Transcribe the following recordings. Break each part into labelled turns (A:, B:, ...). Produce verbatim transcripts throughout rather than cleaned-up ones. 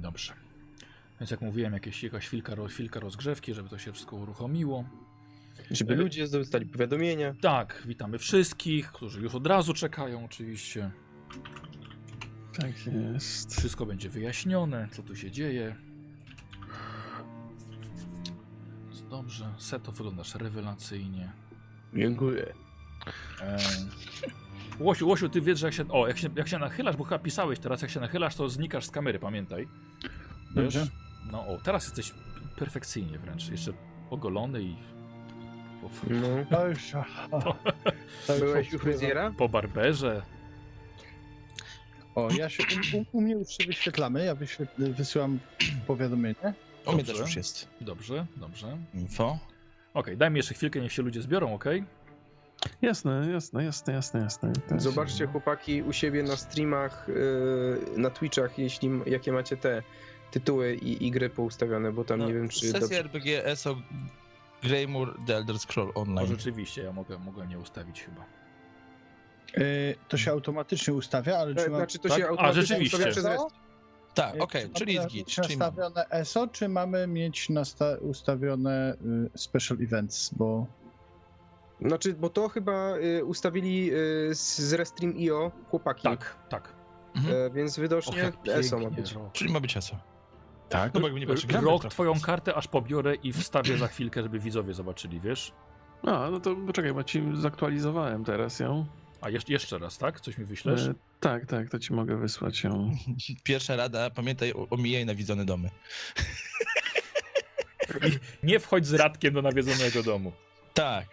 A: Dobrze. Więc jak mówiłem, jakieś, jakaś chwilka, chwilka rozgrzewki, żeby to się wszystko uruchomiło.
B: Żeby ludzie dostali powiadomienia.
A: Tak, witamy wszystkich, którzy już od razu czekają oczywiście.
C: Tak jest.
A: Wszystko będzie wyjaśnione, co tu się dzieje. Dobrze, Seto, wyglądasz rewelacyjnie.
B: Dziękuję.
A: E... Łosiu, Łosiu, ty wiesz, że jak się, o, jak się, jak się nachylasz, bo chyba pisałeś teraz, jak się nachylasz, to znikasz z kamery, pamiętaj. Wiesz?
C: Dobrze.
A: No o, teraz jesteś perfekcyjnie wręcz, jeszcze ogolony i po,
B: No.
C: To już,
A: po,
B: Byłeś u fryzjera?
A: po barberze.
C: O, ja się, u, u, u mnie już się wyświetlamy, ja wyświetl, wysyłam powiadomienie.
D: U mnie
A: Dobrze.
D: też już jest.
A: Dobrze, dobrze.
D: Info.
A: Okej, daj mi jeszcze chwilkę, niech się ludzie zbiorą, okej?
C: Jasne, jasne, jasne, jasne, jasne. Też-
B: Zobaczcie chłopaki u siebie na streamach, yy, na Twitchach, jeśli jakie macie te tytuły i, i gry poustawione, bo tam
D: No,
B: nie wiem czy...
D: Sesja
B: dobrze-
D: R P G S O Greymore The Elder Scroll
A: No
D: Online.
A: rzeczywiście, ja mogę, mogę nie ustawić chyba.
C: Y, to się automatycznie ustawia, ale
B: E,
C: czy mam...
B: Znaczy to
A: tak?
B: się
A: A,
B: automatycznie
A: rzeczywiście.
B: ustawia przez
C: ESO?
D: Tak,
C: Y,
D: okej,
C: czy
D: czyli
C: mamy
D: jest git.
C: mieć
D: Czyli mam.
C: nastawione E S O, czy mamy mieć nasta- ustawione y, special events, bo...
B: Znaczy, bo to chyba y, ustawili y, z, z Restream kropka i o chłopaki.
A: Tak, tak.
D: Mhm.
B: E, więc
A: Och,
B: widocznie
A: jak
B: E S O ma
A: pięknie,
B: być.
A: rok.
D: Czyli ma być E S O.
C: Tak?
D: No bo jakby nie patrzę, gramy
A: Rok,
D: trochę.
A: twoją kartę aż pobiorę i wstawię za chwilkę, żeby widzowie zobaczyli, wiesz?
E: A, no to poczekaj, bo ci zaktualizowałem teraz ją.
A: A jeszcze, jeszcze raz, tak? Coś mi wyślesz?
E: E, tak, tak, to ci mogę wysłać ją.
D: Pierwsza rada, pamiętaj, o- omijaj nawiedzone domy.
A: Nie wchodź z Radkiem do nawiedzonego domu.
D: Tak.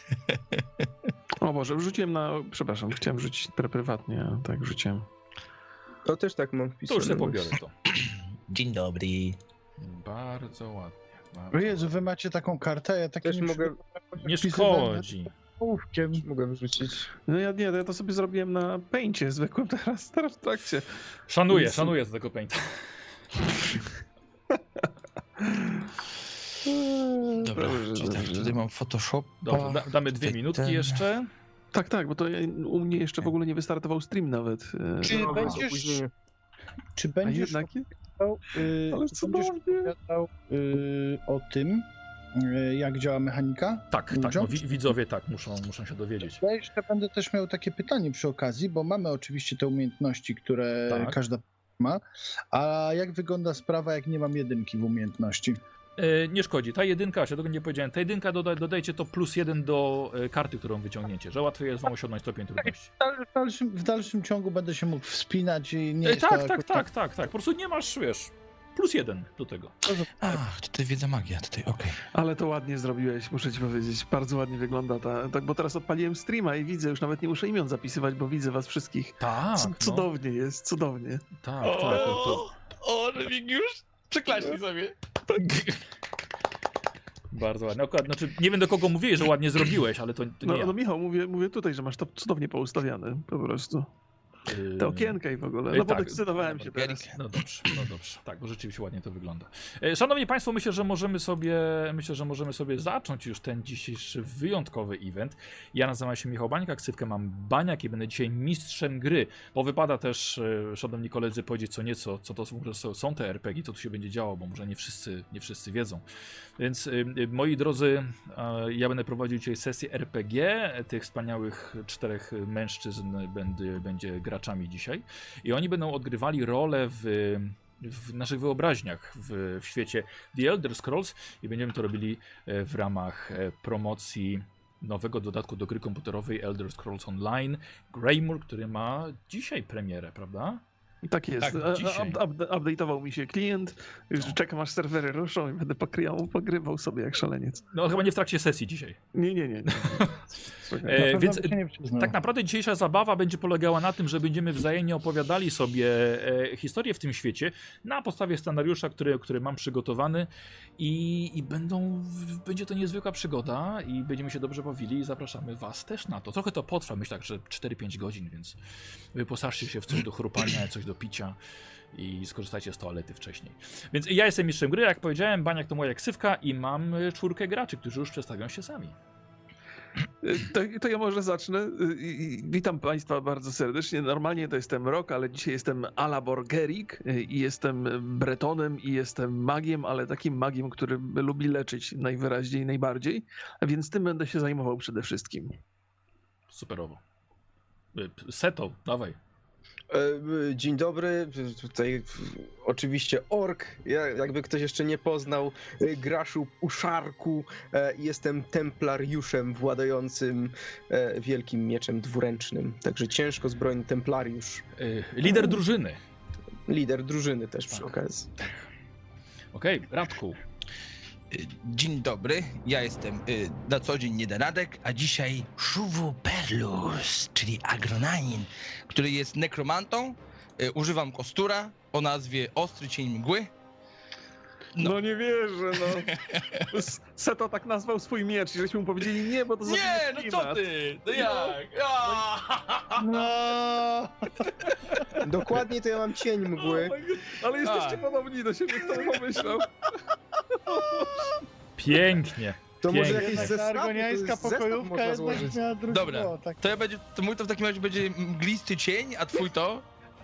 E: O Boże, wrzuciłem na... Przepraszam, chciałem wrzucić pre- prywatnie, a tak wrzuciłem.
B: To też tak mam
A: To
B: wpisane.
A: już sobie pobiorę to.
D: Dzień dobry.
A: Bardzo ładnie. Bardzo
C: O Jezu, wy macie taką kartę, ja takie
B: Też mogę,
A: Nie szkodzi.
C: ołówkiem.
B: mogę wyrzucić.
E: No ja nie, ja to sobie zrobiłem na Paincie zwykłym teraz, teraz w trakcie.
A: Szanuję,
E: Nic.
A: szanuję tego painta.
D: Dobra,
E: Dobrze,
D: czyli tak,
E: dobrze.
D: tutaj mam Photoshop.
A: Dobra, da, damy dwie
D: Tutaj
A: minutki
D: ten.
A: jeszcze.
E: Tak, tak, bo to ja, u mnie jeszcze w ogóle nie wystartował stream nawet. e,
C: Czy
B: No,
C: będziesz,
B: opóźnienie.
C: czy
E: A
C: będziesz
E: jednak...
C: opowiadał, y,
E: Ale
C: czy będziesz
E: cudownie.
C: opowiadał y, o tym, y, jak działa mechanika?
A: Tak, tak,
C: Ludziom?
A: no, wi widzowie tak muszą, muszą się dowiedzieć.
C: Ja jeszcze będę też miał takie pytanie przy okazji, bo mamy oczywiście te umiejętności, które
A: Tak.
C: każda ma, a jak wygląda sprawa, jak nie mam jedynki w umiejętności?
A: E, nie szkodzi, ta jedynka, ja tego nie powiedziałem, ta jedynka doda, dodajcie to plus jeden do e, karty, którą wyciągnięcie, że łatwiej jest wam osiągnąć stopień trudności.
C: W dal- W dalszym, w dalszym ciągu będę się mógł wspinać i nie
A: E,
C: jest
A: tak,
C: to
A: tak,
C: jakoś
A: tak, tak, tak, po prostu nie masz, wiesz, plus jeden do tego.
D: Ach, tutaj wiedza magia, tutaj, okej.
E: Ale to ładnie zrobiłeś, muszę ci powiedzieć. Bardzo ładnie wygląda ta. Tak, bo teraz odpaliłem streama i widzę, już nawet nie muszę imion zapisywać, bo widzę was wszystkich.
A: Tak,
E: C-
A: no,
E: cudownie jest, cudownie.
A: tak, tak, to, to
D: O, Remigiusz, przeklaśnij sobie.
A: bardzo ładnie. Akurat, znaczy, nie wiem do kogo mówiłeś, że ładnie zrobiłeś, ale to, to nie
E: No,
A: ja.
E: no Michał, mówię, mówię tutaj, że masz to cudownie poustawiane, po prostu.
A: Yy,
E: Te okienka i w ogóle.
A: Yy,
E: No
A: tak.
E: podekscytowałem się teraz.
D: Margarika.
A: No dobrze, no dobrze. Tak, bo rzeczywiście ładnie to wygląda. E, Szanowni Państwo, myślę, że możemy sobie myślę, że możemy sobie zacząć już ten dzisiejszy wyjątkowy event. Ja nazywam się Michał Bańka, ksywkę mam Baniak i będę dzisiaj mistrzem gry, bo wypada też, e, szanowni koledzy, powiedzieć co nieco, co to są, są te er pe gie, co tu się będzie działo, bo może nie wszyscy, nie wszyscy wiedzą. Więc e, e, moi drodzy, e, ja będę prowadził dzisiaj sesję er pe gie, tych wspaniałych czterech mężczyzn będę, będzie graczami dzisiaj. I oni będą odgrywali rolę w, w naszych wyobraźniach w, w świecie The Elder Scrolls i będziemy to robili e, w ramach e, promocji nowego dodatku do gry komputerowej Elder Scrolls Online Greymore, który ma dzisiaj premierę, prawda?
E: Tak jest.
A: Tak,
E: A- a-
A: dzisiaj.
E: up- up- Update'ował mi się klient, już
A: No.
E: czekam aż serwery ruszą i będę pokryjał, pogrywał sobie jak szaleniec.
A: No chyba nie w trakcie sesji dzisiaj.
E: Nie, nie, nie. nie. Słuchaj.
A: E,
C: Na pewno
A: więc
C: by się nie przyznał.
A: tak naprawdę dzisiejsza zabawa będzie polegała na tym, że będziemy wzajemnie opowiadali sobie e, historię w tym świecie na podstawie scenariusza, który, który mam przygotowany i, i będą, będzie to niezwykła przygoda i będziemy się dobrze bawili i zapraszamy was też na to. Trochę to potrwa, myślę, że cztery pięć godzin, więc wyposażcie się w coś do chrupania, coś do picia i skorzystajcie z toalety wcześniej. Więc ja jestem mistrzem gry, jak powiedziałem, Baniak to moja ksywka i mam czwórkę graczy, którzy już przedstawią się sami.
E: To, to ja może zacznę. Witam Państwa bardzo serdecznie. Normalnie to jestem Rock, ale dzisiaj jestem Alabor Gerik i jestem Bretonem i jestem magiem, ale takim magiem, który lubi leczyć najwyraźniej, najbardziej. A więc tym będę się zajmował przede wszystkim.
A: Superowo. Seto, dawaj.
B: Dzień dobry, tutaj oczywiście Ork, ja, jakby ktoś jeszcze nie poznał, Graszu Uszarku, jestem templariuszem władającym wielkim mieczem dwuręcznym, także ciężko zbrojny templariusz.
A: Lider drużyny.
B: Lider drużyny też przy
A: Tak.
B: okazji.
A: Okej, okay, Radku.
D: Dzień dobry, ja jestem y, na co dzień Niedenadek, a dzisiaj Shuvu Perlus, czyli Agronanin, który jest nekromantą. Y, używam kostura o nazwie Ostry Cień Mgły.
E: No,
D: No.
E: nie wierzę, no. S- Seto tak nazwał swój miecz i żeśmy mu powiedzieli nie, bo to za
D: Nie,
E: duży
D: no co
E: klimat.
D: ty? No jak? Ja!
C: No.
B: Dokładnie to ja mam cień mgły.
E: Oh my God. Ale jesteście
D: A.
E: podobni do siebie, kto by pomyślał.
A: Pięknie.
B: To może
A: Pięknie.
B: jakieś
C: Jednak ta
B: zestawy,
C: argoniańska
B: zestaw
C: pokojówka
B: można
C: jednak
B: złożyć.
C: miała drugi
D: Dobra,
C: było, tak.
D: to ja będzie, to mój to w takim razie będzie mglisty cień, a twój to?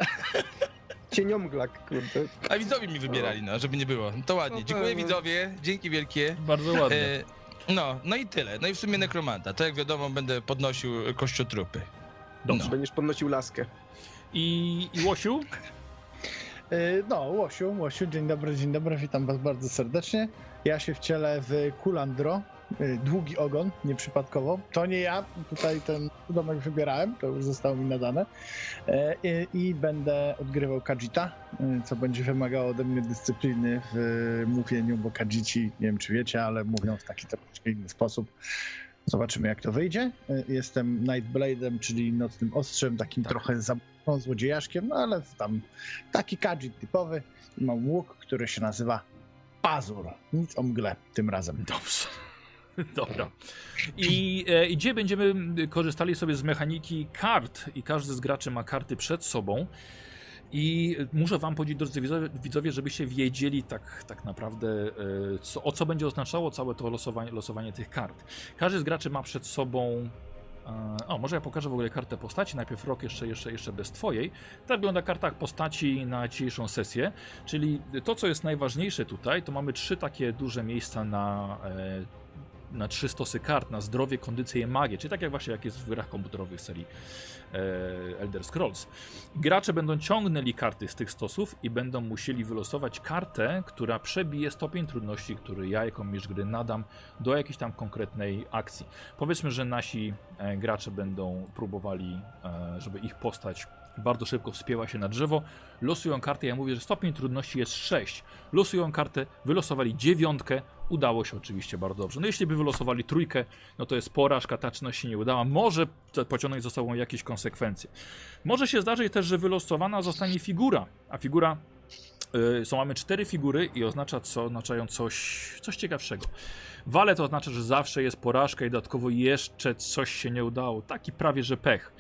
B: Cieniomglak, kurde.
D: A widzowie mi wybierali, no, żeby nie było. To ładnie.
E: No
D: Dziękuję
E: pewnie.
D: widzowie, dzięki wielkie.
A: Bardzo ładnie.
D: E, no, no i tyle. No i w sumie nekromanta. To jak wiadomo będę podnosił kościotrupy.
A: Dobrze.
D: no.
B: Będziesz podnosił laskę.
A: I, I Łosiu?
C: Y, No, Łosiu, Łosiu, dzień dobry, dzień dobry, witam was bardzo serdecznie. Ja się wcielę w Kulandro, y, długi ogon, nieprzypadkowo. To nie ja, tutaj ten domek wybierałem, to już zostało mi nadane. E, I, i będę odgrywał Khajiita, y, co będzie wymagało ode mnie dyscypliny w mówieniu, bo Khajici, nie wiem czy wiecie, ale mówią w taki troszeczkę inny sposób. Zobaczymy jak to wyjdzie. Y, Jestem Nightblade'em, czyli nocnym ostrzem, takim
A: Tak.
C: trochę zabawką, złodziejaszkiem, no ale tam taki Khajiit typowy. I mam łuk, który się nazywa Pazur. Nic o mgle tym razem.
A: Dobrze. Dobra. I, e, I gdzie będziemy korzystali sobie z mechaniki kart i każdy z graczy ma karty przed sobą. I muszę wam powiedzieć, drodzy widzowie, widzowie żebyście wiedzieli tak, tak naprawdę, e, co, o co będzie oznaczało całe to losowanie, losowanie tych kart. Każdy z graczy ma przed sobą... e, O, może ja pokażę w ogóle kartę postaci. Najpierw Rok jeszcze, jeszcze, jeszcze bez twojej. Tak wygląda karta postaci na dzisiejszą sesję. Czyli to, co jest najważniejsze tutaj, to mamy trzy takie duże miejsca na... E, na trzy stosy kart, na zdrowie, kondycję i magię, czyli tak jak właśnie jak jest w grach komputerowych serii e, Elder Scrolls. Gracze będą ciągnęli karty z tych stosów i będą musieli wylosować kartę, która przebije stopień trudności, który ja jako mistrz gry nadam do jakiejś tam konkretnej akcji. Powiedzmy, że nasi e, gracze będą próbowali, e, żeby ich postać bardzo szybko wspięła się na drzewo, losują kartę, ja mówię, że stopień trudności jest sześć. Losują kartę, wylosowali dziewiątkę, udało się oczywiście bardzo dobrze. No jeśli by wylosowali trójkę, no to jest porażka, ta czynność się nie udała, może pociągnąć za sobą jakieś konsekwencje. Może się zdarzyć też, że wylosowana zostanie figura, a figura, yy, są, mamy cztery figury i oznacza co, oznaczają coś, coś ciekawszego. Wale to oznacza, że zawsze jest porażka i dodatkowo jeszcze coś się nie udało, taki prawie że pech.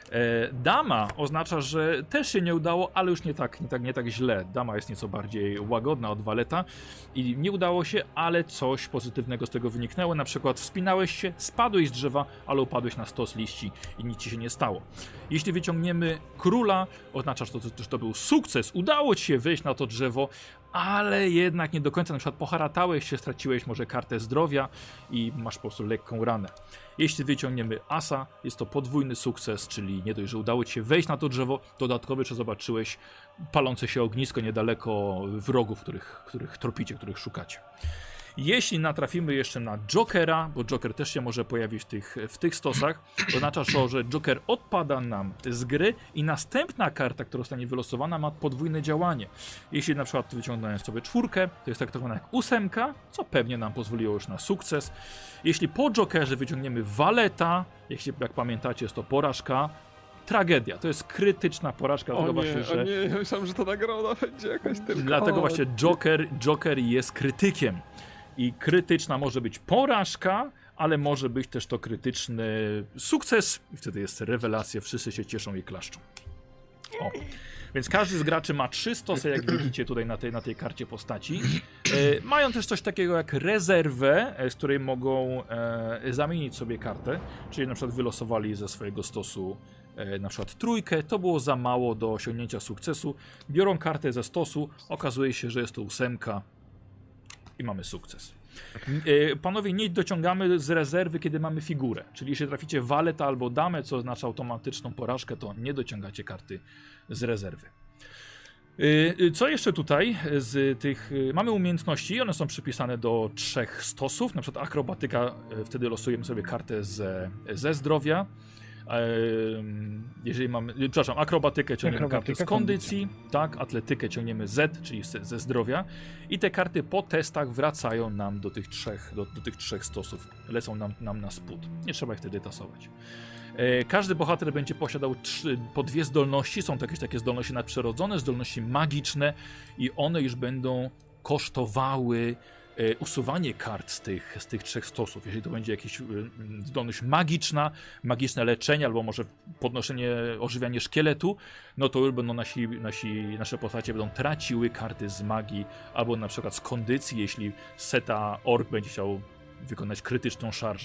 A: Dama oznacza, że też się nie udało, ale już nie tak, nie tak, nie tak źle. Dama jest nieco bardziej łagodna od waleta i nie udało się, ale coś pozytywnego z tego wyniknęło. Na przykład wspinałeś się, spadłeś z drzewa, ale upadłeś na stos liści i nic ci się nie stało. Jeśli wyciągniemy króla, oznacza, że to, że to był sukces, udało ci się wejść na to drzewo, ale jednak nie do końca, na przykład poharatałeś się, straciłeś może kartę zdrowia i masz po prostu lekką ranę. Jeśli wyciągniemy asa, jest to podwójny sukces, czyli nie dość, że udało ci się wejść na to drzewo, dodatkowo jeszcze zobaczyłeś palące się ognisko niedaleko wrogów, których, których tropicie, których szukacie. Jeśli natrafimy jeszcze na Jokera, bo Joker też się może pojawić w tych, w tych stosach, to oznacza, że Joker odpada nam z gry i następna karta, która zostanie wylosowana, ma podwójne działanie. Jeśli na przykład wyciągnąłem sobie czwórkę, to jest traktowana jak ósemka, co pewnie nam pozwoliło już na sukces. Jeśli po Jokerze wyciągniemy waleta, jeśli jak pamiętacie jest to porażka, tragedia, to jest krytyczna porażka,
E: O
A: dlatego
E: nie,
A: właśnie, że...
E: o nie, ja myślałem, że to nagroda będzie jakaś tylko.
A: Dlatego
E: O,
A: właśnie Joker, Joker jest krytykiem. I krytyczna może być porażka, ale może być też to krytyczny sukces. I wtedy jest rewelacja, wszyscy się cieszą i klaszczą. O. Więc każdy z graczy ma trzy stosy, jak widzicie tutaj na tej, na tej karcie postaci. Mają też coś takiego jak rezerwę, z której mogą e, zamienić sobie kartę, czyli na przykład wylosowali ze swojego stosu e, na przykład trójkę, to było za mało do osiągnięcia sukcesu, biorą kartę ze stosu, okazuje się, że jest to ósemka i mamy sukces. E, panowie, nie dociągamy z rezerwy, kiedy mamy figurę, czyli jeśli traficie waleta albo damę, co oznacza automatyczną porażkę, to nie dociągacie karty z rezerwy. Co jeszcze tutaj z tych... Mamy umiejętności, one są przypisane do trzech stosów, na przykład akrobatyka, wtedy losujemy sobie kartę ze, ze zdrowia. Jeżeli mamy, przepraszam, akrobatykę ciągniemy kartę z kondycji, tak, atletykę ciągniemy Z, czyli ze zdrowia i te karty po testach wracają nam do tych trzech, do, do tych trzech stosów, lecą nam, nam na spód, nie trzeba ich wtedy tasować. Każdy bohater będzie posiadał trzy, po dwie zdolności, są to jakieś takie zdolności nadprzyrodzone, zdolności magiczne i one już będą kosztowały e, usuwanie kart z tych, z tych trzech stosów. Jeżeli to będzie jakaś e, zdolność magiczna, magiczne leczenie albo może podnoszenie, ożywianie szkieletu, no to już będą nasi, nasi, nasze postacie będą traciły karty z magii albo na przykład z kondycji, jeśli seta ork będzie chciał wykonać krytyczną szarżę.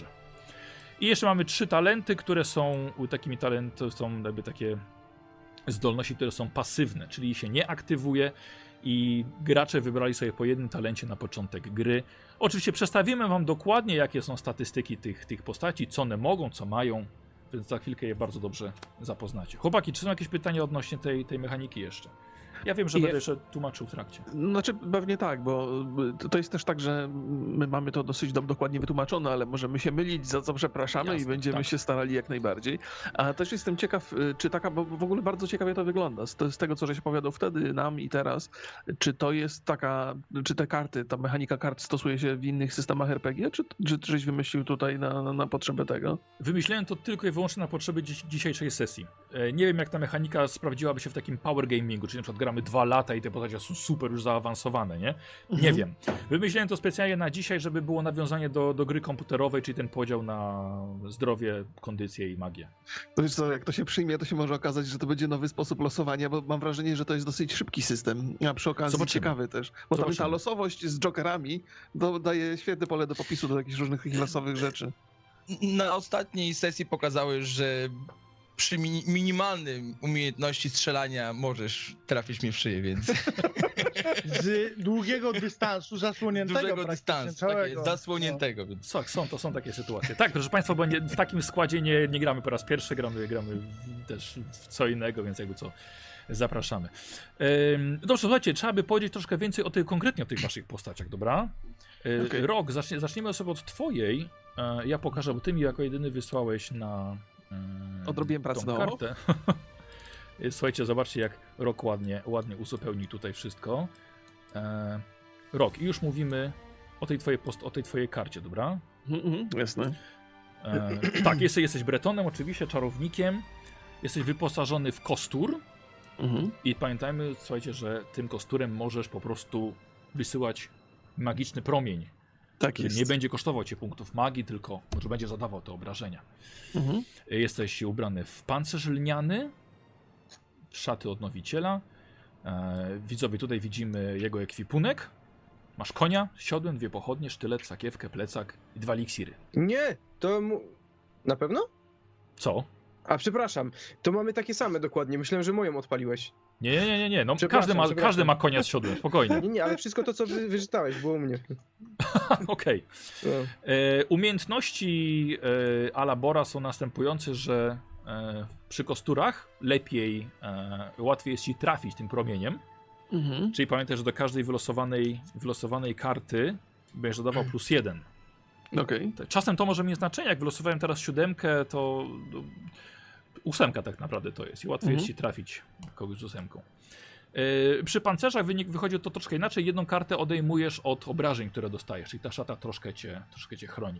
A: I jeszcze mamy trzy talenty, które są takimi talenty, są jakby takie zdolności, które są pasywne, czyli się nie aktywuje i gracze wybrali sobie po jednym talencie na początek gry. Oczywiście przedstawimy wam dokładnie, jakie są statystyki tych, tych postaci, co one mogą, co mają, więc za chwilkę je bardzo dobrze zapoznacie. Chłopaki, czy są jakieś pytania odnośnie tej, tej mechaniki jeszcze? Ja wiem, że
E: I
A: będę jeszcze tłumaczył w trakcie.
E: Znaczy pewnie tak, bo to jest też tak, że my mamy to dosyć do, dokładnie wytłumaczone, ale możemy się mylić, za co przepraszamy. Jasne, i będziemy tak. się starali jak najbardziej. A też jestem ciekaw, czy taka, bo w ogóle bardzo ciekawie to wygląda, z, z tego, co żeś opowiadał wtedy nam i teraz, czy to jest taka, czy te karty, ta mechanika kart stosuje się w innych systemach er pe gie, czy, czy żeś wymyślił tutaj na, na, na potrzebę tego?
A: Wymyślałem to tylko i wyłącznie na potrzeby dziś, dzisiejszej sesji. Nie wiem, jak ta mechanika sprawdziłaby się w takim power gamingu, czyli na przykład gramy dwa lata i te postacie są super już zaawansowane, nie? Mhm. Nie wiem. Wymyśliłem to specjalnie na dzisiaj, żeby było nawiązanie do, do gry komputerowej, czyli ten podział na zdrowie, kondycję i magię.
E: To wiesz co, jak to się przyjmie, to się może okazać, że to będzie nowy sposób losowania, bo mam wrażenie, że to jest dosyć szybki system, a przy okazji Zobaczymy. ciekawy też. Bo tam ta losowość z jokerami to daje świetne pole do popisu do jakichś różnych losowych rzeczy.
D: Na ostatniej sesji pokazały, że przy mini minimalnym umiejętności strzelania możesz trafić mnie w szyję, więc...
C: Z długiego dystansu zasłoniętego.
D: Dużego dystansu, tak jest, zasłoniętego.
A: No. Więc... Tak, są, to są takie sytuacje. Tak, proszę Państwa, bo nie, w takim składzie nie, nie gramy po raz pierwszy, gramy, gramy też w co innego, więc jakby co, zapraszamy. Ym, dobrze, słuchajcie, trzeba by powiedzieć troszkę więcej o tych, konkretnie o tych waszych postaciach, dobra? Yy, okay. Rok, zacznie, zaczniemy sobie od twojej. Yy, ja pokażę, bo ty mi jako jedyny wysłałeś na...
E: Odrobiłem pracę na
A: kartę. Słuchajcie, zobaczcie, jak Rok ładnie, ładnie uzupełni tutaj wszystko. E, Rok, i już mówimy o tej twojej, post o tej twojej karcie, dobra?
E: Mm-hmm, jasne.
A: E, tak, jesteś, jesteś Bretonem, oczywiście, czarownikiem. Jesteś wyposażony w kostur. Mm-hmm. I pamiętajmy, słuchajcie, że tym kosturem możesz po prostu wysyłać magiczny promień.
E: Tak jest.
A: Nie będzie kosztował cię punktów magii, tylko może będzie zadawał te obrażenia. Mhm. Jesteś ubrany w pancerz lniany, w szaty odnowiciela. E, widzowie, tutaj widzimy jego ekwipunek. Masz konia, siodłem, dwie pochodnie, sztylet, sakiewkę, plecak i dwa eliksiry.
B: Nie, to mu... Na pewno?
A: Co?
B: A przepraszam, to mamy takie same dokładnie. Myślałem, że moją odpaliłeś.
A: Nie, nie, nie, nie. No, każdy, ma, każdy ma konia z siodłem, spokojnie.
B: Nie, nie, ale wszystko to, co wy, wyczytałeś, było u mnie.
A: Okej. Okay. No. E, umiejętności e, Alabora są następujące, że e, przy kosturach lepiej, e, łatwiej jest ci trafić tym promieniem. Mhm. Czyli pamiętaj, że do każdej wylosowanej, wylosowanej karty będziesz dodawał plus jeden.
E: Okay.
A: Czasem to może mieć znaczenie. Jak wylosowałem teraz siódemkę, to... to ósemka tak naprawdę to jest i łatwiej mhm. jest ci trafić kogoś z ósemką. Yy, przy pancerzach wynik wychodzi to troszkę inaczej. Jedną kartę odejmujesz od obrażeń, które dostajesz, czyli ta szata troszkę cię, troszkę cię chroni.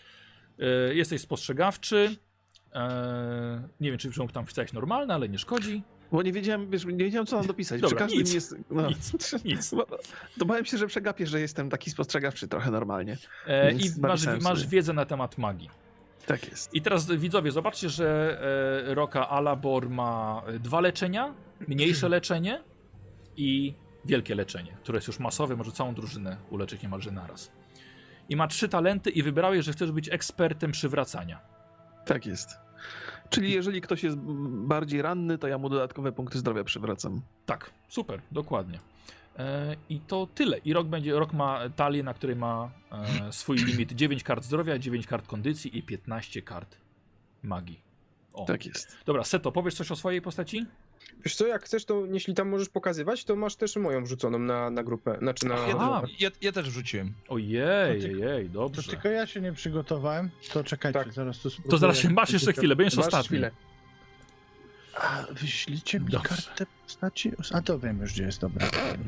A: Yy, jesteś spostrzegawczy. Yy, nie wiem, czy tam wpisałeś normalne, ale nie szkodzi.
E: Bo nie wiedziałem, wiesz, nie wiedziałem, co mam dopisać.
A: Dobra,
E: Przy każdym
A: nic,
E: jest. No.
A: Nic, nic.
E: To bałem się, że przegapię, że jestem taki spostrzegawczy trochę normalnie.
A: Yy, I masz, masz wiedzę na temat magii.
E: Tak jest.
A: I teraz widzowie, zobaczcie, że e, Roka Alabor ma dwa leczenia, mniejsze leczenie i wielkie leczenie, które jest już masowe, może całą drużynę uleczyć niemalże naraz. I ma trzy talenty i wybrałeś, że chcesz być ekspertem przywracania.
E: Tak jest. Czyli jeżeli ktoś jest bardziej ranny, to ja mu dodatkowe punkty zdrowia przywracam.
A: Tak, super, dokładnie. E, I to tyle. I rok będzie, rok ma talię, na której ma e, swój limit dziewięć kart zdrowia, dziewięć kart kondycji i piętnaście kart magii. O.
E: Tak jest.
A: Dobra, Seto, powiesz coś o swojej postaci?
B: Wiesz co, jak chcesz, to jeśli tam możesz pokazywać, to masz też moją wrzuconą na, na grupę, znaczy na...
D: Ja,
A: Aha.
D: ja, ja też wrzuciłem.
A: Ojej,
C: To ty-
A: jej,
C: To
A: dobrze.
C: tylko ja się nie przygotowałem, to czekajcie,
B: Tak.
C: zaraz to spróbuję.
A: To zaraz się masz jeszcze chwilę, będziesz
B: Masz
A: ostatni.
B: chwilę.
C: A, wyślijcie mi
A: Dobrze.
C: kartę postaci? A to wiem już, gdzie jest, dobra.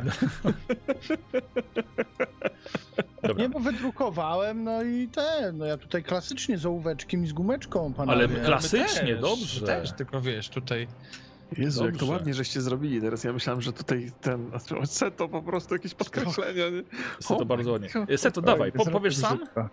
A: Dobra.
C: Nie, bo wydrukowałem, no i ten, no ja tutaj klasycznie z ołóweczkiem i z gumeczką, panowie.
A: Ale
D: My
A: klasycznie,
D: też,
A: dobrze.
D: my też, tylko wiesz, tutaj...
E: Jezu, jak to
A: Dobrze.
E: ładnie, żeście zrobili. Teraz ja myślałem, że tutaj ten... Seto po prostu jakieś podkreślenia. Nie?
A: Seto
E: O
A: bardzo
E: my
A: ładnie.
E: God.
A: E, Seto,
C: Oj,
A: dawaj, po,
C: zrobię
A: powiesz sam?
C: wrzutka.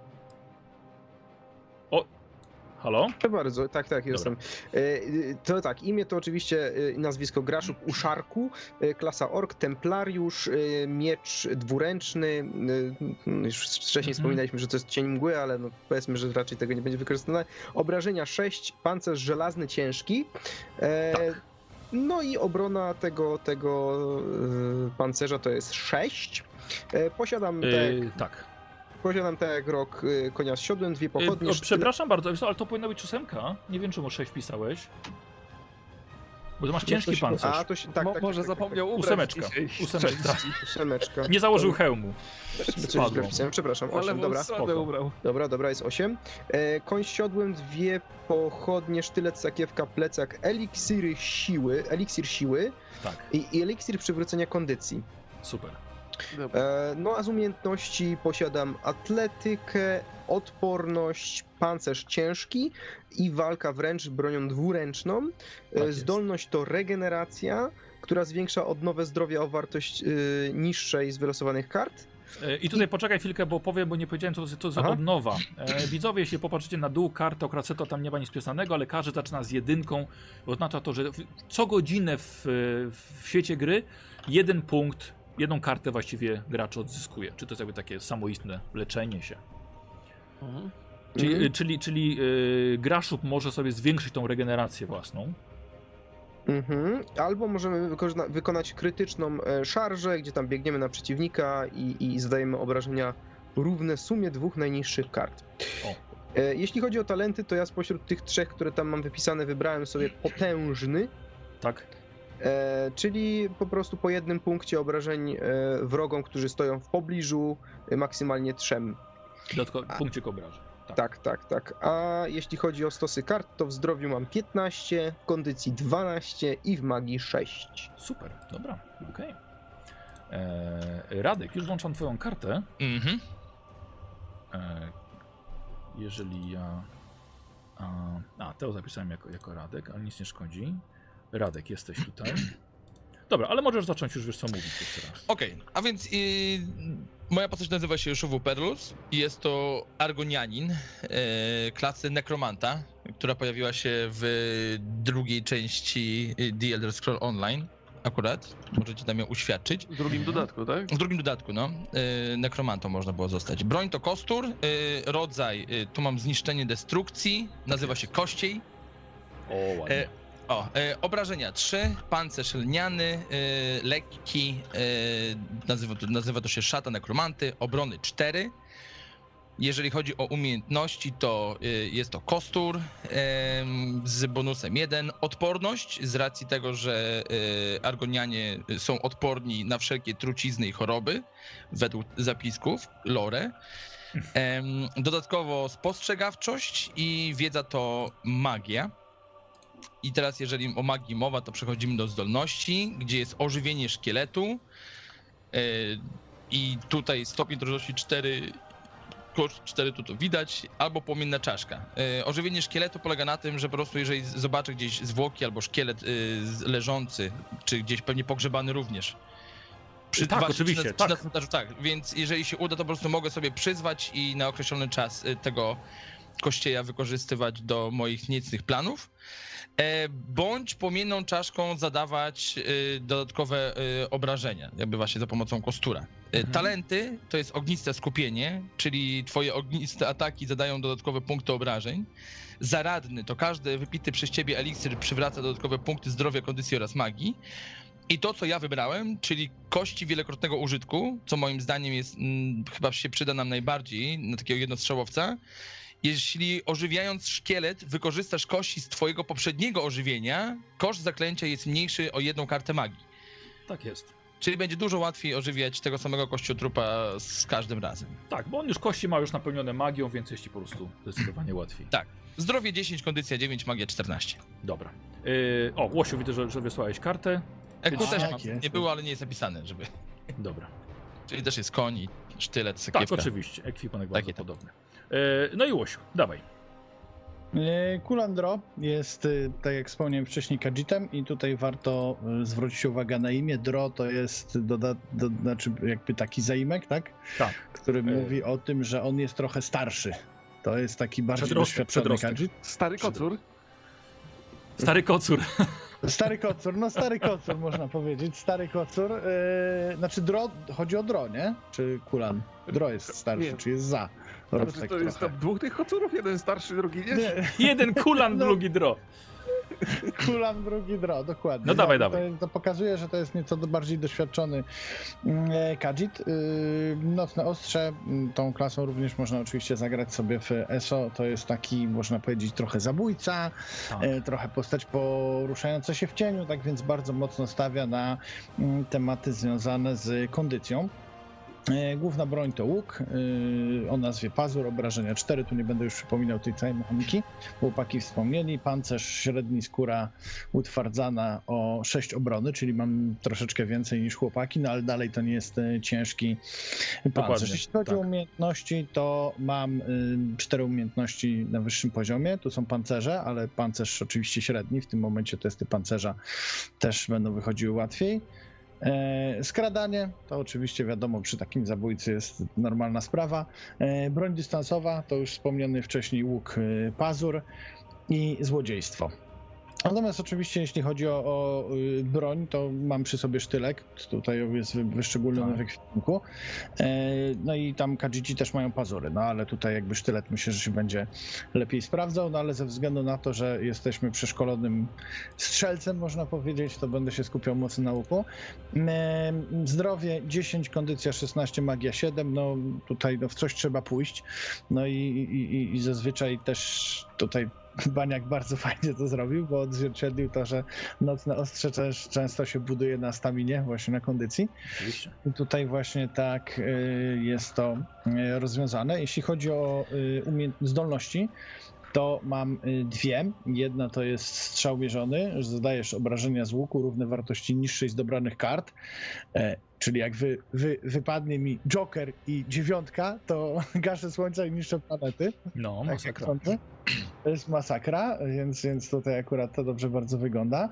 A: Halo?
B: Proszę bardzo, tak, tak, jestem. E, To tak, imię to oczywiście e, nazwisko Graszub Uszarku, e, klasa Ork, Templariusz, e, miecz dwuręczny, e, już wcześniej
A: Mhm.
B: wspominaliśmy, że to jest cień mgły, ale no powiedzmy, że raczej tego nie będzie wykorzystane. Obrażenia sześć, pancerz żelazny ciężki, e, no i obrona tego, tego e, pancerza to jest sześć. E, Posiadam tak,
A: E, tak.
B: posiadam tak jak rok e, konia z siodłem, dwie
A: E,
B: pochodnie.
A: o,
B: sztylet-
A: przepraszam bardzo, wiesz co, ale to powinna być ósemka. Nie wiem, czemu sześć pisałeś. Bo ty masz ciężki
B: Coś-
A: pancerz.
B: A, to się, tak,
E: Mo-
B: tak,
E: może
B: tak, tak,
E: zapomniał ubrać
A: Ósemeczka.
E: dzisiaj.
A: Ósemeczka.
E: Sześć.
B: Ósemeczka.
A: Nie założył hełmu.
B: Coś
A: Spadło.
B: źle wpisałem, przepraszam.
E: Ale
B: osiem, dobra.
E: stronę
A: spoko.
E: ubrał.
B: Dobra, dobra, jest osiem. E, koń z siodłem, dwie pochodnie, sztylet, sakiewka, plecak, eliksiry siły, eliksir siły
A: Tak,
B: i, i eliksir przywrócenia kondycji.
A: super.
E: Dobra.
B: E, no a z umiejętności posiadam atletykę, odporność, pancerz ciężki i walka wręcz bronią dwuręczną. E,
A: Tak jest.
B: zdolność to regeneracja, która zwiększa odnowę zdrowia o wartość e, niższej z wylosowanych kart.
A: E, I tutaj poczekaj chwilkę, bo powiem, bo nie powiedziałem, co to, to jest
B: Aha.
A: odnowa. E, widzowie, jeśli popatrzycie na dół karty, akurat Seto tam nie ma nic pisanego, ale każdy zaczyna z jedynką. Oznacza to, że w, co godzinę w, w świecie gry jeden punkt, jedną kartę właściwie gracz odzyskuje. Czy to jest jakby takie samoistne leczenie się.
E: Mhm.
A: Czyli,
B: Mhm.
A: czyli, czyli yy, Graszub może sobie zwiększyć tą regenerację własną.
B: Mhm. Albo możemy wykorzysta- wykonać krytyczną e, szarżę, gdzie tam biegniemy na przeciwnika i, i zadajemy obrażenia równe sumie dwóch najniższych kart.
A: O.
B: E, Jeśli chodzi o talenty, to ja spośród tych trzech, które tam mam wypisane, wybrałem sobie potężny,
A: Tak?
B: e, czyli po prostu po jednym punkcie obrażeń e, wrogom, którzy stoją w pobliżu, e, maksymalnie trzem.
A: Dodatkowy
B: A.
A: punkcik obrażeń.
B: Tak, tak, tak. A jeśli chodzi o stosy kart, to w zdrowiu mam piętnaście, w kondycji dwanaście i w magii sześć.
A: Super, dobra, okej. Eee, Radek, już włączam twoją kartę.
D: Mhm.
A: Eee, jeżeli ja... A, a to zapisałem jako, jako Radek, ale nic nie szkodzi. Radek, jesteś tutaj. Dobra, ale możesz zacząć już, wiesz co mówić jeszcze raz.
D: Okej, a więc y, moja postać nazywa się Shuvu Perlus i jest to Argonianin y, klasy Nekromanta, która pojawiła się w drugiej części The Elder Scroll Online. Akurat, możecie tam ją uświadczyć.
E: W drugim dodatku, tak?
D: W drugim dodatku, no, y, nekromantą można było zostać. Broń to kostur, y, rodzaj, y, tu mam zniszczenie destrukcji, nazywa się kościej.
A: O, ładnie.
D: E, o, e, obrażenia trzy, pancerz lniany, e, lekki, e, nazywa, to, nazywa to się szata nekromanty, obrony cztery. Jeżeli chodzi o umiejętności, to e, jest to kostur e, z bonusem jeden, odporność z racji tego, że e, Argonianie są odporni na wszelkie trucizny i choroby według zapisków lore. E, dodatkowo spostrzegawczość i wiedza to magia. I teraz, jeżeli o magii mowa, to przechodzimy do zdolności, gdzie jest ożywienie szkieletu. Yy, I tutaj stopień trudności cztery, koszt cztery tu to widać, albo płomienna czaszka. Yy, ożywienie szkieletu polega na tym, że po prostu jeżeli zobaczę gdzieś zwłoki albo szkielet yy, leżący, czy gdzieś pewnie pogrzebany również. Przy,
A: Tak,
D: właśnie,
A: oczywiście,
D: czy na,
A: tak.
D: Czy na cmentarzu, tak, więc jeżeli się uda, to po prostu mogę sobie przyzwać i na określony czas yy, tego kościeja wykorzystywać do moich niecnych planów, e, bądź pomienną czaszką zadawać e, dodatkowe e, obrażenia, jakby właśnie za pomocą kostura. E,
A: Mhm.
D: Talenty to jest ogniste skupienie, czyli twoje ogniste ataki zadają dodatkowe punkty obrażeń. Zaradny to każdy wypity przez ciebie eliksir przywraca dodatkowe punkty zdrowia, kondycji oraz magii. I to, co ja wybrałem, czyli kości wielokrotnego użytku, co moim zdaniem jest, mm, chyba się przyda nam najbardziej na takiego jednostrzałowca. Jeśli ożywiając szkielet wykorzystasz kości z twojego poprzedniego ożywienia, koszt zaklęcia jest mniejszy o jedną kartę magii.
A: Tak jest.
D: Czyli będzie dużo łatwiej ożywiać tego samego kościotrupa z każdym razem.
A: Tak, bo on już kości ma już napełnione magią, więc jest ci po prostu zdecydowanie łatwiej.
D: Tak. Zdrowie dziesięć, kondycja dziewięć, magia czternaście.
A: Dobra. Yy, o, Łosiu, widzę, że, że wysłałeś kartę.
D: Eku
A: Tak
D: też mam.
C: jest.
D: Nie było, ale nie jest napisane, żeby...
A: Dobra.
D: Czyli też jest koń i sztylet,
A: Tak,
D: sekiewka.
A: oczywiście. Ekwipunek bardzo
D: Takie tam.
A: podobny. Yy, no i Łosiu, dawaj.
C: E, Kulandro jest, e, tak jak wspomniałem wcześniej, Kajitem i tutaj warto e, zwrócić uwagę na imię. Dro to jest doda, do, znaczy jakby taki zaimek, tak?
A: Tak.
C: Który
A: E.
C: mówi o tym, że on jest trochę starszy. To jest taki bardziej
A: Przedrostek,
C: doświadczony
A: przedrostek.
C: Kajit.
E: Stary kocur.
A: Stary kocur.
C: Stary kocur, no stary kocur można powiedzieć, stary kocur. E, znaczy Dro, chodzi o Dro, nie? Czy Kulan? Dro jest starszy,
E: Nie.
C: czy jest za?
E: Znaczy,
C: Rostek
E: to jest
C: trochę.
E: tam dwóch tych kocurów, jeden starszy, drugi nie?
C: Nie,
A: Jeden kulan,
C: No.
A: drugi dro.
C: Kulan, drugi Dro, dokładnie.
A: No dawaj,
C: to,
A: dawaj.
C: To pokazuje, że to jest nieco bardziej doświadczony mm, e, Khajiit. Yy, Nocne Ostrze, mm, tą klasą również można oczywiście zagrać sobie w E S O. To jest taki, można powiedzieć, trochę zabójca,
A: Tak.
C: e, trochę postać poruszająca się w cieniu, tak więc bardzo mocno stawia na mm, tematy związane z kondycją. E, Główna broń to łuk yy, o nazwie Pazur, obrażenia cztery, tu nie będę już przypominał tej całej mechaniki, chłopaki wspomnieli, pancerz średni, skóra utwardzana o sześć obrony, czyli mam troszeczkę więcej niż chłopaki, no ale dalej to nie jest e, ciężki pancerz.
A: Dokładnie,
C: Jeśli chodzi
A: tak.
C: o umiejętności, to mam y, cztery umiejętności na wyższym poziomie, tu są pancerze, ale pancerz oczywiście średni, w tym momencie testy pancerza też będą wychodziły łatwiej. E, skradanie, to oczywiście wiadomo, przy takim zabójcy jest normalna sprawa. E, broń dystansowa, to już wspomniany wcześniej łuk e, Pazur i złodziejstwo. Natomiast oczywiście jeśli chodzi o, o y, broń, to mam przy sobie sztylet, tutaj jest wy- wyszczególniony
A: Tak.
C: w ekwipunku. E, no i tam Khajici też mają pazury, no ale tutaj jakby sztylet myślę, że się będzie lepiej sprawdzał, no ale ze względu na to, że jesteśmy przeszkolonym strzelcem, można powiedzieć, to będę się skupiał mocno na łuku. E, zdrowie dziesięć, kondycja szesnaście, magia siedem, no tutaj no, w coś trzeba pójść, no i, i, i, i zazwyczaj też tutaj Baniak bardzo fajnie to zrobił, bo odzwierciedlił to, że nocne ostrze też często się buduje na staminie, właśnie na kondycji.
A: Oczywiście.
C: I tutaj właśnie tak y, jest to y, rozwiązane. Jeśli chodzi o y, umie- zdolności, to mam y, dwie. Jedna to jest strzał mierzony, że zadajesz obrażenia z łuku równe wartości niższej z dobranych kart. E, czyli jak wy, wy, wypadnie mi Joker i dziewiątka, to gaszę słońca i niszczę planety.
A: No,
C: Tak jak
A: masakra.
C: sądzę. To jest masakra, więc, więc tutaj akurat to dobrze bardzo wygląda.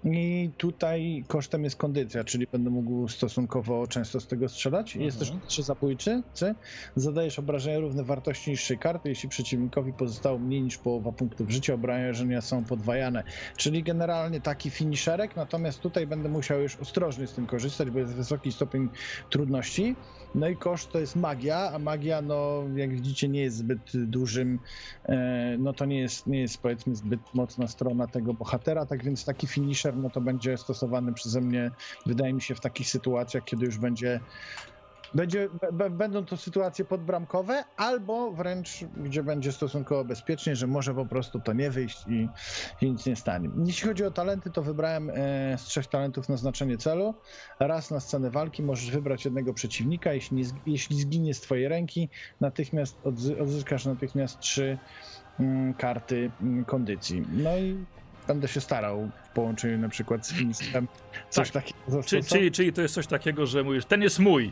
C: I tutaj kosztem jest kondycja, czyli będę mógł stosunkowo często z tego strzelać. Jest
A: Mhm.
C: też trzy zabójczy. Cy. Zadajesz obrażenia równe wartości niższej karty, jeśli przeciwnikowi pozostało mniej niż połowa punktów życia, obrażenia są podwajane. Czyli generalnie taki finisherek, natomiast tutaj będę musiał już ostrożnie z tym korzystać, bo jest wysoki stopień trudności. No i koszt to jest magia, a magia, no jak widzicie, nie jest zbyt dużym, e, no to nie jest, nie jest powiedzmy zbyt mocna strona tego bohatera, tak więc taki finisher, no to będzie stosowany przeze mnie, wydaje mi się, w takich sytuacjach, kiedy już będzie Będzie, b- będą to sytuacje podbramkowe, albo wręcz, gdzie będzie stosunkowo bezpiecznie, że może po prostu to nie wyjść i, i nic nie stanie. Jeśli chodzi o talenty, to wybrałem e, z trzech talentów na znaczenie celu. Raz na scenę walki możesz wybrać jednego przeciwnika. Jeśli, nie, zg- jeśli zginie z twojej ręki, natychmiast odzy- odzyskasz natychmiast trzy mm, karty mm, kondycji. No i będę się starał w połączeniu na przykład z finistem coś
A: Tak.
C: takiego
A: Czy,
C: zastosować.
A: czyli, czyli to jest coś takiego, że mówisz, ten jest mój.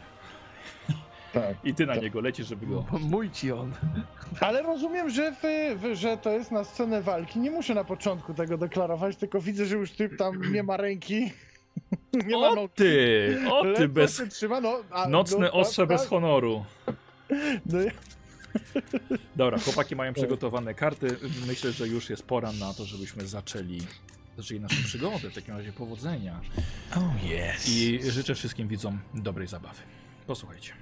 C: Tak.
A: I ty na
C: Tak.
A: niego lecisz, żeby go...
E: Bo mój ci on.
C: Ale rozumiem, że, w, w, że to jest na scenę walki. Nie muszę na początku tego deklarować, tylko widzę, że już typ tam nie ma ręki. Nie ma
A: O
C: nogi.
A: ty! O ty
C: Ledwo
A: bez...
C: się trzyma, no, a,
A: Nocne
C: no,
A: ostrze
C: tak,
A: bez honoru.
C: No,
A: Dobra, chłopaki mają przygotowane karty. Myślę, że już jest pora na to, żebyśmy zaczęli, zaczęli naszą przygodę. W takim razie powodzenia.
D: Oh yes.
A: I życzę wszystkim widzom dobrej zabawy. Posłuchajcie.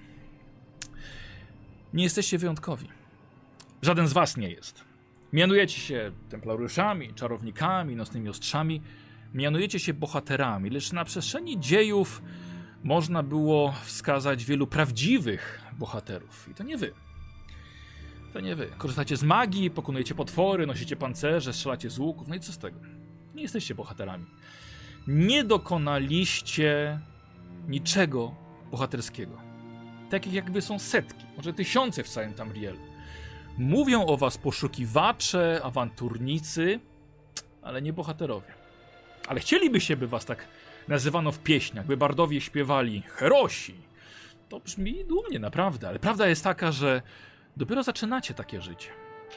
A: Nie jesteście wyjątkowi. Żaden z was nie jest. Mianujecie się templariuszami, czarownikami, nocnymi ostrzami. Mianujecie się bohaterami, lecz na przestrzeni dziejów można było wskazać wielu prawdziwych bohaterów. I to nie wy. To nie wy. Korzystacie z magii, pokonujecie potwory, nosicie pancerze, strzelacie z łuków. No i co z tego? Nie jesteście bohaterami. Nie dokonaliście niczego bohaterskiego. Takich jak wy są setki, może tysiące w całym Tamrielu. Mówią o was poszukiwacze, awanturnicy, ale nie bohaterowie. Ale chcielibyście, by was tak nazywano w pieśniach, by bardowie śpiewali herosi. To brzmi dumnie, naprawdę, ale prawda jest taka, że dopiero zaczynacie takie życie.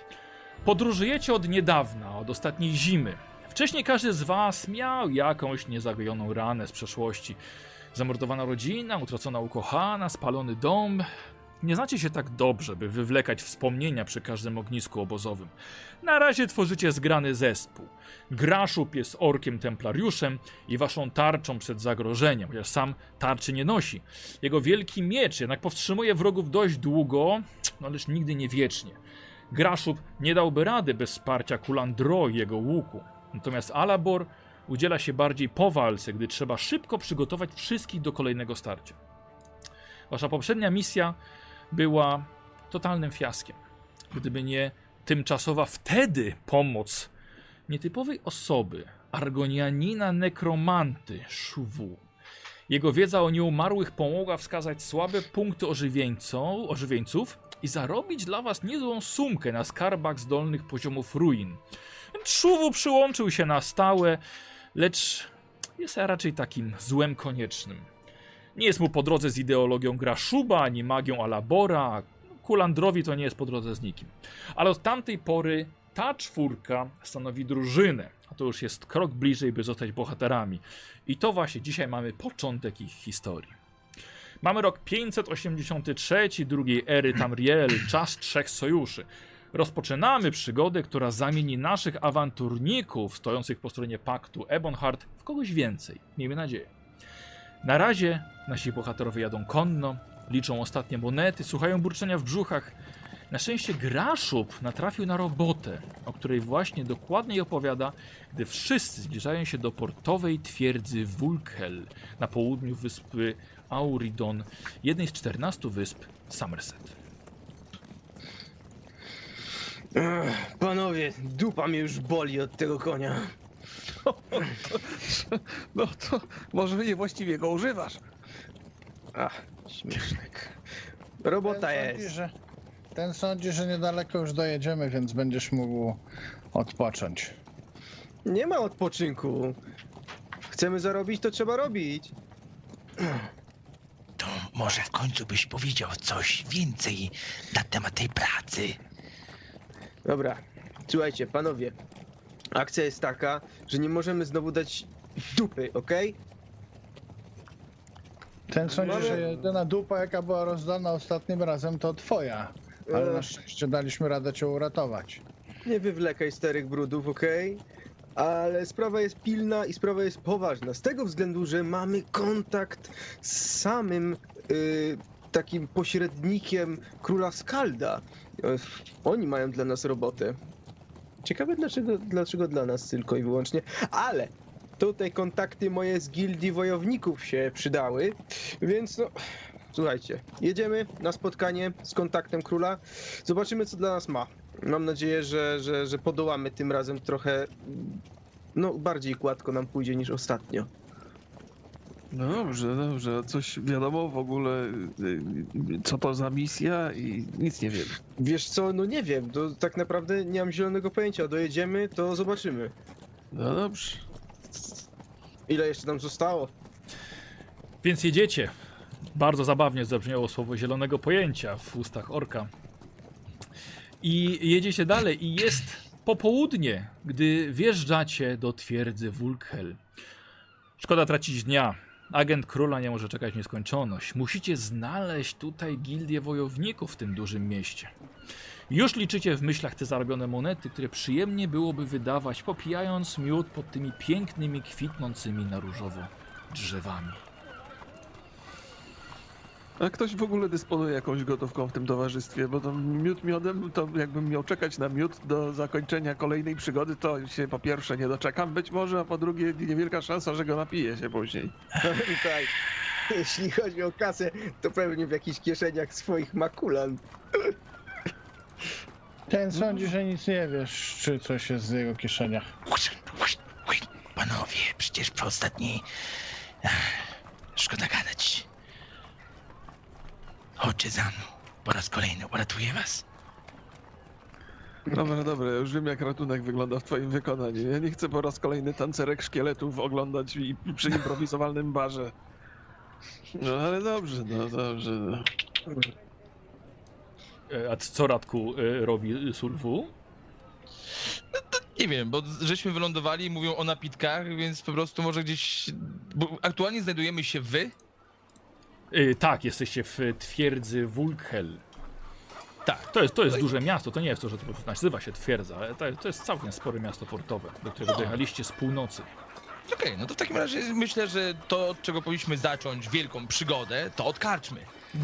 A: Podróżujecie od niedawna, od ostatniej zimy. Wcześniej każdy z was miał jakąś niezagojoną ranę z przeszłości. Zamordowana rodzina, utracona ukochana, spalony dom. Nie znacie się tak dobrze, by wywlekać wspomnienia przy każdym ognisku obozowym. Na razie tworzycie zgrany zespół. Graszub jest orkiem templariuszem i waszą tarczą przed zagrożeniem, chociaż sam tarczy nie nosi. Jego wielki miecz jednak powstrzymuje wrogów dość długo, no lecz nigdy nie wiecznie. Graszub nie dałby rady bez wsparcia Kulandro i jego łuku. Natomiast Alabor udziela się bardziej po walce, gdy trzeba szybko przygotować wszystkich do kolejnego starcia. Wasza poprzednia misja była totalnym fiaskiem. Gdyby nie tymczasowa wtedy pomoc nietypowej osoby, Argonianina nekromanty Shuvu. Jego wiedza o nieumarłych pomogła wskazać słabe punkty ożywieńców i zarobić dla was niezłą sumkę na skarbach z dolnych poziomów ruin. Shuvu przyłączył się na stałe, lecz jest raczej takim złem koniecznym. Nie jest mu po drodze z ideologią Graszuba, ani magią Alabora. Kulandrowi to nie jest po drodze z nikim. Ale od tamtej pory ta czwórka stanowi drużynę. A to już jest krok bliżej, by zostać bohaterami. I to właśnie dzisiaj mamy początek ich historii. Mamy rok pięćset osiemdziesiąty trzeci drugiej ery Tamriel, czas trzech sojuszy. Rozpoczynamy przygodę, która zamieni naszych awanturników stojących po stronie paktu Ebonheart w kogoś więcej. Miejmy nadzieję. Na razie nasi bohaterowie jadą konno, liczą ostatnie monety, słuchają burczenia w brzuchach. Na szczęście Graszub natrafił na robotę, o której właśnie dokładniej opowiada, gdy wszyscy zbliżają się do portowej twierdzy Vulkhel na południu wyspy Auridon, jednej z czternastu wysp Somerset.
B: Ech, panowie, dupa mnie już boli od tego konia.
E: No to może niewłaściwie go używasz.
B: Ach, śmiesznek. Robota
C: ten sądzi,
B: jest.
C: że, ten sądzi, że niedaleko już dojedziemy, więc będziesz mógł odpocząć.
B: Nie ma odpoczynku. Chcemy zarobić, to trzeba robić.
D: To może w końcu byś powiedział coś więcej na temat tej pracy.
B: Dobra, słuchajcie, panowie. Akcja jest taka, że nie możemy znowu dać dupy, okej?
C: Ten sądzi,
B: Mamy-
C: że jedyna dupa, jaka była rozdana ostatnim razem, to twoja. Ale na
B: Ech.
C: szczęście daliśmy radę cię uratować.
B: Nie wywlekaj starych brudów, okej? Ale sprawa jest pilna i sprawa jest poważna. Z tego względu, że mamy kontakt z samym y, takim pośrednikiem króla Skalda. Y, Oni mają dla nas robotę. Ciekawe dlaczego, dlaczego dla nas tylko i wyłącznie. Ale tutaj kontakty moje z gildii wojowników się przydały, więc no... Słuchajcie, jedziemy na spotkanie z kontaktem króla. Zobaczymy, co dla nas ma. Mam nadzieję, że, że, że podołamy tym razem trochę, no bardziej gładko nam pójdzie niż ostatnio.
E: No dobrze, dobrze. A coś wiadomo w ogóle, y, y, co to za misja i nic nie wiem.
B: Wiesz co, no nie wiem, to tak naprawdę nie mam zielonego pojęcia. Dojedziemy, to zobaczymy.
E: No dobrze.
B: Ile jeszcze nam zostało?
A: Więc jedziecie. Bardzo zabawnie zabrzmiało słowo zielonego pojęcia w ustach orka. I jedziecie dalej i jest popołudnie, gdy wjeżdżacie do twierdzy Vulkhel. Szkoda tracić dnia. Agent króla nie może czekać w nieskończoność. Musicie znaleźć tutaj gildię wojowników w tym dużym mieście. Już liczycie w myślach te zarobione monety, które przyjemnie byłoby wydawać, popijając miód pod tymi pięknymi, kwitnącymi na różowo drzewami.
E: A ktoś w ogóle dysponuje jakąś gotówką w tym towarzystwie, bo to miód miodem, to jakbym miał czekać na miód do zakończenia kolejnej przygody, to się po pierwsze nie doczekam być może, a po drugie niewielka szansa, że go napiję się później.
B: Tak. Jeśli chodzi o kasę, to pewnie w jakichś kieszeniach swoich makulan.
C: Ten sądzi, że nic nie wiesz, czy coś jest w jego kieszeniach.
D: Panowie, przecież po ostatniej... Ach, szkoda gadać. Chodźcie za mną. Po raz kolejny uratuję was.
E: Dobra, dobra, ja już wiem jak ratunek wygląda w twoim wykonaniu. Ja nie chcę po raz kolejny tancerek szkieletów oglądać i przy improwizowalnym barze. No ale dobrze, no dobrze. No.
A: E, A co Radku e, robi Sulfu?
D: Nie wiem, bo żeśmy wylądowali, mówią o napitkach, więc po prostu może gdzieś... Bo aktualnie znajdujemy się wy.
A: E, tak, jesteście w twierdzy Wulkhel.
D: Tak.
A: To jest, to jest duże miasto, to nie jest to, że to po prostu nazywa się twierdza, ale to, to jest całkiem spore miasto portowe, do którego
D: No.
A: dojechaliście z północy.
D: Okej, no to w takim razie myślę, że to, od czego powinniśmy zacząć wielką przygodę, to od karczmy.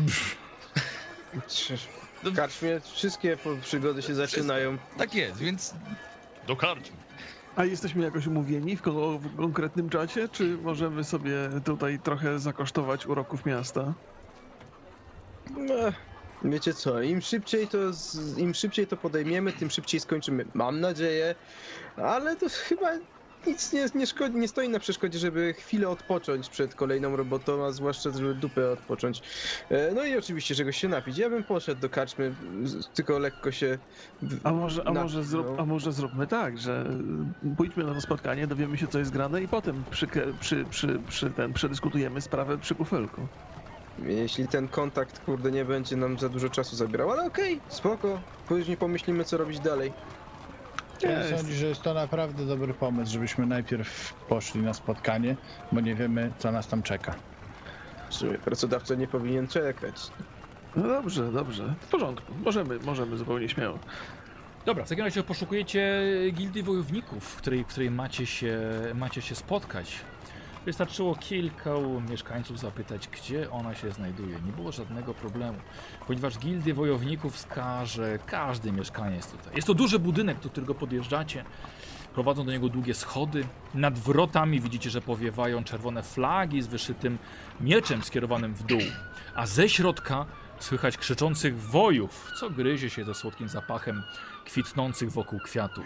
B: W karczmie wszystkie po- przygody się zaczynają.
D: Tak jest, więc do karczmy.
E: A jesteśmy jakoś umówieni w, ko- w konkretnym czasie, czy możemy sobie tutaj trochę zakosztować uroków miasta?
B: No, wiecie co, im szybciej to z, im szybciej to podejmiemy, tym szybciej skończymy. Mam nadzieję, ale to chyba nic nie, nie, szkodzi, nie stoi na przeszkodzie, żeby chwilę odpocząć przed kolejną robotą, a zwłaszcza, żeby dupę odpocząć. E, No i oczywiście, czegoś się napić. Ja bym poszedł do karczmy, z- tylko lekko się... w-
E: A może, a,
B: napić,
E: może zrób,
B: no.
E: a może zróbmy tak, że pójdźmy na to spotkanie, dowiemy się co jest grane i potem przy, przy, przy, przy ten, przedyskutujemy sprawę przy kufelku.
B: Jeśli ten kontakt, kurde, nie będzie nam za dużo czasu zabierał, ale okej, spoko. Później pomyślimy, co robić dalej.
C: Ten sądzi, że jest to naprawdę dobry pomysł, żebyśmy najpierw poszli na spotkanie, bo nie wiemy, co nas tam czeka.
B: W sumie pracodawca nie powinien czekać.
E: No dobrze, dobrze, w porządku, możemy, możemy zupełnie śmiało.
A: Dobra, w takim razie poszukujecie gildii wojowników, w której, w której macie, się, macie się spotkać. Wystarczyło kilku mieszkańców zapytać, gdzie ona się znajduje. Nie było żadnego problemu, ponieważ gildię wojowników wskaże każdy mieszkaniec tutaj. Jest to duży budynek, do którego podjeżdżacie. Prowadzą do niego długie schody. Nad wrotami widzicie, że powiewają czerwone flagi z wyszytym mieczem skierowanym w dół. A ze środka słychać krzyczących wojów, co gryzie się ze słodkim zapachem kwitnących wokół kwiatów.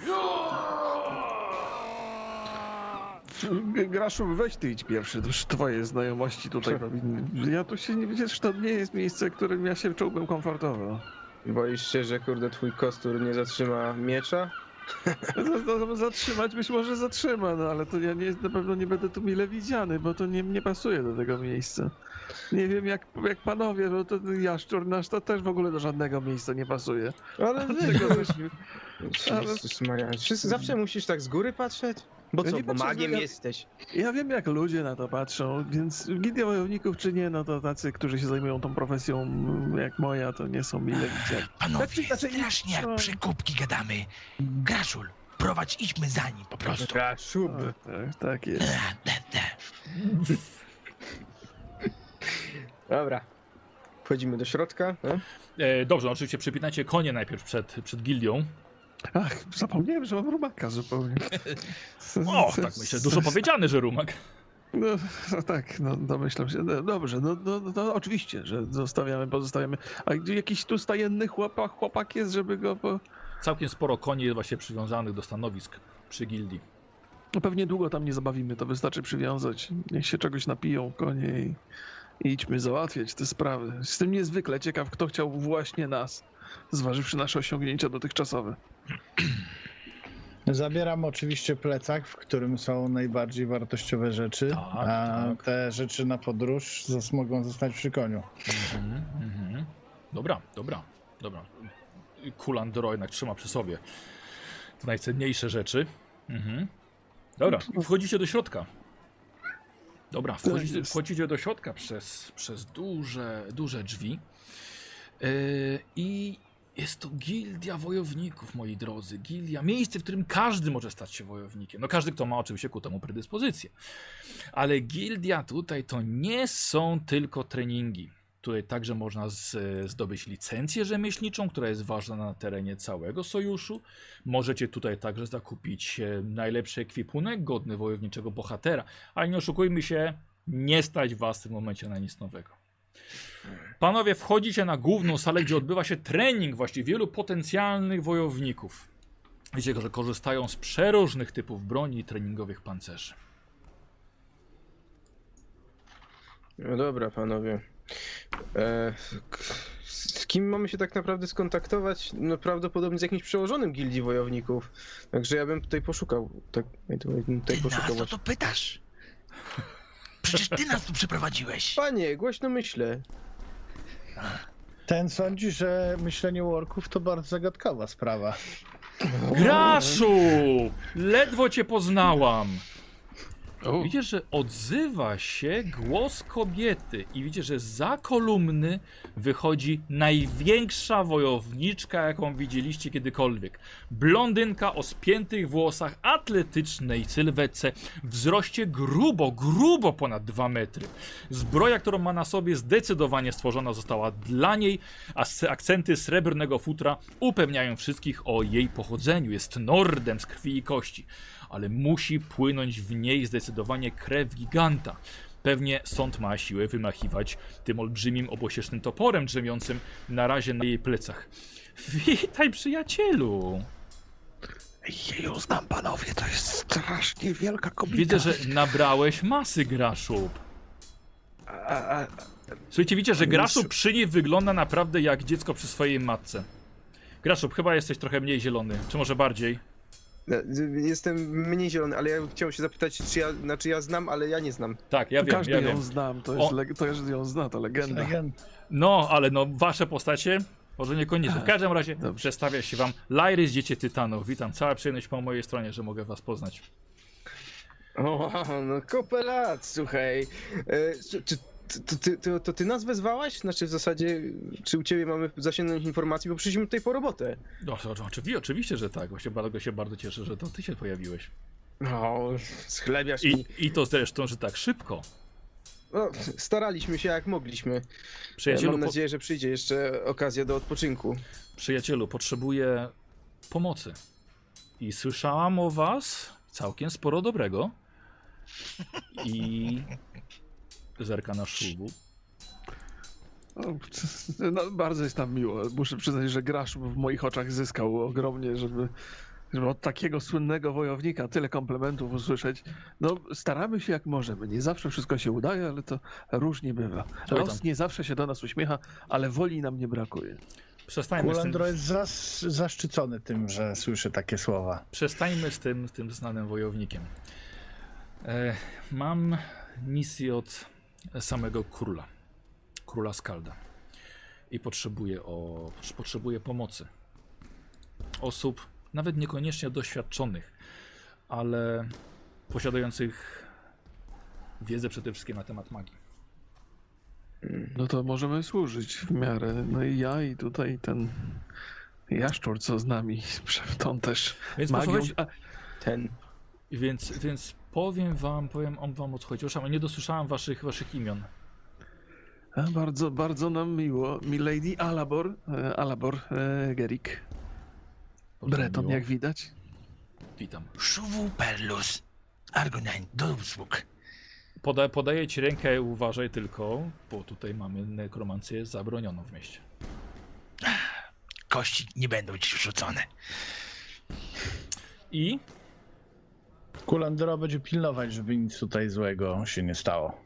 E: G- Graszu, weź ty idź pierwszy, to już twoje znajomości tutaj powinny... Ja tu się nie... Wiesz, to nie jest miejsce, w którym ja się czułbym komfortowo.
B: Boisz się, że kurde twój kostur nie zatrzyma miecza?
E: Z- z- Zatrzymać być może zatrzyma, no ale to ja nie, na pewno nie będę tu mile widziany, bo to nie, nie pasuje do tego miejsca. Nie wiem jak, jak panowie, bo to jaszczur nasz to też w ogóle do żadnego miejsca nie pasuje.
B: Ale
E: Tego żeśmy...
B: Jezus Maria, wszyscy zawsze musisz tak z góry patrzeć? Bo
E: Ja
B: co,
E: nie
B: bo
E: patrzę,
B: magiem
E: ja-
B: jesteś.
E: Ja wiem jak ludzie na to patrzą, więc gildia wojowników czy nie, no to tacy, którzy się zajmują tą profesją mm, jak moja, to nie są mile widziani.
D: Panowie,
E: Znaczy, znaczy,
D: strasznie jak
E: no.
D: przekupki gadamy. Graszul, prowadź, idźmy za nim po prostu.
B: Szub.
E: Tak, tak jest.
D: Ech, te, te.
B: Dobra. Wchodzimy do środka. No?
A: E, dobrze, oczywiście przypinacie konie najpierw przed, przed gildią.
E: Ach, zapomniałem, że mam rumaka zupełnie.
A: Och, tak myślę, dużo powiedziane, że rumak.
E: No, no tak, no domyślam się. No, dobrze, no, no, no to oczywiście, że zostawiamy, pozostawiamy. A gdzie jakiś tu stajenny chłopak, chłopak jest, żeby go po...
A: Całkiem sporo koni jest właśnie przywiązanych do stanowisk przy gildii.
E: No pewnie długo tam nie zabawimy, to wystarczy przywiązać. Niech się czegoś napiją konie i, i idźmy załatwiać te sprawy. Jestem niezwykle ciekaw, kto chciał właśnie nas, zważywszy nasze osiągnięcia dotychczasowe.
C: Zabieram oczywiście plecak, w którym są najbardziej wartościowe rzeczy,
A: Tak,
C: a
A: tak.
C: te rzeczy na podróż zas- mogą zostać przy koniu.
A: Mhm, mhm. Dobra, dobra, dobra. Kulandro jednak trzyma przy sobie te najcenniejsze rzeczy. Mhm. Dobra, wchodzicie do środka. Dobra, wchodzicie, wchodzicie do środka przez, przez duże, duże drzwi yy, i jest to gildia wojowników, moi drodzy. Gildia, miejsce, w którym każdy może stać się wojownikiem. No każdy, kto ma oczywiście ku temu predyspozycję. Ale gildia tutaj to nie są tylko treningi. Tutaj także można z, zdobyć licencję rzemieślniczą, która jest ważna na terenie całego sojuszu. Możecie tutaj także zakupić najlepszy ekwipunek godny wojowniczego bohatera. Ale nie oszukujmy się, nie stać was w tym momencie na nic nowego. Panowie, wchodzicie na główną salę, gdzie odbywa się trening właśnie wielu potencjalnych wojowników. Wiecie, że korzystają z przeróżnych typów broni i treningowych pancerzy.
B: No dobra, panowie. E, z kim mamy się tak naprawdę skontaktować? No prawdopodobnie z jakimś przełożonym gildii wojowników. Także ja bym tutaj poszukał. Tak, ja tutaj, tutaj
D: Ty
B: poszukał
D: nas o
B: właśnie.
D: to pytasz? Przecież ty nas tu przyprowadziłeś.
B: Panie, głośno myślę.
C: Ten sądzi, że myślenie u orków to bardzo zagadkowa sprawa.
A: Graszu! Ledwo cię poznałam.
E: O,
A: Widzicie, że odzywa się głos kobiety i widzicie, że za kolumny wychodzi największa wojowniczka, jaką widzieliście kiedykolwiek. Blondynka o spiętych włosach, atletycznej sylwetce, wzroście grubo, grubo ponad dwa metry. Zbroja, którą ma na sobie, zdecydowanie stworzona została dla niej, a akcenty srebrnego futra upewniają wszystkich o jej pochodzeniu. Jest nordem z krwi i kości, ale musi płynąć w niej zdecydowanie krew giganta. Pewnie sąd ma siłę wymachiwać tym olbrzymim obosiecznym toporem drzemiącym na razie na jej plecach. Witaj, przyjacielu!
E: ja ją znam, panowie, to jest strasznie wielka kobieta.
A: Widzę, że nabrałeś masy, Graszub.
E: A, a,
A: Słuchajcie, widzicie, że Graszub przy niej wygląda naprawdę jak dziecko przy swojej matce. Graszub, chyba jesteś trochę mniej zielony, czy może bardziej?
B: Jestem mniej zielony, ale ja chciałem się zapytać, czy ja, znaczy ja znam, ale ja nie znam.
A: Tak, ja wiem,
E: każdy
A: ja
E: ją
A: wiem.
E: znam, to jest
A: O.
E: leg- to każdy ją zna, to legenda.
C: Legenda.
A: No, ale no, wasze postacie może niekoniecznie. W każdym razie
E: Dobrze.
A: przedstawia się wam Lairys, dziecię Tytanów. Witam, cała przyjemność po mojej stronie, że mogę was poznać.
B: O, no kopę lat, słuchaj. E, czy, to, ty, to, to ty nas wezwałaś? Znaczy w zasadzie, czy u ciebie mamy zasięgnąć informacji, bo przyszliśmy tutaj po robotę.
A: No, to, to, oczywiście, oczywiście, że tak. Właśnie bardzo się bardzo cieszę, że to ty się pojawiłeś.
B: No, schlebiasz mi.
A: I, I to zresztą, że tak szybko.
B: No, staraliśmy się jak mogliśmy.
A: Przyjacielu,
B: Mam
A: po,
B: nadzieję, że przyjdzie jeszcze okazja do odpoczynku.
A: przyjacielu, potrzebuję pomocy. I słyszałam o was całkiem sporo dobrego. I zerka na szubu.
E: O, no, bardzo jest nam miło. Muszę przyznać, że Graszub w moich oczach zyskał ogromnie, żeby, żeby od takiego słynnego wojownika tyle komplementów usłyszeć. No, staramy się jak możemy. Nie zawsze wszystko się udaje, ale to różnie bywa.
A: Oj
E: Los
A: tam.
E: nie zawsze się do nas uśmiecha, ale woli nam nie brakuje.
A: Przestańmy z tym,
C: Kulandro jest zas- zaszczycony tym, że słyszy takie słowa.
A: przestańmy z tym, tym znanym wojownikiem. E, mam misję od samego króla. Króla Skalda. I potrzebuję, o, potrzebuję pomocy. Osób, nawet niekoniecznie doświadczonych, ale posiadających wiedzę przede wszystkim na temat magii.
E: No to możemy służyć w miarę. No i ja i tutaj ten jaszczur, co z nami, on też
A: Więc
E: magią...
A: posłuchajcie,
E: A,
B: Ten.
A: Więc, więc powiem wam, powiem on wam o co chodzi. Przepraszam, nie dosłyszałem waszych, waszych imion.
E: a bardzo, bardzo nam miło. Milady Alabor, e, Alabor e, Gerik.
A: Bardzo
E: Breton,
A: miło.
E: jak widać.
A: Witam.
D: Szuwu Perlus. Argonain, do usług.
A: Poda, podaję ci rękę, uważaj tylko, bo tutaj mamy nekromancję zabronioną w mieście.
D: Kości nie będą ci wrzucone.
A: I
C: Kulandro będzie pilnować, żeby nic tutaj złego się nie stało.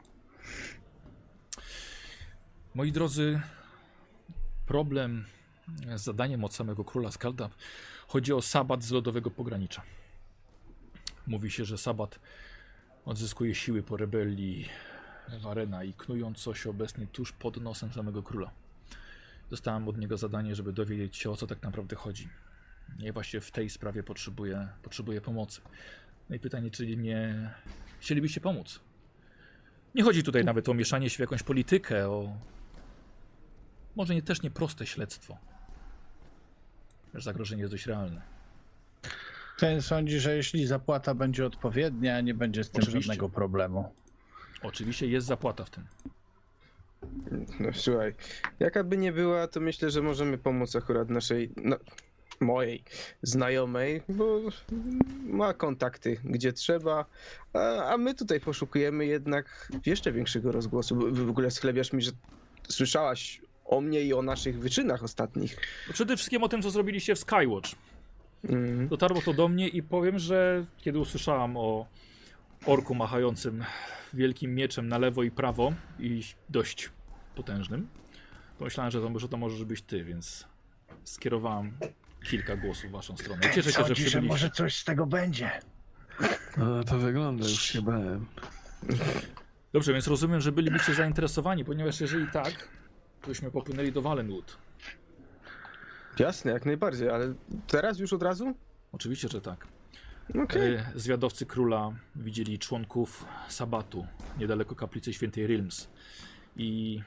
A: moi drodzy, problem z zadaniem od samego króla Skalda chodzi o Sabat z lodowego pogranicza. Mówi się, że Sabat odzyskuje siły po rebelii Warena i knując coś obecnie tuż pod nosem samego króla. Dostałem od niego zadanie, żeby dowiedzieć się, o co tak naprawdę chodzi. I właśnie w tej sprawie potrzebuję, potrzebuję pomocy. No i pytanie, czy nie chcielibyście pomóc? Nie chodzi tutaj nawet o mieszanie się w jakąś politykę, o może nie, też nie proste śledztwo. Wiesz, zagrożenie jest dość realne.
C: Ten sądzi, że jeśli zapłata będzie odpowiednia, nie będzie z tym
A: Oczywiście.
C: żadnego problemu.
A: Oczywiście jest zapłata w tym.
B: No słuchaj, jaka by nie była, to myślę, że możemy pomóc akurat naszej, no, mojej znajomej, bo ma kontakty gdzie trzeba, a, a my tutaj poszukujemy jednak jeszcze większego rozgłosu. W ogóle schlebiasz mi, że słyszałaś o mnie i o naszych wyczynach ostatnich.
A: Przede wszystkim o tym, co zrobiliście w Skywatch.
B: Mm.
A: Dotarło to do mnie i powiem, że kiedy usłyszałam o orku machającym wielkim mieczem na lewo i prawo i dość potężnym, pomyślałem, że to może to możesz być ty, więc skierowałam kilka głosów w waszą stronę. Cieszę się, że
C: Sądzi, że
A: przybyliście.
C: może coś z tego będzie.
E: No, to wygląda, już się bałem.
A: Dobrze, więc rozumiem, że bylibyście zainteresowani, ponieważ jeżeli tak, to byśmy popłynęli do Valenwood.
B: Jasne, jak najbardziej, ale teraz już od razu?
A: Oczywiście, że tak.
B: Okej.
A: E, Zwiadowcy króla widzieli członków Sabatu niedaleko kaplicy świętej Realms. I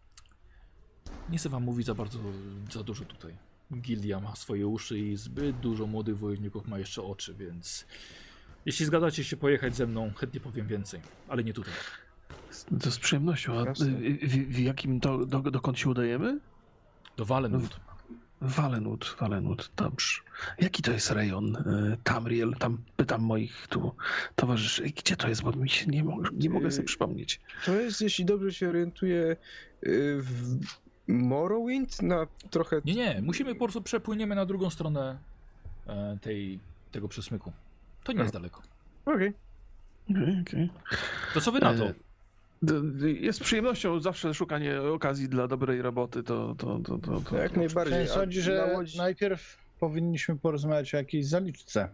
A: nie chcę wam mówić za bardzo, za dużo tutaj. Gildia ma swoje uszy i zbyt dużo młodych wojowników ma jeszcze oczy, więc jeśli zgadzacie się pojechać ze mną, chętnie powiem więcej, ale nie tutaj.
E: To z przyjemnością. A
B: Jasne.
E: w, w, w jakim to, do, dokąd się udajemy?
A: Do Valenwood.
E: Valenwood, Valenwood, dobrze. Jaki to jest rejon? y, Tamriel, tam pytam moich tu towarzyszy. Gdzie to jest, bo mi się nie, mo nie mogę sobie
B: Y,
E: przypomnieć.
B: To jest, jeśli dobrze się orientuję, y, w Morrowind na trochę...
A: Nie, nie, musimy po prostu przepłyniemy na drugą stronę e, tej, tego przesmyku. To nie jest daleko.
B: Okej.
E: Okej, okej.
A: To co wy na to?
E: E, d- d- Jest przyjemnością zawsze szukanie okazji dla dobrej roboty, to... to, to, to, to
B: Jak
E: to-
B: najbardziej.
C: Ten
B: A
C: sądzi,
B: na
C: że
B: łodzi-
C: najpierw powinniśmy porozmawiać o jakiejś zaliczce.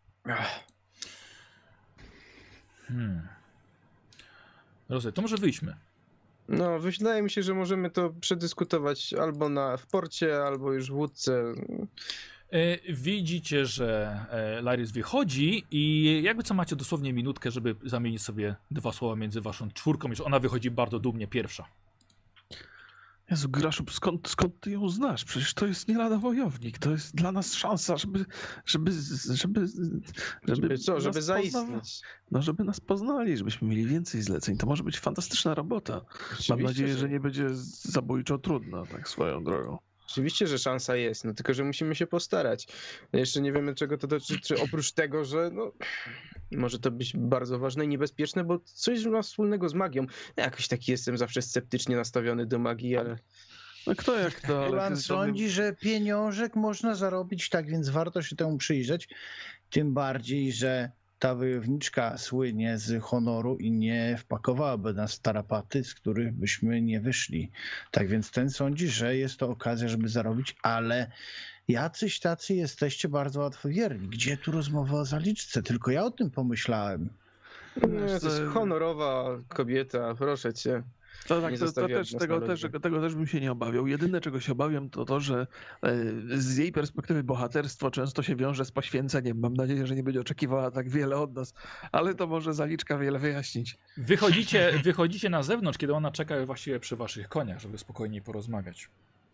A: Hmm. Rozumiem, to może wyjdźmy.
B: No, wydaje mi się, że możemy to przedyskutować albo na, w porcie, albo już w łódce.
A: E, widzicie, że e, Laris wychodzi i jakby co macie dosłownie minutkę, żeby zamienić sobie dwa słowa między waszą czwórką, już ona wychodzi bardzo dumnie pierwsza.
E: Jezu, Graszu, skąd, skąd ty ją znasz? Przecież to jest nie lada wojownik. To jest dla nas szansa, żeby... żeby, żeby,
B: Żeby co,
E: nas
B: żeby
E: poznawa-
B: zaistnieć.
E: No, żeby nas poznali, żebyśmy mieli więcej zleceń. To może być fantastyczna robota. Mam
B: Oczywiście,
E: nadzieję, że nie będzie zabójczo trudna, tak swoją drogą.
B: Oczywiście, że szansa jest, no tylko, że musimy się postarać. Jeszcze nie wiemy, czego to dotyczy, oprócz tego, że no, może to być bardzo ważne i niebezpieczne, bo coś ma wspólnego z magią. Ja jakoś taki jestem zawsze sceptycznie nastawiony do magii, ale...
E: No kto jak to, ale...
C: Plan
E: to-
C: sądzi, że pieniążek można zarobić, tak więc warto się temu przyjrzeć. Tym bardziej, że ta wojowniczka słynie z honoru i nie wpakowałaby nas w tarapaty, z których byśmy nie wyszli. Tak więc ten sądzi, że jest to okazja, żeby zarobić, ale jacyś tacy jesteście bardzo łatwowierni. Gdzie tu rozmowa o zaliczce? Tylko ja o tym pomyślałem.
B: No, to jest honorowa kobieta, proszę cię.
E: To, tak,
B: nie
E: to, to
B: zostawiła
E: też,
B: nas
E: tego,
B: na
E: też,
B: lodzie.
E: tego też bym się nie obawiał. Jedyne, czego się obawiam, to to, że e, z jej perspektywy bohaterstwo często się wiąże z poświęceniem. Mam nadzieję, że nie będzie oczekiwała tak wiele od nas, ale to może zaliczka wiele wyjaśnić.
A: Wychodzicie, wychodzicie na zewnątrz, kiedy ona czeka właściwie przy waszych koniach, żeby spokojniej porozmawiać.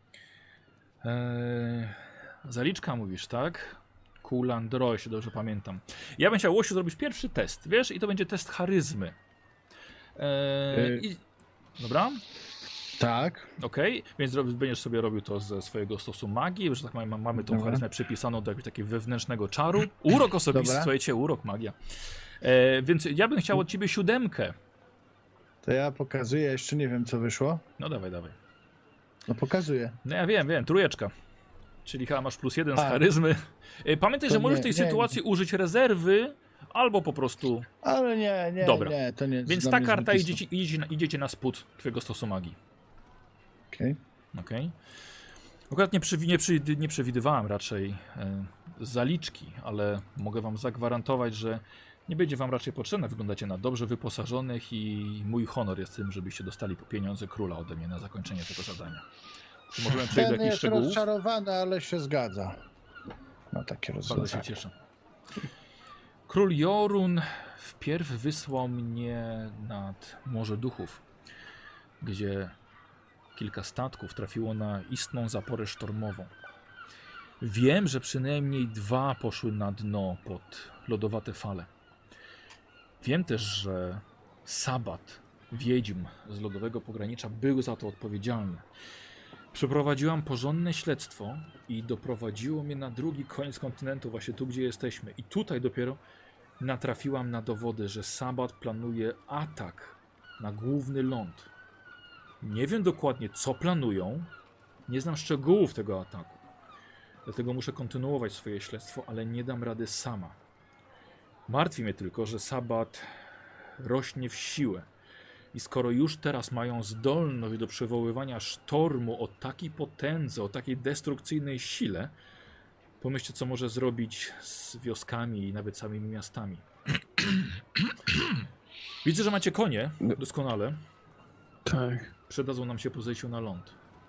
A: Eee, zaliczka mówisz, tak? Kulandro, jeśli dobrze pamiętam. Ja bym chciał, Łosiu, zrobić pierwszy test, wiesz? I to będzie test charyzmy. Eee,
B: Y-
A: i... Dobra,
C: Tak.
A: okej, więc rob- będziesz sobie robił to ze swojego stosu magii, że tak mamy, mamy tą
C: Dobra.
A: charyzmę przypisaną do jakiegoś takiego wewnętrznego czaru. Urok osobisty,
C: Dobra.
A: słuchajcie, urok, magia. Eee, więc ja bym chciał od ciebie siódemkę.
C: To ja pokazuję, jeszcze nie wiem co wyszło.
A: No dawaj, dawaj.
C: No pokazuję.
A: No ja wiem, wiem, trójeczka. Czyli chyba masz plus jeden z
C: A.
A: charyzmy. E, Pamiętaj,
C: To
A: że możesz
C: nie,
A: w tej
C: nie.
A: sytuacji użyć rezerwy, albo po prostu...
C: Ale nie, nie,
A: Dobra.
C: nie, to nie.
A: Więc
C: dla
A: ta
C: mnie
A: karta
C: zbyt
A: idziecie, idziecie, na, idziecie na spód twojego stosu magii.
C: Okej.
A: Okej. Akurat nie, przywi- nie, przy, nie przewidywałem raczej e, zaliczki, ale mogę wam zagwarantować, że nie będzie wam raczej potrzebne. Wyglądacie na dobrze wyposażonych i mój honor jest tym, żebyście dostali po pieniądze króla ode mnie na zakończenie tego zadania. Czy możemy przejść do
C: Ten
A: jakichś
C: jest
A: szczegółów?
C: rozczarowany, ale się zgadza. No takie
A: Bardzo się
C: rozwiązanie.
A: cieszę. Król Jorun wpierw wysłał mnie nad Morze Duchów, gdzie kilka statków trafiło na istną zaporę sztormową. Wiem, że przynajmniej dwa poszły na dno pod lodowate fale. Wiem też, że Sabat, wiedźm z lodowego pogranicza, był za to odpowiedzialny. Przeprowadziłam porządne śledztwo i doprowadziło mnie na drugi koniec kontynentu, właśnie tu, gdzie jesteśmy. I tutaj dopiero natrafiłam na dowody, że Sabat planuje atak na główny ląd. Nie wiem dokładnie, co planują, nie znam szczegółów tego ataku. Dlatego muszę kontynuować swoje śledztwo, ale nie dam rady sama. Martwi mnie tylko, że Sabat rośnie w siłę. I skoro już teraz mają zdolność do przywoływania sztormu o takiej potędze, o takiej destrukcyjnej sile, pomyślcie, co może zrobić z wioskami i nawet samymi miastami. Widzę, że macie konie, doskonale.
E: Tak.
A: Przydadzą nam się po zejściu na ląd.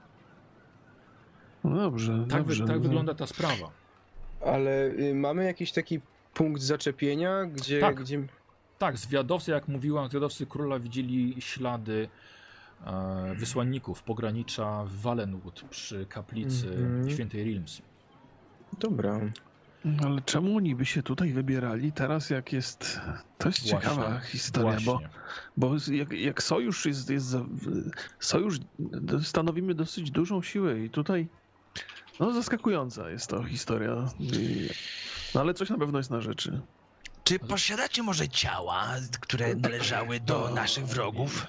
E: No dobrze,
A: Tak,
E: dobrze.
A: wy, tak
E: no.
A: wygląda ta sprawa.
B: Ale y, mamy jakiś taki punkt zaczepienia, gdzie...
A: Tak.
B: gdzie...
A: Tak, zwiadowcy, jak mówiłam, zwiadowcy króla widzieli ślady e, wysłanników pogranicza w Valenwood przy kaplicy
B: Mhm.
A: świętej Realms.
B: Dobra.
E: Ale czemu oni by się tutaj wybierali teraz, jak jest... To jest
A: Właśnie,
E: ciekawa historia, bo,
A: Właśnie.
E: bo jak, jak sojusz jest, jest... za- Sojusz stanowimy dosyć dużą siłę i tutaj... No zaskakująca jest to historia. I- No ale coś na pewno jest na rzeczy.
D: Czy posiadacie może ciała, które należały do naszych wrogów?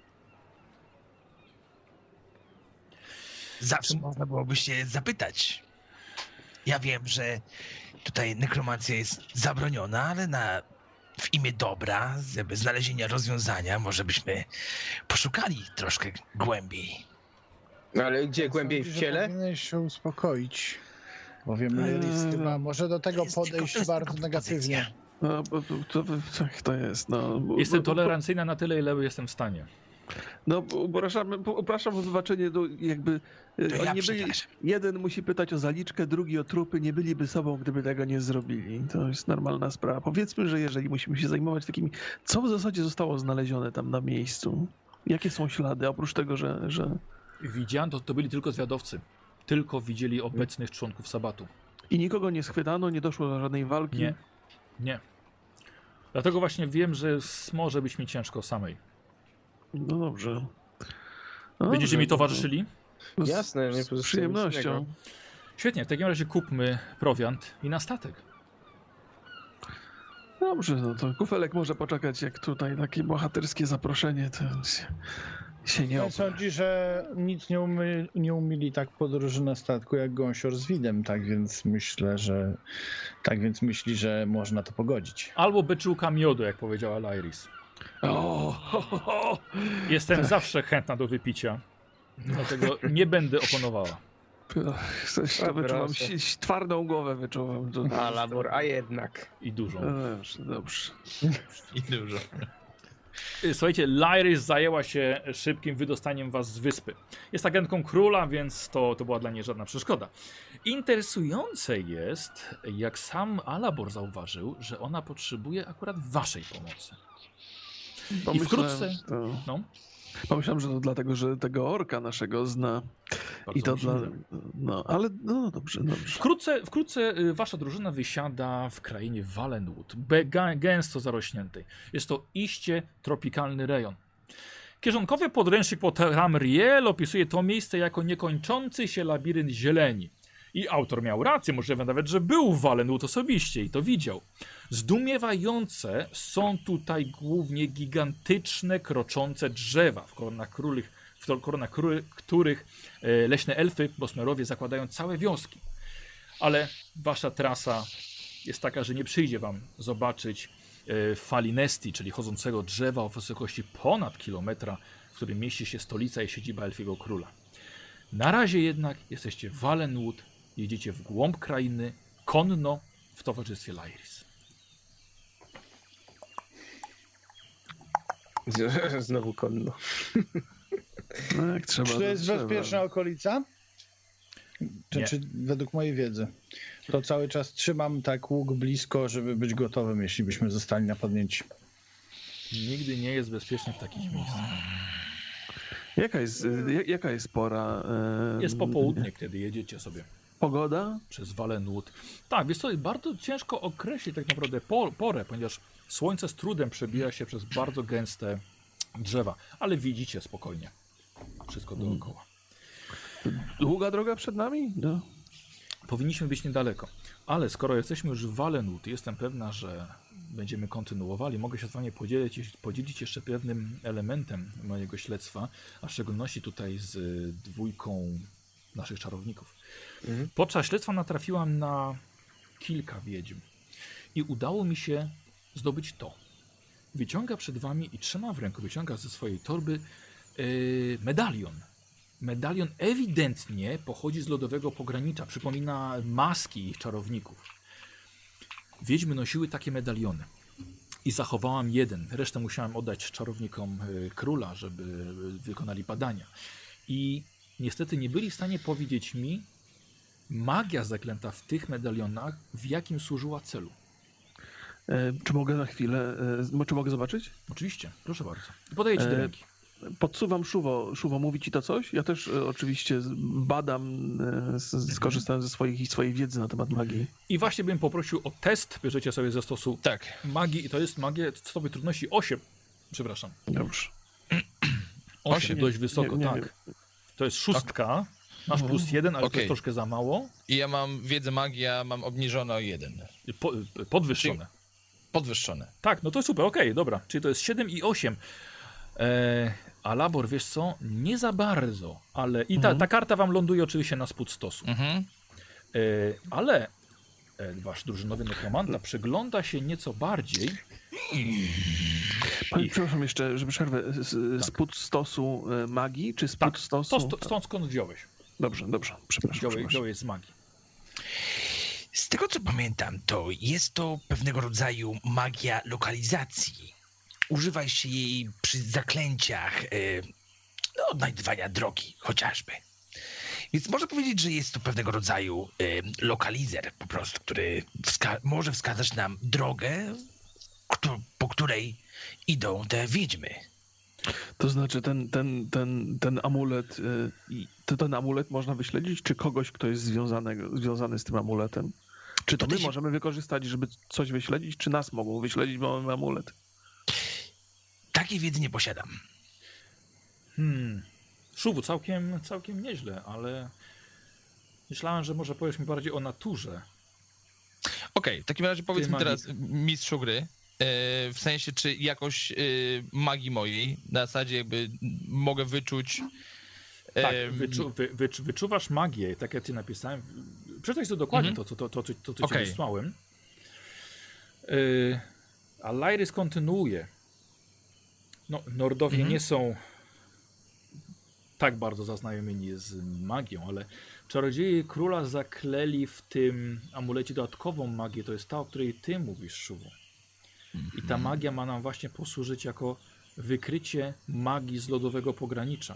D: Zawsze można byłoby się zapytać. Ja wiem, że tutaj nekromancja jest zabroniona, ale na, w imię dobra, żeby znalezienia rozwiązania, może byśmy poszukali troszkę głębiej.
B: Ale gdzie, głębiej w
C: Sądzi,
B: ciele?
C: że powinieneś się uspokoić. Bowiem Lilis
E: Eee,
C: chyba może do tego
D: jest tylko- to
C: podejść
D: jest
C: bardzo
D: tylko
C: negatywnie.
D: propozycja.
E: No, bo to, to, to, to jest, no... bo-
A: Jestem
E: bo-
A: tolerancyjna na tyle, ile jestem w stanie.
E: No, upraszam, upraszam o wybaczenie, no, jakby e,
D: To
E: oni
D: ja
E: nie byli,
D: przepraszam.
E: jeden musi pytać o zaliczkę, drugi o trupy, nie byliby sobą, gdyby tego nie zrobili. To jest normalna sprawa. Powiedzmy, że jeżeli musimy się zajmować takimi, co w zasadzie zostało znalezione tam na miejscu? Jakie są ślady, oprócz tego, że... że...
A: Widziałem, to, to byli tylko zwiadowcy. Tylko widzieli obecnych członków Sabatu.
E: I nikogo nie schwytano, nie doszło do żadnej walki?
A: Nie, nie. Dlatego właśnie wiem, że s- może być mi ciężko samej.
E: No dobrze. No
A: Będziecie
E: dobrze,
A: mi
E: no to-
A: towarzyszyli?
E: no z-
B: Jasne, nie
E: z
B: pozostaje nic
E: przyjemnością.
B: innego.
A: Świetnie, w takim razie kupmy prowiant i na statek.
E: Dobrze, no to Kufelek może poczekać, jak tutaj takie bohaterskie zaproszenie, to się, się nie
C: Nie
E: opra.
C: sądzi, że nic nie, umy, nie umili tak podróży na statku jak gąsior z widem, tak więc myślę, że tak więc myśli, że można to pogodzić.
A: Albo beczułka miodu, jak powiedziała Lyris.
E: O, ho, ho, ho.
A: Jestem zawsze chętna do wypicia. Dlatego nie będę oponowała.
E: Ach, Coś to
B: A,
E: wyczuwam,
B: proszę.
E: si- si- twardą głowę wyczuwam. To-
B: A labor, a jednak.
A: I dużo.
E: No dobrze, dobrze.
D: I dużo.
A: Słuchajcie, Lyris zajęła się szybkim wydostaniem was z wyspy. Jest agentką króla, więc to, to była dla niej żadna przeszkoda. Interesujące jest, jak sam Alabor zauważył, że ona potrzebuje akurat waszej pomocy.
E: Pomyślałem,
A: wkrótce-
E: że to,
A: No,
E: pomyślałem, że to dlatego, że tego orka naszego zna.
A: bardzo
E: I to dla...
A: możliwe.
E: No, ale no dobrze, dobrze.
A: Wkrótce, wkrótce y, wasza drużyna wysiada w krainie Valenwood, be- ga- gęsto zarośniętej. Jest to iście tropikalny rejon. Kieszonkowy podręcznik po Tamriel opisuje to miejsce jako niekończący się labirynt zieleni. I autor miał rację, możliwe nawet, że był w Valenwood osobiście i to widział. Zdumiewające są tutaj głównie gigantyczne, kroczące drzewa, w koronach królych, w koronach króli, których e, leśne elfy, bosmerowie zakładają całe wioski. Ale wasza trasa jest taka, że nie przyjdzie wam zobaczyć e, Falinesti, czyli chodzącego drzewa o wysokości ponad kilometra, w którym mieści się stolica i siedziba elfiego króla. Na razie jednak jesteście w Valenwood, jedziecie w głąb krainy, konno, w towarzystwie Lyris.
B: Znowu konno.
E: No jak trzeba.
C: Czy to jest
E: trzeba.
C: bezpieczna okolica? Czy,
A: Nie.
C: czy według mojej wiedzy. To cały czas trzymam tak łuk blisko, żeby być gotowym, jeśli byśmy zostali napadnięci.
A: Nigdy nie jest bezpiecznie w takich miejscach.
E: Jaka jest, y, jaka jest pora? y,
A: Jest popołudnie, kiedy jedziecie sobie
E: Pogoda?
A: przez Walenwood. Tak, wiesz co, bardzo ciężko określić tak naprawdę po, porę, ponieważ słońce z trudem przebija się przez bardzo gęste drzewa, ale widzicie spokojnie wszystko dookoła.
E: Długa droga przed nami? No.
A: Powinniśmy być niedaleko, ale skoro jesteśmy już w Walenwood, jestem pewna, że będziemy kontynuowali. Mogę się z wami podzielić, podzielić jeszcze pewnym elementem mojego śledztwa, a w szczególności tutaj z dwójką naszych czarowników.
B: Mhm.
A: Podczas śledztwa natrafiłam na kilka wiedźm i udało mi się zdobyć to. Wyciąga przed wami i trzyma w ręku, wyciąga ze swojej torby yy, medalion. Medalion ewidentnie pochodzi z lodowego pogranicza. Przypomina maski ich czarowników. Wiedźmy nosiły takie medaliony. I zachowałam jeden. Resztę musiałem oddać czarownikom y, króla, żeby y, wykonali badania. I niestety nie byli w stanie powiedzieć mi, magia zaklęta w tych medalionach, w jakim służyła celu.
E: E, czy mogę na chwilę, e, czy mogę zobaczyć?
A: Oczywiście, proszę bardzo. Podaję ci do
E: E,
A: ręki.
E: Podsuwam Szuwo. Szuwo, mówi ci to coś? Ja też e, oczywiście badam, e, z, skorzystałem ze swoich, swojej wiedzy na temat magii.
A: I właśnie bym poprosił o test. Bierzecie sobie ze stosu
D: Tak.
A: magii i to jest magia stopień trudności osiem. Przepraszam.
E: Dobrze.
A: osiem,
D: Osiem.
A: dość wysoko,
E: Nie, nie,
A: tak. To jest szóstka. Masz
E: Mhm.
A: plus jeden, ale to
D: Okej.
A: jest troszkę za mało.
D: I ja mam wiedzę magii, a mam obniżone o jeden.
A: Po, podwyższone.
D: Podwyższone.
A: Tak, no to super, okej, dobra. Czyli to jest siedem i osiem. E, a Labor, wiesz co? Nie za bardzo, ale i ta,
E: Mhm.
A: ta karta wam ląduje oczywiście na spód stosu.
D: Mhm.
A: E, ale e, wasz drużynowy nekromanta przygląda się nieco bardziej.
E: Pan,
A: I-
E: przepraszam jeszcze, żeby przerwę. Z,
A: Tak.
E: Spód stosu e, magii, czy spód
A: Tak,
E: stosu?
A: To, sto, stąd skąd wziąłeś?
E: Dobrze, dobrze. Przepraszam.
A: Wziąłeś,
E: przepraszam.
A: wziąłeś z magii.
F: Z tego co pamiętam, to jest to pewnego rodzaju magia lokalizacji. Używa się jej przy zaklęciach, yy, no, odnajdywania drogi chociażby. Więc można powiedzieć, że jest to pewnego rodzaju yy, lokalizer po prostu, który wska- może wskazać nam drogę, któ- po której idą te wiedźmy.
E: To znaczy ten, ten, ten, ten amulet, y, i to ten amulet można wyśledzić, czy kogoś, kto jest związanego, związany z tym amuletem? Czy to my
F: Tutaj się-
E: możemy wykorzystać, żeby coś wyśledzić, czy nas mogą wyśledzić, bo mamy amulet?
F: Takiej wiedzy nie posiadam.
A: Hmm. Szuwu, całkiem, całkiem nieźle, ale myślałem, że może powiesz mi bardziej o naturze.
D: Okej, w takim razie powiedz mi
A: magii.
D: teraz, mistrzu gry, e, w sensie, czy jakoś e, magii mojej, na zasadzie jakby mogę wyczuć... e,
A: Tak, wyczu, wy, wyczu, wyczuwasz magię, tak jak ci napisałem. Przeczytaj sobie dokładnie
D: Mhm.
A: to, to, to, to, to, co
D: Okej.
A: ci wysłałem. Yy, a Lairys kontynuuje. No, Nordowie
D: Mhm.
A: nie są tak bardzo zaznajomieni z magią, ale czarodzieje króla zakleli w tym amulecie dodatkową magię. To jest ta, o której ty mówisz, Szuwu. I ta magia ma nam właśnie posłużyć jako wykrycie magii z lodowego pogranicza.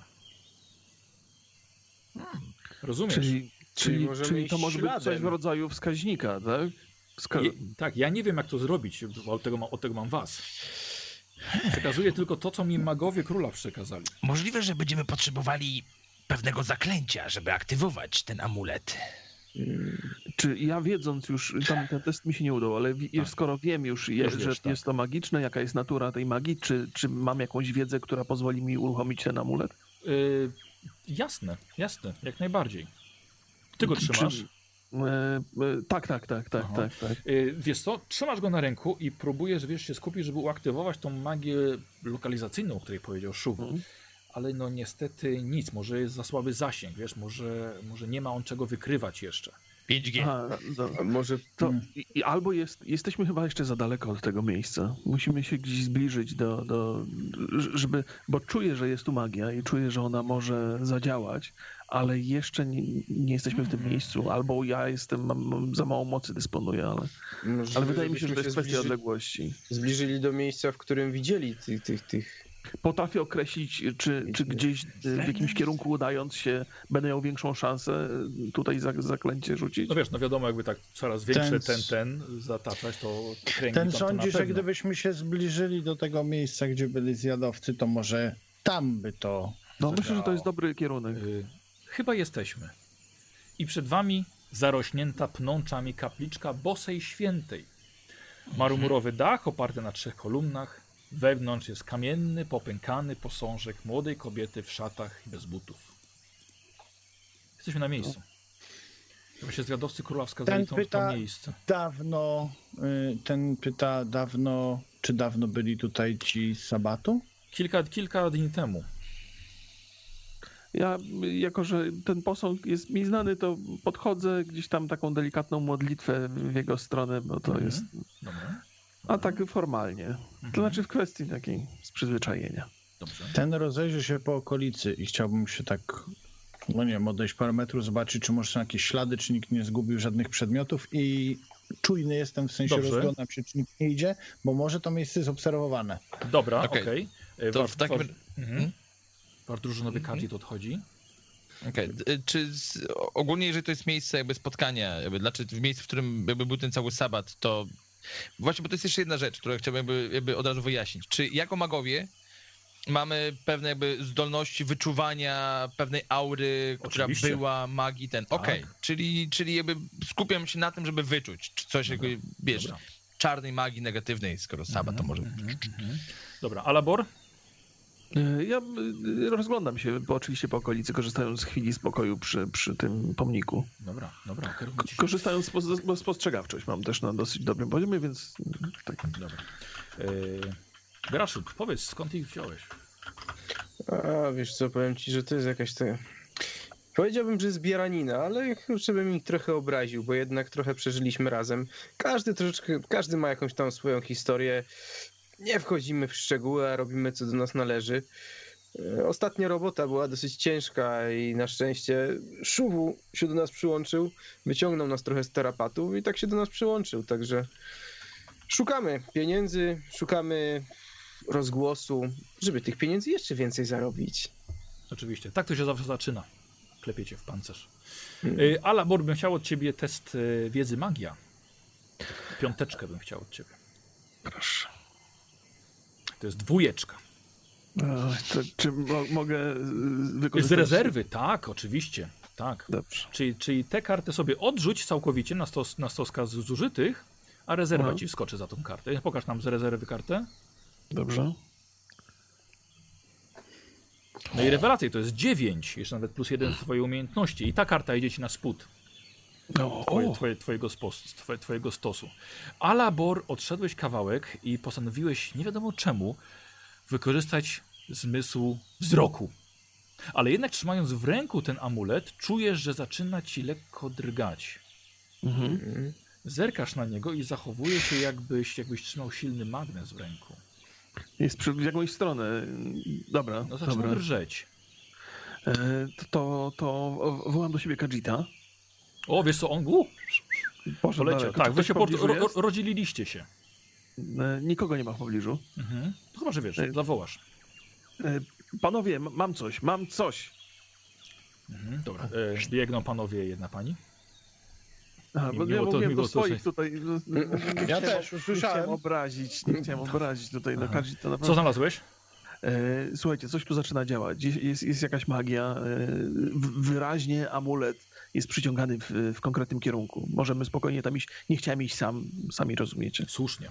A: Rozumiesz?
E: Czyli, czyli,
B: możemy
E: czyli
B: iść
E: to może być coś
B: śladem.
E: w rodzaju wskaźnika, tak? Wska-
A: Je, tak, ja nie wiem jak to zrobić, bo od tego, ma, od tego mam was. Przekazuję tylko to, co mi magowie króla przekazali.
F: Możliwe, że będziemy potrzebowali pewnego zaklęcia, żeby aktywować ten amulet.
E: Czy ja wiedząc już, tam ten test mi się nie udał, ale wi-
A: Tak.
E: skoro wiem już, je,
A: Już
E: że
A: wiesz, tak.
E: jest to magiczne, jaka jest natura tej magii, czy, czy mam jakąś wiedzę, która pozwoli mi uruchomić ten amulet?
A: Yy, jasne, jasne, jak najbardziej. Ty go
E: Czy-
A: trzymasz.
E: E, e, tak, tak, tak, tak,
A: Aha.
E: tak, tak.
A: Yy, wiesz co, trzymasz go na ręku i próbujesz, wiesz, się skupić, żeby uaktywować tą magię lokalizacyjną, o której powiedział Szuwu.
E: Mhm.
A: Ale no niestety nic, może jest za słaby zasięg, wiesz, może, może nie ma on czego wykrywać jeszcze.
F: pięć G.
E: Aha, no.
B: A może
E: To,
A: Mm.
E: i, i albo jest, jesteśmy chyba jeszcze za daleko od tego miejsca. Musimy się gdzieś zbliżyć do, do, żeby, bo czuję, że jest tu magia i czuję, że ona może zadziałać, ale jeszcze nie, nie jesteśmy w tym miejscu. Albo ja jestem, mam, mam za mało mocy dysponuję, ale,
B: możliwe,
E: ale wydaje mi się, że to
B: żebyśmy
E: jest kwestia
B: zbliży-
E: odległości.
B: zbliżyli do miejsca, w którym widzieli tych, tych, tych
E: Potrafię określić, czy, czy gdzieś w jakimś kierunku udając się będę miał większą szansę tutaj zaklęcie rzucić?
A: No wiesz, no wiadomo, jakby tak coraz większy ten, ten, ten zataczać, to kręgi
C: Ten
A: tam
C: sądzi,
A: to
C: że gdybyśmy się zbliżyli do tego miejsca, gdzie byli zjadowcy, to może tam by to...
E: No myślę, że to jest dobry kierunek.
A: Y, chyba jesteśmy. I przed wami zarośnięta pnączami kapliczka Bosej Świętej. Marmurowy dach oparty na trzech kolumnach. Wewnątrz jest kamienny, popękany posążek młodej kobiety w szatach i bez butów. Jesteśmy na miejscu. Chyba się zwiadowcy króla wskazali to, to miejsce.
C: Dawno, y, ten pyta dawno, czy dawno byli tutaj ci z sabatu?
A: Kilka, kilka dni temu.
E: Ja, jako że ten posąg jest mi znany, to podchodzę gdzieś tam taką delikatną modlitwę w jego stronę, bo to
A: Mhm.
E: jest...
A: Dobra.
E: A tak formalnie.
A: Mhm.
E: To znaczy w kwestii takiej z przyzwyczajenia.
A: Dobrze.
C: Ten rozejrzy się po okolicy i chciałbym się tak, no nie wiem, odejść parę metrów, zobaczyć, czy może są jakieś ślady, czy nikt nie zgubił żadnych przedmiotów i czujny jestem, w sensie
A: Dobrze.
C: rozglądam się, czy nikt nie idzie, bo może to miejsce jest obserwowane.
A: Dobra,
D: Okej.
A: okej. Okay.
D: To w takim-
A: Mhm. Wasz drużynowy kardit odchodzi.
D: Okej, okay. Czy z, ogólnie, jeżeli to jest miejsce jakby spotkania, jakby, znaczy w miejscu, w którym jakby był ten cały sabat, to właśnie, bo to jest jeszcze jedna rzecz, którą chciałbym jakby, jakby od razu wyjaśnić. Czy jako magowie mamy pewne jakby zdolności wyczuwania pewnej aury,
A: Oczywiście.
D: która była magii ten. Okej,
A: Tak.
D: czyli, czyli jakby skupiam się na tym, żeby wyczuć czy coś
A: Dobra,
D: jakby, wiesz,
A: Dobra.
D: czarnej magii negatywnej, skoro sabat to może być.
A: Mhm, mhm. Dobra, Alabor?
E: Ja y, rozglądam się bo oczywiście po okolicy, korzystając z chwili spokoju przy, przy tym pomniku.
A: Dobra, dobra.
E: Ko-
A: kierujcie się.
E: korzystając z, bo spostrzegawczość mam też na dosyć dobrym poziomie, więc tak.
A: Dobra. Yy, Graszuk, powiedz, skąd ich wziąłeś?
B: A wiesz co, powiem ci, że to jest jakaś ta... Powiedziałbym, że zbieranina, ale kurczę bym ich trochę obraził, bo jednak trochę przeżyliśmy razem. Każdy troszeczkę, każdy ma jakąś tam swoją historię. Nie wchodzimy w szczegóły, a robimy co do nas należy. E, Ostatnia robota była dosyć ciężka i na szczęście Szuwu się do nas przyłączył, wyciągnął nas trochę z tarapatu i tak się do nas przyłączył, także szukamy pieniędzy, szukamy rozgłosu, żeby tych pieniędzy jeszcze więcej zarobić.
A: Oczywiście, tak to się zawsze zaczyna. Klepiecie w pancerz.
B: Hmm.
A: Yy, Alabor, bym chciał od ciebie test yy, wiedzy magia. Piąteczkę bym chciał od ciebie.
E: Proszę.
A: To jest dwójeczka.
E: E, To, czy mo, mogę y,
A: Z
E: wykorzystać...
A: rezerwy, tak, oczywiście. Tak.
E: Dobrze.
A: Czyli, czyli te karty sobie odrzuć całkowicie na stos, na stoska zużytych, a rezerwa
E: No.
A: ci wskoczy za tą kartę. Pokaż nam z rezerwy kartę.
E: Dobrze.
A: No i rewelacja, to jest dziewięć, jeszcze nawet plus jeden z twojej umiejętności. I ta karta idzie ci na spód
E: No,
A: twoje,
E: o,
A: twoje, twojego, spos, twoje, twojego stosu. Alabor, odszedłeś kawałek i postanowiłeś, nie wiadomo czemu, wykorzystać zmysł wzroku. Ale jednak trzymając w ręku ten amulet, czujesz, że zaczyna ci lekko drgać.
E: mhm.
B: Mhm.
A: Zerkasz na niego i zachowuje się, jakbyś, jakbyś trzymał silny magnes w ręku.
E: Jest przy, w jakąś stronę. Dobra,
A: No zaczyna
E: dobra.
A: drżeć.
E: E, to, to, to wołam do siebie Kajita.
A: O, wiesz co, on u,
E: Poszedł
A: poleciał.
E: daleko.
A: Tak,
E: Czy
A: wy
E: ktoś
A: się
E: w
A: po,
E: pobliżu
A: ro, ro,
E: jest?
A: rozdzieliliście się.
E: E, Nikogo nie ma w pobliżu.
A: Mhm. No chyba, że wiesz,
E: Ej.
A: zawołasz.
E: E, Panowie, m- mam coś, mam coś.
A: Mhm, dobra, e, biegną panowie, jedna pani.
E: Aha, bo
A: Miło
E: ja
A: to-
E: mówiłem
A: miło
E: do
A: to,
E: swoich
A: że-
E: tutaj. Nie
C: Ja
E: chciałem-
C: też,
E: Nie
C: usłyszałem.
E: chciałem obrazić, nie chciałem obrazić tutaj na
A: Aha.
E: Kajita.
A: Co
E: Naprawdę.
A: znalazłeś?
E: E, Słuchajcie, coś tu zaczyna działać. Jest, jest, jest jakaś magia. e, w- Wyraźnie amulet jest przyciągany w, w konkretnym kierunku. Możemy spokojnie tam iść. Nie chciałem iść sam, sami rozumiecie.
A: Słusznie.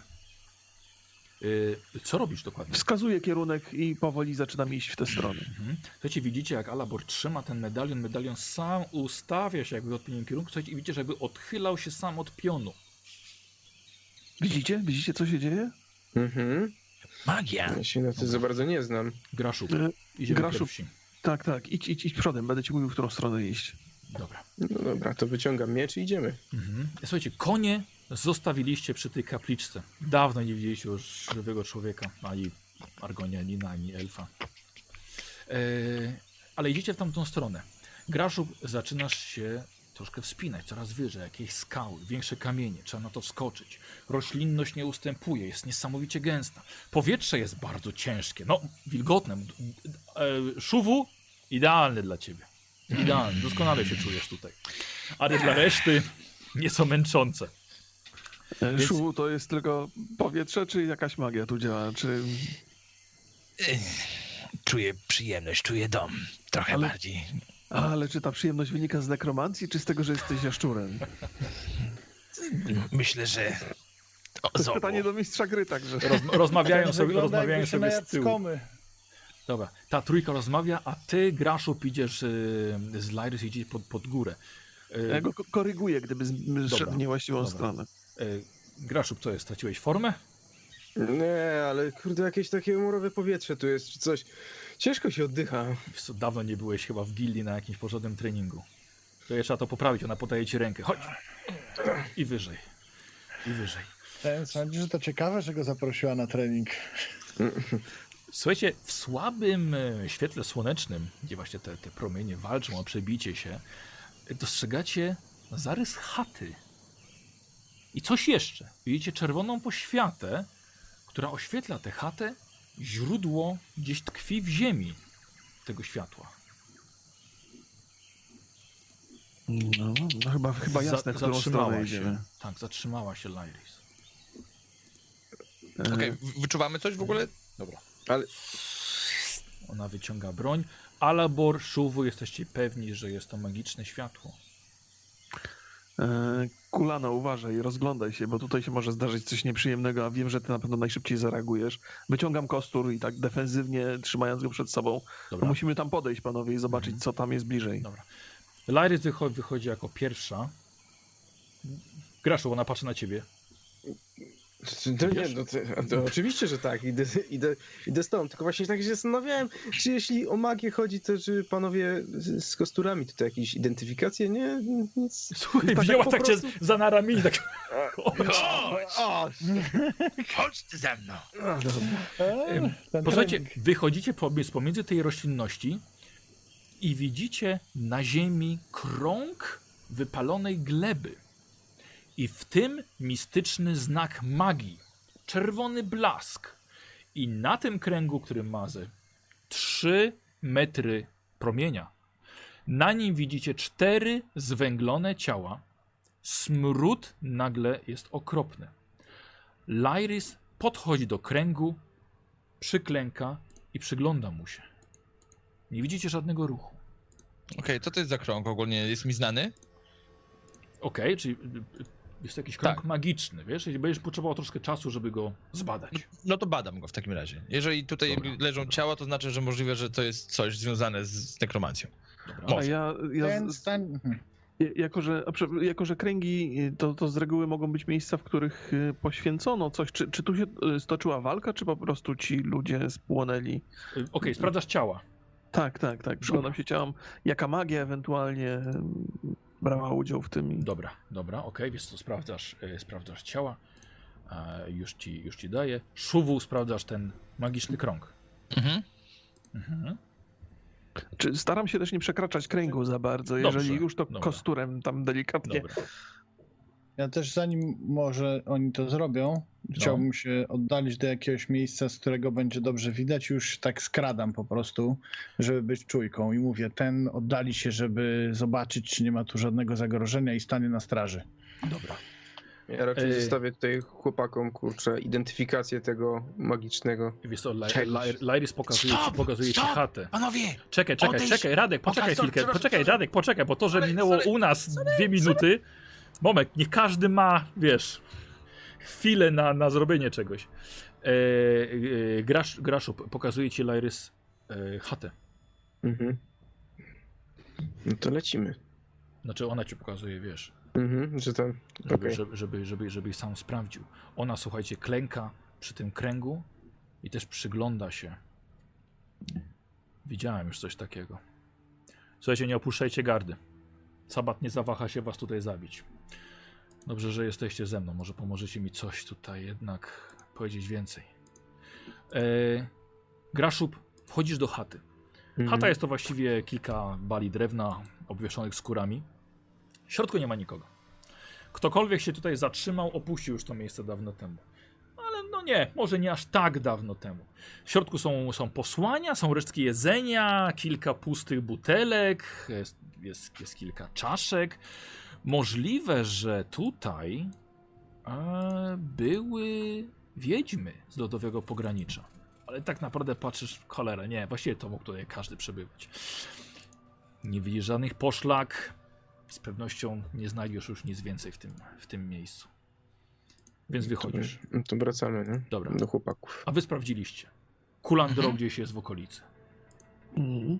A: E, co robisz dokładnie?
E: Wskazuję kierunek i powoli zaczynam iść w tę stronę.
A: Mhm. Słuchajcie, widzicie, jak Alabor trzyma ten medalion, medalion sam ustawia się jakby w odpowiednim kierunku. Słuchajcie, i widzicie, że jakby odchylał się sam od pionu.
E: Widzicie? Widzicie, co się dzieje?
B: Mhm.
F: Magia.
B: Ja się na to za bardzo nie znam.
A: Graszuk,
E: E,
A: idziemy
E: Graszuk.
A: pierwsi.
E: Tak, tak. Idź, idź, idź przodem. Będę ci mówił, w którą stronę iść.
A: Dobra.
B: No dobra, to wyciągam miecz i idziemy.
A: Mhm. Słuchajcie, konie zostawiliście przy tej kapliczce. Dawno nie widzieliście już żywego człowieka, ani Argonianina, ani elfa. E, ale idziecie w tamtą stronę. Graszuk, zaczynasz się troszkę wspinać, coraz wyżej, jakieś skały, większe kamienie, trzeba na to wskoczyć. Roślinność nie ustępuje, jest niesamowicie gęsta. Powietrze jest bardzo ciężkie, no wilgotne. E, Szuwu, idealny dla ciebie. Idealny, doskonale się czujesz tutaj. Ale dla reszty nieco męczące.
E: Więc... Szuwu to jest tylko powietrze, czy jakaś magia tu działa? Czy...
F: Czuję przyjemność, czuję dom. Trochę
E: ale...
F: bardziej.
E: Ale czy ta przyjemność wynika z nekromancji, czy z tego, że jesteś jaszczurem?
F: Myślę, że... O,
E: to jest pytanie do mistrza gry także.
A: Roz, rozmawiają sobie, rozmawiają sobie z tyłu. Dobra, ta trójka rozmawia, a ty, Graszub, idziesz y, z Lairys, idziesz pod, pod górę. Y,
E: ja go koryguję, gdyby szedł w niewłaściwą dobra. stronę.
A: Y, Graszub, co jest? Straciłeś formę?
B: Nie, ale kurde, jakieś takie murowe powietrze tu jest, czy coś. Ciężko się oddycha.
A: Co, dawno nie byłeś chyba w gildii na jakimś porządnym treningu. To je trzeba to poprawić, ona podaje ci rękę. Chodź! I wyżej. I wyżej.
C: Ten sądzi, że to ciekawe, że go zaprosiła na trening.
A: Słuchajcie, w słabym świetle słonecznym, gdzie właśnie te, te promienie walczą o przebicie się, dostrzegacie zarys chaty. I coś jeszcze. Widzicie czerwoną poświatę, która oświetla tę chatę. Źródło gdzieś tkwi w ziemi tego światła.
E: No, no chyba, chyba jasne,
A: Za,
E: w którą
A: zatrzymała
E: stronę
A: się.
E: idziemy.
A: Tak, zatrzymała się Lairys.
D: Okej, okay, wyczuwamy coś w ogóle?
A: Dobra. Ale... Ona wyciąga broń. Alabor, Szuwu, jesteście pewni, że jest to magiczne światło.
E: E, Kulano, uważaj, rozglądaj się, bo tutaj się może zdarzyć coś nieprzyjemnego, a wiem, że ty na pewno najszybciej zareagujesz. Wyciągam kostur i tak defensywnie, trzymając go przed sobą. Musimy tam podejść, panowie, i zobaczyć, mhm. co tam jest bliżej.
A: Dobra. Lairys wychodzi, wychodzi jako pierwsza. Graszu, ona patrzy na ciebie.
B: No nie, no to, to oczywiście, że tak, idę, idę, idę z tobą, tylko właśnie tak się zastanawiałem, czy jeśli o magię chodzi, to czy panowie z kosturami tutaj jakieś identyfikacje, nie? Nic.
A: Słuchaj, wzięła tak, tak prostu... cię za na ramieniu, tak...
F: Chodź! Chodź ty ze mną!
A: Posłuchajcie, wychodzicie pomiędzy tej roślinności i widzicie na ziemi krąg wypalonej gleby. I w tym mistyczny znak magii. Czerwony blask. I na tym kręgu, który ma ze trzy metry promienia, na nim widzicie cztery zwęglone ciała. Smród nagle jest okropny. Lairys podchodzi do kręgu, przyklęka i przygląda mu się. Nie widzicie żadnego ruchu.
D: Okej, okay, co to jest za krąg ogólnie? Jest mi znany?
A: Okej, okay, czyli jest to jakiś krąg
D: tak.
A: magiczny, wiesz? Jeśli będziesz potrzebował troszkę czasu, żeby go zbadać.
D: No, no to badam go w takim razie. Jeżeli tutaj Dobra. leżą ciała, to znaczy, że możliwe, że to jest coś związane z, z nekromancją.
E: Dobra. A ja, ja z, jako, że, jako, że kręgi to, to z reguły mogą być miejsca, w których poświęcono coś. Czy, czy tu się stoczyła walka, czy po prostu ci ludzie spłonęli?
A: Okej, okay, sprawdzasz ciała.
E: Tak, tak, tak. Przyglądam się ciałom. Jaka magia ewentualnie brała udział w tym.
A: Dobra, dobra, okej, okay, wiesz co, sprawdzasz, yy, sprawdzasz ciała, yy, już, ci, już ci daję. Szuwu, sprawdzasz ten magiczny krąg. Mhm.
E: Mhm. Czy staram się też nie przekraczać kręgu za bardzo, jeżeli dobrze, już to dobra. Kosturem tam delikatnie. Dobra.
C: Ja też zanim może oni to zrobią, chciałbym no. się oddalić do jakiegoś miejsca, z którego będzie dobrze widać. Już tak skradam po prostu, żeby być czujką i mówię, ten oddali się, żeby zobaczyć, czy nie ma tu żadnego zagrożenia i stanie na straży.
A: Dobra.
B: Ja raczej Ej. zostawię tutaj chłopakom, kurczę, identyfikację tego magicznego.
A: Wiesz co, Lairys pokazuje,
F: stop,
A: ci, pokazuje
F: stop,
A: ci chatę.
F: Panowie!
A: Czekaj, czekaj,
F: odejść.
A: czekaj, Radek, poczekaj
F: sorry,
A: chwilkę,
F: sorry,
A: poczekaj,
F: sorry.
A: Radek, poczekaj, bo to, że
F: sorry,
A: minęło
F: sorry,
A: u nas
F: sorry,
A: dwie minuty,
F: sorry.
A: moment, nie każdy ma, wiesz, chwilę na, na zrobienie czegoś. E, e, Grasz, Graszu, pokazuje ci Lairys e, chatę.
B: Mhm. No to lecimy.
A: Znaczy ona ci pokazuje, wiesz.
B: Mhm, że tam,
A: żeby,
B: okay.
A: żeby, żeby, żeby, żebyś sam sprawdził. Ona, słuchajcie, klęka przy tym kręgu i też przygląda się. Widziałem już coś takiego. Słuchajcie, nie opuszczajcie gardy. Sabat nie zawaha się was tutaj zabić. Dobrze, że jesteście ze mną. Może pomożecie mi coś tutaj jednak powiedzieć więcej. E, Graszub, wchodzisz do chaty. Mhm. Chata jest to właściwie kilka bali drewna obwieszonych skórami. W środku nie ma nikogo. Ktokolwiek się tutaj zatrzymał, opuścił już to miejsce dawno temu. Ale no nie, może nie aż tak dawno temu. W środku są, są posłania, są resztki jedzenia, kilka pustych butelek, jest, jest, jest kilka czaszek. Możliwe, że tutaj e, były wiedźmy z lodowego pogranicza. Ale tak naprawdę patrzysz, cholera, nie, właściwie to mógł tutaj każdy przebywać. Nie widzisz żadnych poszlak. Z pewnością nie znajdziesz już nic więcej w tym, w tym miejscu. Więc wychodzisz.
B: To, to wracamy, nie?
A: Dobra.
B: Do chłopaków.
A: A wy sprawdziliście. Kulandro
D: Mhm.
A: gdzieś jest w okolicy.
E: Mhm.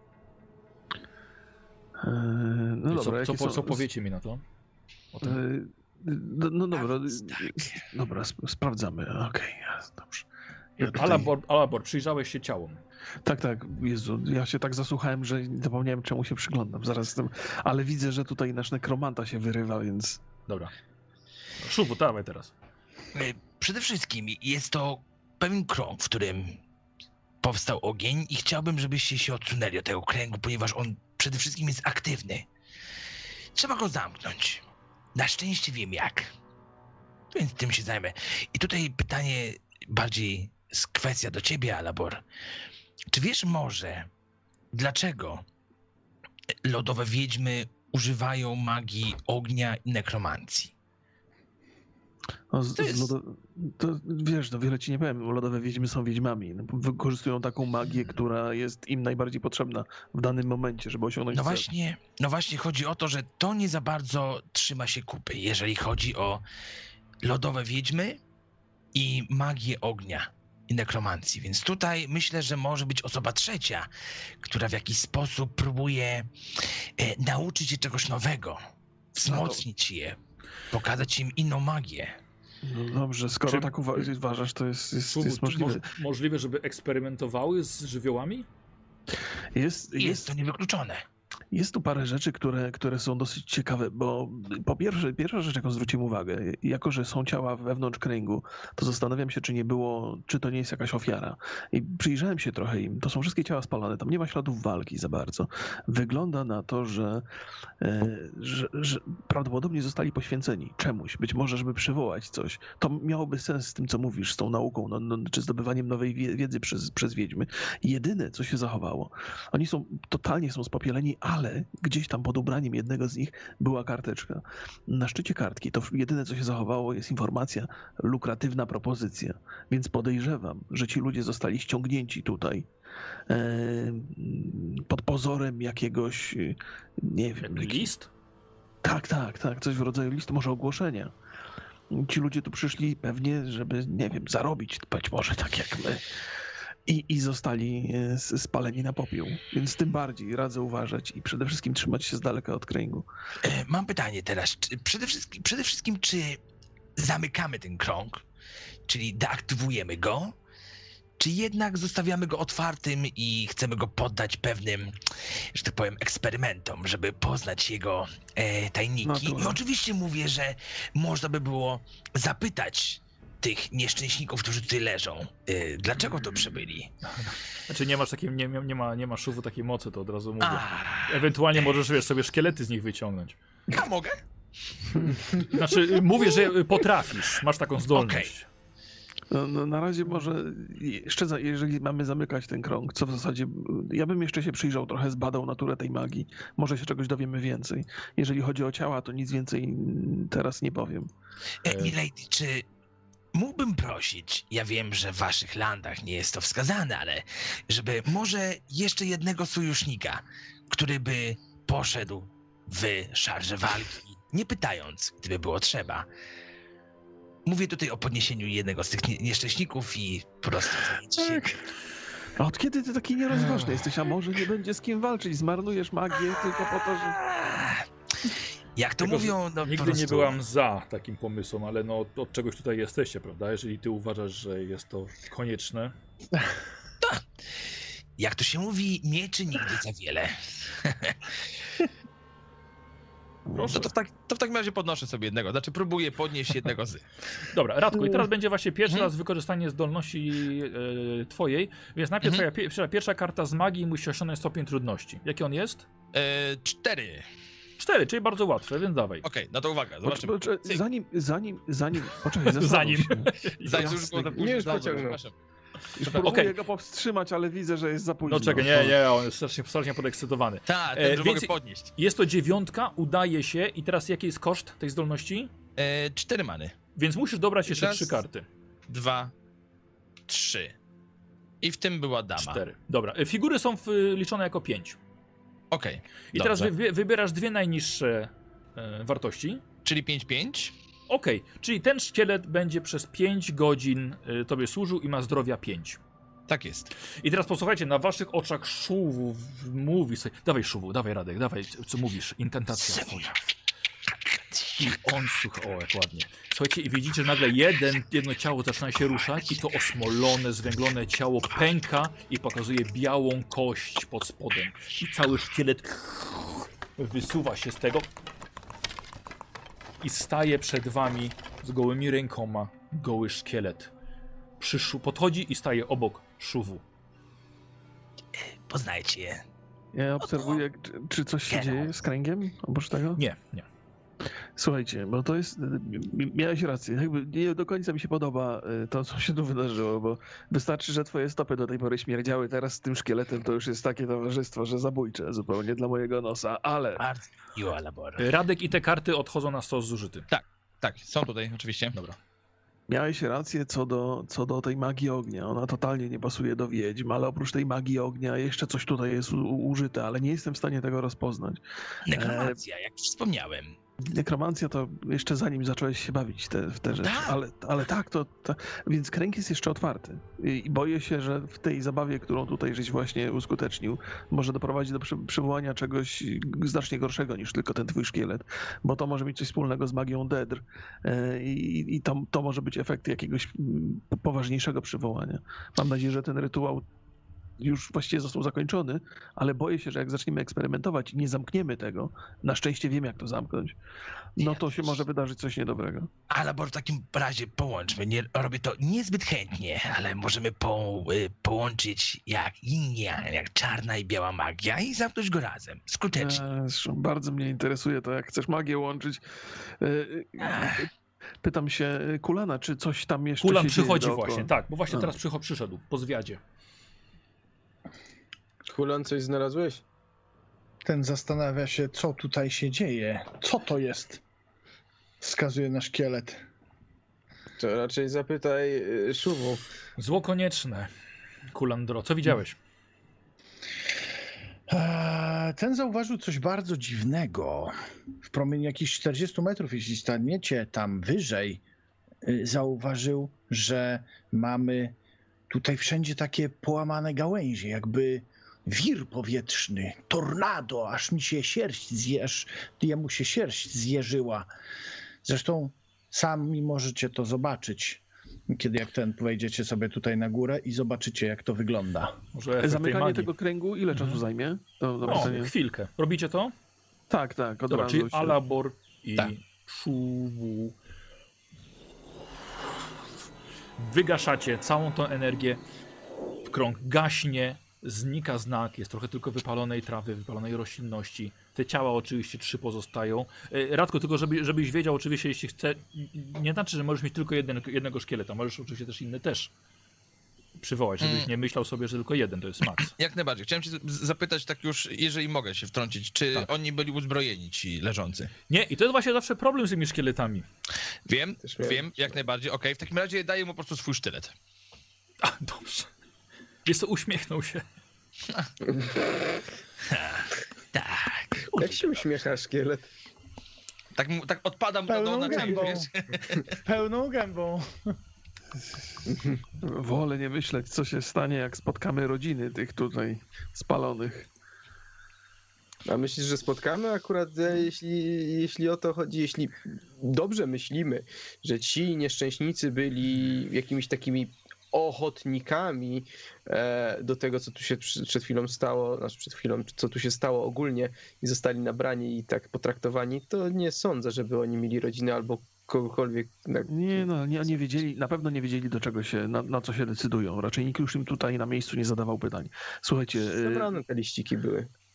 E: Eee, no
A: I
E: dobra,
A: co,
E: jakie
A: co,
E: są...
A: co powiecie mi na to? O tym?
E: Eee, no, no dobra,
F: więc tak.
E: dobra, sp- sprawdzamy. Okej, okay, dobrze. Ja tutaj...
A: Alabor, Alabor, przyjrzałeś się ciałom.
E: Tak, tak, Jezu, ja się tak zasłuchałem, że zapomniałem, czemu się przyglądam. Zaraz z tym, ale widzę, że tutaj nasz nekromanta się wyrywa, więc...
A: Dobra. Szubu, dawaj teraz.
F: E, Przede wszystkim jest to pewien krąg, w którym powstał ogień i chciałbym, żebyście się odsunęli od tego kręgu, ponieważ on przede wszystkim jest aktywny. Trzeba go zamknąć. Na szczęście wiem jak. Więc tym się zajmę. I tutaj pytanie bardziej z kwestia do ciebie, Alabor. Czy wiesz może, dlaczego lodowe wiedźmy używają magii ognia i nekromancji?
E: No, z,
F: To jest-
E: z lodo... to, wiesz, no wiele ci nie powiem, bo lodowe wiedźmy są wiedźmami. No, wykorzystują taką magię, która jest im najbardziej potrzebna w danym momencie, żeby osiągnąć
F: No
E: cel.
F: właśnie, no właśnie chodzi o to, że to nie za bardzo trzyma się kupy, jeżeli chodzi o lodowe wiedźmy i magię ognia i nekromancji. Więc tutaj myślę, że może być osoba trzecia, która w jakiś sposób próbuje e, nauczyć się czegoś nowego, wzmocnić je, pokazać im inną magię.
E: No dobrze, skoro
A: Czy-
E: tak uwa- uważasz, to jest, jest,
A: Szubu,
E: jest
A: czy
E: możliwe.
A: moż- możliwe, żeby eksperymentowały z żywiołami?
E: Jest,
F: Jest
E: jest,
F: to niewykluczone.
E: jest tu parę rzeczy, które, które są dosyć ciekawe, bo po pierwsze, pierwsza rzecz, jaką zwróciłem uwagę, jako że są ciała wewnątrz kręgu, to zastanawiam się, czy nie było, czy to nie jest jakaś ofiara. I przyjrzałem się trochę im. To są wszystkie ciała spalone, tam nie ma śladów walki za bardzo. Wygląda na to, że, e, że, że prawdopodobnie zostali poświęceni czemuś, być może, żeby przywołać coś. To miałoby sens z tym, co mówisz, z tą nauką, no, no, czy zdobywaniem nowej wie- wiedzy przez, przez wiedźmy. Jedyne, co się zachowało, oni są, totalnie są spopieleni, ale gdzieś tam pod ubraniem jednego z nich była karteczka. Na szczycie kartki to jedyne, co się zachowało, jest informacja, lukratywna propozycja. Więc podejrzewam, że ci ludzie zostali ściągnięci tutaj e, pod pozorem jakiegoś, e, nie wiem...
A: Jak list?
E: Tak, tak, tak, coś w rodzaju listu, może ogłoszenia. Ci ludzie tu przyszli pewnie, żeby, nie wiem, zarobić, być może tak jak my. I, i zostali e, s- spaleni na popiół. Więc tym bardziej radzę uważać i przede wszystkim trzymać się z daleka od kręgu.
F: E, Mam pytanie teraz. Czy, przede, wszystkim, przede wszystkim, czy zamykamy ten krąg, czyli deaktywujemy go, czy jednak zostawiamy go otwartym i chcemy go poddać pewnym, że tak powiem, eksperymentom, żeby poznać jego e, tajniki?
E: No to-
F: I oczywiście mówię, że można by było zapytać tych nieszczęśników, którzy tutaj leżą, e, dlaczego to przybyli.
A: Znaczy nie masz takiej, nie, nie, nie ma, nie ma szuwu takiej mocy, to od razu mówię.
F: A,
A: Ewentualnie możesz wiesz, sobie szkielety z nich wyciągnąć.
F: a mogę?
A: Znaczy y, mówię, że potrafisz, masz taką zdolność.
E: No, no, na razie może jeszcze, za- jeżeli mamy zamykać ten krąg, co w zasadzie ja bym jeszcze się przyjrzał, trochę zbadał naturę tej magii. Może się czegoś dowiemy więcej. Jeżeli chodzi o ciała, to nic więcej mm, teraz nie powiem.
F: E,
A: E,
F: Milady, czy mógłbym prosić, ja wiem, że w waszych landach nie jest to wskazane, ale żeby może jeszcze jednego sojusznika, który by poszedł w szarże walki, nie pytając, gdyby było trzeba. Mówię tutaj o podniesieniu jednego z tych nie- nieszczęśników i po prostu zamienić się.
E: A od kiedy ty taki nierozważny jesteś? A może nie będzie z kim walczyć? Zmarnujesz magię tylko po to, że...
F: Jak to
A: Tylko,
F: mówią, no po
A: Nigdy
F: prostu...
A: nie byłam za takim pomysłem, ale no od, od czegoś tutaj jesteście, prawda? Jeżeli ty uważasz, że jest to konieczne.
F: Jak to się mówi, mieczy nigdy za wiele.
A: Proszę.
D: No to w, tak, to w takim razie podnoszę sobie jednego. Znaczy próbuję podnieść jednego z.
A: Dobra, Radku, i teraz będzie właśnie pierwszy
F: Mhm.
A: raz wykorzystanie zdolności e, twojej, więc najpierw
F: Mhm.
A: twoja pierwsza, pierwsza karta z magii musi osiągnąć stopień trudności. Jaki on jest?
D: E, cztery.
A: Cztery, czyli bardzo łatwe, więc dawaj.
D: Okej, no to uwaga, zobaczymy.
E: Poczekaj,
D: Cyk.
E: zanim, zanim, zanim, poczekaj, zastanów
A: Zanim.
E: się.
D: Zanim to już
E: Jasne.
D: było za
B: Nie, już
D: późno.
B: pociągnął.
D: Przepraszam.
E: Już próbuję
A: Okej.
E: go powstrzymać, ale widzę, że jest za późno.
A: No czekaj, nie, nie, on jest strasznie, strasznie podekscytowany.
D: Tak,
A: E,
D: ten, że
A: więc-
D: mogę podnieść.
A: Jest to dziewiątka, udaje się i teraz jaki jest koszt tej zdolności?
D: E, cztery many.
A: Więc musisz dobrać jeszcze
D: Raz.
A: trzy karty.
D: Dwa, trzy. I w tym była dama.
A: Cztery. Dobra, e, figury są w, liczone jako pięć.
D: Okej.
A: I
D: Dobrze.
A: teraz wy, wybierasz dwie najniższe e, wartości.
D: Czyli pięć, pięć.
A: Okej, czyli ten szkielet będzie przez pięć godzin y, tobie służył i ma zdrowia pięć.
D: Tak jest.
A: I teraz posłuchajcie, na waszych oczach Szuwu mówi sobie, dawaj Szuwu, dawaj Radek, dawaj, co mówisz, intentacja twoja. I on słucha, o jak ładnie. Słuchajcie, i widzicie, że nagle jeden, jedno ciało zaczyna się ruszać i to osmolone, zwęglone ciało pęka i pokazuje białą kość pod spodem. I cały szkielet wysuwa się z tego i staje przed wami z gołymi rękoma goły szkielet. Przyszu podchodzi i staje obok Szuwu.
F: Poznajcie je.
E: Ja obserwuję, czy, czy coś się dzieje z kręgiem oprócz tego?
A: Nie, nie.
E: Słuchajcie, bo to jest, miałeś rację, jakby nie do końca mi się podoba y, to, co się tu wydarzyło, bo wystarczy, że twoje stopy do tej pory śmierdziały, teraz z tym szkieletem to już jest takie towarzystwo, że zabójcze zupełnie dla mojego nosa, ale
F: Bardzo miło, Alabor.
A: Radek i te karty odchodzą na stos zużyty.
D: Tak, są tutaj oczywiście.
A: Dobra.
E: miałeś rację co do, co do tej magii ognia, ona totalnie nie pasuje do wiedźm, ale oprócz tej magii ognia jeszcze coś tutaj jest u, użyte, ale nie jestem w stanie tego rozpoznać.
F: Nekromancja, jak już wspomniałem.
E: Nekromancja to jeszcze zanim zacząłeś się bawić te, w te rzeczy,
F: Tak.
E: ale, ale tak, to, to... Więc kręg jest jeszcze otwarty I, i boję się, że w tej zabawie, którą tutaj żeś właśnie uskutecznił, może doprowadzić do przy, przywołania czegoś znacznie gorszego niż tylko ten twój szkielet, bo to może mieć coś wspólnego z magią Dedr e, i, i to, to może być efekt jakiegoś mm, poważniejszego przywołania. Mam nadzieję, że ten rytuał już właściwie został zakończony, ale boję się, że jak zaczniemy eksperymentować i nie zamkniemy tego, na szczęście wiem jak to zamknąć, no to się może wydarzyć coś niedobrego.
F: Alabor, w takim razie połączmy. Nie, robię to niezbyt chętnie, ale możemy po, y, połączyć jak yin yang, jak czarna i biała magia i zamknąć go razem. Skutecznie.
E: Eee, zresztą bardzo mnie interesuje to, jak chcesz magię łączyć. Eee,
F: Ach.
E: Pytam się Kulana, czy coś tam jeszcze
A: Kulan
E: się
A: przychodzi
E: dzieje
A: właśnie,
E: dookoła?
A: tak, bo właśnie
E: A.
A: teraz przycho- przyszedł po zwiadzie.
B: Hulan, coś znalazłeś?
C: Ten zastanawia się, co tutaj się dzieje. Co to jest? Wskazuje na szkielet.
B: To raczej zapytaj y, Szuwu.
A: Zło konieczne. Kulandro, co widziałeś?
C: Eee, Ten zauważył coś bardzo dziwnego. W promieniu jakichś czterdziestu metrów, jeśli staniecie tam wyżej, y, zauważył, że mamy tutaj wszędzie takie połamane gałęzie, jakby wir powietrzny, tornado, aż mi się sierść zje, aż jemu się sierść zjeżyła. Zresztą sami możecie to zobaczyć, kiedy jak ten wejdziecie sobie tutaj na górę i zobaczycie, jak to wygląda.
A: Może efekt tej
E: Zamykanie
A: magii.
E: tego kręgu ile czasu
A: Mhm.
E: zajmie? To, to
A: O,
E: pytanie.
A: chwilkę. Robicie to?
E: Tak, tak, od
A: Dobra,
E: razu
A: czyli
E: się-
A: Alabor i
D: Tak.
A: Szuwu. Wygaszacie całą tą energię. Krąg gaśnie, znika znak, jest trochę tylko wypalonej trawy, wypalonej roślinności. Te ciała oczywiście trzy pozostają. E, Radko, tylko żeby, żebyś wiedział, oczywiście jeśli chce, nie znaczy, że możesz mieć tylko jeden, jednego szkieleta, możesz oczywiście też inny też przywołać, żebyś
D: Mm.
A: nie myślał sobie, że tylko jeden to jest max.
D: Jak najbardziej. Chciałem cię z- zapytać tak już, jeżeli mogę się wtrącić, czy
A: Tak.
D: oni byli uzbrojeni, ci leżący?
A: Nie, i to jest właśnie zawsze problem z tymi szkieletami.
D: Wiem,
B: Też miałem-
D: wiem, jak najbardziej. Okej, w takim razie daję mu po prostu swój sztylet.
A: A, dobrze. Wiesz co, uśmiechnął się.
F: Tak.
B: Jak się uśmiecha szkielet?
D: Tak, mu- tak odpadam do,
C: Pełną
D: do na
C: gębą.
D: wiesz?
C: Pełną gębą.
E: Wolę nie myśleć, co się stanie, jak spotkamy rodziny tych tutaj spalonych.
B: A myślisz, że spotkamy akurat, e, jeśli, jeśli o to chodzi, jeśli dobrze myślimy, że ci nieszczęśnicy byli jakimiś takimi ochotnikami e, do tego, co tu się przy- przed chwilą stało, znaczy przed chwilą, co tu się stało ogólnie i zostali nabrani i tak potraktowani, to nie sądzę, żeby oni mieli rodziny albo kogokolwiek. Na...
E: Nie, no, nie, nie wiedzieli, na pewno nie wiedzieli, do czego się, na, na co się decydują. Raczej nikt już im tutaj na miejscu nie zadawał pytań. Słuchajcie, y,
B: Zabrane te liściki były.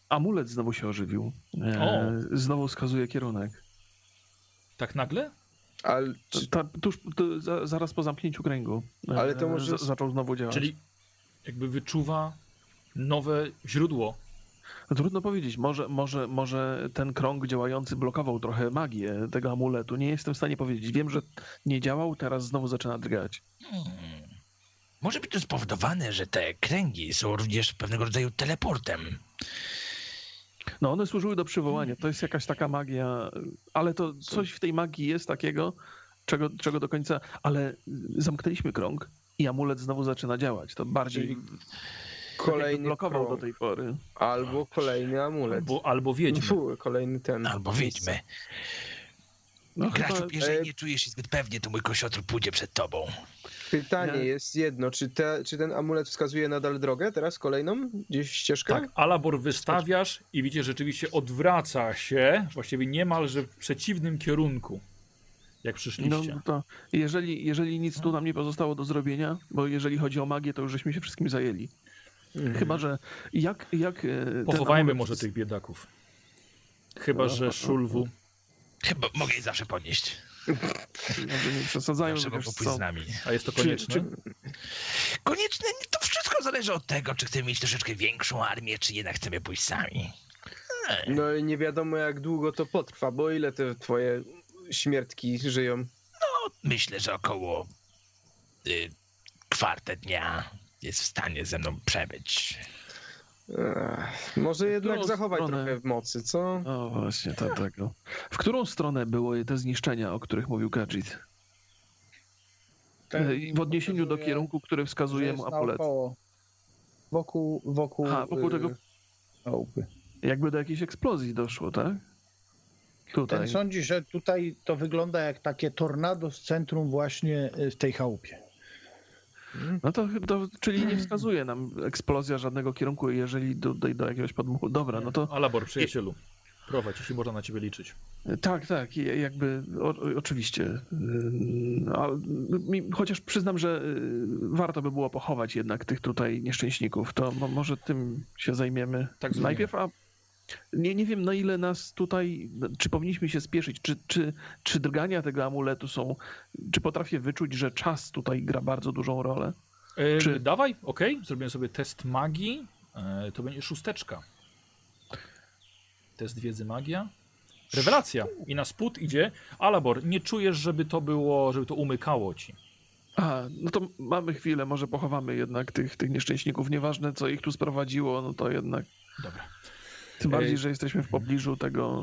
E: Amulet znowu się ożywił. E,
A: O.
E: Znowu wskazuje kierunek.
A: Tak nagle?
B: Ale,
E: To, ta, tuż, to, za, zaraz po zamknięciu kręgu e,
B: Ale to może-
E: z, zaczął znowu działać.
A: Czyli jakby wyczuwa nowe źródło.
E: No, trudno powiedzieć, może, może, może ten krąg działający blokował trochę magię tego amuletu. Nie jestem w stanie powiedzieć. Wiem, że nie działał, teraz znowu zaczyna drgać.
F: Hmm. Może być to spowodowane, że te kręgi są również pewnego rodzaju teleportem.
E: No one służyły do przywołania. To jest jakaś taka magia, ale to coś w tej magii jest takiego, czego, czego do końca... Ale zamknęliśmy krąg i amulet znowu zaczyna działać. To bardziej
B: Czyli
E: tak
B: kolejny
E: jakby blokował
B: krąg.
E: do tej pory.
B: albo kolejny amulet.
A: Albo, albo wiedźmy.
B: Fu, kolejny ten.
F: Albo wiedźmy.
E: No,
F: Graczu,
E: chyba,
F: jeżeli
B: e,
F: nie czujesz się zbyt pewnie, to mój kosiotr pójdzie przed tobą.
B: Pytanie
E: Ja-
B: jest jedno, czy, te, czy ten amulet wskazuje nadal drogę, teraz kolejną, gdzieś ścieżkę?
A: Tak, Alabor wystawiasz i widzicie, że rzeczywiście odwraca się, właściwie niemalże w przeciwnym kierunku, jak
E: no,
A: przyszliście.
E: to jeżeli, jeżeli nic tu nam nie pozostało do zrobienia, bo jeżeli chodzi o magię, to już żeśmy się wszystkim zajęli.
B: Mhm.
E: Chyba, że jak... jak e, ten
A: Pochowajmy
E: amulet-
A: może tych biedaków. Chyba,
E: No,
A: że
E: no,
A: Szulwu...
F: Chyba mogę je zawsze podnieść.
E: Może nie przesadzają,
F: Zawsze
E: wiesz
F: mogą pójść
E: co.
F: z nami.
A: A jest to
E: Czy-
A: konieczne?
E: czy-
F: Konieczne, to wszystko zależy od tego, czy chcemy mieć troszeczkę większą armię, czy jednak chcemy pójść sami.
B: No i nie wiadomo jak długo to potrwa, bo ile te twoje śmiertki żyją?
F: Myślę, że około y, kwartę dnia jest w stanie ze mną przebyć.
B: Ech, może jednak
E: którą
B: zachować
E: stronę?
B: trochę w mocy, co?
E: O właśnie, to tego. W którą stronę były te zniszczenia, o których mówił Gadżit?
C: Ten
E: E, I w odniesieniu do
C: pokazuje,
E: kierunku, który
C: że
E: wskazuje
C: jest
E: mu amulet.
C: naokoło. Wokół, wokół,
E: Aha, wokół
C: y,
E: tego-
C: chałupy.
E: Jakby do jakiejś eksplozji doszło, tak? Tutaj.
C: Ten sądzi, że tutaj to wygląda jak takie tornado z centrum właśnie y, w tej chałupie.
E: No to, to czyli nie wskazuje nam eksplozja żadnego kierunku, jeżeli do, do, do jakiegoś podmuchu. Dobra, no to
A: Alabor, przyjacielu, prowadź, jeśli można na ciebie liczyć.
E: tak, tak, i jakby o, oczywiście. Yy, ale mi- chociaż przyznam, że yy, warto by było pochować jednak tych tutaj nieszczęśników, to mo- może tym się zajmiemy
A: Tak zrobimy.
E: najpierw, a nie, nie wiem na ile nas tutaj, czy powinniśmy się spieszyć, czy, czy, czy drgania tego amuletu są, czy potrafię wyczuć, że czas tutaj gra bardzo dużą rolę?
A: E,
E: Czy-
A: Dawaj, okej, zrobimy sobie test magii. E, to będzie szósteczka. Test wiedzy magia. Rewelacja. I na spód idzie. Alabor, nie czujesz, żeby to było, żeby to umykało ci.
E: A, no to mamy chwilę, może pochowamy jednak tych, tych nieszczęśników, nieważne co ich tu sprowadziło, no to jednak.
A: Dobra.
E: Tym bardziej,
A: Ej.
E: że jesteśmy w pobliżu tego,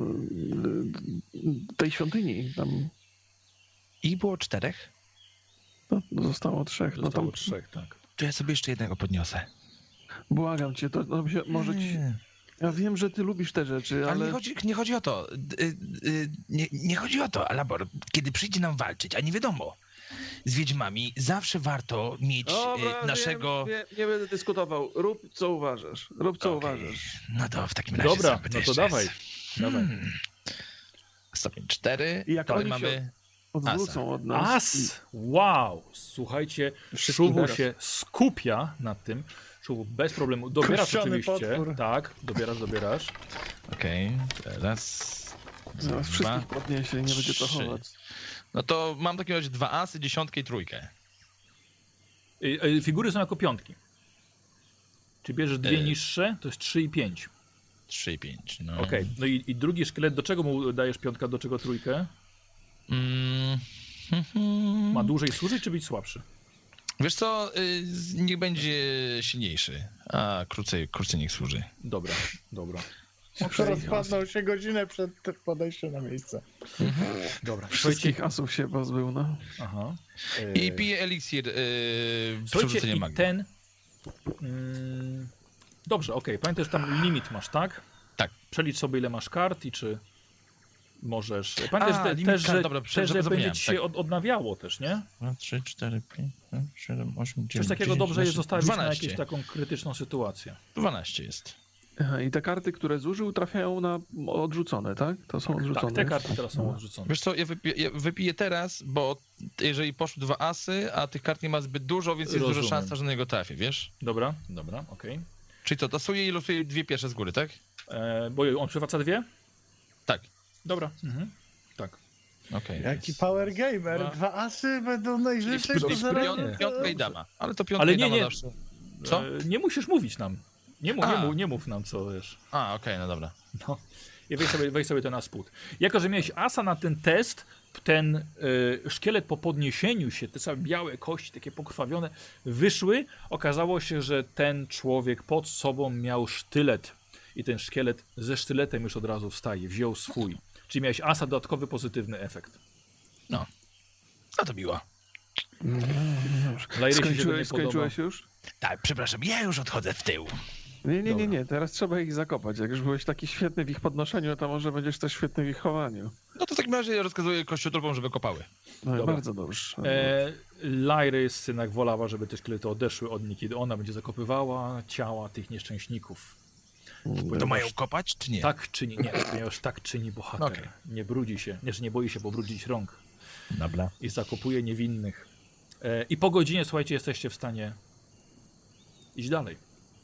E: e, tej świątyni. Tam
F: I było czterech?
E: no, zostało trzech. No
A: Zostało
E: tam,
A: trzech, tak.
F: To ja sobie jeszcze jednego podniosę.
E: błagam cię, to no, się, może ci...
F: Nie.
E: Ja wiem, że ty lubisz te rzeczy,
F: Ale
E: ale...
F: nie chodzi, nie chodzi o to. D- y, y, Nie, nie chodzi o to, Alabor. Kiedy przyjdzie nam walczyć, a nie wiadomo, z wiedźmami zawsze warto mieć
E: Dobra,
F: y, naszego...
E: wiem, nie, nie będę dyskutował. Rób co uważasz. Rób co
F: Okej.
E: uważasz.
F: No to w takim razie
A: Dobra,
F: zróbmy
A: no to
F: jeszcze
A: dawaj.
F: raz.
A: Dawaj.
F: Hmm. Stopień cztery.
E: I jak
F: Tutaj
E: oni
F: mamy...
E: się odwrócą od nas.
A: As! Wow! Słuchajcie, Szuwu
B: naraz.
A: się skupia nad tym. Szuwu bez problemu. Dobierasz
C: Kościony
A: oczywiście.
C: potwór.
A: Tak, dobierasz, dobierasz.
F: Okej, teraz...
E: I zaraz
F: dwa,
E: wszystkich podniesie i nie będzie co
F: trzy.
E: chować.
F: No to mam w takim razie dwa asy, dziesiątkę i trójkę.
A: Y, y, Figury są jako piątki. Czy bierzesz dwie
F: E.
A: niższe, to jest trzy i pięć.
F: Trzy i pięć. No.
A: Okej. No i, i drugi szkielet, do czego mu dajesz piątka, do czego trójkę?
F: Mm.
A: Ma dłużej służyć, czy być słabszy?
F: Wiesz co, y, niech będzie silniejszy, a krócej, krócej niech służy.
A: Dobra, dobra.
C: Okay. Rozpadną się godzinę przed podejściem na miejsce.
A: Dobra. Słuchajcie,
E: Wszystkich asów się pozbył, no.
A: aha.
F: I
A: E,
F: pije eliksir yy,
A: Słuchajcie,
F: przerzucenia
A: i
F: magii.
A: ten... Mm, dobrze, okej. Pamiętaj, że tam limit masz, tak?
F: Tak.
A: Przelicz sobie, ile masz kart i czy możesz... Pamiętaj,
F: A,
A: że te,
F: limit
A: też,
F: kart,
A: że,
F: dobra,
A: też, że
F: zapomniałem,
A: będzie ci się
F: tak.
A: od, odnawiało też, nie?
F: trzy, cztery, pięć, siedem, osiem, dziewięć,
A: Coś takiego
F: dziesięć,
A: dobrze jest
F: jedenaście,
A: zostawić na
F: dwanaście.
A: jakąś taką krytyczną sytuację.
F: dwanaście jest.
E: Aha, i te karty, które zużył, trafiają na odrzucone, tak? To są odrzucone.
A: Tak, te karty teraz są odrzucone.
F: Wiesz co, ja wypiję, ja wypiję teraz, bo jeżeli poszły dwa asy, a tych kart nie ma zbyt dużo, więc jest
A: Rozumiem.
F: duża szansa, że na niego trafię, wiesz?
A: Dobra, dobra, okej.
D: Czyli co, to są jej losuje dwie pierwsze z góry, tak?
A: E, bo on przywraca dwie?
D: Tak.
A: Dobra. Mhm. Tak.
D: Okej.
C: Jaki power gamer,
D: Dwa.
C: dwa asy będą najwyżej, to
D: Czyli
C: zaraz...
D: piąt, piątka i dama. Ale to piątka
A: Ale
D: i
A: nie,
D: dama
A: nie.
D: zawsze. Co?
A: E, nie musisz mówić nam. Nie mów, nie,
D: A.
A: mów, nie mów nam, co wiesz.
D: A, okej, no dobra.
A: No. I weź sobie, weź sobie to na spód. Jako, że miałeś asa na ten test, ten y, szkielet po podniesieniu się, te całe białe kości, takie pokrwawione, wyszły. Okazało się, że ten człowiek pod sobą miał sztylet. I ten szkielet ze sztyletem już od razu wstaje, wziął swój. Czyli miałeś asa, dodatkowy pozytywny efekt.
F: No to miło.
A: Dla Irysi się to nie
E: Skończyłeś,
A: podoba.
E: skończyłeś już?
F: Tak, przepraszam, ja już odchodzę w tył.
E: Nie, nie, nie,
A: Dobra.
E: nie, teraz trzeba ich zakopać. Jak już byłeś taki świetny w ich podnoszeniu, to może będziesz też świetny w ich chowaniu.
D: No to w takim razie rozkazuję kościotrupom, żeby kopały.
E: No i
A: Dobra.
E: bardzo dobrze.
A: E, Lyrys jednak wolała, żeby te szkielety odeszły od niej, kiedy ona będzie zakopywała ciała tych nieszczęśników.
F: To mają kopać, czy nie?
A: Tak czyni, nie, ponieważ tak czyni bohater.
F: Okej.
A: Nie brudzi się, nie, że nie boi się pobrudzić rąk
F: Dobra.
A: i zakopuje niewinnych. E, I po godzinie, słuchajcie, jesteście w stanie iść dalej.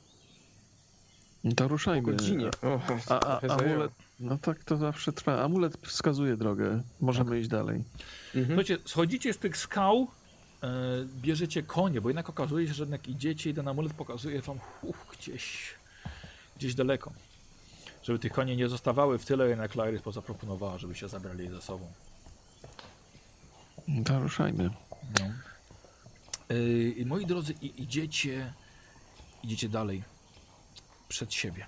E: To
B: Po
E: ruszajmy.
B: godzinie. O,
E: A, a
B: trochę zajęło.
E: amulet, no tak to zawsze trwa. Amulet wskazuje drogę. Możemy iść dalej.
B: Mhm.
A: Słuchajcie, schodzicie z tych skał, e, bierzecie konie, bo jednak okazuje się, że jednak idziecie i ten amulet pokazuje wam uf, gdzieś, gdzieś daleko. Żeby tych koni nie zostawały w tyle, jednak Lyrys zaproponowała, żeby się zabrali je ze sobą.
E: To ruszajmy.
A: No. Yy, i moi drodzy, i, idziecie, idziecie dalej przed siebie.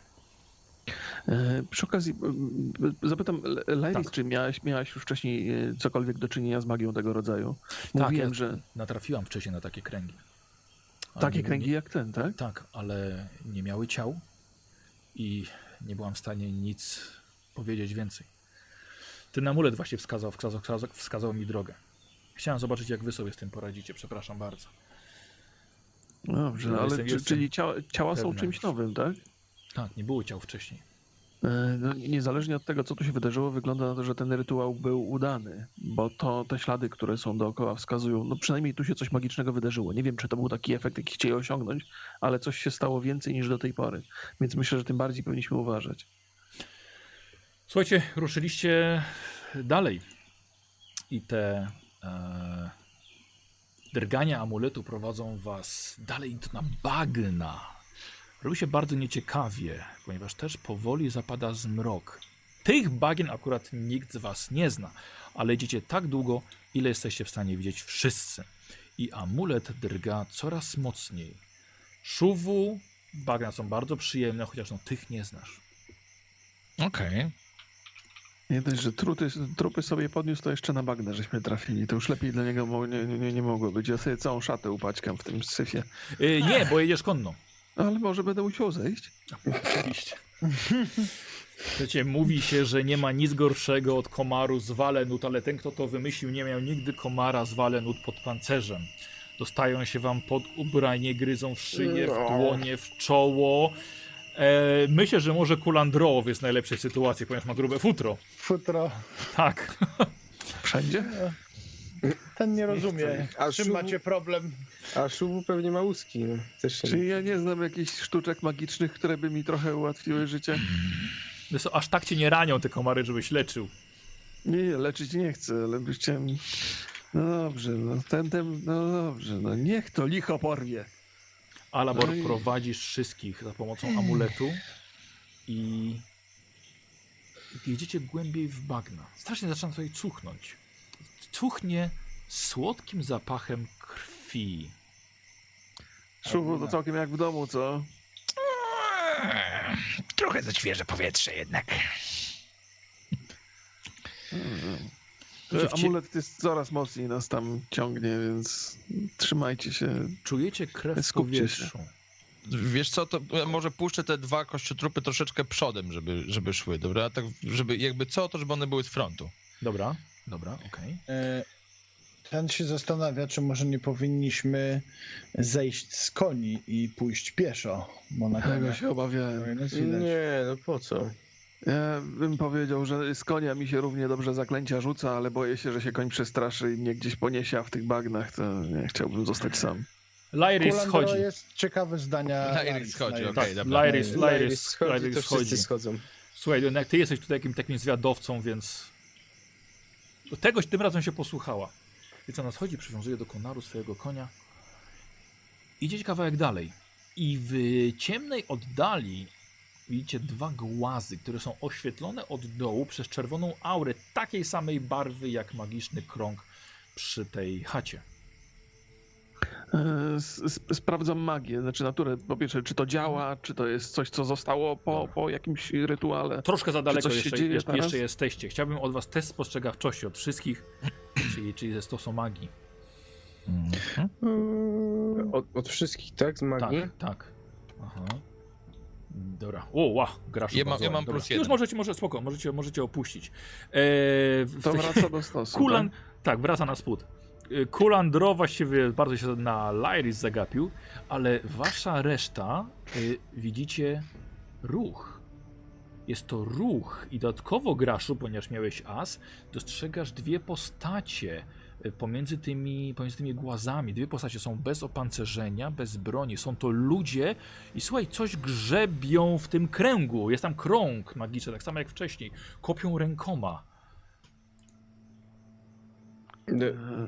E: E, przy okazji e, zapytam, Lyrys,
A: Tak.
E: czy miałaś, miałaś już wcześniej e, cokolwiek do czynienia z magią tego rodzaju?
A: Tak,
E: Mówiłem,
A: ja
E: że
A: natrafiłam wcześniej na takie kręgi. Ale
E: takie
A: nie-
E: kręgi
A: nie,
E: jak ten, tak?
A: Tak, ale nie miały ciał i nie byłam w stanie nic powiedzieć więcej. Ten amulet właśnie wskazał, wskazał, wskazał, wskazał mi drogę. Chciałem zobaczyć, jak wy sobie z tym poradzicie. Przepraszam bardzo.
E: Dobrze,
A: Ja
E: ale
A: jestem-
E: czy,
A: jestem
E: czyli ciała, ciała są
A: pewna
E: czymś
A: już.
E: nowym, tak?
A: Tak, nie było ciał wcześniej.
E: E, No, niezależnie od tego, co tu się wydarzyło, wygląda na to, że ten rytuał był udany, bo to te ślady, które są dookoła, wskazują, no przynajmniej tu się coś magicznego wydarzyło. Nie wiem, czy to był taki efekt, jaki chcieli osiągnąć, ale coś się stało więcej niż do tej pory, więc myślę, że tym bardziej powinniśmy uważać.
A: Słuchajcie, ruszyliście dalej i te e, drgania amuletu prowadzą was dalej na bagna. Robi się bardzo nieciekawie, ponieważ też powoli zapada zmrok. Tych bagien akurat nikt z was nie zna, ale idziecie tak długo, ile jesteście w stanie widzieć wszyscy. I amulet drga coraz mocniej. Szuwu, bagna są bardzo przyjemne, chociaż no tych nie znasz.
D: Okej.
E: Nie dość, że truty, trupy sobie podniósł, to jeszcze na bagna żeśmy trafili. To już lepiej dla niego mo- nie, nie, nie mogło być. Ja sobie całą szatę upaćkam w tym syfie.
A: Yy, nie, bo jedziesz konno.
E: Ale może będę musiał zejść?
A: Oczywiście. Wiecie, mówi się, że nie ma nic gorszego od komaru z walenut, ale ten, kto to wymyślił, nie miał nigdy komara z walenut pod pancerzem. Dostają się wam pod ubranie, gryzą w szyję, w dłonie, w czoło. E, myślę, że może Kulandrow jest w najlepszej sytuacji, ponieważ ma grube futro.
C: Futro.
A: Tak.
E: Wszędzie?
C: Ten nie rozumie.
B: A
C: Czym
B: Szuwu-
C: macie problem?
B: A Szuwu pewnie ma łuski. No. Też się...
E: Czyli ja nie znam jakichś sztuczek magicznych, które by mi trochę ułatwiły życie?
A: Wiesz co, aż tak cię nie ranią te komary, żebyś leczył.
E: Nie, nie, leczyć nie chcę, ale by chciałem... No dobrze, no ten, ten, no dobrze, no niech to licho porwie.
A: Alabor
E: No i-
A: prowadzisz wszystkich za pomocą amuletu i gdy jedziecie głębiej w bagna, strasznie zaczyna sobie cuchnąć. Cuchnie słodkim zapachem krwi.
E: Szuwu, to całkiem jak w domu, co?
F: Eee, Trochę za świeże powietrze jednak.
A: Wiecie, wcie-
E: Amulet jest coraz mocniej nas tam ciągnie, więc trzymajcie się.
A: Czujecie krew w
E: Skupcie się.
A: powietrzu.
D: Wiesz co, to ja może puszczę te dwa kościotrupy troszeczkę przodem, żeby, żeby szły, dobra? Tak, żeby jakby co, to żeby one były z frontu.
A: Dobra, dobra, okej.
C: E, Ten się zastanawia, czy może nie powinniśmy zejść z koni i pójść pieszo, bo na
E: Tego
C: koniach
E: się obawiałem.
C: powinno nas widać.
B: Nie, no po co?
E: Ja bym powiedział, że z konia mi się równie dobrze zaklęcia rzuca, ale boję się, że się koń przestraszy i mnie gdzieś poniesie, a w tych bagnach to nie chciałbym zostać sam.
A: Lyris
C: Kulandro
A: schodzi.
C: jest ciekawe zdania.
D: Lyris schodzi,
C: Lyris.
D: okej,
A: Tak,
D: dobra.
A: Lyris,
B: Lyris
A: Lyris,
B: schodzi,
A: Lyris
B: to wszyscy
A: schodzi.
B: schodzą.
A: Słuchaj, jednak ty jesteś tutaj takim, takim zwiadowcą, więc tegoś tym razem się posłuchała. Więc ona schodzi, przywiązuje do konaru swojego konia. Idziecie kawałek dalej. I w ciemnej oddali widzicie dwa głazy, które są oświetlone od dołu przez czerwoną aurę takiej samej barwy jak magiczny krąg przy tej chacie.
E: E, s- Sprawdzam magię, znaczy naturę. Po pierwsze, czy to działa, czy to jest coś, co zostało po, po jakimś rytuale.
A: Troszkę za daleko
E: coś się
A: jeszcze,
E: dzieje
A: jeszcze,
E: teraz?
A: jeszcze jesteście. Chciałbym od was test spostrzegawczości od wszystkich, czyli, czyli ze stosą magii.
D: Mhm.
B: Od, od wszystkich, tak? Z magii?
A: Tak, tak. Aha. Dobra. O, ła, grasz.
D: Ja mam- ja mam plus jeden.
A: Już możecie, może, spoko, możecie, możecie opuścić. Eee, w
E: To
A: tej-
E: wraca do stosu.
A: Kulan,
E: tak?
A: tak, wraca na spód. Y, Kulandro właściwie bardzo się na Lyris zagapił, ale wasza reszta y, widzicie ruch. Jest to ruch i dodatkowo, Graszu, ponieważ miałeś as, dostrzegasz dwie postacie y, pomiędzy tymi, pomiędzy tymi głazami. Dwie postacie są bez opancerzenia, bez broni. Są to ludzie i słuchaj, coś grzebią w tym kręgu. Jest tam krąg magiczny, tak samo jak wcześniej. Kopią rękoma.
B: D-
E: E,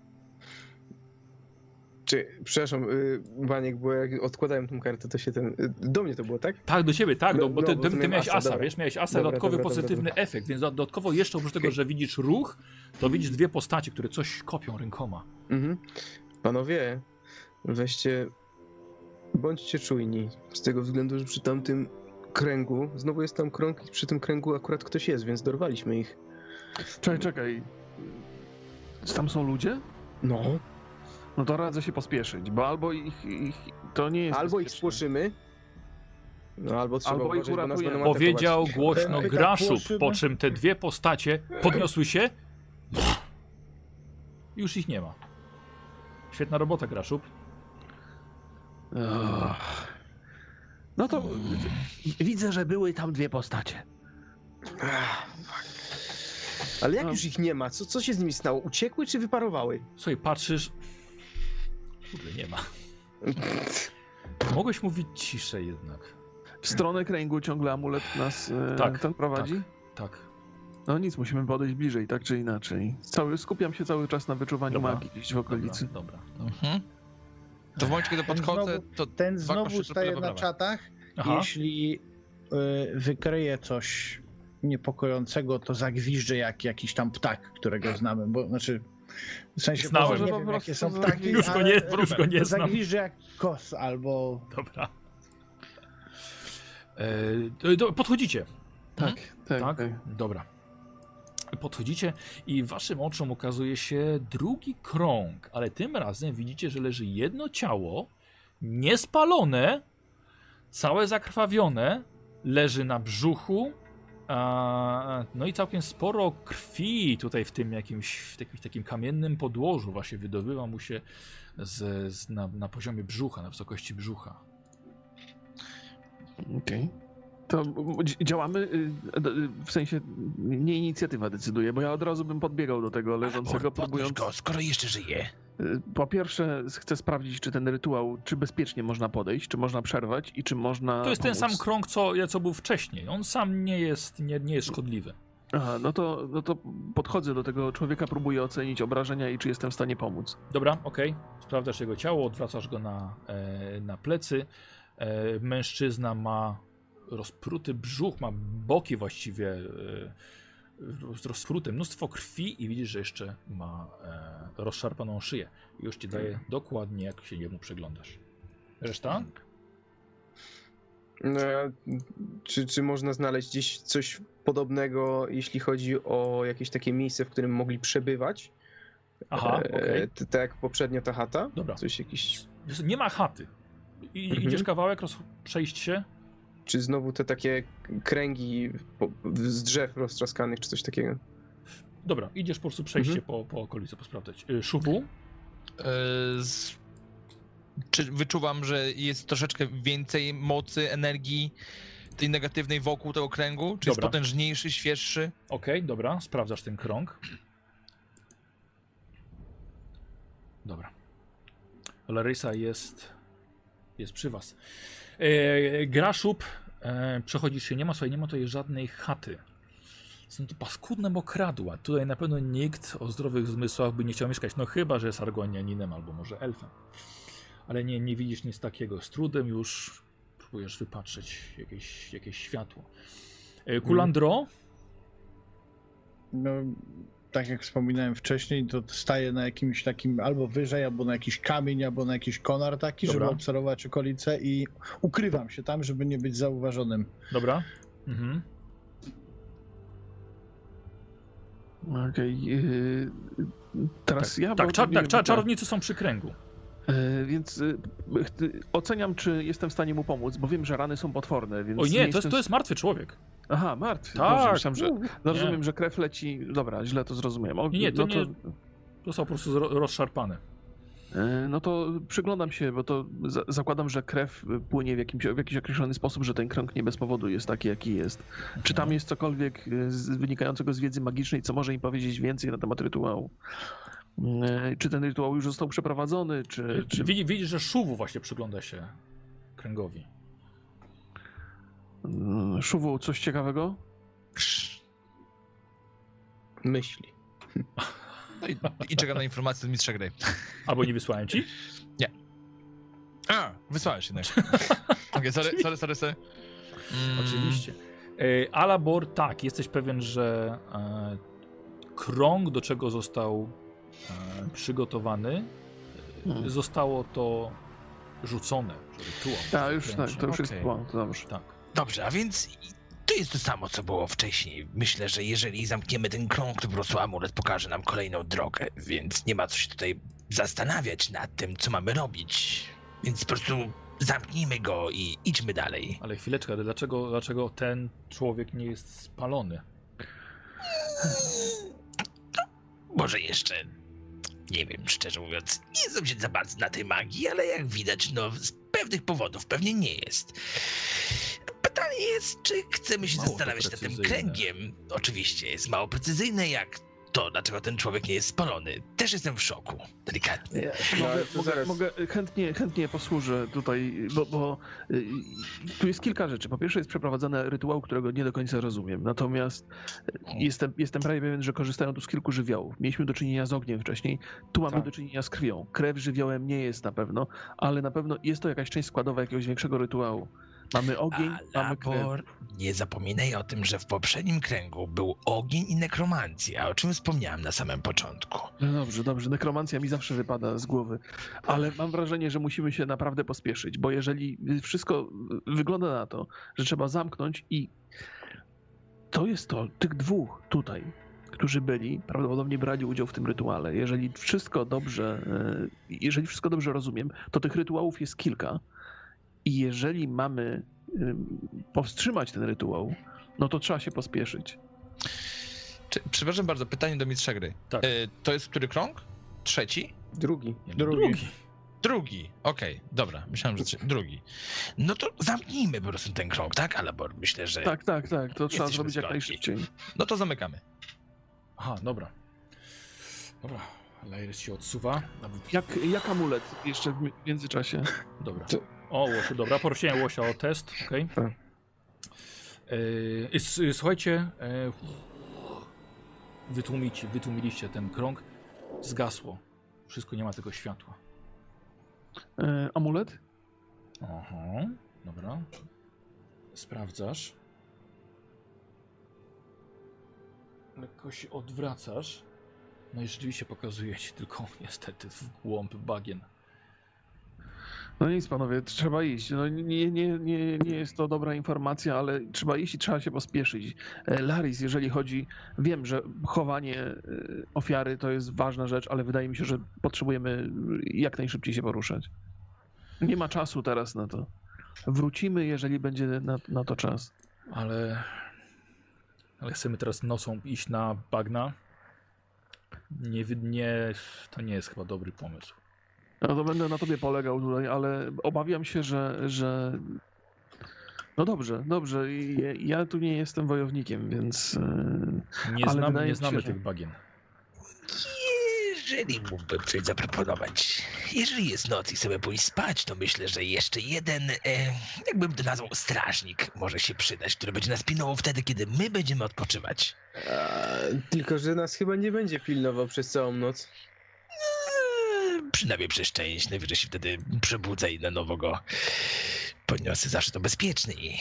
B: Czy, przepraszam, y, Baniek, bo jak odkładałem tą kartę, to się ten... y, Do mnie to było, tak?
A: Tak, do ciebie, tak,
B: No,
A: no, bo ty,
B: no, bo
A: ty,
B: to
A: ty
B: miałem
A: miałeś
B: asa,
A: asa,
B: dobra.
A: wiesz, miałeś asa,
B: Dobra,
A: dodatkowy
B: dobra, dobra,
A: pozytywny
B: dobra.
A: efekt, więc dodatkowo jeszcze oprócz tego,
B: Okej.
A: że widzisz ruch, to widzisz dwie postacie, które coś kopią rękoma.
B: Mhm. Panowie, weźcie... Bądźcie czujni, z tego względu, że przy tamtym kręgu, znowu jest tam krąg i przy tym kręgu akurat ktoś jest, więc dorwaliśmy ich.
E: Czekaj, czekaj. Tam są ludzie?
B: No.
E: No to radzę się pospieszyć, bo albo ich, ich to nie jest
B: Albo ich
E: bezpieczne.
B: spłoszymy, no albo trzeba
E: Albo ich
B: uważać, bo nas
E: uratujemy.
B: będą atakować.
A: Powiedział głośno
C: E, tak
A: Graszub,
C: głosimy.
A: po czym te dwie postacie podniosły się. Już ich nie ma. Świetna robota, Graszub.
E: Ach. No to widzę, że były tam dwie postacie.
B: Ach, fuck. Ale jak
E: No.
B: już ich nie ma, co, co się z nimi stało? Uciekły czy wyparowały?
A: Słuchaj, patrzysz. Kurde, nie ma. Mogłeś mówić ciszej jednak.
E: W stronę kręgu ciągle amulet nas e,
A: Tak,
E: ten prowadzi?
A: Tak.
E: No nic, musimy podejść bliżej, tak czy inaczej. Cały, skupiam się cały czas na wyczuwaniu
A: Dobra.
E: magii gdzieś w okolicy.
A: Dobra, dobra.
D: Mhm. To w momencie, kiedy
C: Ten
D: podchodzę,
C: znowu-
D: to
C: Ten
D: dwa
C: znowu
D: koszy
C: staje
D: lewo,
C: na
D: prawo.
C: czatach.
A: Aha.
C: Jeśli y, wykryje coś niepokojącego, to zagwiżdżę jak jakiś tam ptak, którego znamy, bo znaczy w sensie
A: Znałem.
C: może nie
E: Po
C: wiem
E: prostu
C: jakie są
E: za-
C: ptaki,
A: Już go
C: ale
A: nie- już go nie znam.
C: zagwiżdżę jak kos albo
A: Dobra. E, do, podchodzicie.
E: Tak, tak,
A: Tak?
E: tak.
A: Dobra. Podchodzicie i waszym oczom ukazuje się drugi krąg, ale tym razem widzicie, że leży jedno ciało, niespalone, całe zakrwawione, leży na brzuchu, a, no i całkiem sporo krwi tutaj w tym jakimś, w takim, w takim kamiennym podłożu właśnie wydobywa mu się z, z, na, na poziomie brzucha, na wysokości brzucha.
E: Okej. To dzi- działamy, y, d- y, w sensie nie inicjatywa decyduje, bo ja od razu bym podbiegał do tego leżącego,
F: Podnieś
E: próbując...
F: go, skoro jeszcze żyje.
E: y, Po pierwsze chcę sprawdzić, czy ten rytuał, czy bezpiecznie można podejść, czy można przerwać i czy można
A: To jest ten
E: pomóc.
A: sam krąg, co, co był wcześniej. On sam nie jest, nie, nie jest szkodliwy.
E: Aha, no to, no to podchodzę do tego człowieka, próbuję ocenić obrażenia i czy jestem w stanie pomóc.
A: Dobra, okej. Sprawdzasz jego ciało, odwracasz go na, e, na plecy. E, mężczyzna ma rozpruty brzuch, ma boki właściwie e, roz- rozprute, mnóstwo krwi i widzisz, że jeszcze ma e, rozszarpaną szyję. Już ci daje dokładnie, jak się jemu przyglądasz. Reszta?
B: No, a czy, czy można znaleźć gdzieś coś podobnego, jeśli chodzi o jakieś takie miejsce, w którym mogli przebywać?
A: Aha,
B: E,
A: okej.
B: t- Tak jak poprzednio ta chata?
A: Dobra.
B: Coś jakiś...
A: Wiesz, nie ma chaty. I,
B: Mhm.
A: Idziesz kawałek, roz, przejść się.
B: Czy znowu te takie kręgi po, z drzew roztrzaskanych, czy coś takiego?
A: Dobra, idziesz po prostu przejść się
B: Mhm.
A: po, po okolicy, posprawdzać. Y, Szubu?
D: E, z... Czy wyczuwam, że jest troszeczkę więcej mocy, energii tej negatywnej wokół tego kręgu? Czy jest
A: Dobra.
D: potężniejszy, świeższy?
A: Okej, dobra, sprawdzasz ten krąg. Dobra. Larysa jest, jest przy was. E, Graszub, e, przechodzisz się, nie ma słuchaj, nie ma tutaj żadnej chaty. Są to paskudne mokradła. Tutaj na pewno nikt o zdrowych zmysłach by nie chciał mieszkać. No chyba, że jest Argonianinem albo może elfem. Ale nie, nie widzisz nic takiego. Z trudem już próbujesz wypatrzeć jakieś, jakieś światło. E, Kulandro?
C: No, tak jak wspominałem wcześniej, to staję na jakimś takim albo wyżej, albo na jakiś kamień, albo na jakiś konar taki,
A: Dobra.
C: żeby obserwować okolice i ukrywam się tam, żeby nie być zauważonym.
A: Dobra. Mhm.
E: Okej. Yy, teraz
A: Tak,
E: ja...
A: tak,
E: bo
A: czar,
E: nie
A: tak
E: wiem,
A: czar,
E: tak.
A: czarownicy są przy kręgu.
E: Yy, więc yy, ch- oceniam, czy jestem w stanie mu pomóc, bo wiem, że rany są potworne, więc...
A: O nie, to jest,
E: jestem...
A: to jest martwy człowiek.
E: Aha, martwy.
A: Tak.
E: Dobrze, myślałem, że... No,
A: Nie.
E: rozumiem, że krew leci... Dobra, źle to zrozumiałem. O,
A: Nie, nie, to
E: no
A: nie- Został po prostu zro- rozszarpany.
E: Yy, No to przyglądam się, bo to za- zakładam, że krew płynie w, jakimś, w jakiś określony sposób, że ten krąg nie bez powodu jest taki, jaki jest. Czy tam jest cokolwiek yy, z, wynikającego z wiedzy magicznej, co może im powiedzieć więcej na temat rytuału? Yy, Czy ten rytuał już został przeprowadzony, czy... czy...
A: Widzi, widzi, że Szuwu właśnie przygląda się kręgowi.
E: Yy, Szuwu, coś ciekawego?
B: Myśli.
D: No i, i czekam na informację od mistrza gry.
A: Albo nie wysłałem ci?
D: A, wysłałeś jednak. Okej, sorry, sorry, sorry, sorry. Mm,
A: Oczywiście. E, Alabor, tak, jesteś pewien, że e, krąg, do czego został e, przygotowany, e,
E: Hmm.
A: zostało to rzucone. że Rytuał.
E: A, już tak, to już jest
D: Okej.
E: plan, to dobrze.
A: Tak.
F: Dobrze, a więc to jest to samo, co było wcześniej. Myślę, że jeżeli zamkniemy ten krąg, to po prostu amulet pokaże nam kolejną drogę, więc nie ma co się tutaj zastanawiać nad tym, co mamy robić. Więc po prostu zamknijmy go i idźmy dalej.
A: Ale chwileczkę, ale dlaczego, dlaczego ten człowiek nie jest spalony?
F: Może jeszcze, nie wiem, szczerze mówiąc, nie znam się za bardzo na tej magii, ale jak widać, no z pewnych powodów pewnie nie jest. Pytanie jest, czy chcemy się
A: Mało to
F: zastanawiać nad tym
A: precyzyjne.
F: kręgiem. Oczywiście jest mało precyzyjne, jak to, dlaczego ten człowiek nie jest spalony. Też jestem w szoku, delikatnie.
E: Ja,
B: No, ale
E: mogę,
B: to
E: mogę,
B: zaraz-
E: mogę chętnie, chętnie posłużę tutaj, bo, bo y, tu jest kilka rzeczy. Po pierwsze jest przeprowadzany rytuał, którego nie do końca rozumiem. Natomiast y, jestem, jestem prawie pewien, że korzystają tu z kilku żywiołów. Mieliśmy do czynienia z ogniem wcześniej, tu mamy
B: Tak.
E: do czynienia z krwią. Krew żywiołem nie jest na pewno, ale na pewno jest to jakaś część składowa jakiegoś większego rytuału. Mamy ogień, mamy krew.
F: Alabor, nie zapominaj o tym, że w poprzednim kręgu był ogień i nekromancja, o czym wspomniałem na samym początku.
E: No dobrze, dobrze. Nekromancja mi zawsze wypada z głowy, ale mam wrażenie, że musimy się naprawdę pospieszyć, bo jeżeli wszystko wygląda na to, że trzeba zamknąć i to jest to, tych dwóch tutaj, którzy byli, prawdopodobnie brali udział w tym rytuale. Jeżeli wszystko dobrze, e, jeżeli wszystko dobrze rozumiem, to tych rytuałów jest kilka i jeżeli mamy ym, powstrzymać ten rytuał, no to trzeba się pospieszyć.
D: Czy, przepraszam bardzo, pytanie do mistrza gry.
A: Tak.
D: E, to jest który krąg? Trzeci?
B: Drugi.
A: Nie, no,
C: Drugi.
A: drugi.
D: Drugi. Okej, dobra. Myślałem, że trze- drugi.
F: No to zamknijmy po prostu ten krąg, tak, Alabor? Myślę, że...
E: Tak, tak, tak. To trzeba
F: Jesteśmy
E: zrobić jak
F: zgodni.
E: najszybciej.
D: No to zamykamy.
A: Aha, dobra. Dobra, Lairis się odsuwa.
E: Jak, jak amulet jeszcze w mi- międzyczasie?
A: Dobra. O, Łosiu, dobra, prosiłem Łosia o test, okej.
B: Tak.
A: Yy, s- słuchajcie, yy, wytłumicie, wytłumiliście ten krąg, zgasło. Wszystko, nie ma tego światła.
E: E, amulet?
A: Aha, dobra. Sprawdzasz. Lekko się odwracasz. No i rzeczywiście pokazuje ci tylko niestety w głąb bagien.
E: No nic, panowie, trzeba iść. No, nie, nie, nie, nie jest to dobra informacja, ale trzeba iść i trzeba się pospieszyć. E, Laris, jeżeli chodzi, wiem, że chowanie e, ofiary to jest ważna rzecz, ale wydaje mi się, że potrzebujemy jak najszybciej się poruszać. Nie ma czasu teraz na to. Wrócimy, jeżeli będzie na, na to czas.
A: Ale... Ale chcemy teraz nocą iść na bagna? Nie, wy- nie, to nie jest chyba dobry pomysł.
E: No to będę na tobie polegał tutaj, ale obawiam się, że... że... No dobrze, dobrze. I- Ja tu nie jestem wojownikiem, więc... e,
A: Nie,
E: Ale
A: znam,
E: wydaje
A: nie
E: mi się,
A: znamy
E: że-
A: tych bagien.
F: Jeżeli mógłbym coś zaproponować, Jeżeli jest noc i chcemy pójść spać, to myślę, że jeszcze jeden, e, jakbym to nazwał, strażnik może się przydać, który będzie nas pilnował wtedy, kiedy my będziemy odpoczywać.
B: A, tylko, że nas chyba nie będzie pilnował przez całą noc.
F: E, przynajmniej przez część, najwyżej się wtedy przebudzę i na nowo go podniosę, zawsze to bezpieczniej.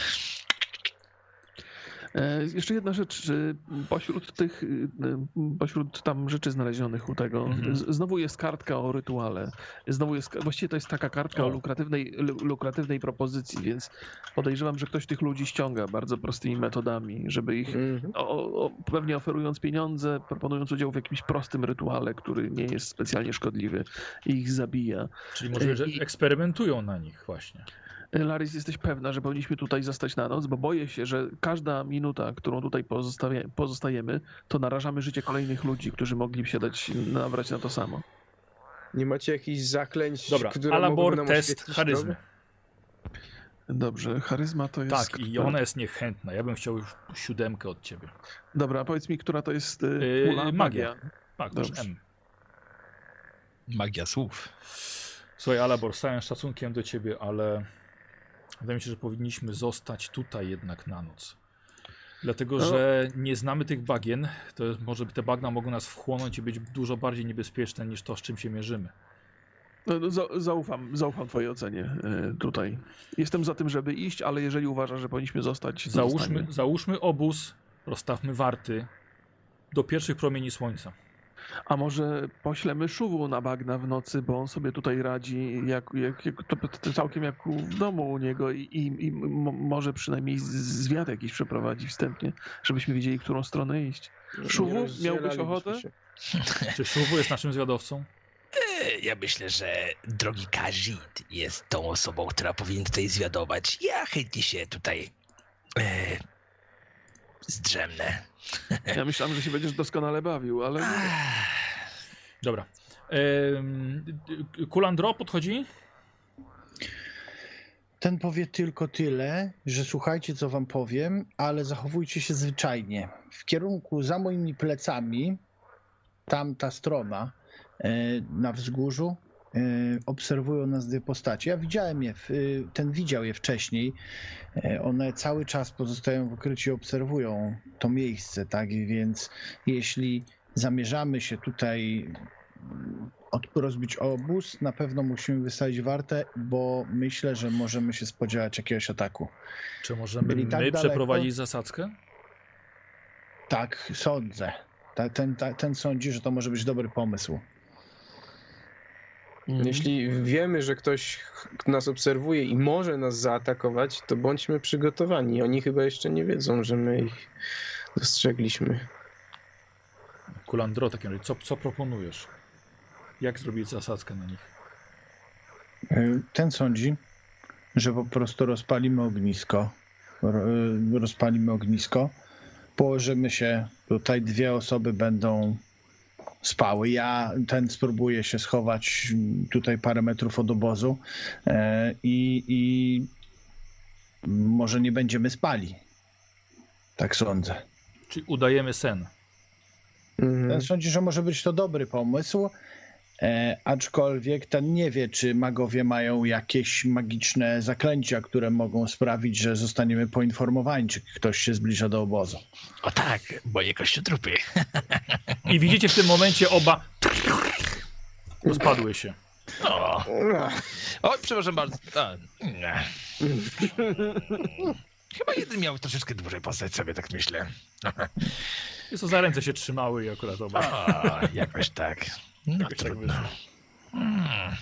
E: E, jeszcze jedna rzecz, że pośród tych, e, pośród tam rzeczy znalezionych u tego,
A: Mhm.
E: z, znowu jest kartka o rytuale. Znowu jest, właściwie to jest taka kartka o,
A: O.
E: o lukratywnej, lu- lukratywnej propozycji, więc podejrzewam, że ktoś tych ludzi ściąga bardzo prostymi metodami, żeby ich,
B: Mhm.
E: o, o, pewnie oferując pieniądze, proponując udział w jakimś prostym rytuale, który nie jest specjalnie szkodliwy i ich zabija.
A: Czyli może, że
E: I-
A: eksperymentują na nich właśnie.
E: Larys, jesteś pewna, że powinniśmy tutaj zostać na noc? Bo boję się, że każda minuta, którą tutaj pozostawia- pozostajemy, to narażamy życie kolejnych ludzi, którzy mogliby się dać nabrać na to samo.
B: Nie macie jakichś zaklęć,
A: Dobra,
B: które
A: Alabor,
B: mogłyby nam
A: test
B: oświetlić
A: charyzmy.
B: drogę?
E: Dobrze, charyzma to jest...
A: Tak, i ona jest niechętna. Ja bym chciał już siódemkę od ciebie.
E: Dobra, a powiedz mi, która to jest y,
A: Yy,
E: pula?
A: magia. Tak, masz
E: Dobrze.
A: M.
D: Magia słów.
A: Słuchaj, Alabor, z całym szacunkiem do ciebie, ale wydaje mi się, że powinniśmy zostać tutaj jednak na noc. Dlatego,
E: No.
A: że nie znamy tych bagien, to jest, może te bagna mogą nas wchłonąć i być dużo bardziej niebezpieczne niż to, z czym się mierzymy.
E: No, no, za, zaufam, zaufam twojej ocenie y, tutaj. Jestem za tym, żeby iść, ale jeżeli uważasz, że powinniśmy zostać, to
A: Załóżmy,
E: zostańmy.
A: załóżmy obóz, rozstawmy warty do pierwszych promieni słońca.
E: A może poślemy Szuwu na bagna w nocy, bo on sobie tutaj radzi, jak, jak, jak, to, to całkiem jak u- w domu u niego i, i, i mo- może przynajmniej z- zwiat jakiś przeprowadzi wstępnie, żebyśmy wiedzieli, którą stronę iść. Szuwu,
B: Nie
E: miałbyś
B: rozdzielalibyśmy
E: ochotę?
B: się.
A: Czy Szuwu jest naszym zwiadowcą?
F: E, Ja myślę, że drogi Kajit jest tą osobą, która powinna tutaj zwiadować. Ja chętnie się tutaj e, zdrzemnę.
E: Ja myślałem, że się będziesz doskonale bawił, ale...
F: Ach,
A: Dobra. Ehm, Kulandro podchodzi?
C: Ten powie tylko tyle, że słuchajcie, co wam powiem, ale zachowujcie się zwyczajnie. W kierunku za moimi plecami, tam ta strona e, na wzgórzu, e, obserwują nas dwie postacie. Ja widziałem je, w- e, ten widział je wcześniej. E, One cały czas pozostają w ukryciu i obserwują to miejsce, tak? I więc jeśli zamierzamy się tutaj od- rozbić obóz, na pewno musimy wystawić wartę, bo myślę, że możemy się spodziewać jakiegoś ataku.
A: Czy możemy
C: Byli
A: my
C: tak daleko?
A: przeprowadzić zasadzkę?
C: Tak, sądzę. Ta, ten, ta, ten sądzi, że to może być dobry pomysł.
E: Mhm.
B: Jeśli wiemy, że ktoś nas obserwuje i może nas zaatakować, to bądźmy przygotowani. Oni chyba jeszcze nie wiedzą, że my ich dostrzegliśmy.
A: Kulandro, takim razie, co, co proponujesz? Jak zrobić zasadzkę na nich?
C: Ten sądzi, że po prostu rozpalimy ognisko. Ro- Rozpalimy ognisko. Położymy się, tutaj dwie osoby będą spały. Ja ten spróbuję się schować tutaj parę metrów od obozu e, i, i może nie będziemy spali. Tak sądzę.
A: Czyli udajemy sen.
B: Mhm.
C: Ten sądzi, że może być to dobry pomysł, e, aczkolwiek ten nie wie, czy magowie mają jakieś magiczne zaklęcia, które mogą sprawić, że zostaniemy poinformowani, czy ktoś się zbliża do obozu.
F: o tak, boję kościotrupy.
A: I widzicie w tym momencie oba rozpadły się.
F: O, o przepraszam bardzo. A, nie. Chyba jeden miał troszeczkę dłużej postać sobie, tak myślę.
A: Jest to za ręce się trzymały i akurat oba.
F: O, jakoś tak. No
A: Jakoś tak
F: trudno.
A: wyszło.
F: Hmm.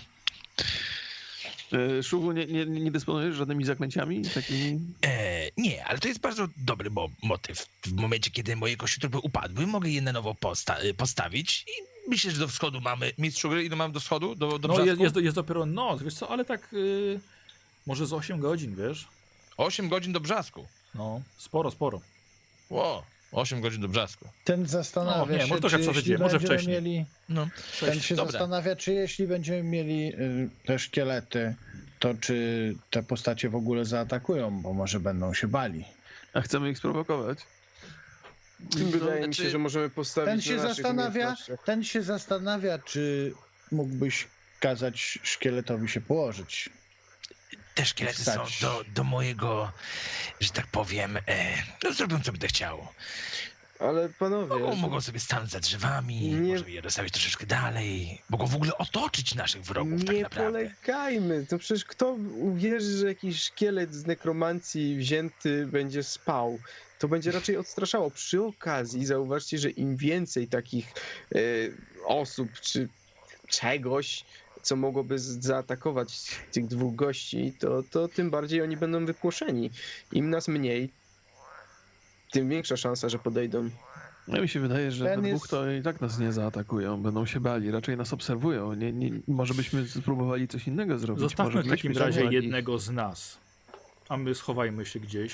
E: E, Szuwu, nie, nie, nie dysponujesz żadnymi zaklęciami? Takimi...
F: E, nie, ale to jest bardzo dobry mo- motyw. W momencie, kiedy moje kościotrupy upadły, mogę je na nowo posta- postawić i myślę, że do wschodu mamy... Mistrzu gry, ile mam do wschodu? Do, do
A: No
F: brzasku?
A: jest, jest, jest dopiero noc, wiesz co, ale tak y, może z osiem godzin, wiesz?
F: osiem godzin do brzasku.
A: No, sporo, sporo.
F: Ło, osiem godzin do brzasku.
C: Ten zastanawia
A: No, nie,
C: się,
A: może trochę
C: czy
A: przesadziłem,
C: jeśli
A: może
C: będziemy
A: wcześniej.
C: mieli...
F: No.
C: Ten się
F: Dobra.
C: zastanawia, czy jeśli będziemy mieli y, te szkielety, to czy te postacie w ogóle zaatakują, bo może będą się bali.
E: A chcemy ich sprowokować?
B: Wydaje mi
F: znaczy,
B: się, że możemy postawić
C: Ten
B: na
C: się
B: naszych
C: zastanawia,
B: umiejętnościach.
C: ten się zastanawia, czy mógłbyś kazać szkieletowi się położyć.
F: Te szkielety są
C: Wstać.
F: do, do mojego, że tak powiem, e, no zrobią co będę chciał.
B: Ale panowie...
F: Mogą, mogą sobie stanąć za drzewami,
B: Nie-
F: możemy je rozstawić troszeczkę dalej. Mogą w ogóle otoczyć naszych wrogów tak
B: Nie
F: naprawdę.
B: polegajmy, to przecież kto uwierzy, że jakiś szkielet z nekromancji wzięty będzie spał? To będzie raczej odstraszało. Przy okazji zauważcie, że im więcej takich e, osób czy czegoś, co mogłoby z- zaatakować tych dwóch gości, to, to tym bardziej oni będą wypłoszeni. Im nas mniej, tym większa szansa, że podejdą.
E: No mi się wydaje, że
C: Ten
E: we dwóch
C: jest-
E: to i tak nas nie zaatakują, będą się bali, raczej nas obserwują. Nie, nie, może byśmy spróbowali coś innego zrobić.
A: Zostawmy
E: może
A: w takim
E: gdzieś
A: razie
E: wyciągnąć ich.
A: jednego z nas, a my schowajmy się gdzieś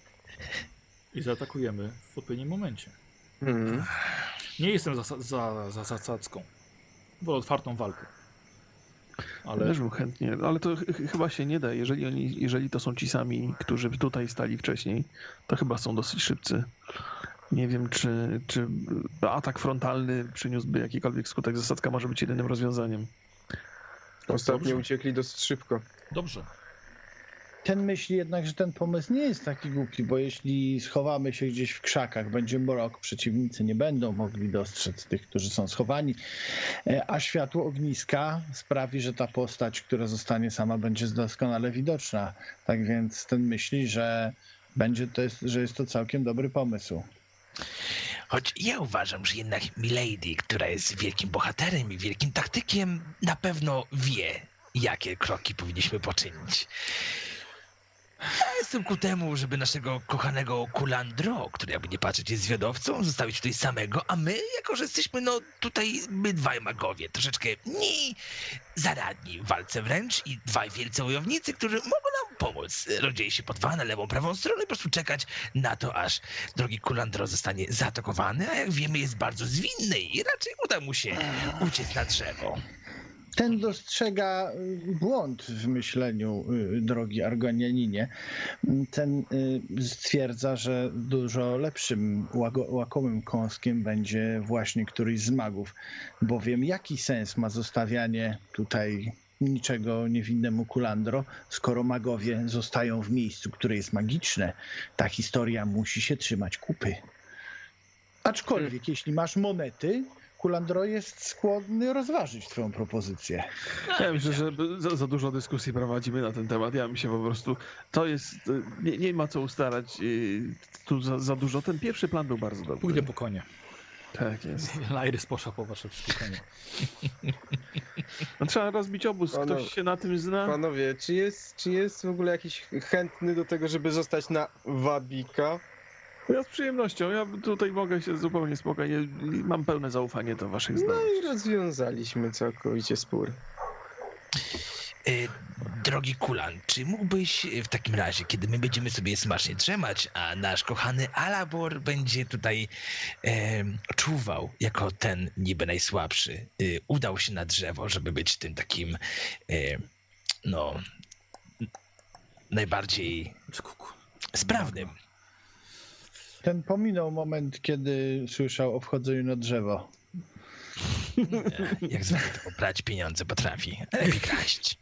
A: i zaatakujemy w odpowiednim momencie.
B: Mhm.
A: Nie jestem za, za, za zasadzką. Wolę otwartą walkę. Ale
E: Też bym chętnie, ale to ch ch chyba się nie da. Jeżeli, oni, jeżeli to są ci sami, którzy tutaj stali wcześniej, to chyba są dosyć szybcy. Nie wiem, czy, czy atak frontalny przyniósłby jakikolwiek skutek. Zasadzka może być jedynym rozwiązaniem.
B: Ostatnio
A: Dobrze.
B: uciekli dosyć szybko.
A: dobrze.
C: Ten myśli jednak, że ten pomysł nie jest taki głupi, bo jeśli schowamy się gdzieś w krzakach, będzie mrok, przeciwnicy nie będą mogli dostrzec tych, którzy są schowani, e, a światło ogniska sprawi, że ta postać, która zostanie sama, będzie doskonale widoczna. Tak więc ten myśli, że będzie to jest, że jest to całkiem dobry pomysł.
F: Choć ja uważam, że jednak Milady, która jest wielkim bohaterem i wielkim taktykiem, na pewno wie, jakie kroki powinniśmy poczynić. Ja jestem ku temu, żeby naszego kochanego Kulandro, który jakby nie patrzeć jest zwiadowcą, zostawić tutaj samego, a my, jako że jesteśmy no tutaj my dwaj magowie, troszeczkę mniej zaradni w walce wręcz i dwaj wielcy wojownicy, którzy mogą nam pomóc. Rozdzieli się po dwa na lewą, prawą stronę i po prostu czekać na to, aż drogi Kulandro zostanie zaatakowany, a jak wiemy jest bardzo zwinny i raczej uda mu się uciec na drzewo.
C: Ten dostrzega y, błąd w myśleniu y, drogi Arganianinie. Ten y, stwierdza, że dużo lepszym, łago- łakomym kąskiem będzie właśnie któryś z magów, bowiem jaki sens ma zostawianie tutaj niczego niewinnemu Kulandro, skoro magowie zostają w miejscu, które jest magiczne. Ta historia musi się trzymać kupy. Aczkolwiek, jeśli masz monety, Kulandro jest skłonny rozważyć twoją propozycję.
E: Ja myślę, że za, za dużo dyskusji prowadzimy na ten temat. Ja mi się po prostu, to jest, nie, nie ma co ustalać yy, tu za, za dużo. Ten pierwszy plan był bardzo dobry.
A: Pójdę po konie.
E: Tak jest.
A: Lajrys poszła po wasze wszystkie konie.
E: No, trzeba rozbić obóz.
B: Panowie-
E: Ktoś się na tym zna?
B: Panowie, czy jest, czy jest w ogóle jakiś chętny do tego, żeby zostać na Wabika?
E: Ja z przyjemnością. Ja tutaj mogę się zupełnie spokojnie. Mam pełne zaufanie do waszych
B: No
E: zdolności.
B: i rozwiązaliśmy całkowicie spór.
F: Y, Drogi Kulan, czy mógłbyś w takim razie, kiedy my będziemy sobie smacznie drzemać, a nasz kochany Alabor będzie tutaj e, czuwał jako ten niby najsłabszy, y, udał się na drzewo, żeby być tym takim, e, no, najbardziej
A: Skuku.
F: sprawnym.
C: Ten pominął moment, kiedy słyszał o wchodzeniu na drzewo.
F: E, jak zwykle tylko brać pieniądze potrafi, a lepiej kraść.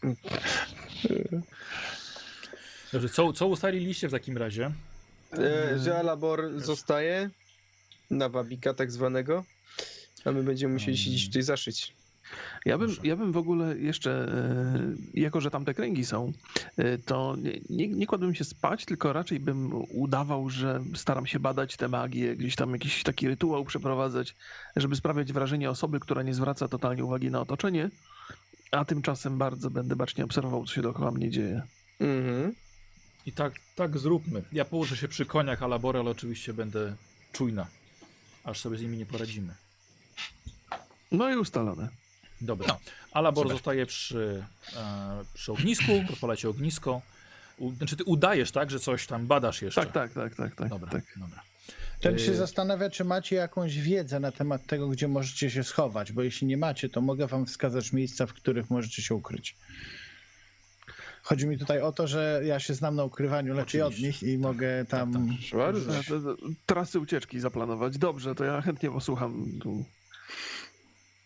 A: Dobrze, co, co ustaliliście w takim razie?
B: E, że Alabor zostaje na Wabika tak zwanego, a my będziemy musieli się dziś tutaj zaszyć.
E: Ja bym,
A: Dobrze.
E: ja bym w ogóle jeszcze, e, jako że tam te kręgi są, e, to nie, nie, nie kładłbym się spać, tylko raczej bym udawał, że staram się badać tę magię, gdzieś tam jakiś taki rytuał przeprowadzać, żeby sprawiać wrażenie osoby, która nie zwraca totalnie uwagi na otoczenie, a tymczasem bardzo będę bacznie obserwował, co się dookoła mnie dzieje.
B: Mhm.
A: I tak, tak zróbmy. Ja położę się przy koniach Alabora, ale oczywiście będę czujna, aż sobie z nimi nie poradzimy.
E: No i ustalone.
A: Dobra.
F: No,
A: Alabor
F: super.
A: zostaje przy, e, przy ognisku, rozpalacie ognisko. U, znaczy ty udajesz, tak, że coś tam badasz jeszcze.
E: Tak, tak, tak, tak, tak.
A: Dobra,
E: tak.
A: dobra.
C: Ten się
A: Y,
C: zastanawia, czy macie jakąś wiedzę na temat tego, gdzie możecie się schować, bo jeśli nie macie, to mogę wam wskazać miejsca, w których możecie się ukryć. Chodzi mi tutaj o to, że ja się znam na ukrywaniu lepiej od
A: Oczywiście.
C: nich i mogę tam...
A: tak.
B: Bardzo.
E: E, te- te- Trasy ucieczki zaplanować. Dobrze, to ja chętnie posłucham. Tu.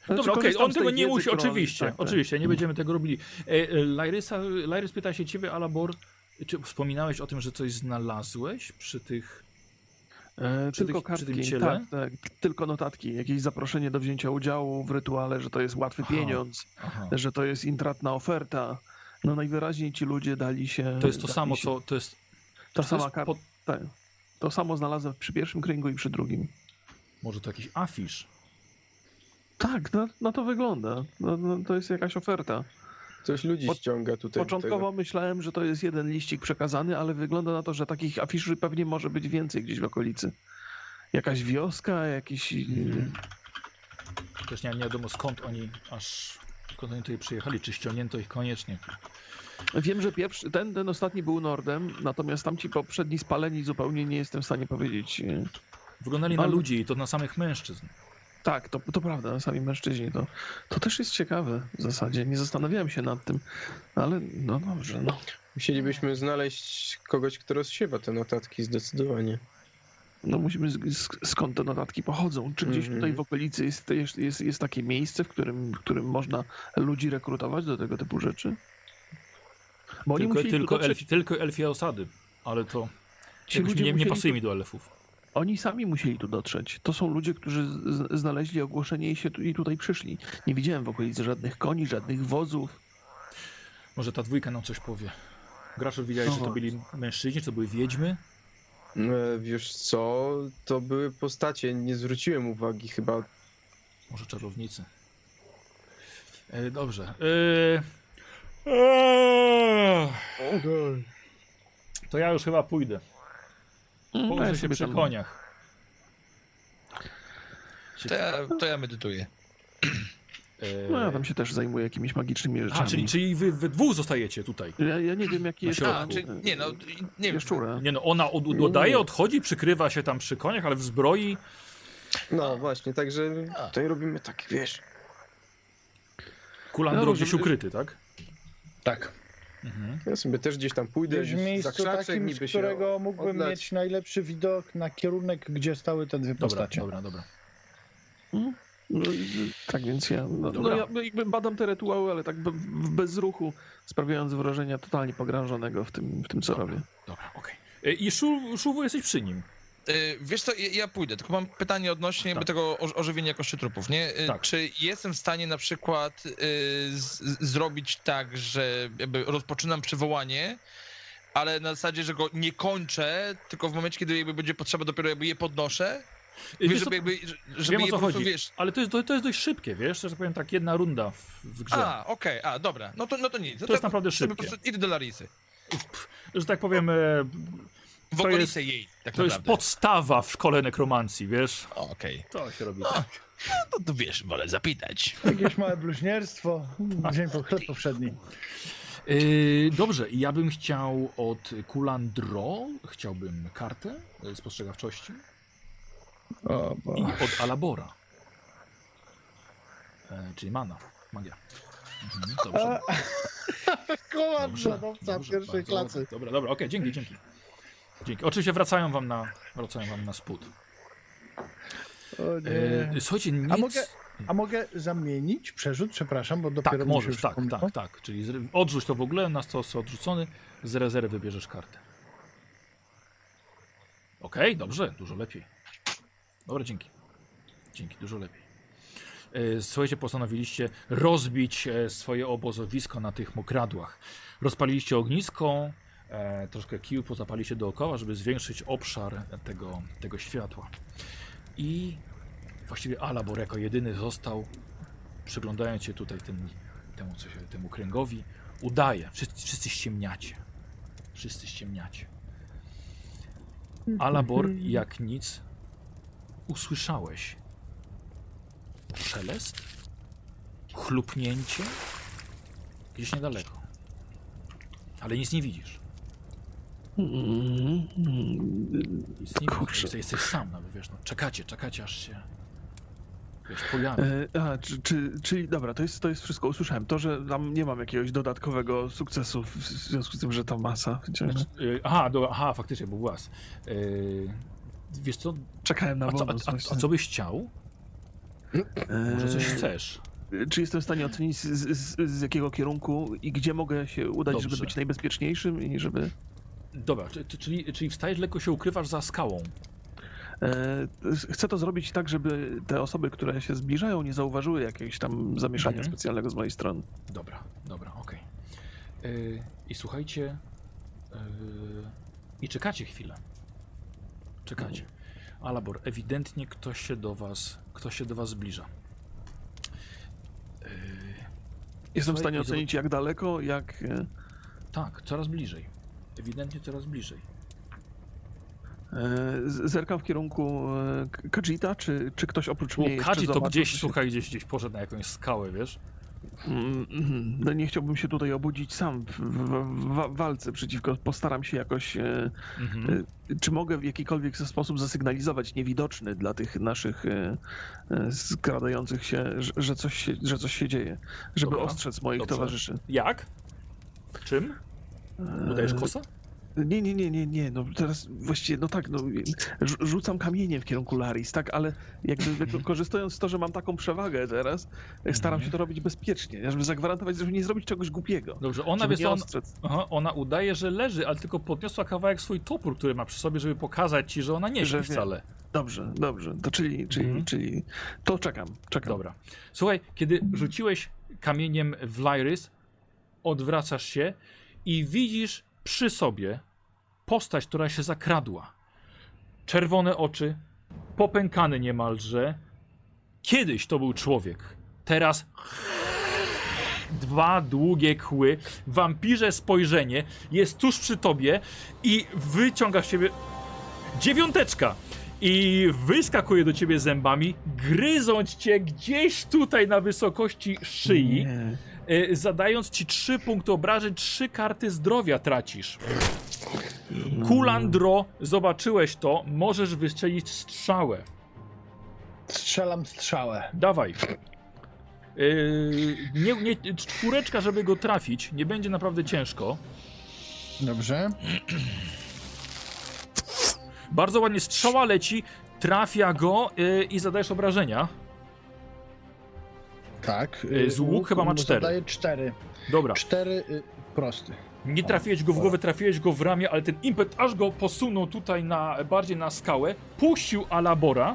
A: Dobra, okej,
E: korzystam
A: on
E: z tej
A: tego nie
E: wiedzy,
A: musi,
E: którą-
A: oczywiście,
E: tak, tak.
A: oczywiście, nie będziemy tego robili. E, e, Lairysa, Lairys pyta się ciebie, Alabor, czy wspominałeś o tym, że coś znalazłeś przy tych...
E: E,
A: Przy
E: tylko
A: tych- przy tym
E: kartki,
A: ciele?
E: tak, tak, tylko notatki, jakieś zaproszenie do wzięcia udziału w rytuale, że to jest łatwy
A: Aha.
E: pieniądz,
A: Aha.
E: że to jest intratna oferta. No najwyraźniej ci ludzie dali się...
A: To jest to
E: dali
A: samo,
E: się,
A: co... To jest,
E: Ta
A: to
E: sama
A: jest
E: karta.
A: po,
E: Tak. To samo znalazłem przy pierwszym kręgu i przy drugim.
A: może to jakiś afisz?
E: Tak, no, no to wygląda. No, no, to jest jakaś oferta.
B: Coś ludzi
E: Po-
B: ściąga tutaj. do
E: Początkowo
B: tego.
E: myślałem, że to jest jeden liścik przekazany, ale wygląda na to, że takich afiszy pewnie może być więcej gdzieś w okolicy. Jakaś wioska, jakiś...
A: Mhm. Też nie, nie wiadomo skąd oni aż... Skąd oni tutaj przyjechali, czy ściągnięto ich koniecznie.
E: Wiem, że pierwszy, ten, ten ostatni był Nordem, natomiast tamci poprzedni spaleni zupełnie nie jestem w stanie powiedzieć.
A: Wyglądali na
E: Ale-
A: ludzi i to na samych mężczyzn.
E: Tak, to, to prawda, sami mężczyźni. To, to też jest ciekawe w zasadzie. Nie zastanawiałem się nad tym, ale no dobrze, no.
B: Musielibyśmy znaleźć kogoś, kto rozsiewa te notatki zdecydowanie.
E: No musimy, z, z, skąd te notatki pochodzą. Czy gdzieś
B: Mhm.
E: tutaj w okolicy jest, jest, jest, jest takie miejsce, w którym, w którym można ludzi rekrutować do tego typu rzeczy? Bo oni
A: Tylko,
E: musieli tu
A: tylko,
E: dotrzeć-
A: elfi, tylko elfie osady, ale to
E: ci
A: jakoś
E: ludzie
A: nie, nie
E: musieli
A: pasuje
E: tu-
A: mi do elfów.
E: Oni sami musieli tu dotrzeć. To są ludzie, którzy z, znaleźli ogłoszenie i, się tu, i tutaj przyszli. Nie widziałem w okolicy żadnych koni, żadnych wozów.
A: Może ta dwójka nam coś powie. Graczu, widziałeś,
E: No
A: że to
E: właśnie.
A: byli mężczyźni, czy to były wiedźmy?
B: E, Wiesz co, to były postacie, nie zwróciłem uwagi chyba.
A: Może czarownicy. E, dobrze. E, e, to ja już chyba pójdę.
E: Mm,
A: Położę
E: ja
A: się
E: sobie
A: przy
E: tam-
A: koniach.
D: To ja, to ja medytuję.
A: E,
E: No ja tam się też zajmuję jakimiś magicznymi rzeczami.
A: a, czyli, czyli wy we dwóch zostajecie tutaj.
E: Ja, ja nie wiem, jaki
A: Na
E: jest...
A: środku.
D: A, czy, nie no, nie wiem.
E: Jaszczura.
A: Nie no, ona od, dodaje, odchodzi, przykrywa się tam przy koniach, ale w zbroi.
B: No właśnie, także
D: A.
B: tutaj robimy tak, wiesz.
A: Kulandro
E: No,
A: gdzieś
E: żeby-
A: ukryty, tak?
D: Tak.
A: Mhm.
B: Ja sobie też gdzieś tam pójdę,
C: Gdzieś w
B: za
C: miejscu
B: krzaczek
C: takim, z
B: niby się
C: którego mógłbym
B: oddać.
C: mieć najlepszy widok na kierunek, gdzie stały te dwie
A: Dobra,
C: postacie.
A: dobra, dobra.
E: No, i- tak więc ja, no, no
A: Dobra.
E: ja no, jakby badam te rytuały, ale tak be, w bezruchu, sprawiając wrażenia totalnie pogrążonego w tym, w tym co robię.
A: Dobra, okej. E, I Szu, Szuwu, jesteś przy nim.
D: Y, Wiesz co, ja, ja pójdę, tylko mam pytanie odnośnie jakby
A: Tak.
D: tego o- ożywienia kości trupów, nie? Y,
A: Tak.
D: Czy jestem w stanie na przykład y, z, zrobić tak, że jakby rozpoczynam przywołanie, ale na zasadzie, że go nie kończę, tylko w momencie, kiedy jakby będzie potrzeba, dopiero jakby je podnoszę?
A: E,
D: Wiesz,
A: wiesz co,
D: żeby jakby, żeby
A: wiem, o
D: je
A: co
D: po prostu,
A: chodzi.
D: wiesz...
A: Ale to jest, to, to jest dość szybkie, wiesz, że tak powiem, tak jedna runda w, w grze.
D: A, okej, a, dobra, no to, no to nic. No
A: To jest naprawdę
D: sobie
A: szybkie.
D: po prostu idę do Larisy.
A: Że tak powiem, e,
D: W
A: To
D: okolice jej, tak
A: to jest
D: naprawdę.
A: podstawa w szkole nekromancji, wiesz?
D: O, Okej,
A: To się robi
D: No.
A: tak.
D: no to wiesz, wolę zapytać.
C: Jakieś małe bluźnierstwo, dzień po chleb powszedni.
A: Yy, dobrze, ja bym chciał od Kulandro, chciałbym kartę e, spostrzegawczości
C: O, bo...
A: i od Alabora. E, czyli mana, magia. Mhm, dobrze.
C: Kołam
A: Dobrze,
C: nadawca
A: dobrze,
C: pierwszej
A: bardzo
C: klasy.
A: ładnie. Dobra, dobra, okej, dzięki, dzięki. Dzięki. Oczywiście wracają wam na, wracają wam na spód.
C: O nie.
A: E, słuchajcie, nic...
C: A mogę, a mogę zamienić przerzut? Przepraszam, bo dopiero
A: Tak,
C: mi się
A: możesz, tak,
C: przypomniało.
A: tak, tak. Czyli zre- odrzuć to w ogóle, na stos odrzucony, z rezerwy bierzesz kartę. Okej, dobrze, dużo lepiej. Dobra, dzięki. Dzięki, dużo lepiej. E, Słuchajcie, postanowiliście rozbić e, swoje obozowisko na tych mokradłach. Rozpaliliście ognisko, e, troszkę kiju pozapaliście dookoła, żeby zwiększyć obszar tego, tego światła. I właściwie Alabor jako jedyny został, przyglądając się tutaj tym, temu, co się, temu kręgowi, udaje. Wszyscy, wszyscy ściemniacie. Wszyscy ściemniacie. Alabor, jak nic, usłyszałeś szelest, chlupnięcie gdzieś niedaleko. Ale nic nie widzisz.
E: Mm,
A: Nic nie widzisz. Jesteś, jesteś sam nawet, wiesz, no, czekacie, czekacie aż się, wiesz, pojawi.
E: E, a, czy, czy, czyli dobra, to jest, to jest wszystko, usłyszałem. To, że tam nie mam jakiegoś dodatkowego sukcesu w, w związku z tym, że ta masa.
A: Znaczy, y, aha, do, aha, faktycznie, był głaz. Yy, wiesz co,
E: Czekałem na
A: a co,
E: bonus.
A: a, a,
E: właśnie.
A: a co byś chciał? Może coś
E: E,
A: chcesz?
E: Czy jestem w stanie ocenić z, z, z jakiego kierunku i gdzie mogę się udać,
A: Dobrze.
E: żeby być najbezpieczniejszym i żeby...
A: Dobra, czy- czy- czyli, czyli wstajesz, lekko się ukrywasz za skałą.
E: E, Chcę to zrobić tak, żeby te osoby, które się zbliżają, nie zauważyły jakiegoś tam zamieszania
A: Mhm.
E: specjalnego z mojej strony.
A: Dobra, dobra, okej. Yy, I słuchajcie... Yy, I czekacie chwilę. Czekacie. Alabor, ewidentnie ktoś się do was, ktoś się do was zbliża. Yy,
E: Jestem w
A: Słuchaj,
E: stanie
A: i
E: ocenić jak daleko, jak... e,
A: tak, coraz bliżej. Ewidentnie coraz bliżej.
E: e, z- Zerkam w kierunku e, K- Kajita, czy, czy ktoś oprócz mnie
A: O,
E: jeszcze
A: Kadzi to
E: zobaczył,
A: gdzieś,
E: co się-
A: słuchaj, gdzieś, gdzieś poszedł na jakąś skałę, wiesz?
E: Mm, mhm. No nie chciałbym się tutaj obudzić sam w, w, w walce przeciwko, postaram się jakoś, e,
A: Mhm.
E: e, czy mogę w jakikolwiek sposób zasygnalizować niewidoczny dla tych naszych e, e, skradających się, że, że, coś się, że coś się dzieje, żeby
A: Dobra.
E: ostrzec moich
A: Dobrze.
E: towarzyszy.
A: Jak? Czym? Udajesz
E: E,
A: kosa?
E: Nie, nie, nie, nie, nie, no teraz właściwie, no tak, no rzu- rzucam kamieniem w kierunku Laris, tak, ale jakby jakby korzystając z to, że mam taką przewagę teraz, staram się to robić bezpiecznie, żeby zagwarantować, żeby nie zrobić czegoś głupiego.
A: Dobrze, ona,
E: żeby
A: wiesz,
E: nie
A: on,
E: ostrzec.
A: aha, ona udaje, że leży, ale tylko podniosła kawałek swój topór, który ma przy sobie, żeby pokazać ci, że ona nie
E: Że
A: śpi
E: wie.
A: wcale.
E: Dobrze, dobrze, to czyli, czyli,
A: Mhm.
E: czyli, to czekam, czekam.
A: Dobra. Słuchaj, kiedy rzuciłeś kamieniem w Lyrys, odwracasz się i widzisz przy sobie postać, która się zakradła. Czerwone oczy, popękany niemalże. Kiedyś to był człowiek. Teraz dwa długie kły, wampirze spojrzenie, jest tuż przy tobie i wyciąga z ciebie dziewiąteczka. I wyskakuje do ciebie zębami, gryząc cię gdzieś tutaj na wysokości szyi,
E: Nie.
A: y, zadając ci trzy punkty obrażeń, trzy karty zdrowia tracisz. Kulandro, zobaczyłeś to, możesz wystrzelić strzałę.
C: Strzelam strzałę.
A: Dawaj. Yy, nie, nie, czwóreczka, żeby go trafić, nie będzie naprawdę ciężko.
C: Dobrze.
A: Bardzo ładnie strzała leci, trafia go yy, i zadajesz obrażenia.
C: Tak.
A: Y, z łuk chyba ma cztery.
C: Daje cztery.
A: Dobra.
C: Cztery y, prosty.
A: Nie trafiłeś go w głowę, trafiłeś go w ramię, ale ten impet aż go posunął tutaj na, bardziej na skałę. Puścił Alabora.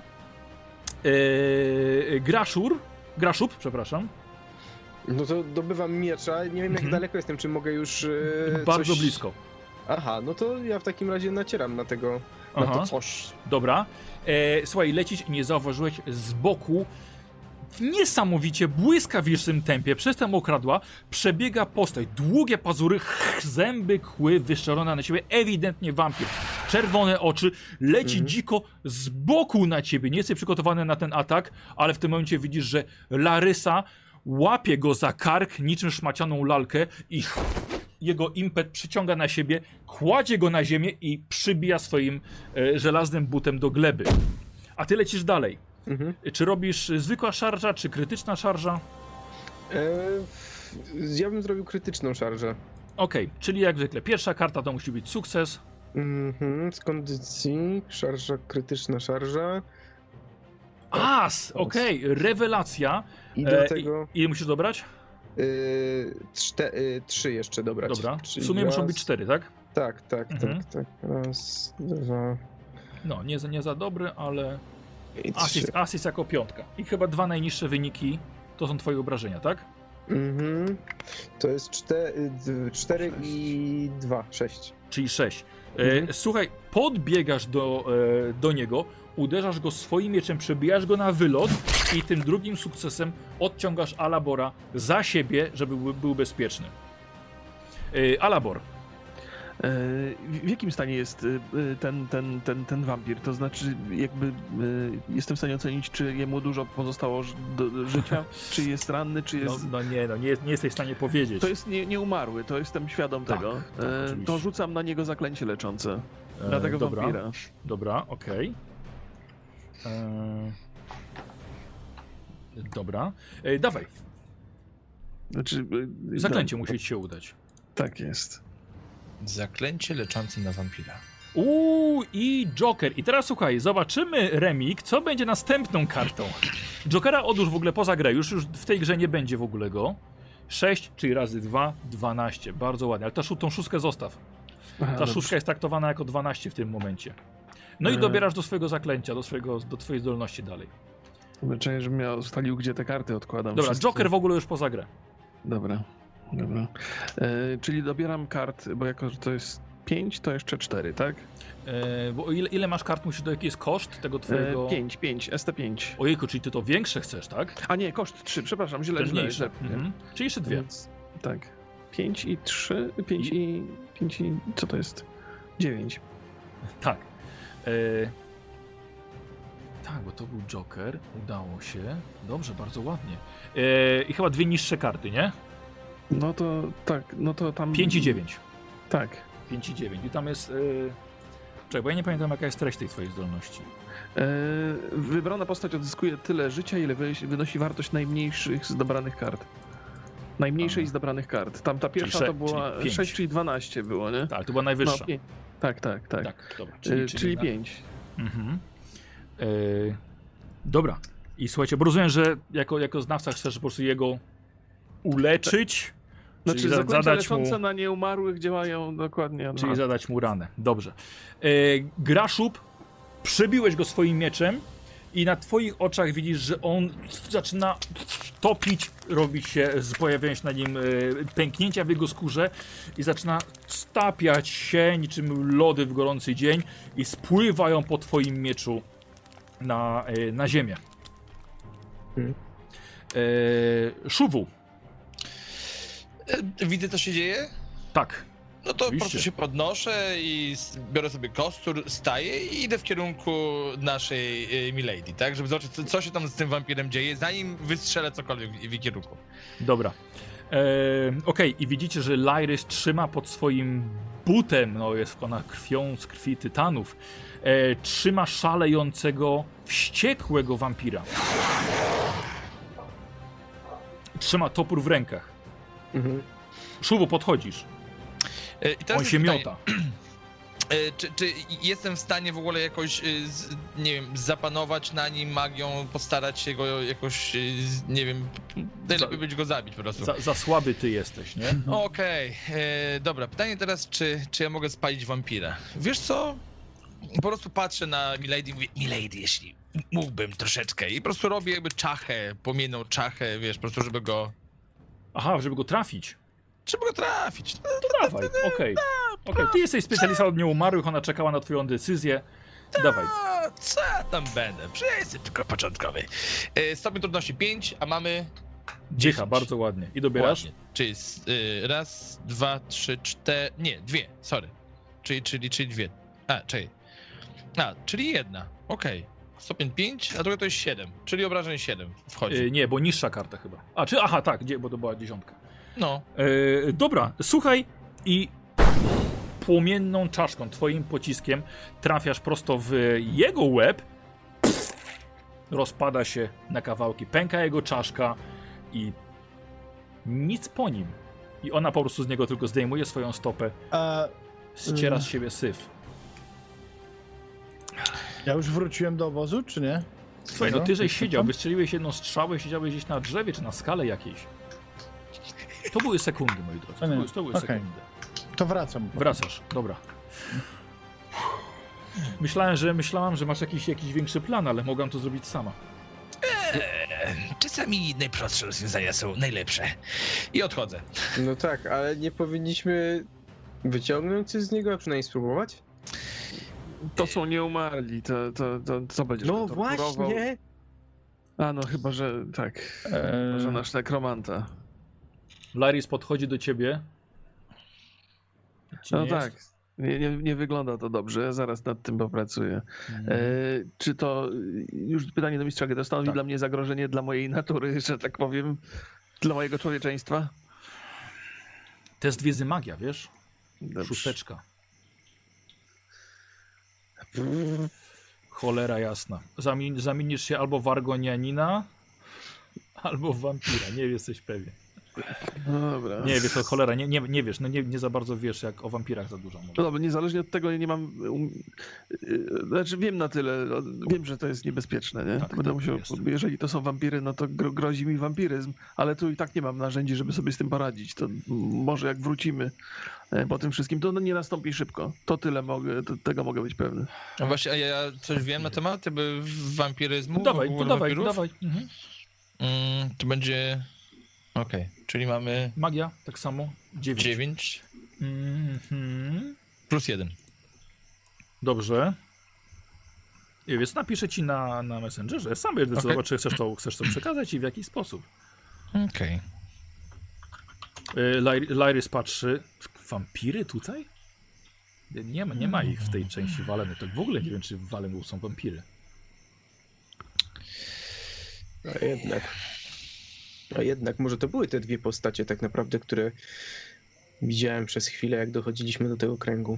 A: Yy, Graszur. Graszub, przepraszam.
B: No to dobywam miecza, nie wiem jak
A: Mhm.
B: daleko jestem, czy mogę już e,
A: Bardzo
B: coś...
A: blisko.
B: Aha, no to ja w takim razie nacieram na tego, na
A: Aha.
B: to coś.
A: Dobra. E, słuchaj, lecisz i nie zauważyłeś z boku. W niesamowicie błyskawicznym tempie przez tę okradła przebiega postać. Długie pazury, ch, zęby, kły wyszczerone na siebie. Ewidentnie wampir. Czerwone oczy. Leci
B: Mhm.
A: dziko z boku na ciebie. Nie jesteś przygotowany na ten atak, ale w tym momencie widzisz, że Larysa łapie go za kark niczym szmacianą lalkę i jego impet przyciąga na siebie, kładzie go na ziemię i przybija swoim e, żelaznym butem do gleby. A ty lecisz dalej.
B: Mhm.
A: Czy robisz zwykła szarża, czy krytyczna szarża?
B: E, ja bym zrobił krytyczną szarżę.
A: Okej, czyli jak zwykle pierwsza karta to musi być sukces.
B: Mhm, z kondycji, szarża, krytyczna szarża.
A: As! Okej, rewelacja.
B: I
A: E,
B: do tego
A: i, ile musisz dobrać?
B: y, czte, y, trzy jeszcze dobrać.
A: Dobra,
B: Czyli
A: w sumie
B: raz,
A: muszą być cztery, tak?
B: Tak, tak,
A: Mhm.
B: tak, tak. Raz, dwa
A: No, nie za, nie za dobry, ale
B: i
A: as
B: trzy.
A: jest, as jest jako piątka. I chyba dwa najniższe wyniki to są twoje obrażenia, tak?
B: Mhm. To jest cztery, cztery i dwa, sześć.
A: Czyli sześć. E,
B: Mhm.
A: słuchaj, podbiegasz do, e, do niego, uderzasz go swoim mieczem, przebijasz go na wylot i tym drugim sukcesem odciągasz Alabora za siebie, żeby był, był bezpieczny. E, Alabor.
E: E, W w jakim stanie jest e, ten, ten, ten, ten wampir? To znaczy, jakby e, jestem w stanie ocenić, czy jemu dużo pozostało ż- do życia, czy jest ranny, czy
A: No,
E: jest...
A: no nie, no nie, nie jesteś w stanie powiedzieć.
E: To jest nie, nieumarły, to jestem świadom
A: Tak,
E: tego.
A: tak,
E: E,
A: oczywiście.
E: to rzucam na niego zaklęcie leczące.
A: E,
E: Na tego
A: dobra,
E: wampira.
A: dobra, okej. E, Dobra. E, dawaj,
E: Znaczy,
A: zaklęcie
E: no,
A: musi ci się udać.
E: Tak jest.
D: Zaklęcie leczące na wampira.
A: Uuu, i Joker. I teraz słuchaj, zobaczymy, Remik, co będzie następną kartą. Jokera odłóż w ogóle poza grę, już, już w tej grze nie będzie w ogóle go. sześć, czyli razy dwa, dwanaście. Bardzo ładnie, ale ta, tą szóstkę zostaw.
E: Aha,
A: Ta
E: dobrze.
A: szóstka jest traktowana jako dwanaście w tym momencie. No i
E: Eee.
A: dobierasz do swojego zaklęcia, do, swojego, do twojej zdolności dalej.
E: Zobaczenie, żebym miał ustalił, gdzie te karty odkładam.
A: Dobra,
E: wszystkie.
A: Joker w ogóle już poza grę.
E: Dobra, dobra. E, czyli dobieram kart, bo jako, że to jest pięć, to jeszcze cztery, tak?
A: E, bo ile, ile masz kart, musisz, do jaki jest koszt tego twojego...
E: E, pięć, pięć, S T pięć.
A: Ojejku, czyli ty to większe chcesz, tak?
E: A nie, koszt trzy, przepraszam, źle,
A: Ten
E: źle,
A: mniejszy.
E: źle.
A: Mhm. Czyli jeszcze dwie.
E: Więc, tak. pięć i trzy, pięć i... pięć i... co to jest? dziewięć.
A: Tak. E... Tak, bo to był Joker. Udało się. Dobrze, bardzo ładnie. E... I chyba dwie niższe karty, nie?
E: No to tak, no to tam...
A: pięć i dziewięć.
E: Tak.
A: pięć i dziewięć. I tam jest... E... Czekaj, bo ja nie pamiętam, jaka jest treść tej twojej zdolności.
E: E, wybrana postać odzyskuje tyle życia, ile wy- wynosi wartość najmniejszych z dobranych kart. Najmniejszej
A: Aha.
E: z dobranych kart. Tam ta pierwsza
A: sze-
E: to była
A: czyli pięć.
E: sześć, czyli dwanaście było, nie?
A: Tak, to była najwyższa.
E: No, pię- tak, tak, tak.
A: Tak, dobra.
E: Czyli, czyli
A: na-
E: pięć.
A: Mhm. E... Dobra. I słuchajcie, bo rozumiem, że jako, jako znawca chcesz po prostu jego uleczyć.
E: Znaczy
A: czyli za-
E: zaklęcia
A: zadać mu...
E: leczące na nieumarłych działają dokładnie.
A: Czyli
E: no.
A: zadać mu ranę. Dobrze. E, Graszub, przebiłeś go swoim mieczem i na twoich oczach widzisz, że on zaczyna topić, robić się, pojawiają się na nim e, pęknięcia w jego skórze i zaczyna stapiać się niczym lody w gorący dzień i spływają po twoim mieczu na, e, na ziemię.
B: Hmm.
A: E, Szuwu,
D: E, Widzę, co się dzieje?
A: tak.
D: No to po
A: Oczywiście.
D: prostu się podnoszę i s- biorę sobie kostur, staję i idę w kierunku naszej e, Milady, tak? Żeby zobaczyć, co, co się tam z tym wampirem dzieje, zanim wystrzelę cokolwiek w, w jej kierunku.
A: Dobra. E, Okej, i widzicie, że Lyrys trzyma pod swoim butem, no jest ona krwią z krwi tytanów, e, trzyma szalejącego, wściekłego wampira. Trzyma topór w rękach.
B: Mhm.
A: Szuwu, podchodzisz.
D: E, I teraz
A: On
D: jest
A: się
D: pytanie,
A: miota.
D: e, Czy, czy jestem w stanie w ogóle jakoś, e, z, nie wiem, zapanować na nim magią, postarać się go jakoś, e, z- nie wiem, najlepiej będzie go zabić po prostu.
A: Za, za słaby ty jesteś, nie?
D: Okej, e, dobra, pytanie teraz, czy, czy ja mogę spalić wampira? Wiesz co? Po prostu patrzę na Milady i mówię, Milady, jeśli mógłbym troszeczkę i po prostu robię jakby czachę, płomienną czachę, wiesz, po prostu żeby go,
A: Aha, żeby go trafić.
D: żeby go trafić. No,
A: Dawaj, okej. Okej, ty jesteś specjalistą od nieumarłych, ona czekała na twoją decyzję. Dawaj.
D: a, co ja tam będę? Przecież jestem tylko początkowy. E, stopień trudności pięć, a mamy
A: Dziecha,
D: dziesięć.
A: bardzo ładnie. I dobierasz?
D: Ładnie. Czyli s- y, raz, dwa, trzy, cztery, nie, dwie, sorry. Czyli, czyli, czyli dwie. A, czekaj. A, czyli jedna, okej. Stopień pięć, a druga to jest siedem, czyli obrażeń siedem wchodzi.
A: E, nie, bo niższa karta chyba. A, czy, aha, tak, gdzie, bo to była dziesiątka.
D: No,
A: E, dobra, słuchaj i płomienną czaszką, twoim pociskiem trafiasz prosto w jego łeb. Rozpada się na kawałki, pęka jego czaszka i nic po nim. I ona po prostu z niego tylko zdejmuje swoją stopę,
C: A
A: ściera z
C: Mm.
A: siebie syf.
C: ja już wróciłem do obozu, czy nie?
A: Słuchaj, no
C: Co?
A: ty żeś
C: Jestem
A: siedział,
C: tam?
A: wystrzeliłeś jedną strzałę, siedziałeś gdzieś na drzewie czy na skale jakiejś. To były sekundy, moi drodzy, to
C: A nie,
A: były, to były
C: okej.
A: sekundy.
C: To wracam.
A: Wracasz, dobra. Myślałem, że myślałam, że masz jakiś, jakiś większy plan, ale mogłam to zrobić sama.
F: Eee, czasami najprostsze rozwiązania są najlepsze.
D: i odchodzę.
B: No tak, ale nie powinniśmy wyciągnąć coś z niego, a przynajmniej spróbować?
E: To są nieumarli, to, to, to co będziesz
B: No
E: go torturował?
B: właśnie!
E: A no chyba, że tak.
C: Eee,
E: Że nasz nekromanta.
A: Larys podchodzi do ciebie. Ci
E: No
A: nie
E: tak.
A: jest?
E: Nie, nie, nie wygląda to dobrze, zaraz nad tym popracuję.
A: Mhm.
E: E, czy to, już pytanie do mistrza, to stanowi
A: Tak.
E: dla mnie zagrożenie dla mojej natury, że tak powiem, dla mojego człowieczeństwa?
A: Test wiedzy magia, wiesz?
E: Dobrze.
A: Szósteczka. Cholera jasna. Zami zamienisz się albo w argonianina, albo w wampira. Nie jesteś pewien.
E: No dobra.
A: Nie wiesz, o cholera, nie, nie, nie wiesz, no nie, nie za bardzo wiesz, jak o wampirach za dużo mówię.
E: No dobra, niezależnie od tego nie mam... Um, yy, znaczy wiem na tyle, wiem, że to jest niebezpieczne, nie?
A: Tak,
E: to będę
A: tak,
E: musiał,
A: jest.
E: jeżeli to są wampiry, no to gro, grozi mi wampiryzm, ale tu i tak nie mam narzędzi, żeby sobie z tym poradzić. To może jak wrócimy po tym wszystkim, to nie nastąpi szybko. To tyle mogę, to, tego mogę być pewny.
D: No właśnie, a ja coś wiem na temat jakby wampiryzmu?
A: Dawaj,
D: w
A: to
D: ogóle
A: dawaj,
D: wampirów?
A: dawaj. Mhm.
D: Mm, to będzie... Okej, czyli mamy
A: Magia, tak samo. Dziewięć.
D: dziewięć
A: Mhm.
D: plus jeden.
A: Dobrze. I więc napiszę ci na, na Messengerze. Sam będę
D: Okej.
A: decydował, czy chcesz to, chcesz to przekazać i w jaki sposób.
D: Okej.
A: Y, Lay- Lyrys patrzy. Wampiry tutaj? Nie ma, nie ma ich w tej części Walenu. To w ogóle nie wiem, czy w Walenu są wampiry.
B: A jednak. A jednak, może to były te dwie postacie tak naprawdę, które widziałem przez chwilę, jak dochodziliśmy do tego kręgu.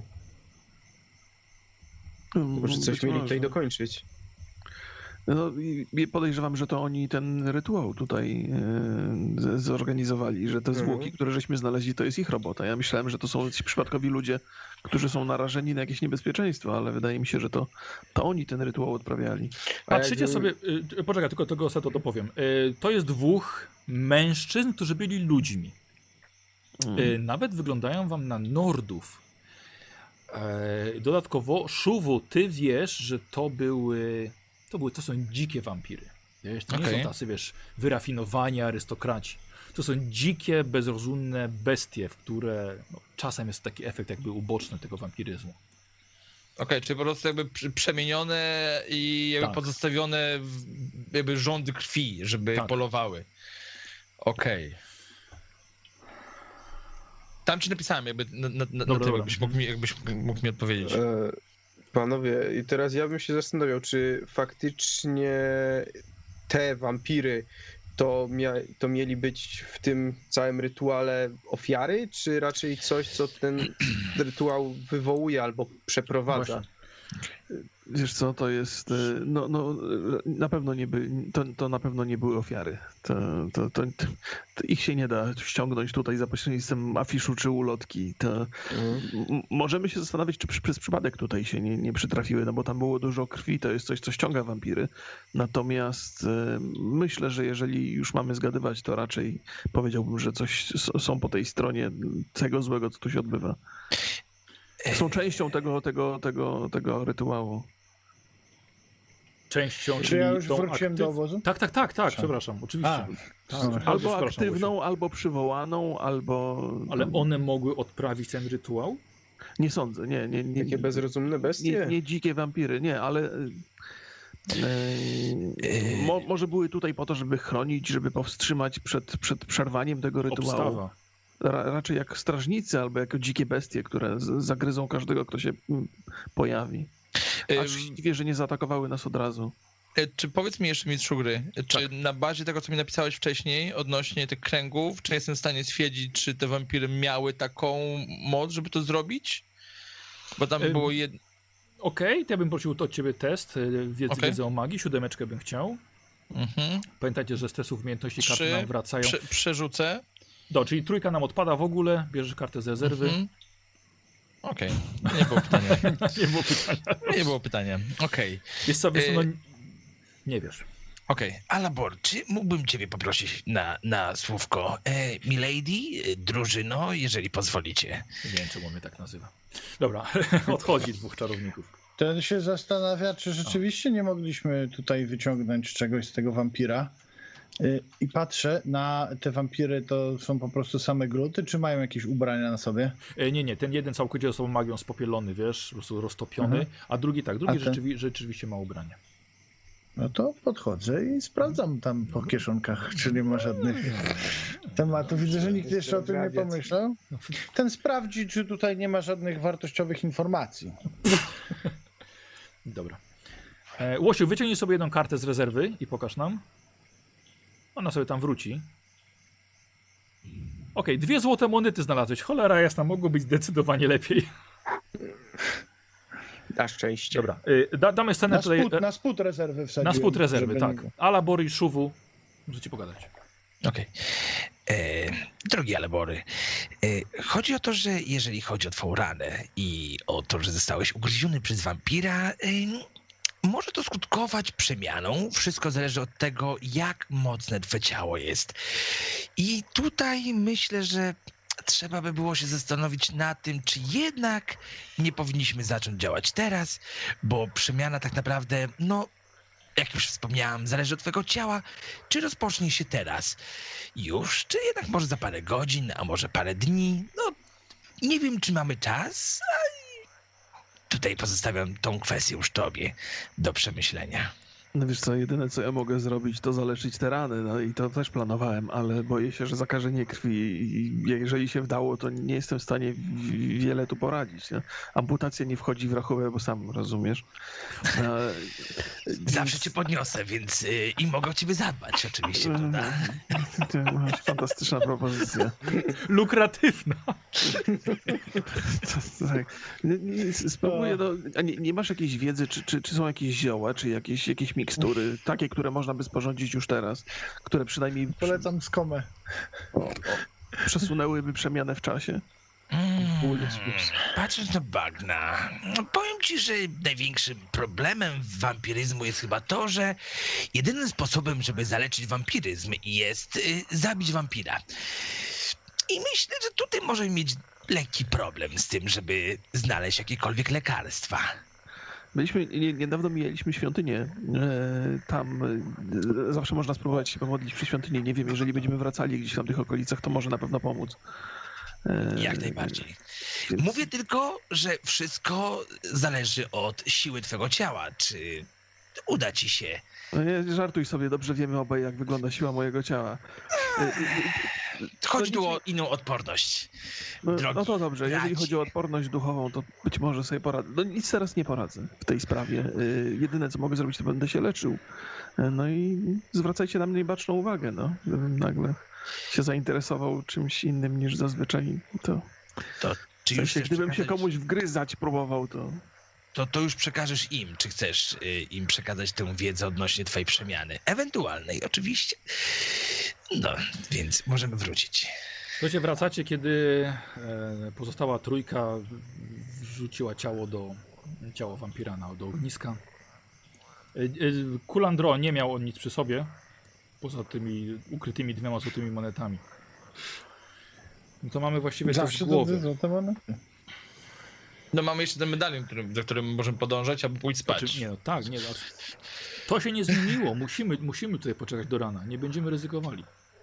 B: Może coś
E: Być
B: mieli
E: może.
B: tutaj dokończyć.
E: No i podejrzewam, że to oni ten rytuał tutaj e, z- zorganizowali, że te
B: Mhm.
E: zwłoki, które żeśmy znaleźli, to jest ich robota. Ja myślałem, że to są ci przypadkowi ludzie, którzy są narażeni na jakieś niebezpieczeństwo, ale wydaje mi się, że to, to oni ten rytuał odprawiali.
B: A
A: Patrzycie
B: jakby-
A: sobie, y, poczekaj, tylko tego sobie to dopowiem. Y, to jest dwóch mężczyzn, którzy byli ludźmi.
E: Mm.
A: Y, nawet wyglądają wam na Nordów. E, dodatkowo, Szuwu, ty wiesz, że to były, to były, to są dzikie wampiry. Wiesz, to nie
D: Okej.
A: są tacy, wiesz, wyrafinowani arystokraci. To są dzikie, bezrozumne bestie, w które no, czasem jest taki efekt jakby uboczny tego wampiryzmu.
D: Okej, czyli po prostu jakby przy- przemienione i jakby
A: Tak.
D: pozostawione w, jakby rządy krwi, żeby
A: Tak.
D: polowały. Okej. Tam ci napisałem jakby na, na, na, na
A: Dobra,
D: tym,
A: dobra.
D: jakbyś mógł mi, jakbyś mógł mi odpowiedzieć.
B: E, Panowie, i teraz ja bym się zastanawiał, czy faktycznie te wampiry to, mia- to mieli być w tym całym rytuale ofiary, czy raczej coś, co ten rytuał wywołuje albo przeprowadza?
A: Właśnie.
E: Wiesz co, to jest, e, no, no na pewno nie by, to, to na pewno nie były ofiary. To, to, to, to ich się nie da ściągnąć tutaj za pośrednictwem afiszu czy ulotki. To,
B: Mhm.
E: M- Możemy się zastanawiać, czy przy, przez przypadek tutaj się nie, nie przytrafiły, no bo tam było dużo krwi, to jest coś, co ściąga wampiry. Natomiast e, myślę, że jeżeli już mamy zgadywać, to raczej powiedziałbym, że coś s- są po tej stronie tego złego, co tu się odbywa. Są częścią tego, tego, tego, tego rytuału.
A: Częścią,
C: Czy
A: czyli
C: ja już
A: tą
C: wróciłem
A: aktyw-
C: do obozu?
A: Tak, tak, tak, tak,
C: Przepraszam.
A: przepraszam, oczywiście.
C: A,
A: Tak,
C: dobra.
A: bardzo
E: Albo
A: przepraszam,
E: aktywną, albo przywołaną, albo...
A: Ale one mogły odprawić ten rytuał?
E: Nie sądzę, nie. nie, nie
B: Takie bezrozumne
E: Nie,
B: bestie?
E: nie dzikie wampiry, nie, ale e, mo, może były tutaj po to, żeby chronić, żeby powstrzymać przed, przed przerwaniem tego rytuału.
A: Obstawa.
E: Ra, raczej jak strażnicy albo jako dzikie bestie, które z, zagryzą każdego, kto się mm, pojawi.
D: Ym,
E: Aż się dziwię, że nie zaatakowały nas od razu.
D: E, Czy powiedz mi jeszcze, mistrzu gry, czy
A: Tak.
D: na bazie tego, co mi napisałeś wcześniej odnośnie tych kręgów, czy jestem w stanie stwierdzić, czy te wampiry miały taką moc, żeby to zrobić? Bo tam
A: Ym,
D: było jedno...
A: Okej, to ja bym prosił od ciebie test y, wiedzy,
D: Okej.
A: wiedzy o magii, siódemeczkę bym chciał.
D: Mhm.
A: Pamiętajcie, że z testów umiejętności karty
D: Trzy,
A: nam wracają.
D: Prze przerzucę.
A: Do, czyli trójka nam odpada w ogóle, bierzesz kartę z rezerwy.
D: Mhm. Okej, nie było pytania.
A: Nie było pytania.
D: Nie było pytania. Okej,
A: Wiesz co, wiesz co, no,
D: Y-
A: nie wiesz.
F: Okej, Alabor, czy mógłbym ciebie poprosić na, na słówko? E, milady, e, drużyno, jeżeli pozwolicie.
A: Nie wiem, czemu on mnie tak nazywa. Dobra, odchodzi dwóch czarowników.
C: Ten się zastanawia, czy rzeczywiście nie mogliśmy tutaj wyciągnąć czegoś z tego wampira. Y, I patrzę na te wampiry, to są po prostu same gluty, czy mają jakieś ubrania na sobie?
A: E, nie, nie, ten jeden całkowicie osobą magią spopielony, wiesz, po prostu roztopiony,
C: Mhm.
A: a drugi tak, drugi
C: A ten?
A: rzeczywi rzeczywiście ma ubranie.
C: No to podchodzę i sprawdzam tam po kieszonkach, czy nie ma żadnych tematów. Widzę, że nikt jeszcze o tym nie pomyślał. Ten sprawdzi, czy tutaj nie ma żadnych wartościowych informacji.
A: Dobra. E, Łosiu, wyciągnij sobie jedną kartę z rezerwy i pokaż nam. Ona sobie tam wróci. Okej, dwie złote monety znalazłeś. Cholera jasna, mogło być zdecydowanie lepiej.
B: Na szczęście.
A: Dobra, y, da, damy scenę
C: Na
A: tutaj.
C: spód, na spód rezerwy wsadziłem.
A: Na spód rezerwy,
C: żeby
A: tak.
C: nie-
A: Alabor i Szuwu. Możecie pogadać.
F: Okej. E, drogi Alabory, e, chodzi o to, że jeżeli chodzi o twą ranę i o to, że zostałeś ugryziony przez wampira, e, może to skutkować przemianą. Wszystko zależy od tego, jak mocne twoje ciało jest. I tutaj myślę, że trzeba by było się zastanowić nad tym, czy jednak nie powinniśmy zacząć działać teraz, bo przemiana tak naprawdę, no, jak już wspomniałam, zależy od twojego ciała, czy rozpocznie się teraz już, czy jednak może za parę godzin, a może parę dni. No, nie wiem, czy mamy czas, a tutaj pozostawiam tą kwestię już tobie do przemyślenia.
E: No wiesz co, jedyne co ja mogę zrobić, to zaleczyć te rany, no i to też planowałem, ale boję się, że zakażenie krwi i jeżeli się wdało, to nie jestem w stanie w- wiele tu poradzić. No. Amputacja nie wchodzi w rachubę, bo sam rozumiesz. No,
F: Zawsze cię podniosę, więc y, i mogę o ciebie zadbać oczywiście, prawda?
E: Ty masz fantastyczna propozycja.
A: Lukratywna.
E: To, tak. Nie, nie, spróbuję, no, a nie, nie masz jakiejś wiedzy, czy, czy, czy są jakieś zioła, czy jakieś, jakieś mikstury, takie, które można by sporządzić już teraz, które przynajmniej przy,
C: Polecam skomę.
E: przesunęłyby przemianę w czasie?
F: Mm, patrząc na bagna, no powiem ci, że największym problemem wampiryzmu jest chyba to, że jedynym sposobem, żeby zaleczyć wampiryzm jest y, zabić wampira. I myślę, że tutaj możemy mieć lekki problem z tym, żeby znaleźć jakiekolwiek lekarstwa.
E: Byliśmy, nie, niedawno mijaliśmy świątynię. E, tam e, zawsze można spróbować się pomodlić przy świątyni. Nie wiem, jeżeli będziemy wracali gdzieś tam w tych okolicach, to może na pewno pomóc. E,
F: Jak najbardziej.
E: więc-
F: Mówię tylko, że wszystko zależy od siły twego ciała. Czy uda ci się?
E: No nie, żartuj sobie, dobrze wiemy obaj, jak wygląda siła mojego ciała. E, e,
F: Chodzi tu o inną odporność.
E: No,
F: Drogi
E: no to dobrze, jeżeli
F: bracie.
E: chodzi o odporność duchową, to być może sobie poradzę. No nic teraz nie poradzę w tej sprawie. Y, Jedyne, co mogę zrobić, to będę się leczył. Y, No i zwracajcie na mnie baczną uwagę, no. Gdybym nagle się zainteresował czymś innym niż zazwyczaj, to...
F: Czy
E: W
F: już
E: sensie,
F: chcesz
E: gdybym się
F: przekazać-
E: komuś wgryzać próbował, to...
F: To, to już przekażesz im, czy chcesz y, im przekazać tę wiedzę odnośnie twojej przemiany. Ewentualnej, oczywiście. No, więc możemy wrócić.
A: Słuchajcie, wracacie, kiedy e, pozostała trójka wrzuciła ciało do ciało wampirana do ogniska. E, e, Kulandro nie miał on nic przy sobie, poza tymi ukrytymi dwiema złotymi monetami. No to mamy właściwie coś w
C: Zawsze
A: głowie.
C: to złote monety.
D: No mamy jeszcze ten medalion, którym, do którym możemy podążać, aby pójść spać.
A: Znaczy, nie, no tak, nie, no, to się nie zmieniło. Musimy, musimy tutaj poczekać do rana. Nie będziemy ryzykowali.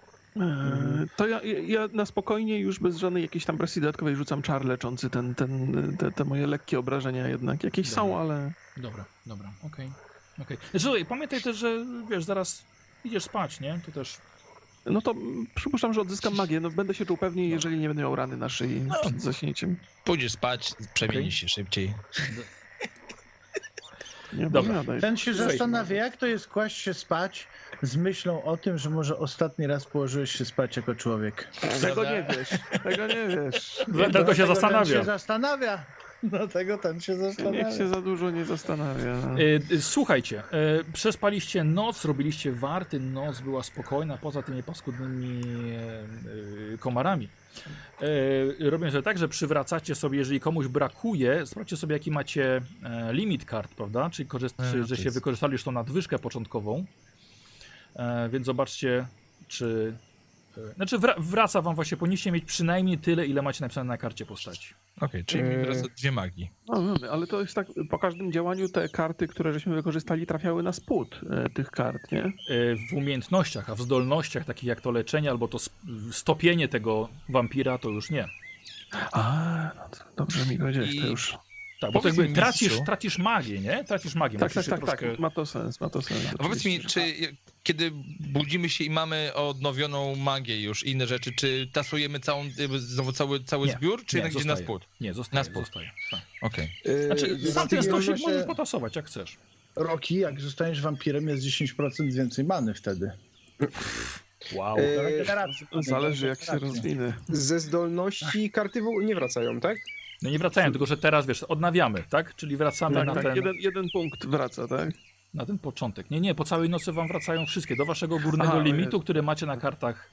E: E, To ja, ja na spokojnie już bez żadnej jakiejś tam presji dodatkowej rzucam czar leczący ten, ten, te, te moje lekkie obrażenia jednak. Jakieś są,
A: Dobra.
E: ale...
A: Dobra, dobra, okej. okej. Znaczy, pamiętaj też, że wiesz, zaraz idziesz spać, nie? To też.
E: No to mm, przypuszczam, że odzyskam magię. No będę się czuł pewniej, jeżeli nie będę miał rany na szyi
D: No.
E: przed zaśnięciem.
D: Pójdziesz spać, przemienisz
A: Okej.
D: się szybciej.
E: Nie
A: Dobra.
E: opowiadaj.
C: Ten się
A: Słuchaj,
C: zastanawia, jak to jest kłaść się spać z myślą o tym, że może ostatni raz położyłeś się spać jako człowiek.
E: Tego nie wiesz, tego nie wiesz.
A: Dlatego się
C: Ten się
A: zastanawia.
C: zastanawia. Dlatego ten się zastanawia.
E: Niech się za dużo nie zastanawia. no.
A: E, e, słuchajcie, e, przespaliście noc, robiliście warty, noc była spokojna, poza tymi paskudnymi e, e, komarami. E, robią sobie tak, że przywracacie sobie, jeżeli komuś brakuje, sprawdźcie sobie jaki macie e, limit kart, prawda? Czyli korzyst,
D: E,
A: czy,
D: to
A: że się
D: jest-
A: wykorzystali już tą nadwyżkę początkową. E, więc zobaczcie, czy... e, Znaczy wra- wraca wam właśnie, powinniście mieć przynajmniej tyle, ile macie napisane na karcie postaci.
D: Okej, czyli mi
B: Yy.
D: wraca dwie magii.
E: No, no, ale to jest tak, po każdym działaniu te karty, które żeśmy wykorzystali, trafiały na spód e, tych kart, nie?
A: E, w umiejętnościach, a w zdolnościach takich jak to leczenie albo to sp- stopienie tego wampira to już nie.
E: A, no to dobrze mi powiedziałeś, to
D: I-
E: już...
A: Tak, bo to
D: Powiedz
A: jakby
D: mi,
A: tracisz,
D: mistrzu.
A: tracisz magię, nie? Tracisz magię.
E: Tak,
A: musisz
E: tak,
A: się
E: tak,
A: troszkę...
E: tak, ma to sens, ma to sens.
D: A powiedz mi,
E: oczywiście.
D: czy kiedy budzimy się i mamy odnowioną magię już, inne rzeczy, czy tasujemy całą, jakby znowu cały, cały
A: Nie,
D: zbiór, czy
A: nie,
D: jednak idzie na
A: zostaje.
D: spód?
A: Nie, zostaje,
D: Na spód.
A: zostaje. Tak.
D: Okej.
B: Yy,
A: Znaczy,
B: za
A: sam ten
B: tymi
A: stosik
C: równo się-
A: możesz potasować jak chcesz.
C: Roki, jak zostaniesz wampirem, jest dziesięć procent więcej many wtedy.
A: Wow.
B: Yy,
C: Do regeneracji.
E: Zależy jak się
C: Regeneracji.
E: rozwinę.
B: Ze zdolności karty w ogóle nie wracają, tak?
A: No nie wracają, tylko że teraz wiesz, odnawiamy, tak? Czyli wracamy
E: Tak,
A: na,
E: tak,
A: ten,
E: jeden, jeden punkt wraca, tak?
A: na ten początek. Nie, nie, po całej nocy wam wracają wszystkie. Do waszego górnego
E: Aha,
A: limitu,
E: jest.
A: który macie na kartach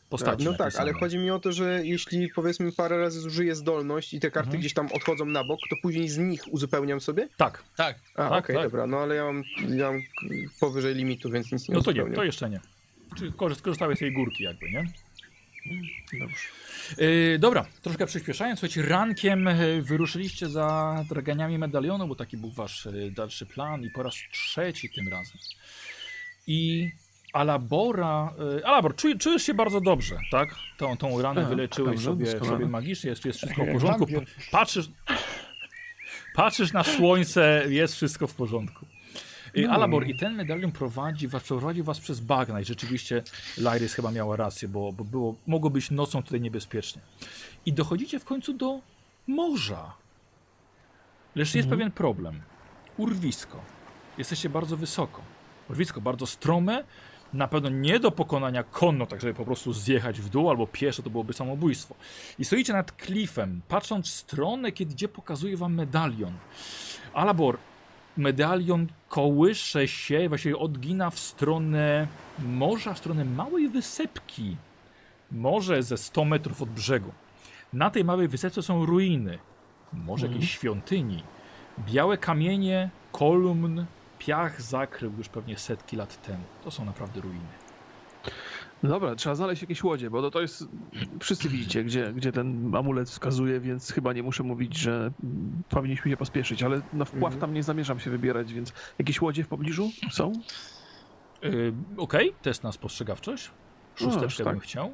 A: postaci.
B: No tak,
A: napisane.
B: ale chodzi mi o to, że jeśli powiedzmy parę razy zużyję zdolność i te karty
A: Mhm.
B: gdzieś tam odchodzą na bok, to później z nich uzupełniam sobie?
A: Tak,
D: Tak.
B: A,
A: Tak,
B: okej,
A: tak.
B: dobra, no ale ja mam, ja mam powyżej limitu, więc nic nie
A: no to nie,
B: uzupełniam.
A: to jeszcze nie. Czyli korzyst- skorzystałeś z tej górki jakby, nie?
E: Dobrze.
A: Yy, dobra, troszkę przyspieszając, słuchajcie, rankiem yy, wyruszyliście za draganiami medalionu, bo taki był wasz yy, dalszy plan i po raz trzeci tym razem. I Alabora, yy, Alabor, czuj, czujesz się bardzo dobrze, tak? Tą, tą ranę
E: Tak,
A: wyleczyłeś
E: dobrze,
A: sobie,
E: doskonale.
A: sobie magicznie, jest, jest wszystko w
C: Jak
A: porządku.
C: wampir.
A: Patrzysz, patrzysz na słońce, jest wszystko w porządku. Yy,
C: No.
A: Alabor, i ten medalion prowadzi was, prowadzi was przez bagna i rzeczywiście Lairis chyba miała rację, bo, bo było, mogło być nocą tutaj niebezpiecznie. I dochodzicie w końcu do morza. Lecz jest pewien problem. Urwisko. Jesteście bardzo wysoko. Urwisko bardzo strome, na pewno nie do pokonania konno, tak żeby po prostu zjechać w dół, albo pieszo, to byłoby samobójstwo. I stoicie nad klifem, patrząc w stronę, kiedy, gdzie pokazuje wam medalion. Alabor, medalion kołysze się, właściwie odgina w stronę morza, w stronę małej wysepki. Morze ze sto metrów od brzegu. Na tej małej wysepce są ruiny. Może
E: Mhm.
A: jakiejś świątyni. Białe kamienie, kolumn, piach zakrył już pewnie setki lat temu. To są naprawdę ruiny.
E: No dobra, trzeba znaleźć jakieś łodzie, bo to, to jest... Wszyscy widzicie, gdzie, gdzie ten amulet wskazuje, więc chyba nie muszę mówić, że mm, powinniśmy się pospieszyć, ale na wpław
B: Mhm.
E: tam nie zamierzam się wybierać, więc jakieś łodzie w pobliżu są?
A: Yy, Okej, test na spostrzegawczość. Szósteczkę
E: tak.
A: bym chciał.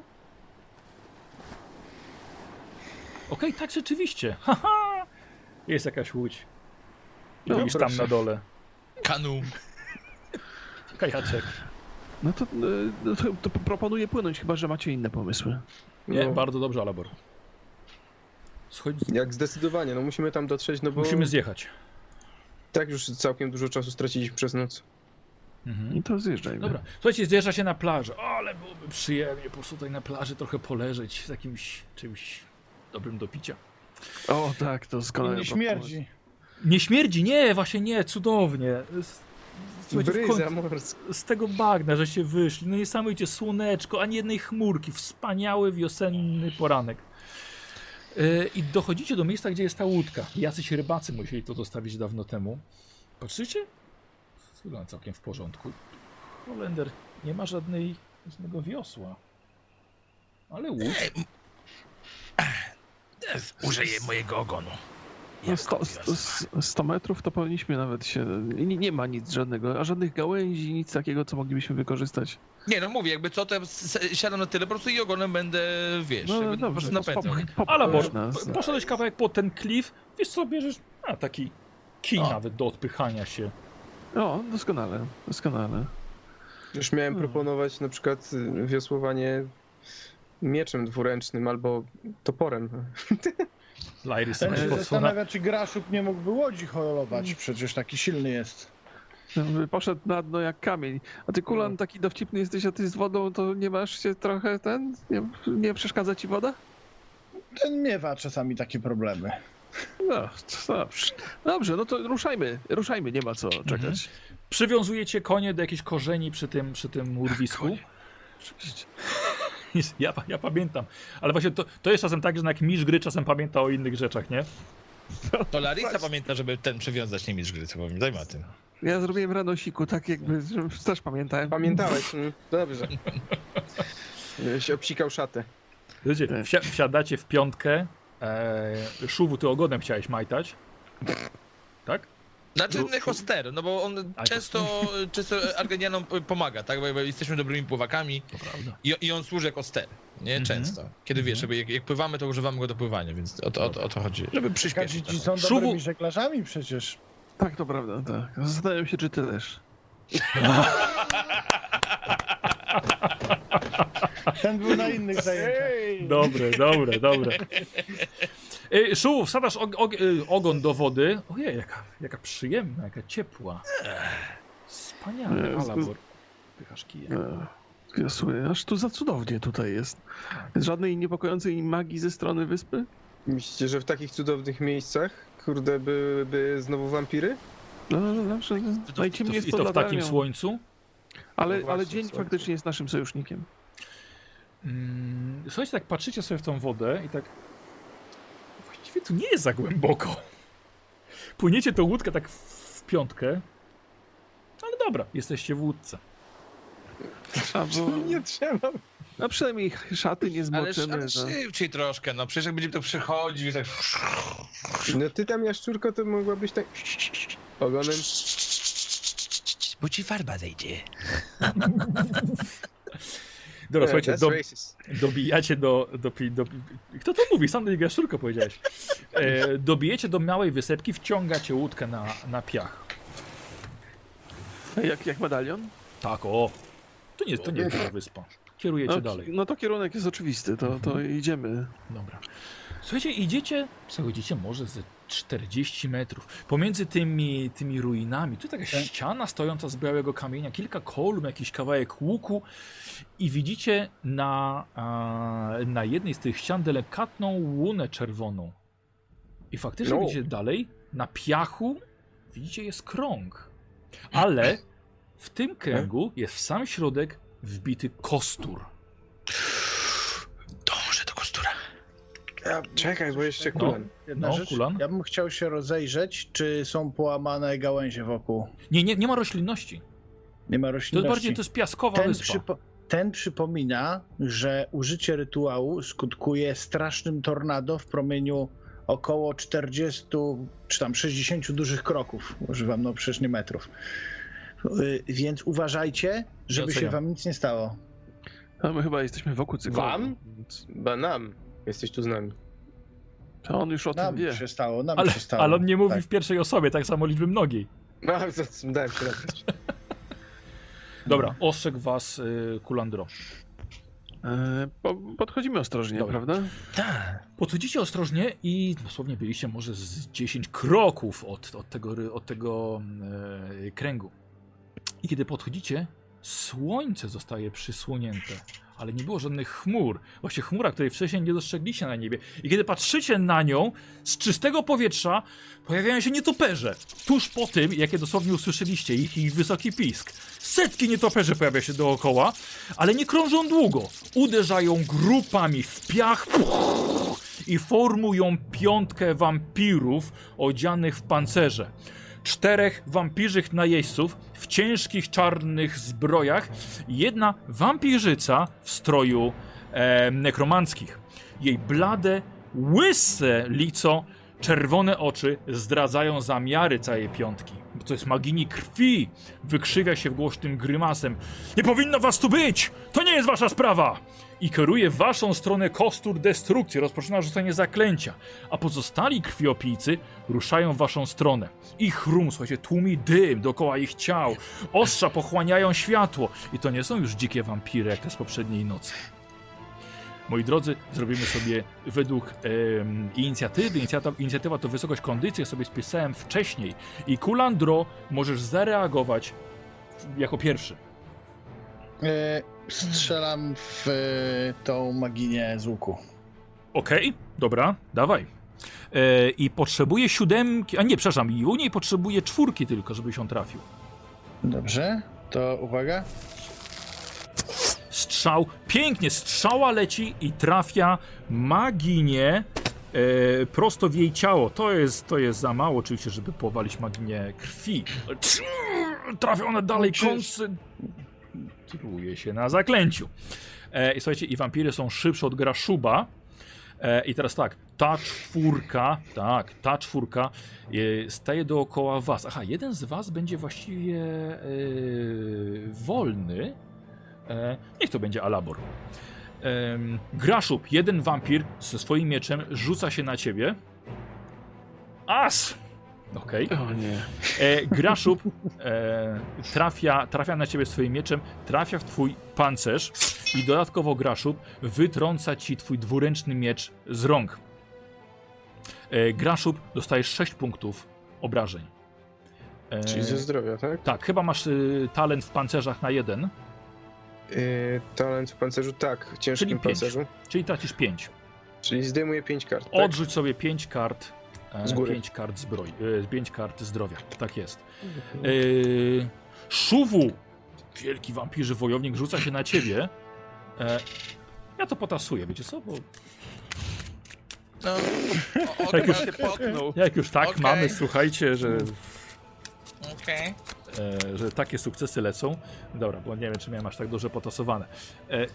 A: Okej, tak rzeczywiście. Haha! Jest jakaś łódź.
E: No,
A: Widzisz tam
B: proszę.
A: na dole.
D: Kanu.
A: Kajaczek.
E: No to, y, no to, to proponuję płynąć, chyba że macie inne pomysły.
A: Nie,
B: No,
A: bardzo dobrze, Alabor. Schodź,
B: jak zdecydowanie, no musimy tam dotrzeć, no bo
A: musimy zjechać.
B: tak już całkiem dużo czasu straciliśmy przez noc.
A: Mhm.
E: I to zjeżdżajmy.
A: Dobra, słuchajcie, zjeżdża się na plażę. O, ale byłoby przyjemnie po prostu tutaj na plaży trochę poleżeć z jakimś czymś dobrym do picia.
E: O tak, to
C: I
E: doskonale.
C: nie śmierdzi.
A: Nie śmierdzi, nie, właśnie nie, cudownie. Z, słuchajcie, w
B: Bryza
A: końcu,
B: morska.
A: z tego bagna, że się wyszli. No niesamowicie, słoneczko, ani jednej chmurki. Wspaniały wiosenny poranek. Yy, I dochodzicie do miejsca, gdzie jest ta łódka. Jacyś rybacy musieli to zostawić dawno temu. Patrzycie? Wygląda całkiem w porządku. Holender nie ma żadnej, żadnego wiosła. Ale łódź.
F: Użyję mojego ogonu.
E: No sto, sto, sto metrów to powinniśmy nawet się... Nie, nie ma nic żadnego, a żadnych gałęzi, nic takiego, co moglibyśmy wykorzystać.
D: Nie, no mówię, jakby co, to ja s- siadam na tyle po prostu i ogonem będę, wiesz,
E: No
D: jakby po
E: dobrze,
D: prostu
E: to
D: napędzał. nie?
E: pop-
A: Alabor,
E: popchnąć nas.
A: poszedłeś kawałek pod ten klif, wiesz co, bierzesz a, taki kij
D: O.
A: nawet do odpychania się.
E: O, doskonale, doskonale.
B: Już miałem
E: Hmm.
B: proponować na przykład y, wiosłowanie mieczem dwuręcznym albo toporem.
A: Lairis
C: Ten się
A: sobie podsłona.
C: zastanawia, czy Graszub nie mógłby łodzi holować, przecież taki silny jest.
E: By Poszedł na dno jak kamień. A ty, Kulan,
B: No.
E: taki dowcipny jesteś, a ty z wodą, to nie masz się trochę ten... Nie, nie przeszkadza ci woda?
C: Ten miewa czasami takie problemy.
E: No, to dobrze. Dobrze, no to ruszajmy, ruszajmy, nie ma co czekać.
A: Przywiązujecie konie do jakichś korzeni przy tym, przy tym urwisku.
E: Oczywiście.
A: Ja, pa- ja pamiętam. Ale właśnie to, to jest czasem tak, że jak mistrz gry czasem pamięta o innych rzeczach, nie?
D: To Larisa pamięta, żeby ten przywiązać, nie mieć gry, co pamiętajmy o tym.
E: Ja zrobiłem rano siku, tak jakby, że też pamiętałem.
B: Pamiętałeś? Mm, dobrze. Się obsikał szatę.
A: Wiecie,
E: Tak.
A: wsia, wsiadacie w piątkę. E, Szuwu, ty ogonem chciałeś majtać. Tak?
D: Znaczy
A: Tu-
D: Hoster, no bo on
A: A,
D: często, często Argenianom pomaga, tak? Bo jakby jesteśmy dobrymi pływakami
A: To prawda.
D: i, i on służy jako ster, nie?
A: Mhm.
D: Często. Kiedy wiesz, żeby jak, jak pływamy, to używamy go do pływania, więc o to, o to, o to chodzi. Żeby przyspieszyć.
C: Kadzici
D: trochę.
C: są
A: Szuwu-
C: dobrymi żeglarzami przecież.
E: Tak, to prawda, tak. Zastanawiam się, czy ty też.
C: Ten był na innych zajęciach.
A: Dobre, dobre, dobre. E, Szuwu, wsadasz og, og, e, ogon do wody. Ojej, jaka, jaka przyjemna, jaka ciepła. Wspaniale,
E: Jezu.
A: Alabor. Pychasz kijem.
E: E, ja słuchaj, aż tu za cudownie tutaj jest. Żadnej niepokojącej magii ze strony wyspy?
B: Myślicie, że w takich cudownych miejscach, kurde, byłyby znowu wampiry?
E: No, no zawsze.
A: To,
E: Najciemniej jest
A: I
E: to
A: to w
E: nad
A: takim
E: Elmią.
A: słońcu?
E: Ale,
B: No właśnie,
E: ale dzień
B: słońce.
E: faktycznie jest naszym sojusznikiem.
A: Mm, słuchajcie, tak patrzycie sobie w tą wodę i tak... Właściwie tu nie jest za głęboko. Płyniecie tą łódkę tak w piątkę. Ale dobra, jesteście w łódce.
E: Trzeba było...
C: Nie trzeba.
E: No przynajmniej szaty nie
D: Ale,
E: zmoczymy.
D: ale
E: że...
D: szybciej troszkę, no przecież jak będziemy to przechodził, tak...
B: No ty tam, jaszczurko, to mogłabyś tak... ogonem...
F: Bo ci farba zejdzie.
A: Dobra,
B: Yeah,
A: słuchajcie,
B: that's
A: do,
B: racist.
A: dobijacie do, do, do... Kto to mówi? Sam do niego jaszczurko powiedziałeś. E, dobijecie do małej wysepki, wciągacie łódkę na, na piach.
E: Jak, jak medalion?
A: Tak, o. To nie, to nie jest duża wyspa. Kierujecie
E: No,
A: dalej.
E: no to kierunek jest oczywisty, to, to idziemy.
A: Dobra. Słuchajcie, idziecie, przechodzicie może ze czterdzieści metrów. Pomiędzy tymi, tymi ruinami, tu taka ściana stojąca z białego kamienia, kilka kolumn, jakiś kawałek łuku i widzicie na, a, na jednej z tych ścian delikatną łunę czerwoną. I faktycznie
B: No.
A: widzicie dalej, na piachu widzicie jest krąg. Ale w tym kręgu jest w sam środek wbity kostur.
F: Dążę do kostura.
C: Ja,
B: Czekaj, bo jeszcze
A: No.
B: kulan.
C: Jedna
A: No,
C: rzecz,
A: Kulan?
C: ja bym chciał się rozejrzeć, czy są połamane gałęzie wokół.
A: Nie, nie, nie ma roślinności.
C: Nie ma
A: To
C: roślinności.
A: jest bardziej to jest piaskowa
C: ten,
A: wyspa.
C: przypo ten przypomina, że użycie rytuału skutkuje strasznym tornado w promieniu około czterdziestu czy tam sześćdziesięciu dużych kroków. Używam, no przecież nie metrów. Yy, więc uważajcie, żeby się
A: oceniam.
C: wam nic nie stało.
E: A my chyba jesteśmy wokół cyklonu.
B: Wam?
E: Więc...
B: Ba nam. Jesteś tu z nami.
E: To on już o
C: Nam
E: tym wie.
C: się stało, nam
A: Ale,
C: się stało.
A: ale on nie mówi
C: Tak.
A: w pierwszej osobie, tak samo liczby mnogiej.
B: No, to- dałem się nabrać.
A: Dobra, ostrzegł was y, Kulandro.
E: E, po, podchodzimy ostrożnie,
A: Dobra.
E: prawda?
F: Tak.
A: Podchodzicie ostrożnie i dosłownie byliście może z dziesięć kroków od, od tego, ry- od tego e, kręgu. I kiedy podchodzicie, słońce zostaje przysłonięte, ale nie było żadnych chmur. Właśnie chmura, której wcześniej nie dostrzegliście na niebie. I kiedy patrzycie na nią, z czystego powietrza pojawiają się nietoperze. Tuż po tym, jakie dosłownie usłyszeliście, ich, ich wysoki pisk. Setki nietoperzy pojawia się dookoła, ale nie krążą długo. Uderzają grupami w piach i formują piątkę wampirów odzianych w pancerze. Czterech wampirzych najeźdźców w ciężkich czarnych zbrojach i jedna wampirzyca w stroju e, nekromanckich. Jej blade, łyse lico, czerwone oczy zdradzają zamiary całej piątki. To jest magini krwi. Wykrzywia się głośnym grymasem. Nie powinno was tu być! To nie jest wasza sprawa! I kieruje w waszą stronę kostur destrukcji. Rozpoczyna rzucanie zaklęcia. A pozostali krwiopijcy ruszają w waszą stronę. Ich chrum, słuchajcie, tłumi dym dookoła ich ciał. Ostrza pochłaniają światło. I to nie są już dzikie wampiry, jak te z poprzedniej nocy. Moi drodzy, zrobimy sobie według em, inicjatywy. Inicjatywa, inicjatywa to wysokość kondycji, ja sobie spisałem wcześniej. I Kulandro, możesz zareagować jako pierwszy.
C: E, strzelam w e, tą maginię z łuku.
A: Okej, dobra, dawaj. E, I potrzebuję siódemki, a nie, przepraszam, i u niej potrzebuję czwórki tylko, żebyś on trafił.
C: Dobrze, to uwaga.
A: Strzał, pięknie, strzała leci i trafia maginię e, prosto w jej ciało. To jest, to jest za mało oczywiście, żeby powalić maginię krwi. Trafia ona dalej, koncentruje się na zaklęciu. E, I słuchajcie, i wampiry są szybsze od Graszuba. E, I teraz tak, ta czwórka, tak, ta czwórka e, staje dookoła was. Aha, jeden z was będzie właściwie e, wolny. E, niech to będzie Alabor. E, Graszub, jeden wampir ze swoim mieczem rzuca się na ciebie. As! Okej.
E: O nie.
A: E, Graszub e, trafia, trafia na ciebie swoim mieczem, trafia w twój pancerz i dodatkowo Graszub wytrąca ci twój dwuręczny miecz z rąk. E, Graszub, dostajesz sześć punktów obrażeń. E,
B: Czyli ze zdrowia, tak?
A: tak, chyba masz y, talent w pancerzach na jeden,
B: Yy, talent w pancerzu, tak. W ciężkim
A: Czyli pięć.
B: pancerzu.
A: czyli tracisz pięć.
B: Czyli zdejmuję pięć kart, tak?
A: Odrzuć sobie pięć kart e,
B: Z góry.
A: pięć kart zbroi, e, pięć kart zdrowia. Tak jest. E, Szuwu, wielki wampirzy wojownik, rzuca się na ciebie. E, Ja to potasuję, wiecie co? Bo
D: No, o, o,
A: Jak już
D: się potknął.
A: jak już tak
D: Okej.
A: mamy, słuchajcie, że,
D: Okej.
A: e, że takie sukcesy lecą. Dobra, bo nie wiem, czy miałem aż tak dobrze potasowane. E,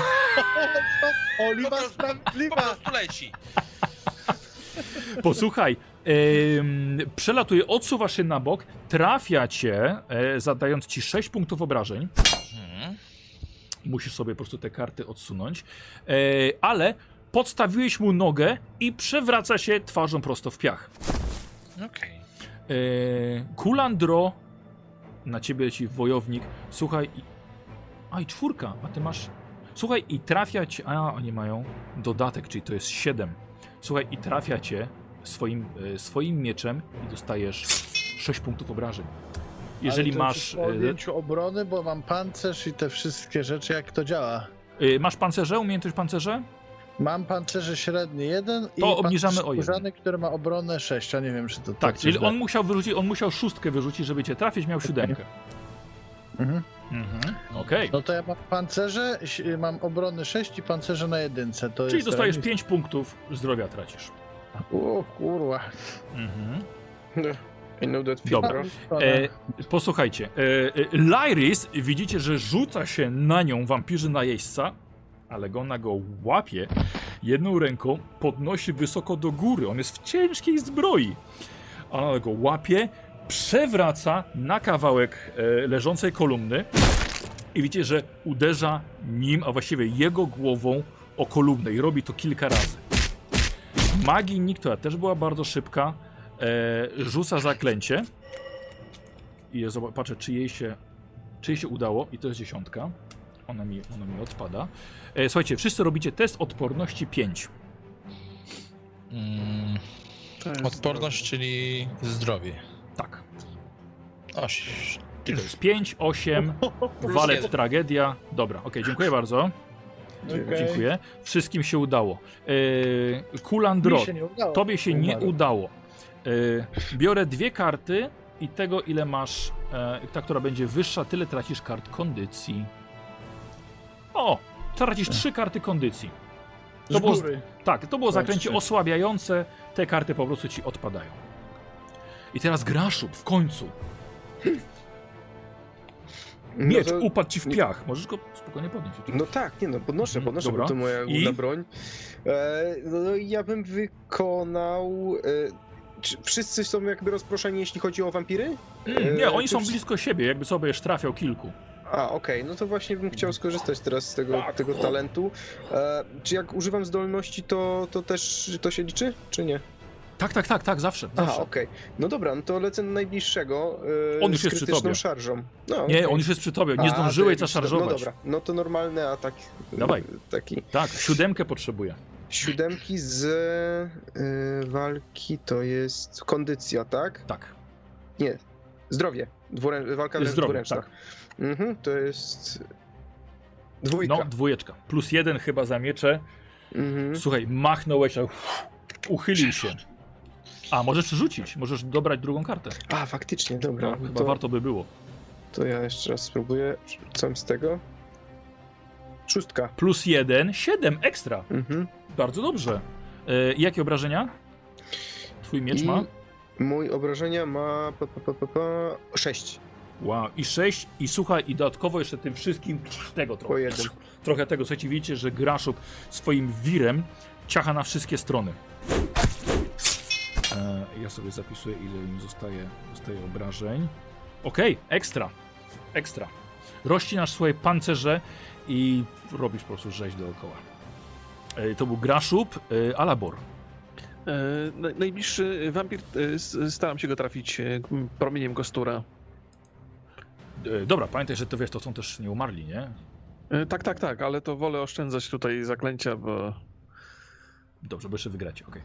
C: Oliwa
D: Po
C: sprawiedliwa!
D: prostu leci.
A: Posłuchaj, em, przelatuje, odsuwa się na bok, trafia cię, e, zadając ci sześć punktów obrażeń.
D: Hmm.
A: Musisz sobie po prostu te karty odsunąć. E, ale podstawiłeś mu nogę i przewraca się twarzą prosto w piach.
D: Okej.
A: E, Kulandro, na ciebie leci wojownik. Słuchaj, i... a i czwórka, a ty masz... Słuchaj, i trafia cię... A, oni mają dodatek, czyli to jest siedem. Słuchaj, i trafia cię swoim, e, swoim mieczem i dostajesz sześć punktów obrażeń. Jeżeli
C: Ale to
A: masz...
C: Po
A: E,
C: odjęciu obrony, bo mam pancerz i te wszystkie rzeczy, jak to działa.
A: e, masz pancerze, umiejętność pancerze?
C: Mam pancerze średnie jeden i
A: To obniżamy
C: pancerz
A: o jeden.
C: skórzany, który ma obronę sześć, a nie wiem, czy to
A: Tak,
C: to
A: czyli
C: coś
A: on
C: da.
A: musiał wyrzucić, on musiał szóstkę wyrzucić, żeby cię trafić, miał siódemkę.
C: Mhm.
A: Mhm. Okej.
C: No to ja mam pancerze, ś- mam obrony sześć i pancerze na jedynce. To
A: Czyli
C: jest
A: dostajesz
C: remis.
A: pięć punktów zdrowia tracisz.
C: O kurwa.
A: Mhm.
B: I know that
A: Dobra.
B: feeling.
A: E, posłuchajcie, e, e, Lyris, widzicie, że rzuca się na nią wampirzy najeźdźca, ale ona go łapie jedną ręką, podnosi wysoko do góry. On jest w ciężkiej zbroi. Ona go łapie, przewraca na kawałek e, leżącej kolumny i widzicie, że uderza nim, a właściwie jego głową o kolumnę i robi to kilka razy. Magii która też była bardzo szybka. E, rzuca zaklęcie i je, zob- patrzę, czy jej się czy jej się udało i to jest dziesiątka. Ona mi, ona mi odpada. E, słuchajcie, wszyscy robicie test odporności pięć.
D: Mm,
E: To jest
D: odporność, czyli zdrowie.
A: Tak.
D: Oś.
A: I to jest pięć, osiem, walet,
D: jeden.
A: tragedia. Dobra, okej, dziękuję bardzo.
C: Okej.
A: Dziękuję. Wszystkim się udało. E, Kulandro,
C: Mi się nie udało.
A: tobie się nie
C: Umarł.
A: udało. E, biorę dwie karty i tego, ile masz, e, ta, która będzie wyższa, tyle tracisz kart kondycji. O, tracisz trzy karty kondycji. To
C: Z
A: było,
C: góry.
A: tak, to było zaklęcie
C: Patrzcie.
A: osłabiające, te karty po prostu ci odpadają. I teraz Graszub, w końcu. Miecz
B: No, to,
A: upadł ci w piach. Możesz go spokojnie podnieść.
B: no tak, nie no, podnoszę,
A: Mhm,
B: podnoszę,
A: dobra.
B: bo to moja
A: I?
B: główna broń. E, no i ja bym wykonał... E, czy wszyscy są jakby rozproszeni, jeśli chodzi o wampiry?
A: Mm, nie,
B: E,
A: oni
B: czy
A: są
B: wsz-
A: blisko siebie, jakby sobie już trafiał kilku.
B: A, okej, no to właśnie bym chciał skorzystać teraz z tego,
A: Tak.
B: tego talentu. E, czy jak używam zdolności, to, to też to się liczy, czy nie?
A: Tak, tak, tak, tak, zawsze.
B: Aha,
A: zawsze.
B: okej. No dobra, no to lecę na najbliższego e,
A: On już
B: z
A: jest przy
B: krytyczną
A: tobie.
B: szarżą. No,
A: Nie,
B: okej.
A: on już jest przy tobie, nie
B: A,
A: zdążyłeś
B: to ja-
A: zaszarżować.
B: No dobra, no to normalny atak. e,
A: Dawaj.
B: Taki.
A: Tak, siódemkę potrzebuję.
B: Siódemki z e, walki to jest kondycja, tak?
A: Tak,
B: Nie, zdrowie. Dwurę... Walka wręcz
A: zdrowie,
B: dwuręczna.
A: tak.
B: Mhm, to jest dwójka.
A: No, dwójeczka. Plus jeden chyba za miecze.
B: Mhm.
A: Słuchaj, machnąłeś, a uff, uchylił się. A, możesz rzucić, możesz dobrać drugą kartę.
B: A, faktycznie, dobra.
A: No,
B: no
A: chyba
B: to,
A: warto by było.
B: to ja jeszcze raz spróbuję. Rzucam z tego. Szóstka.
A: Plus jeden, siedem, ekstra.
B: Mhm.
A: Bardzo dobrze. E, jakie obrażenia? Twój miecz
B: I
A: ma?
B: mój obrażenia ma pa, pa, pa, pa, pa, sześć.
A: Wow, i sześć, i słuchaj, i dodatkowo jeszcze tym wszystkim tego
B: Po
A: trochę.
B: jeden.
A: Trochę tego, słuchajcie, widzicie, że Graszub swoim wirem ciacha na wszystkie strony. E, ja sobie zapisuję, ile im zostaje, zostaje obrażeń. Okej, ekstra, ekstra. Rozcinasz swoje pancerze i robisz po prostu rzeź dookoła. E, to był Graszub, e, Alabor.
E: E, na- najbliższy wampir, e, s- staram się go trafić e, m, promieniem kostura.
A: E, dobra, pamiętaj, że to wiesz, to są też nie umarli, nie?
E: E, tak, tak, tak, ale to wolę oszczędzać tutaj zaklęcia, bo...
A: Dobrze, bo jeszcze wygracie, okej.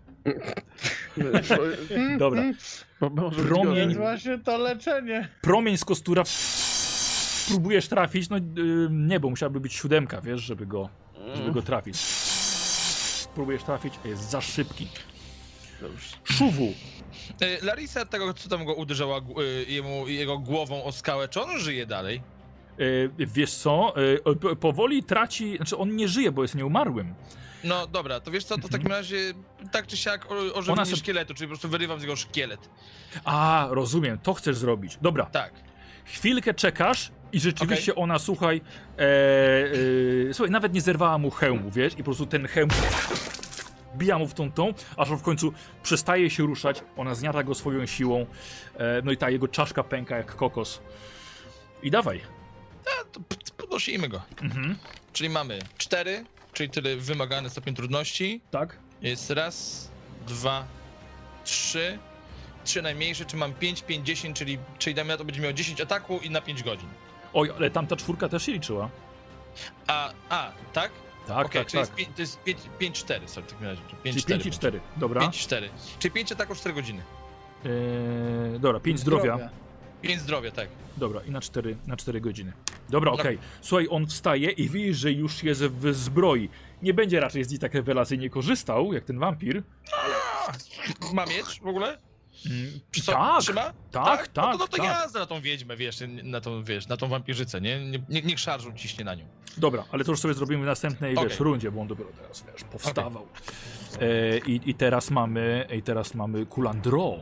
E: bo-
A: Dobra.
E: bo może być
A: Promień-
C: To
E: gorzej.
C: jest właśnie to leczenie.
A: Promień z kostura próbujesz trafić, no y, nie, bo musiałaby być siódemka, wiesz, żeby go, żeby go trafić. Próbujesz trafić, a jest za szybki.
E: Dobrze.
A: Szuwu,
D: E, Larisa, tego co tam go uderzała gu- e, jemu, jego głową o skałę, czy on żyje dalej?
A: E, wiesz co, e, powoli traci, znaczy on nie żyje, bo jest nieumarłym.
D: No dobra, to wiesz co, to w takim razie tak czy siak o- ożywienie
A: se-
D: szkieletu, czyli po prostu wyrywam z niego szkielet.
A: A, rozumiem, to chcesz zrobić. Dobra,
D: Tak.
A: chwilkę czekasz i rzeczywiście ona, słuchaj, e, e, słuchaj, nawet nie zerwała mu hełmu, wiesz, i po prostu ten hełm bija mu w tą tą, aż on w końcu przestaje się ruszać, ona zmiata go swoją siłą, e, no i ta jego czaszka pęka jak kokos. I dawaj.
D: A, to p- podnosimy go.
A: Mhm.
D: Czyli mamy cztery, czyli tyle wymagany stopień trudności.
A: Tak?
D: Jest raz, dwa, trzy. Trzy najmniejsze, czy mam pięć, pięć, dziesięć, czyli, czyli damy na to będzie miał dziesięć ataku i na pięć godzin.
A: Oj, ale tamta czwórka też się liczyła.
D: A, a, tak?
A: Tak,
D: Okej,
A: tak,
D: czyli
A: tak.
D: jest pięć, to jest pięć cztery, sorry, w takim razie.
A: Czyli pięć i cztery, dobra.
D: pięć cztery. Czyli pięć ataków, cztery godziny.
A: Eee, dobra, pięć zdrowia.
D: pięć zdrowia, tak.
A: Dobra, i na cztery, na cztery godziny. Dobra,
D: Dobra.
A: okej. Słuchaj, on wstaje i widzisz, że już jest w zbroi. Nie będzie raczej z niej tak rewelacyjnie korzystał, jak ten wampir.
D: Ma miecz w ogóle?
A: Mm,
D: Czy co,
A: tak,
D: trzyma?
A: tak, tak,
D: No to, no to
A: tak.
D: jazda na tą wiedźmę, wiesz, na tą, wiesz, na tą wampirzycę, nie? Nie, nie niech szarżą ciśnie na nią.
A: Dobra, ale to już sobie zrobimy w następnej,
D: Okej.
A: wiesz, rundzie, bo on dopiero teraz, wiesz, powstawał. E, i, I teraz mamy, i teraz mamy Kulandro.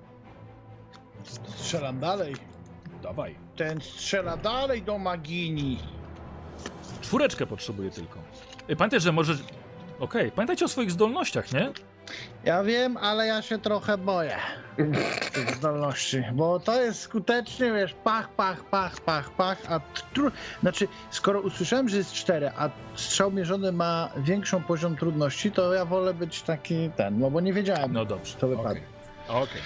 C: Strzelam dalej.
A: Dawaj.
C: Ten strzela dalej do Magini.
A: Czwóreczkę potrzebuję tylko. E, pamiętaj, że możesz... Okej, pamiętajcie o swoich zdolnościach, nie?
C: Ja wiem, ale ja się trochę boję tych zdolności, bo to jest skutecznie, wiesz, pach, pach, pach, pach, pach, a tru... znaczy, skoro usłyszałem, że jest cztery, a strzał mierzony ma większą poziom trudności, to ja wolę być taki ten, no bo nie wiedziałem,
A: No dobrze.
C: co wypadnie.
A: Okej. Okay.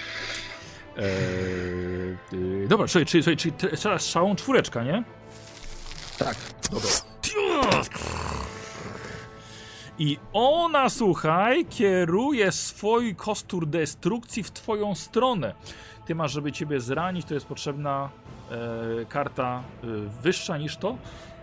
A: Eee, yy, dobra, czyli, czyli, czyli, czyli teraz strzałą czwóreczka, nie?
B: Tak.
A: Dobra. I ona, słuchaj, kieruje swój kostur destrukcji w twoją stronę. Ty masz, żeby ciebie zranić, to jest potrzebna e, karta e, wyższa niż to.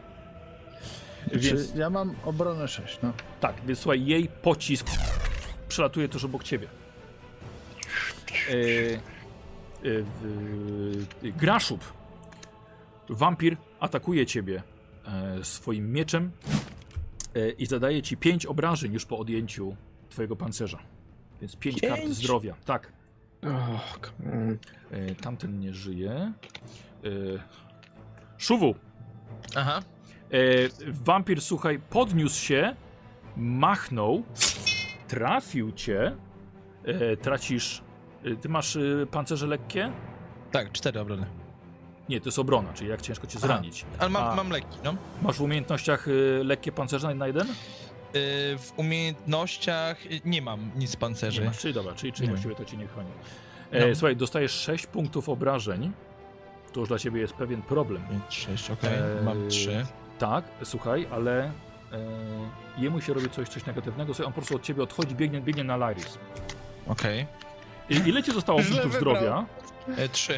A: Więc
C: Czy ja mam obronę sześć, no.
A: tak, więc słuchaj, jej pocisk przelatuje tuż obok ciebie. E, e, w, e, Graszub. Wampir atakuje ciebie e, swoim mieczem e, i zadaje ci pięć obrażeń już po odjęciu twojego pancerza. Więc pięć kart
B: Pięć?
A: zdrowia. Tak.
B: Och, mm.
A: E, tamten nie żyje. E, Szuwu.
D: Aha.
A: E, wampir, słuchaj, podniósł się, machnął, trafił cię. E, tracisz... E, ty masz e, pancerze lekkie?
D: Tak, cztery obrony.
A: Nie, to jest obrona, czyli jak ciężko cię
D: Aha.
A: zranić.
D: Ale mam,
A: A
D: mam lekki, no.
A: masz w umiejętnościach e, lekkie pancerze na jeden?
D: Yy, w umiejętnościach y, nie mam nic z pancerzy.
A: Nie masz, czyli dobra, czyli, czyli
D: Nie.
A: właściwie to ci nie chroni. E,
D: No.
A: Słuchaj, dostajesz sześć punktów obrażeń. To już dla ciebie jest pewien problem.
D: pięć, sześć, okej,
A: Eee,
D: mam trzy.
A: Tak, słuchaj, ale e, jemu się robi coś, coś negatywnego, sobie on po prostu od ciebie odchodzi, biegnie, biegnie na Laris.
D: Okej.
A: I, ile ci zostało
C: Źle
A: punktów
C: wybrał.
A: zdrowia?
D: E, trzy.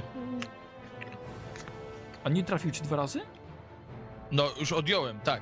A: A nie trafił ci dwa razy?
D: No, już odjąłem, tak.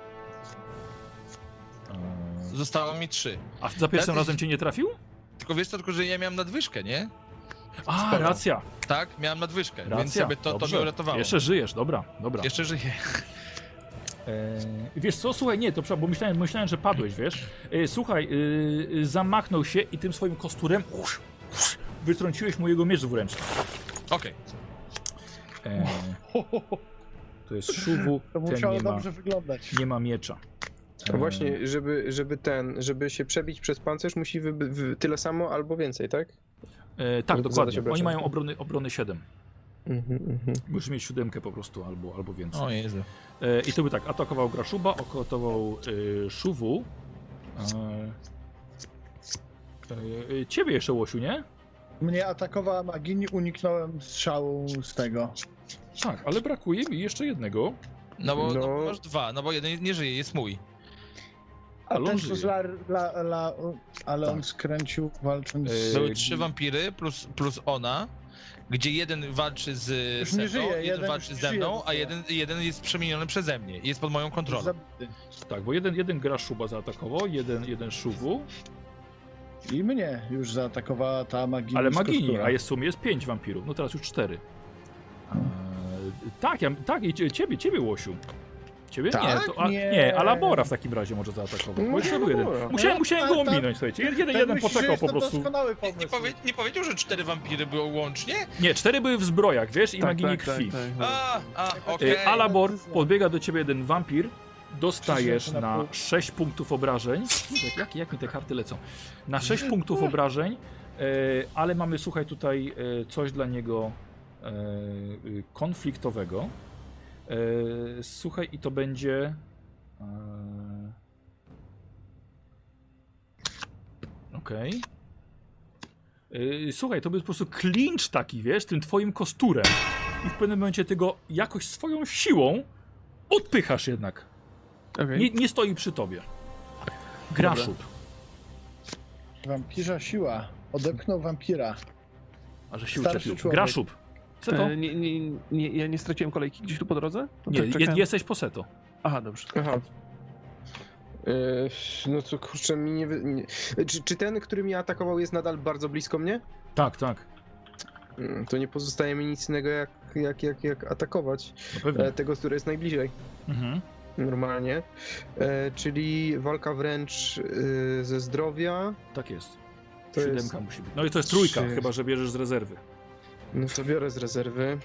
A: E,
D: Zostało mi trzy.
A: a za pierwszym
D: Ja-
A: razem cię nie trafił?
D: Tylko wiesz co, tylko że ja miałem nadwyżkę, nie?
A: A,
D: Sporo.
A: racja,
D: Tak, miałem nadwyżkę,
A: racja.
D: więc jakby to, to
A: Dobrze.
D: mnie uratowało.
A: Jeszcze żyjesz, dobra, dobra.
D: Jeszcze żyję.
A: E, wiesz co, słuchaj, nie, to przepraszam, bo myślałem, myślałem, że padłeś, wiesz. E, słuchaj, e, zamachnął się i tym swoim kosturem usz, usz, wytrąciłeś mu jego miecz dwuręczny.
D: Okej.
A: E, to jest Szuwu,
C: To
A: ten
C: musiało
A: nie ma,
C: dobrze wyglądać.
A: nie ma miecza.
B: A właśnie, żeby, żeby ten, żeby się przebić przez pancerz, musi wy, wy, tyle samo albo więcej, tak?
A: E, tak,
B: Żeby
A: dokładnie.
B: zadać
A: Oni
B: obrażenia.
A: mają obrony, obrony siedem.
B: Mhm, mhm.
A: Musisz mieć siódemkę po prostu, albo, albo więcej.
D: O Jezu.
A: E, I to by tak, atakował Graszuba, atakował e, Szuwu. E, e, ciebie jeszcze, Łosiu, nie?
C: Mnie atakowała Magini, uniknąłem strzału z tego.
A: Tak, ale brakuje mi jeszcze jednego.
D: No bo no.
B: No.
D: masz dwa, no bo jeden nie żyje, jest mój.
C: A
A: Ale on
C: ten
A: żyje.
C: z la, la, la, ale
A: Tak.
C: on skręcił walcząc
A: Yy,
C: z...
D: Były trzy wampiry plus, plus ona, gdzie jeden walczy z
C: Już
D: ze
C: nie
D: mną,
C: żyje,
D: jeden,
C: jeden
D: walczy
C: już
D: ze
C: żyje
D: mną, a
C: dopiero.
D: jeden, jeden jest przemieniony przeze mnie, jest pod moją kontrolą.
C: zabity.
A: Tak, bo jeden, jeden Graszuba zaatakował, jeden, jeden Szuwu,
C: I mnie już zaatakowała ta Magini
A: ale
C: z
A: Magini,
C: kostura.
A: a jest w sumie jest pięć wampirów, no teraz już cztery. E, tak, ja, tak, i cie- ciebie, ciebie, Łosiu. Ciebie?
C: Tak?
A: Nie, to, a,
C: Nie.
A: nie, Alabora w takim razie może zaatakować.
B: No,
A: Bo jeszcze był jeden.
B: Alabora.
A: Musiałem, musiałem go
C: Ale tam-
A: ominąć, słuchajcie. Jeden, jeden,
C: Tak
A: jeden
C: myślisz,
A: poczekał
C: że
A: po
C: jest to
A: prostu.
C: doskonały
D: Nie,
C: pomysł.
D: powie, nie powiedział, że cztery wampiry były łącznie?
A: Nie, cztery były w zbrojach, wiesz, i
E: Tak,
A: maginie
E: tak, tak,
A: krwi.
E: tak, tak.
D: A, a,
A: E,
D: okej.
A: Alabor,
C: Decyzja.
A: podbiega do ciebie jeden wampir. Dostajesz
C: Przyszedł na
A: na
C: pół.
A: sześć punktów obrażeń. Jak, jak, jak mi te karty lecą? Na sześć punktów obrażeń, e, ale mamy, słuchaj, tutaj e, coś dla niego e, e, konfliktowego. E, słuchaj, i to będzie. E, Okej. E, słuchaj, to będzie po prostu clinch taki, wiesz, tym twoim kosturem. I w pewnym momencie ty go jakoś swoją siłą odpychasz jednak.
E: Okej.
A: Nie, nie stoi przy tobie. Graszub.
C: Wampirza siła. Odepchnął wampira.
A: A że się
C: Starszy
A: uczepił.
C: człowiek.
A: Graszub. Seto?
E: E, nie, nie, nie, ja nie straciłem kolejki gdzieś tu po drodze? To
A: Nie,
E: tak
A: je,
E: czekałem.
A: jesteś po Seto.
E: Aha, dobrze.
B: Aha. Yy, no to kurczę, mi nie, wy- nie... Czy, czy ten, który mnie atakował, jest nadal bardzo blisko mnie?
A: Tak, tak.
B: Mm, To nie pozostaje mi nic innego jak, jak, jak, jak atakować
A: No pewnie.
B: e, tego, który jest najbliżej.
A: Mhm.
B: Normalnie. E, czyli walka wręcz e, ze zdrowia.
A: Tak jest.
B: To jest.
A: Siódemka musi być. No i to jest trójka,
B: trzy.
A: chyba że bierzesz z rezerwy.
B: No to biorę z rezerwy.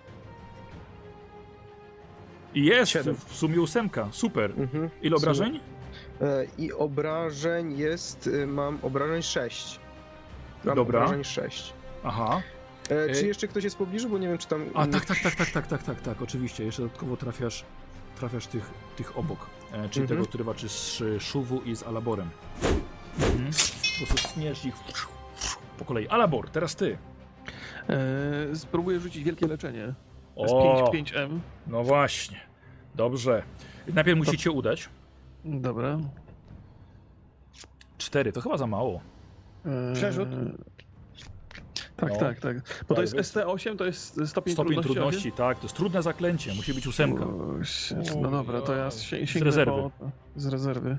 A: I jest
B: Siedem.
A: w sumie ósemka. Super.
B: Mhm.
A: Ile obrażeń?
B: E, I obrażeń jest. E, mam obrażeń sześć. Mam
A: Dobra.
B: obrażeń sześć.
A: Aha.
B: E,
A: E,
B: czy jeszcze ktoś jest w pobliżu? Bo nie wiem, czy tam.
A: A tak, tak, tak, tak, tak, tak, tak, tak, oczywiście. Jeszcze dodatkowo trafiasz, trafiasz tych, tych obok. E, czyli
B: Mhm.
A: tego, który walczy z y, Szuwu i z Alaborem. Mhm. Po prostu tniesz ich po kolei. Alabor, teraz ty.
E: E, spróbuję rzucić wielkie leczenie. To jest
A: O,
E: pięć M.
A: no właśnie. Dobrze. Najpierw musicie udać.
E: Dobra.
A: Cztery, to chyba za mało.
E: E,
C: Przerzut?
E: Tak,
A: No.
E: tak, tak. Bo to jest S T osiem, to jest stopień,
A: Stopień
E: trudności.
A: trudności, tak. To jest trudne zaklęcie, musi być ósemka.
E: O, shit. No dobra, to ja się, sięgnę
A: rezerwy.
E: Po, z rezerwy.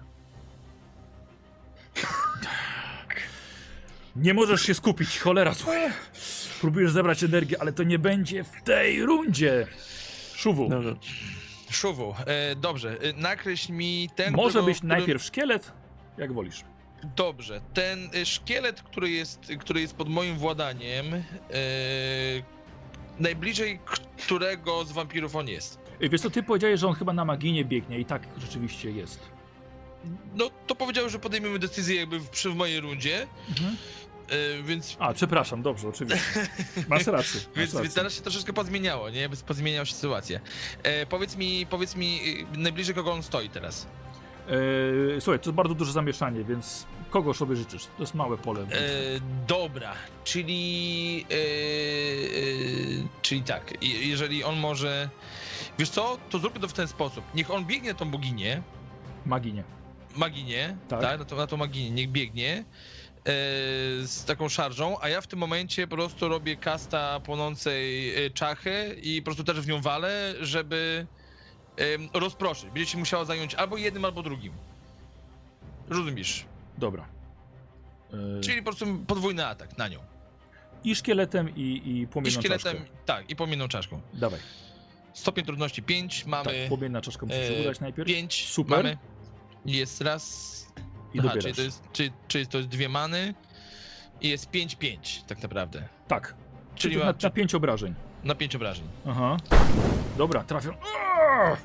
A: Nie możesz się skupić, cholera, słuchaj. Próbujesz zebrać energię, ale to nie będzie w tej rundzie. Szuwu,
E: Dobra.
D: Szuwu, e, dobrze, e, nakreśl mi ten,
A: może
D: którego-
A: być
D: który-
A: najpierw szkielet, jak wolisz.
D: Dobrze, ten e, szkielet, który jest, który jest pod moim władaniem, e, najbliżej którego z wampirów on jest.
A: Ej, wiesz co, ty powiedziałeś, że on chyba na maginie biegnie i tak rzeczywiście jest.
D: No, to powiedział, że podejmiemy decyzję jakby w, przy w mojej rundzie,
A: Mhm.
D: e, więc,
A: A, przepraszam, dobrze, oczywiście. Masz rację. Masz
D: więc,
A: rację.
D: więc teraz się troszeczkę pozmieniało, nie? Pozmieniała się sytuacja. E, powiedz mi, powiedz mi, e, najbliżej kogo on stoi teraz?
A: Eee, słuchaj, to jest bardzo duże zamieszanie, więc kogo sobie życzysz? To jest małe pole.
D: E, dobra, czyli. E, e, czyli tak, je- jeżeli on może. Wiesz co, to zróbmy to w ten sposób. Niech on biegnie na tą boginię,
A: Maginie.
D: maginię,
A: Tak.
D: tak, na, tą, na tą maginię, niech biegnie e, z taką szarżą, a ja w tym momencie po prostu robię kasta płonącej e, czachy i po prostu też w nią walę, żeby e, rozproszyć. Będzie się musiała zająć albo jednym, albo drugim. Rozumiesz?
A: Dobra. Eee,
D: Czyli po prostu podwójny atak na nią.
A: I szkieletem, i, i
D: I
A: płomienną
D: szkieletem,
A: czaszkę.
D: tak, i płomienną czaszką.
A: Dawaj.
D: Stopień trudności pięć, mamy
A: Tak, płomienna czaszka musi się
D: e,
A: udać najpierw.
D: pięć,
A: Super.
D: mamy. Jest raz.
A: I
D: Aha,
A: dobierasz.
D: czyli to jest, czyli, czyli to jest dwie many. I jest pięć pięć, tak naprawdę.
A: Tak.
D: Czyli
A: Czyli
D: ma,
A: na, na pięć obrażeń.
D: na pięć obrażeń.
A: Aha. Dobra, trafią. Aaaa!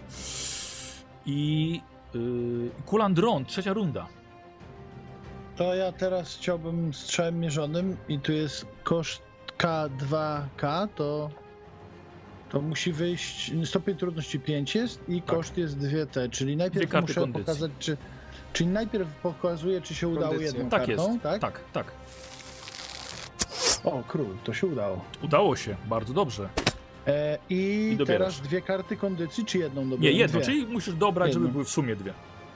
A: I yy, Kulandron, trzecia runda.
C: To ja teraz chciałbym strzałem mierzonym i tu jest koszt K dwa K, to to musi wyjść, stopień trudności pięć jest i koszt jest dwie T, czyli
A: Dwie
C: najpierw
A: karty
C: muszę
A: kondycji.
C: pokazać, czy czyli najpierw pokazuje, czy się udało
B: Kondycję.
C: jedną
A: Tak
C: kartą,
A: jest.
C: tak?
A: Tak, tak.
C: O, król, to się udało.
A: Udało się, bardzo dobrze.
C: E, I,
A: I dobierasz.
C: teraz dwie karty kondycji, czy jedną
A: Nie,
C: dobieram?
A: jedno,
C: Dwie.
A: czyli musisz dobrać,
C: Jedno.
A: żeby były w sumie dwie.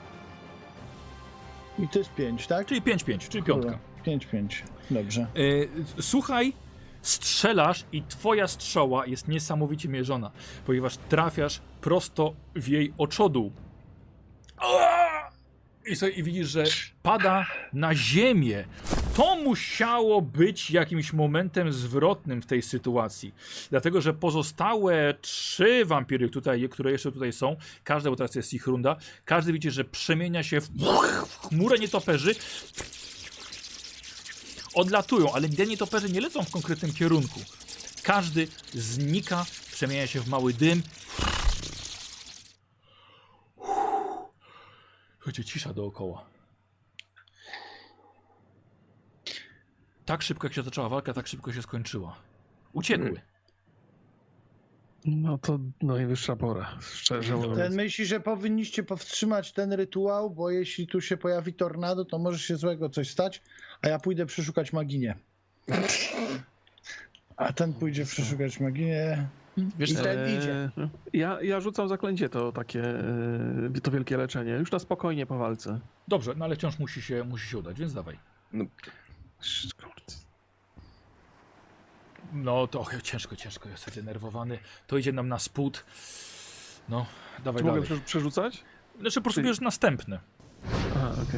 C: I to jest pięć, tak?
A: Czyli pięć pięć, czyli piątka.
C: pięć pięć, dobrze.
A: Yy, słuchaj, strzelasz i twoja strzała jest niesamowicie mierzona, ponieważ trafiasz prosto w jej oczodół. Aaaa! I, sobie, I widzisz, że pada na ziemię To musiało być jakimś momentem zwrotnym w tej sytuacji. Dlatego, że pozostałe trzy wampiry, tutaj, które jeszcze tutaj są, każde, bo teraz jest ich runda, każdy widzi, że przemienia się w, w chmurę nietoperzy. Odlatują, ale te nietoperze nie lecą w konkretnym kierunku. Każdy znika, przemienia się w mały dym. Chodzi cisza dookoła. Tak szybko jak się zaczęła walka, tak szybko się skończyła. Uciekły.
E: No to najwyższa pora, szczerze mówiąc.
C: Ten myśli, że powinniście powstrzymać ten rytuał, bo jeśli tu się pojawi tornado, to może się złego coś stać, a ja pójdę przeszukać Maginię. A ten pójdzie przeszukać Maginię.
D: Wiesz,
C: I ten
E: Eee,
C: idzie.
E: Ja, ja rzucam zaklęcie to takie, e, to wielkie leczenie. Już na spokojnie po walce.
A: Dobrze, no ale wciąż musi się, musi się udać, więc dawaj. No to och, ciężko, ciężko, jestem zdenerwowany. To idzie nam na spód. No, dawaj
E: Czy mogę
A: dalej.
E: prze- przerzucać?
A: Znaczy po prostu bierzesz następny.
E: Aha, okej.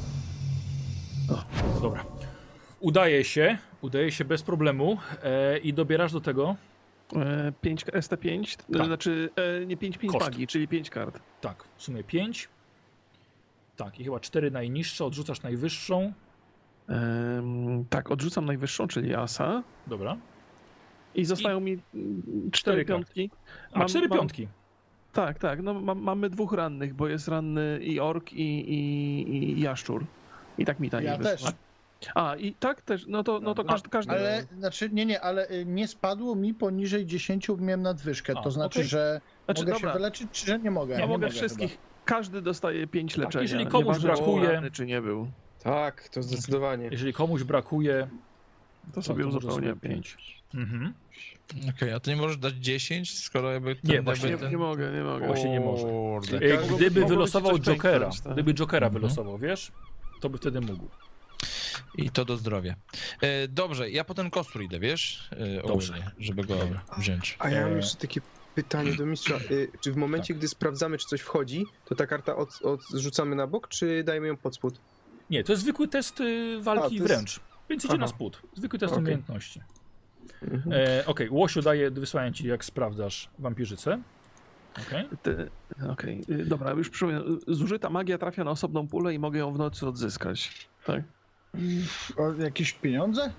A: Dobra. Udaje się, udaje się bez problemu e, i dobierasz do tego,
E: E, pięć S T pięć,
A: Tak.
E: znaczy e, nie pięć, pięć
A: Koszt.
E: magii, czyli pięć kart.
A: tak, w sumie pięć. Tak, i chyba cztery najniższe, odrzucasz najwyższą.
E: Em, tak, odrzucam najwyższą, czyli asa.
A: Dobra.
E: I zostają mi mm, cztery
A: cztery
E: piątki.
A: A,
E: Mam-
A: cztery
E: mam-
A: piątki.
E: Tak, tak. No, ma, mamy dwóch rannych, bo jest ranny i ork, i, i, i jaszczur. I tak mi ta
C: Ja
E: nie
C: też.
E: wyszła. A, i tak też, no to, no to każdy, każdy...
C: Ale, znaczy, nie, nie, ale y, nie spadło mi poniżej dziesięciu, miałem nadwyżkę.
A: A,
C: To znaczy,
A: okej.
C: że
E: Znaczy,
C: mogę
E: dobra.
C: się wyleczyć, czy że nie mogę?
E: Ja
A: nie
E: mogę
A: mogę
E: wszystkich, każdy dostaje pięć
A: Tak,
E: leczenia.
A: jeżeli komuś
E: nieważne, czy
A: brakuje-
E: ranny, czy nie był.
B: Tak, to zdecydowanie.
A: Jeżeli komuś brakuje,
E: To sobie
A: to może
E: uzupełnię
A: sobie
E: pięć.
A: Mhm.
D: Okej, a to nie możesz dać dziesięć, skoro jakby...
A: Nie,
D: ten-
A: właśnie
E: Nie,
D: jakby ten-
E: nie mogę, nie mogę.
A: Właśnie nie może.
D: Kurde.
A: E,
E: Mogą-
A: Gdyby
E: mogą
A: wylosował
E: ci coś
A: Jokera,
E: pęknąć, tak.
A: gdyby Jokera
D: Mhm.
A: wylosował, wiesz, to by wtedy mógł.
D: I to do zdrowia. E, dobrze, ja po ten kostur idę, wiesz? E,
A: Dobrze.
D: ogólnie, żeby go
A: Dobra.
D: wziąć.
B: A ja mam
A: E,
B: jeszcze takie pytanie do mistrza. Y, Czy w momencie, gdy sprawdzamy, czy coś wchodzi, to ta karta od, odrzucamy na bok, czy dajemy ją pod spód?
A: Nie, to jest zwykły test y, walki
B: A, to jest-
A: wręcz, więc idzie
B: Aha.
A: na spód. Zwykły test
B: Okej.
A: umiejętności.
B: Mhm.
A: E, Okej, Łosiu daje, wysłałem ci jak sprawdzasz wampirzycę. Okej.
E: Ty- Okej, y, dobra, już przypominam. Zużyta magia trafia na osobną pulę i mogę ją w nocy odzyskać. Tak?
C: O, jakieś pieniądze?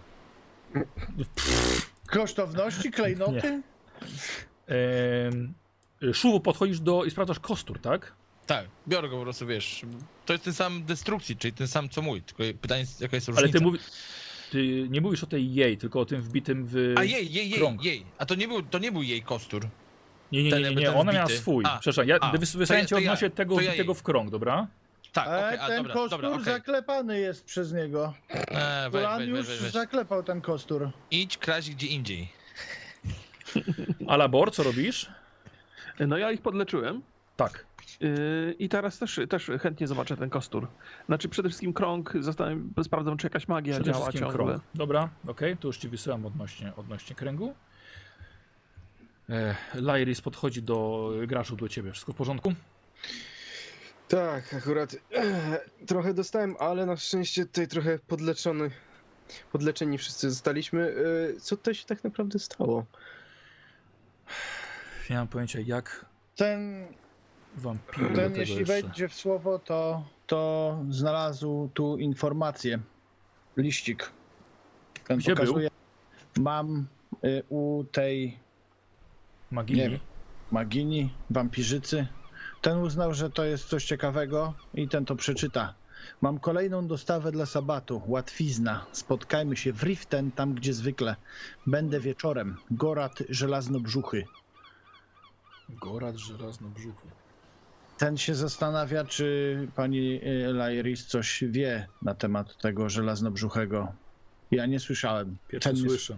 C: Kosztowności, klejnoty?
A: Em, Szuwu, podchodzisz do i sprawdzasz kostur, tak?
D: Tak, biorę go po prostu, wiesz. To jest ten sam destrukcji, czyli ten sam co mój, tylko pytanie jest, jaka jest różnica.
A: Ale ty, mówi, ty nie mówisz o tej jej, tylko o tym wbitym w...
D: A jej, jej, jej,
A: krąg.
D: jej. A to nie był, to nie był jej kostur.
A: Nie, nie,
D: ten
A: nie, nie,
D: jakby
A: nie.
D: ten
A: ona miała
D: wbity.
A: swój.
D: A,
A: Przepraszam, ja
D: a,
A: wys-
D: to
A: wysłałem
D: ja-
A: ci
D: to ja-
A: odnośnie tego
D: to ja
A: wbitego
D: jej.
A: w krąg, dobra?
D: Tak,
C: Ale
D: okej, a
C: ten
D: dobra,
C: kostur
D: dobra, okej.
C: zaklepany jest przez niego.
D: E, weź,
C: Ulan
D: weź,
C: już
D: weź, weź, weź.
C: zaklepał ten kostur.
D: Idź kraść gdzie indziej.
A: Alabor, co robisz?
E: No ja ich podleczyłem.
A: Tak.
E: Yy, I teraz też, też chętnie zobaczę ten kostur. Znaczy przede wszystkim krąg, zastanawiam, sprawdzam czy jakaś magia
A: Przede
E: działa
A: wszystkim
E: ciągle.
A: krąg. Dobra, okej, to już ci wysyłam odnośnie, odnośnie kręgu. E, Lairis podchodzi do graczu, do ciebie. Wszystko w porządku?
B: Tak, akurat eh, trochę dostałem, ale na szczęście tutaj trochę podleczony, podleczeni wszyscy zostaliśmy. Eh, Co to się tak naprawdę stało?
A: Nie mam pojęcia, jak
C: Ten,
A: wampiry do
C: ten
A: tego
C: jeśli
A: jeszcze.
C: wejdzie w słowo, to, to znalazł tu informację. Liścik. Ten
A: Gdzie był?
C: pokazuje. Mam y, u tej
A: Magii?
C: Nie wiem. Magini, wampirzycy. Ten uznał, że to jest coś ciekawego i ten to przeczyta. Mam kolejną dostawę dla sabatu. Łatwizna. Spotkajmy się w Riften, tam gdzie zwykle. Będę wieczorem. Gorat żelaznobrzuchy.
A: Gorad żelaznobrzuchu.
C: Ten się zastanawia, czy pani y, Lairis coś wie na temat tego żelaznobrzuchego. Ja nie słyszałem.
A: Pierwszy
C: Ten jest-
A: słyszę.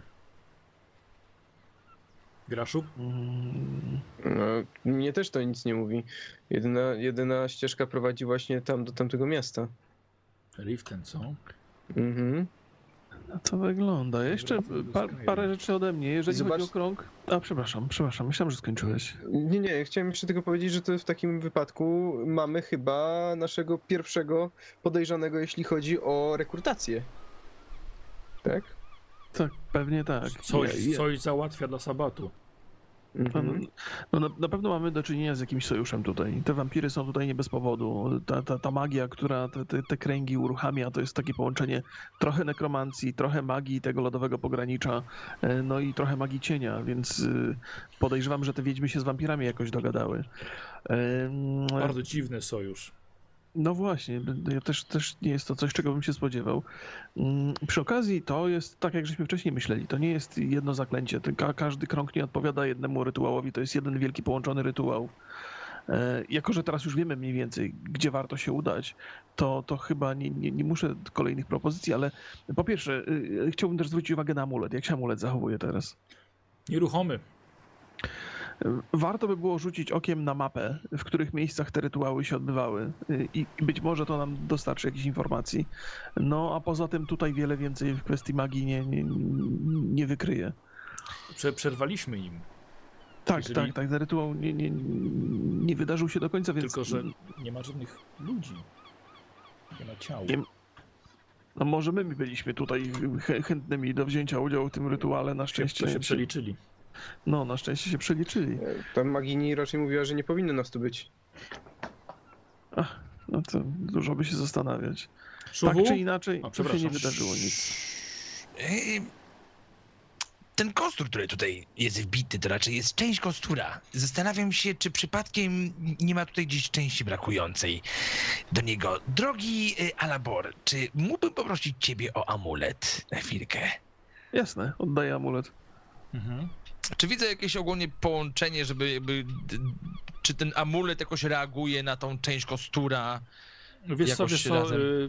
A: Graszu?
E: Mm,
B: No, mnie też to nic nie mówi. Jedyna, jedyna ścieżka prowadzi właśnie tam do tamtego miasta.
A: Riften, co?
B: Mhm.
E: a to wygląda. Jeszcze pa, parę rzeczy ode mnie. Jeżeli
B: Zobacz-
E: chodzi o krąg... A, przepraszam, przepraszam. Myślałem, że skończyłeś.
B: Nie, nie, chciałem jeszcze tylko powiedzieć, że to w takim wypadku mamy chyba naszego pierwszego podejrzanego, jeśli chodzi o rekrutację. Tak?
E: Tak, pewnie tak.
A: Coś,
E: Je- je-
A: coś załatwia dla sabatu.
E: No,
B: Mhm.
E: no na, na pewno mamy do czynienia z jakimś sojuszem tutaj. Te wampiry są tutaj nie bez powodu. Ta, ta, ta magia, która te, te, te kręgi uruchamia, to jest takie połączenie trochę nekromancji, trochę magii tego lodowego pogranicza, e, no i trochę magii cienia, więc y, podejrzewam, że te wiedźmy się z wampirami jakoś dogadały. Em,
A: Bardzo dziwny sojusz.
E: No właśnie, ja też, też nie jest to coś, czego bym się spodziewał. Mm, Przy okazji to jest tak, jak żeśmy wcześniej myśleli, to nie jest jedno zaklęcie, tylko każdy krąg nie odpowiada jednemu rytuałowi, to jest jeden wielki połączony rytuał. E, Jako, że teraz już wiemy mniej więcej, gdzie warto się udać, to, to chyba nie, nie, nie muszę kolejnych propozycji, ale po pierwsze y, chciałbym też zwrócić uwagę na amulet. Jak się amulet zachowuje teraz?
A: Nieruchomy.
E: Warto by było rzucić okiem na mapę, w których miejscach te rytuały się odbywały i i być może to nam dostarczy jakichś informacji. No a poza tym tutaj wiele więcej w kwestii magii nie, nie, nie wykryje.
A: Prze przerwaliśmy im.
E: Tak,
A: Jeżeli-
E: tak, tak, ten rytuał nie, nie, nie wydarzył się do końca, więc
A: Tylko, że nie ma żadnych ludzi. Nie ma ciał.
E: Nie- no może my byliśmy tutaj chę- chętnymi do wzięcia udziału w tym rytuale, na szczęście
A: To się przeliczyli.
E: No, na szczęście się przeliczyli.
B: Ta Magini raczej mówiła, że nie powinno nas tu być.
E: Ach, no to dużo by się zastanawiać.
A: Szuwu?
E: Tak czy inaczej,
A: A,
E: tu się nie
A: przepraszam.
E: wydarzyło nic.
F: Ej, Ten kostur, który tutaj jest wbity, to raczej jest część kostura. Zastanawiam się, czy przypadkiem nie ma tutaj gdzieś części brakującej do niego. Drogi y, Alabor, czy mógłbym poprosić ciebie o amulet na chwilkę?
E: Jasne, oddaję amulet.
A: Mhm.
D: Czy widzę jakieś ogólnie połączenie, żeby, jakby, d- czy ten amulet jakoś reaguje na tą część kostura?
A: Wiesz co,
D: Jakoś
A: wiesz
D: się
A: co,
D: razem-
A: y,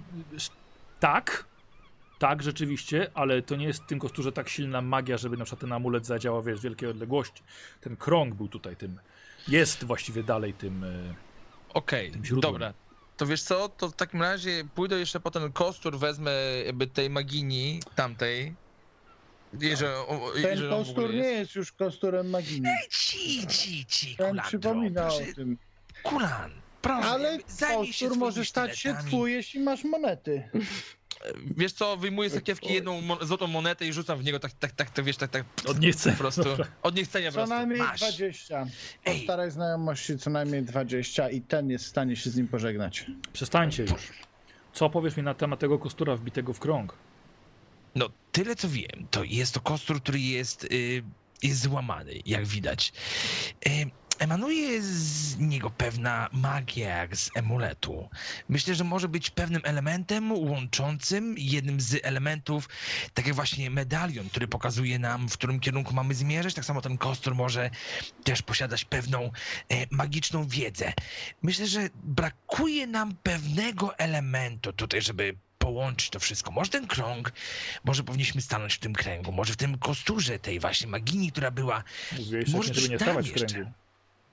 A: tak, tak, rzeczywiście, ale to nie jest w tym kosturze tak silna magia, żeby na przykład ten amulet zadziałał, wiesz, w wielkiej odległości. Ten krąg był tutaj tym, jest właściwie dalej tym, y,
D: Okej,
A: Tym źródłem.
D: dobra. To wiesz co, to w takim razie pójdę jeszcze po ten kostur, wezmę jakby tej magini tamtej. Jeżeli, o-
C: Ten
D: jeżeli on w
C: kostur
D: ogóle
C: nie
D: jest.
C: jest już kosturem magii.
F: Ci, ci, ci,
C: Ten
F: Kulandro,
C: przypomina o
F: proszę,
C: tym.
F: Kulan, proszę,
C: Ale
F: zajmij się
C: kostur
F: swoimi
C: może stać się
F: sztyletami.
C: twój, jeśli masz monety.
D: Wiesz co, wyjmuję z sakiewki jedną mo- złotą monetę i rzucam w niego tak, tak, tak, tak wiesz, tak, tak
A: od niechcenia.
D: po prostu, od niechcenia po
C: Co
D: prostu.
C: najmniej
F: masz.
C: dwadzieścia. Po
F: Ej.
C: starej znajomości co najmniej dwadzieścia i ten jest w stanie się z nim pożegnać.
A: Przestańcie już. Co powiesz mi na temat tego kostura wbitego w krąg?
F: No, tyle co wiem, to jest to kostur, który jest, y, jest złamany, jak widać. Y, emanuje z niego pewna magia, jak z amuletu. Myślę, że może być pewnym elementem łączącym, jednym z elementów, tak jak właśnie medalion, który pokazuje nam, w którym kierunku mamy zmierzać. Tak samo ten kostur może też posiadać pewną e, magiczną wiedzę. Myślę, że brakuje nam pewnego elementu tutaj, żeby połączyć to wszystko. Może ten krąg, może powinniśmy stanąć w tym kręgu, może w tym kosturze tej właśnie magini, która była.
A: Mówiłeś
F: Może
A: wcześniej, żeby nie
F: coś
A: stawać w
F: tam jeszcze.
A: kręgu.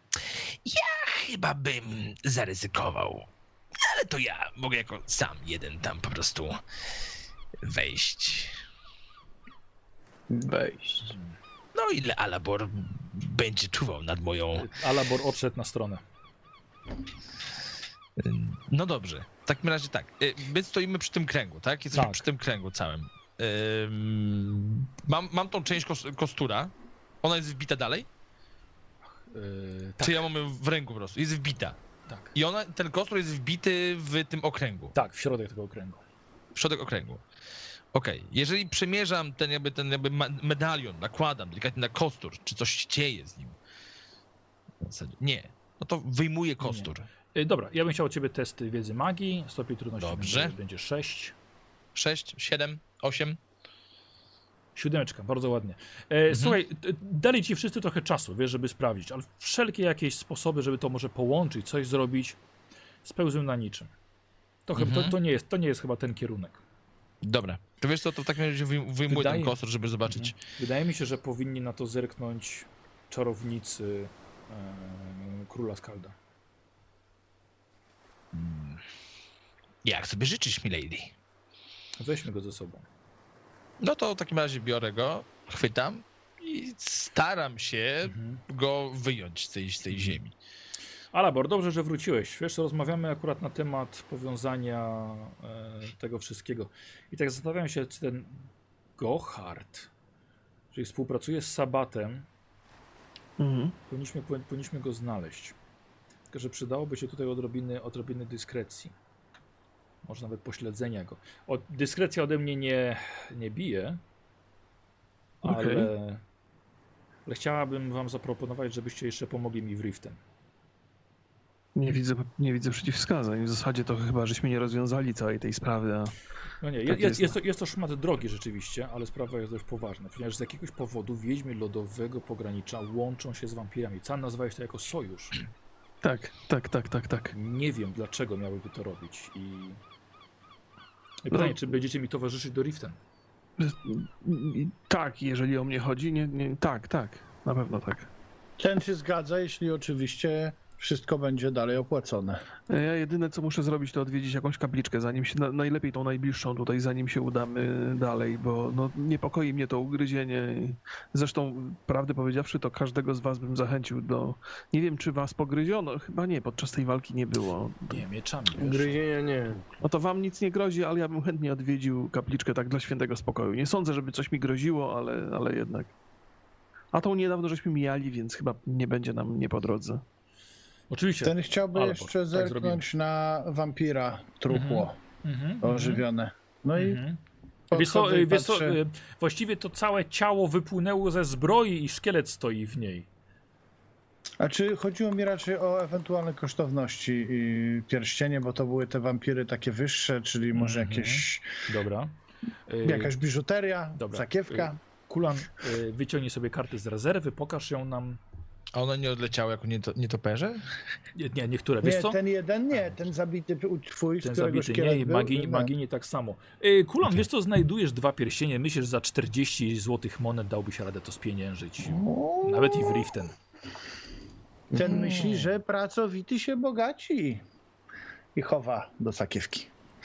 F: Chyba bym zaryzykował. Ale to ja mogę jako sam jeden tam po prostu wejść.
B: Wejść.
F: No ile Alabor będzie czuwał nad moją...
A: Alabor odszedł na stronę.
D: No dobrze, w takim razie tak, y, my stoimy przy tym kręgu, tak? Jesteśmy
A: Tak.
D: przy tym kręgu całym. Ym, mam, mam tą część kos- kostura, ona jest wbita dalej?
A: Yy, tak,
D: Czy ja mam ją w ręku po prostu? Jest wbita.
A: tak.
D: I ona, ten kostur jest wbity w tym okręgu,
A: Tak, w środek tego kręgu.
D: w środek okręgu. Okej, jeżeli przemierzam ten jakby, ten jakby ma- medalion, nakładam delikatnie na kostur, czy coś się dzieje z nim? W zasadzie nie. No to wyjmuję kostur.
A: Yy, dobra, ja bym chciał od ciebie testy wiedzy magii. Stopień trudności
D: Dobrze.
A: będzie, będzie sześć.
D: sześć, siedem, osiem.
A: Siódemeczka, bardzo ładnie. E, Słuchaj, d- dali ci wszyscy trochę czasu, wiesz, żeby sprawdzić, ale wszelkie jakieś sposoby, żeby to może połączyć, coś zrobić, spełzły na niczym. To, chyba, to,
D: Mhm.
A: to, nie jest, to nie jest chyba ten kierunek.
D: Dobra, to wiesz co, to w takim razie wyjm- wyjmuję
A: Wydaje-
D: ten kostur, żeby zobaczyć.
A: Wydaje mi się, że powinni na to zerknąć czarownicy e, króla Skalda.
F: Jak sobie życzysz, milady?
A: Weźmy go ze sobą.
D: No to w takim razie biorę go, chwytam i staram się
A: Mhm.
D: go wyjąć z tej, z tej ziemi.
A: Alabor, dobrze, że wróciłeś. Wiesz, rozmawiamy akurat na temat powiązania e, tego wszystkiego. I tak zastanawiam się, czy ten Gohard, czyli współpracuje z Sabatem,
E: Mhm.
A: powinniśmy, powinniśmy go znaleźć. Tylko, że przydałoby się tutaj odrobiny, odrobiny dyskrecji. Może nawet pośledzenia go. O, dyskrecja ode mnie nie, nie bije, ale,
E: Okej.
A: ale chciałabym wam zaproponować, żebyście jeszcze pomogli mi w Riften.
E: Nie widzę, nie widzę przeciwwskazań. W zasadzie to chyba żeśmy nie rozwiązali całej tej sprawy, a
A: No nie,
E: Tak
A: jest,
E: jest.
A: jest, to, jest to szmat drogi rzeczywiście, ale sprawa jest dość poważna, ponieważ z jakiegoś powodu wiedźmy lodowego pogranicza łączą się z wampirami. Sam nazwałeś to jako sojusz.
E: tak, tak, tak, tak, tak.
A: Nie wiem, dlaczego miałyby to robić i... I pytanie,
E: No.
A: czy będziecie mi towarzyszyć do Riften?
E: I- Tak, jeżeli o mnie chodzi, nie, nie, tak, tak, na pewno tak.
C: Ten się zgadza, jeśli oczywiście wszystko będzie dalej opłacone.
E: Ja jedyne co muszę zrobić, to odwiedzić jakąś kapliczkę, zanim się, na, najlepiej tą najbliższą tutaj, zanim się udamy dalej, bo no, niepokoi mnie to ugryzienie. Zresztą, prawdę powiedziawszy, to każdego z was bym zachęcił do... Nie wiem, czy was pogryziono, chyba nie, podczas tej walki nie było.
A: Nie, mieczami, wiesz?
B: Gryzienia nie.
E: No to wam nic nie grozi, ale ja bym chętnie odwiedził kapliczkę tak dla świętego spokoju. Nie sądzę, żeby coś mi groziło, ale, ale jednak. A tą niedawno żeśmy mijali, więc chyba nie będzie nam nie po drodze.
A: Oczywiście.
C: Ten chciałby
A: Ale
C: jeszcze
A: tak
C: zerknąć na wampira, trupło
A: Mhm, mhm,
C: ożywione. No i
A: mhm. Wiesz co,
C: podchodzę i
A: wiesz co,
C: patrzę.
A: y, właściwie to całe ciało wypłynęło ze zbroi i szkielet stoi w niej.
C: A czy chodziło mi raczej o ewentualne kosztowności i pierścienie, bo to były te wampiry takie wyższe, czyli może
A: Mhm.
C: jakieś,
A: Dobra. Y,
C: jakaś biżuteria,
A: dobra.
C: sakiewka.
A: Kulan, y, wyciągnij sobie kartę z rezerwy, pokaż ją nam.
D: A one nie odleciały jako nieto, nietoperze?
A: Nie, nie niektóre, wiesz
C: Nie,
A: co?
C: ten jeden nie, ten zabity twój, z
A: Ten
C: którego
A: zabity
C: szkielet
A: nie i
C: był,
A: magini,
C: nie.
A: magini tak samo. Y, Kulan, wiesz co, znajdujesz dwa pierścienie, myślisz, że za czterdzieści złotych monet dałby się radę to spieniężyć.
C: O,
A: Nawet i w Riften.
C: Ten myśli, że pracowity się bogaci i chowa do sakiewki.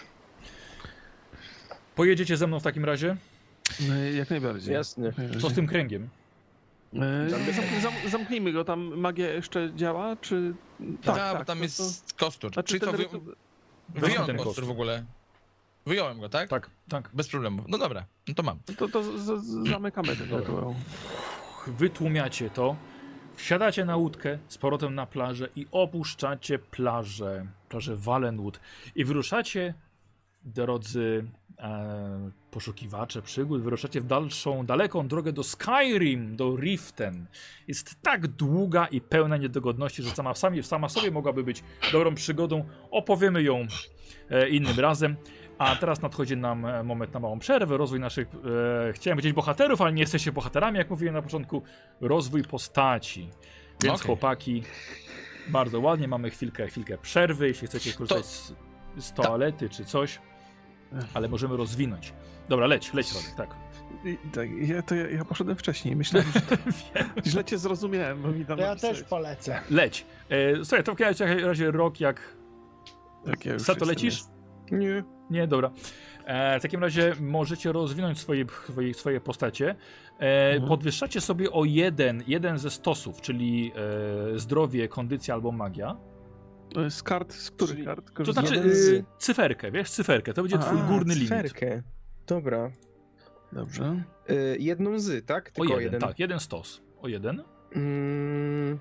A: Pojedziecie ze mną w takim razie?
E: No, jak najbardziej.
B: Jasne.
E: Jak najbardziej.
A: Co z tym kręgiem?
E: E, zam, zam, zamknijmy go, tam magia jeszcze działa, czy...
D: Tak, tak, bo tam
E: to-
D: jest
E: to-
D: kostur.
E: Znaczy
D: Czyli to
E: ten
D: wy...
E: rytu-
D: wyjąłem
A: ten
D: kostur
A: kostur.
D: w ogóle. Wyjąłem go, tak?
A: Tak, tak.
D: Bez problemu. No dobra, no to mam.
E: To, to z, z, zamykamy ten rytuał.
A: Wytłumiacie to, wsiadacie na łódkę z powrotem na plażę i opuszczacie plażę, plażę Valenwood i wyruszacie, drodzy e, poszukiwacze przygód, wyruszacie w dalszą, daleką drogę do Skyrim, do Riften. Jest tak długa i pełna niedogodności, że sama, sami, sama sobie mogłaby być dobrą przygodą. Opowiemy ją e, innym razem. A teraz nadchodzi nam e, moment na małą przerwę, rozwój naszych, e, chciałem powiedzieć bohaterów, ale nie jesteście bohaterami, jak mówiłem na początku, rozwój postaci. Więc
D: Okej.
A: chłopaki, bardzo ładnie, mamy chwilkę, chwilkę przerwy, jeśli chcecie korzystać z, z toalety czy coś, ale możemy rozwinąć. Dobra, leć, leć Rodek, tak.
E: I, tak ja, to ja, ja poszedłem wcześniej, myślałem, że to, źle cię zrozumiałem, bo mi tam
C: To ja
E: napisałeś.
C: też polecę.
A: Leć. E, słuchaj, to w takim razie rok jak...
E: Tak, ja już
A: Za to
E: jestem,
A: lecisz?
E: jest.
B: Nie.
A: Nie, dobra. E, w takim razie możecie rozwinąć swoje, swoje, swoje postacie. E,
E: Mhm.
A: Podwyższacie sobie o jeden, jeden ze stosów, czyli e, zdrowie, kondycja albo magia.
E: E, Z kart, z których
B: Czyli-
E: kart?
A: To
E: korzystamy?
A: znaczy
B: Jeden z-
A: y, cyferkę, wiesz, cyferkę. To będzie twój
E: A,
A: górny limit.
B: Cyferkę. Dobra.
E: Dobrze.
B: Y, jedną z, tak?
A: O
B: Tylko
A: jeden, tak, jeden stos. O jeden.
B: Mm.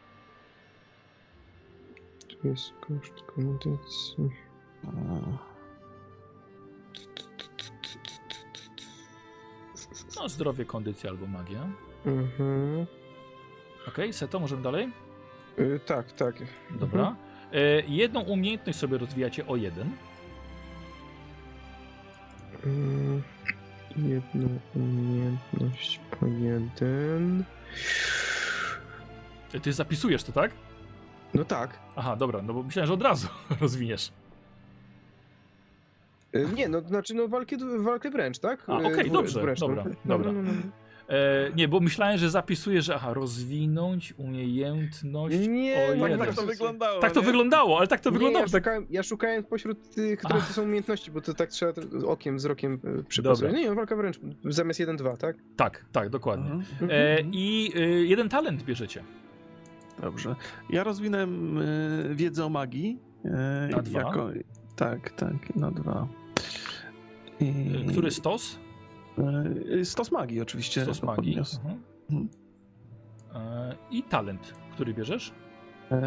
B: Tu jest koszt kondycji.
E: O,
A: No, zdrowie, kondycja albo magia.
B: Mhm.
A: Okej, Seto, możemy dalej?
B: Y, tak, tak.
A: Dobra. E, jedną umiejętność sobie rozwijacie o jeden.
B: Mm. Jedną umiejętność po jeden.
A: E, Ty zapisujesz to, tak?
B: No tak.
A: Aha, dobra, no bo myślałem, że od razu rozwiniesz.
B: Y, Nie, no znaczy no walkę, walkę wręcz, tak?
A: A,
B: Y,
A: okej,
B: dwu-
A: dobrze,
B: dwuręczną.
A: dobra,
B: No,
A: dobra.
B: no, no, no.
A: E, nie, bo myślałem, że zapisujesz, że aha, rozwinąć umiejętność
B: Nie,
A: o
B: tak,
A: jeden.
B: tak to
E: wyglądało.
A: Tak to wyglądało, ale tak to
B: Nie,
A: wyglądało.
B: ja
A: tak...
B: szukałem, ja szukałem pośród tych, które
A: Ach.
B: to są umiejętności, bo to tak trzeba okiem, wzrokiem y, przypasować.
A: Dobra.
B: Nie, walka wręcz zamiast jeden dwa, tak?
A: Tak, tak, dokładnie.
E: Mhm.
A: E, I y, jeden talent bierzecie.
E: Dobrze. Ja rozwinąłem y, wiedzę o magii. Y,
A: Na dwa?
E: Jako, tak, tak, na dwa. I,
A: Który stos?
E: y, Stos magii oczywiście.
A: Stos magii.
E: podniósł.
A: Mhm.
E: Mhm.
A: E, I talent, który bierzesz?
E: E,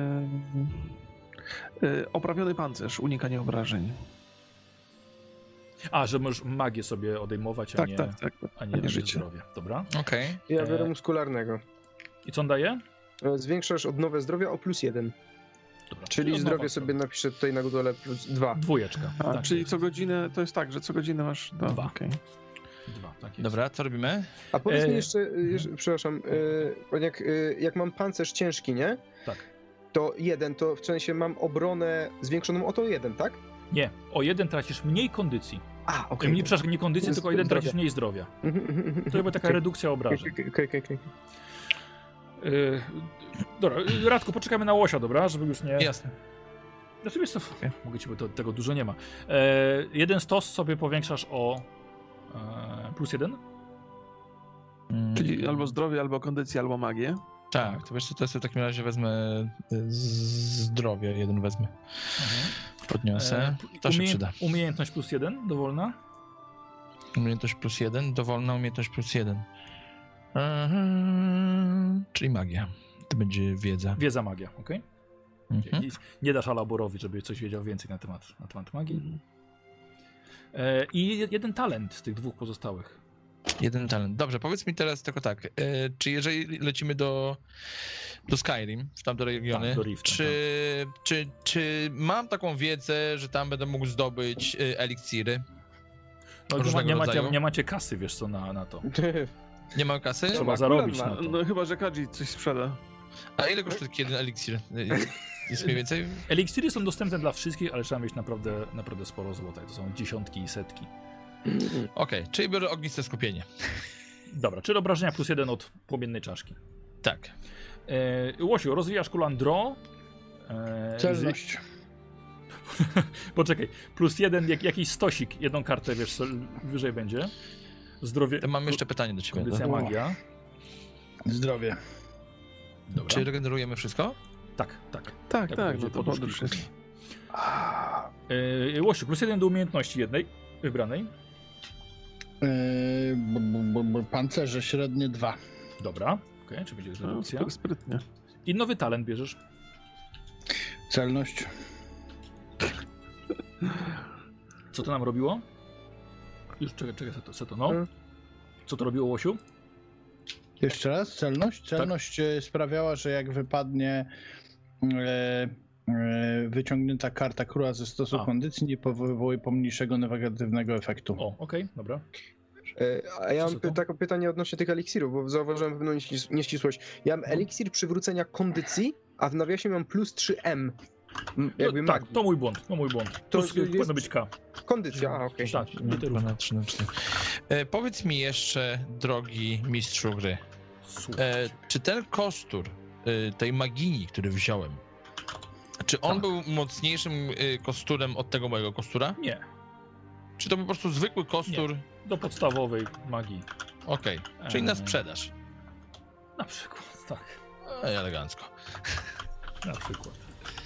E: e, oprawiony pancerz, unikanie obrażeń.
A: A, że możesz magię sobie odejmować, a
E: Tak,
A: nie,
E: tak, tak.
A: a nie,
E: a
A: a
E: nie
A: nie
E: życie.
A: zdrowie. Dobra.
D: Okej.
B: Ja
A: E,
B: biorę muskularnego.
A: I co on daje?
B: E, Zwiększasz odnowę zdrowia o plus jeden.
A: Dobra.
B: Czyli
A: odnowa
B: zdrowie sobie napiszę tutaj na dole plus dwa.
A: Dwójeczka.
E: A,
A: tak
E: czyli
A: jest.
E: co godzinę, to jest tak, że co godzinę masz... No,
A: Dwa.
E: okej.
A: Dwa, tak jest.
D: Dobra, co robimy?
B: A powiedz
A: E,
B: mi jeszcze, e, jeszcze przepraszam, e, jak, e, jak mam pancerz ciężki, nie?
A: Tak.
B: To jeden, to w sensie mam obronę zwiększoną o to jeden, tak?
A: Nie, o jeden tracisz mniej kondycji.
B: A,
A: Okay. Nie, przepraszam, nie kondycji,
B: Jest
A: tylko o jeden
B: zdrowia.
A: tracisz mniej zdrowia.
B: Mhm, mhm, mhm.
A: To jakby taka
B: Okej.
A: redukcja obrażeń.
B: Okej, okej, okej, okej.
A: Yy, dobra, yy, Radku, poczekamy na Łosia, dobra? Żeby już nie...
D: Jasne.
A: Znaczy wiesz co,
D: Okej.
A: mogę ci, bo to, tego dużo nie ma. E, jeden stos sobie powiększasz o e, plus jeden.
D: Mm,
E: Czyli albo zdrowie, albo kondycję, albo magię.
D: Tak, to wiesz co, to ja sobie w takim razie wezmę y, z- zdrowie, jeden wezmę. Podniosę.
A: E,
D: To się
A: umie-
D: przyda.
A: Umiejętność plus jeden, dowolna.
D: Umiejętność plus jeden, dowolna umiejętność plus jeden. Mhm, czyli magia. To będzie wiedza.
A: Wiedza magia, okej?
D: Mhm.
A: Nie, nie dasz Alaborowi, żeby coś wiedział więcej na temat, na temat magii. E, I jeden talent z tych dwóch pozostałych.
D: Jeden talent. Dobrze, powiedz mi teraz tylko tak, e, czy jeżeli lecimy do, do Skyrim, w tamte regiony,
A: Tak, do Rifta,
D: czy, czy, czy mam taką wiedzę, że tam będę mógł zdobyć e, eliksiry?
A: No, nie, ma,
D: Różnego
A: nie, macie,
D: rodzaju?
A: nie macie kasy, wiesz co, na, na to.
D: Nie mam kasy?
A: Trzeba
B: ma,
A: zarobić
B: akurat
A: na
B: ma.
A: to.
E: No chyba, że Kadzi coś sprzeda.
D: A ile kosztuje taki jeden eliksir? Jest mniej więcej?
A: Eliksiry są dostępne dla wszystkich, ale trzeba mieć naprawdę, naprawdę sporo złota. To są dziesiątki i setki.
D: Okej, czyli biorę ogniste skupienie.
A: Dobra, czyli obrażenia plus jeden od płomiennej czaszki.
D: Tak.
A: E, Łosiu, rozwijasz kulandro. E,
C: Celność.
A: z- Poczekaj, plus jeden, jak, jakiś stosik, jedną kartę, wiesz, co wyżej będzie. Zdrowie,
D: To mam jeszcze pytanie do ciebie.
A: kondycja,
D: To,
A: magia.
C: Zdrowie.
A: Dobra.
D: czy regenerujemy wszystko?
A: Tak, tak.
E: Tak,
A: Jak
E: tak,
A: będzie
E: no to
A: poduszki
E: podróż
A: później.
E: jest.
A: E, Łosiu, plus jeden do umiejętności jednej, wybranej.
C: Yy, b, b, b, pancerze średnie dwa.
A: Dobra, okej, czy będzie
E: No,
A: redukcja.
E: super sprytnie.
A: I nowy talent bierzesz.
C: Celność.
A: Co to nam robiło? Już czekaj, czekaj, co to, co to no?
B: Hmm.
A: Co to robiło, Łosiu?
C: Jeszcze raz, celność. Celność e, sprawiała, że jak wypadnie e, e, wyciągnięta karta króla ze stosu
A: A.
C: kondycji, nie wywołuje pomniejszego negatywnego efektu.
A: O, okej, dobra.
B: E, A ja
A: Co
B: mam
A: to?
B: py- takie pytanie odnośnie tych eliksirów, bo zauważyłem pewną nieścis- nieścisłość. Ja mam eliksir przywrócenia kondycji, a w nawiasie mam plus trzy M. M, Jakby
A: No, tak,
B: magii.
A: to mój błąd, to mój błąd.
B: To
A: Plus,
B: jest-
A: powinno być K.
B: Kondycja, a okej.
A: Tak,
D: dwa
A: literówka.
D: na trzy na cztery. E, powiedz mi jeszcze, drogi mistrzu gry,
A: Słuchaj.
D: e, czy ten kostur e, tej magini, który wziąłem, czy on
A: Tak.
D: był mocniejszym e, kosturem od tego mojego kostura?
A: Nie,
D: Czy to był po prostu zwykły kostur?
A: do podstawowej magii.
D: Okej, czyli na
A: Eee.
D: sprzedaż.
A: Na przykład, tak.
D: E, elegancko.
A: Na przykład.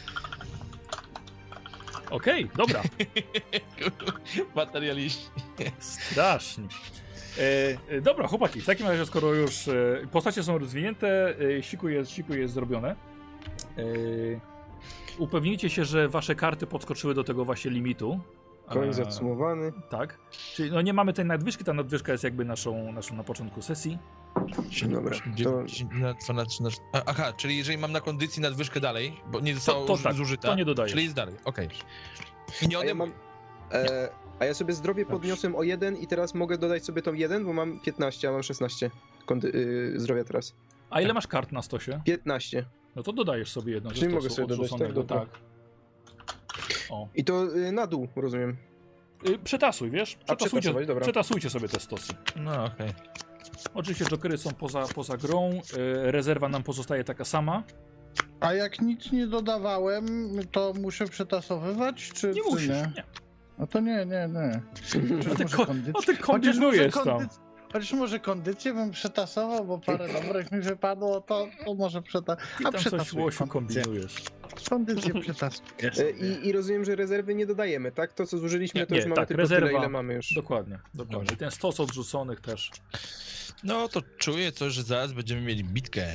A: Okej, dobra.
D: Materialiści.
A: Strasznie. E, e, dobra, chłopaki, w takim razie, skoro już e, postacie są rozwinięte, e, siku, jest, siku jest zrobione, e, upewnijcie się, że wasze karty podskoczyły do tego właśnie limitu.
B: Koń
A: E,
B: zadsumowany.
A: Tak. Czyli no nie mamy tej nadwyżki, ta nadwyżka jest jakby naszą, naszą na początku sesji.
B: Dobra,
D: Dzie-
B: to-
D: na dwa na trzy na cztery. A- Aha, czyli jeżeli mam na kondycji nadwyżkę dalej, bo nie zostało
A: to tak,
D: zużyta,
A: to nie dodajesz.
D: czyli jest dalej, okej. I nie
B: A ja, mam, e, a ja sobie zdrowie podniosłem o jeden i teraz mogę dodać sobie tą jeden, bo mam piętnaście, a mam szesnaście kondy, y, zdrowia teraz.
A: A ile masz kart na stosie?
B: piętnaście.
A: No to dodajesz sobie jedno ze
B: Czyli mogę
A: stosu
B: sobie dodać, tak?
A: odrzuconego,
B: Dobra.
A: tak. O.
B: I to y, na dół, rozumiem.
A: Y, Przetasuj, wiesz? Przetasujcie,
B: przetasować, dobra.
A: przetasujcie sobie te stosy.
D: No okej.
A: Oczywiście jokery są poza, poza grą, y, rezerwa nam pozostaje taka sama.
C: A jak nic nie dodawałem, to muszę przetasowywać, czy
A: Nie
C: czy
A: musisz,
C: nie?
A: nie.
C: No to nie, nie, nie.
A: A ty,
C: Może
A: ko-
C: kondycja-
A: a ty
C: Chociaż
A: kombinujesz
C: może
A: tam.
C: kondyc- chociaż może kondycję bym przetasował, bo parę dobrych mi wypadło, to, to może przeta...
A: I
C: A
A: tam coś,
C: przetasuję
A: Łosiu,
C: kondycję.
A: kombinujesz.
C: Kondycję przetasuję.
B: E, I, I rozumiem, że rezerwy nie dodajemy, tak? To, co zużyliśmy, to
A: Nie,
B: już mamy
A: tak,
B: tylko
A: rezerwa.
B: tyle, ile mamy już.
A: Dokładnie, dokładnie. I ten stos odrzuconych też.
D: No to czuję coś, że zaraz będziemy mieli bitkę.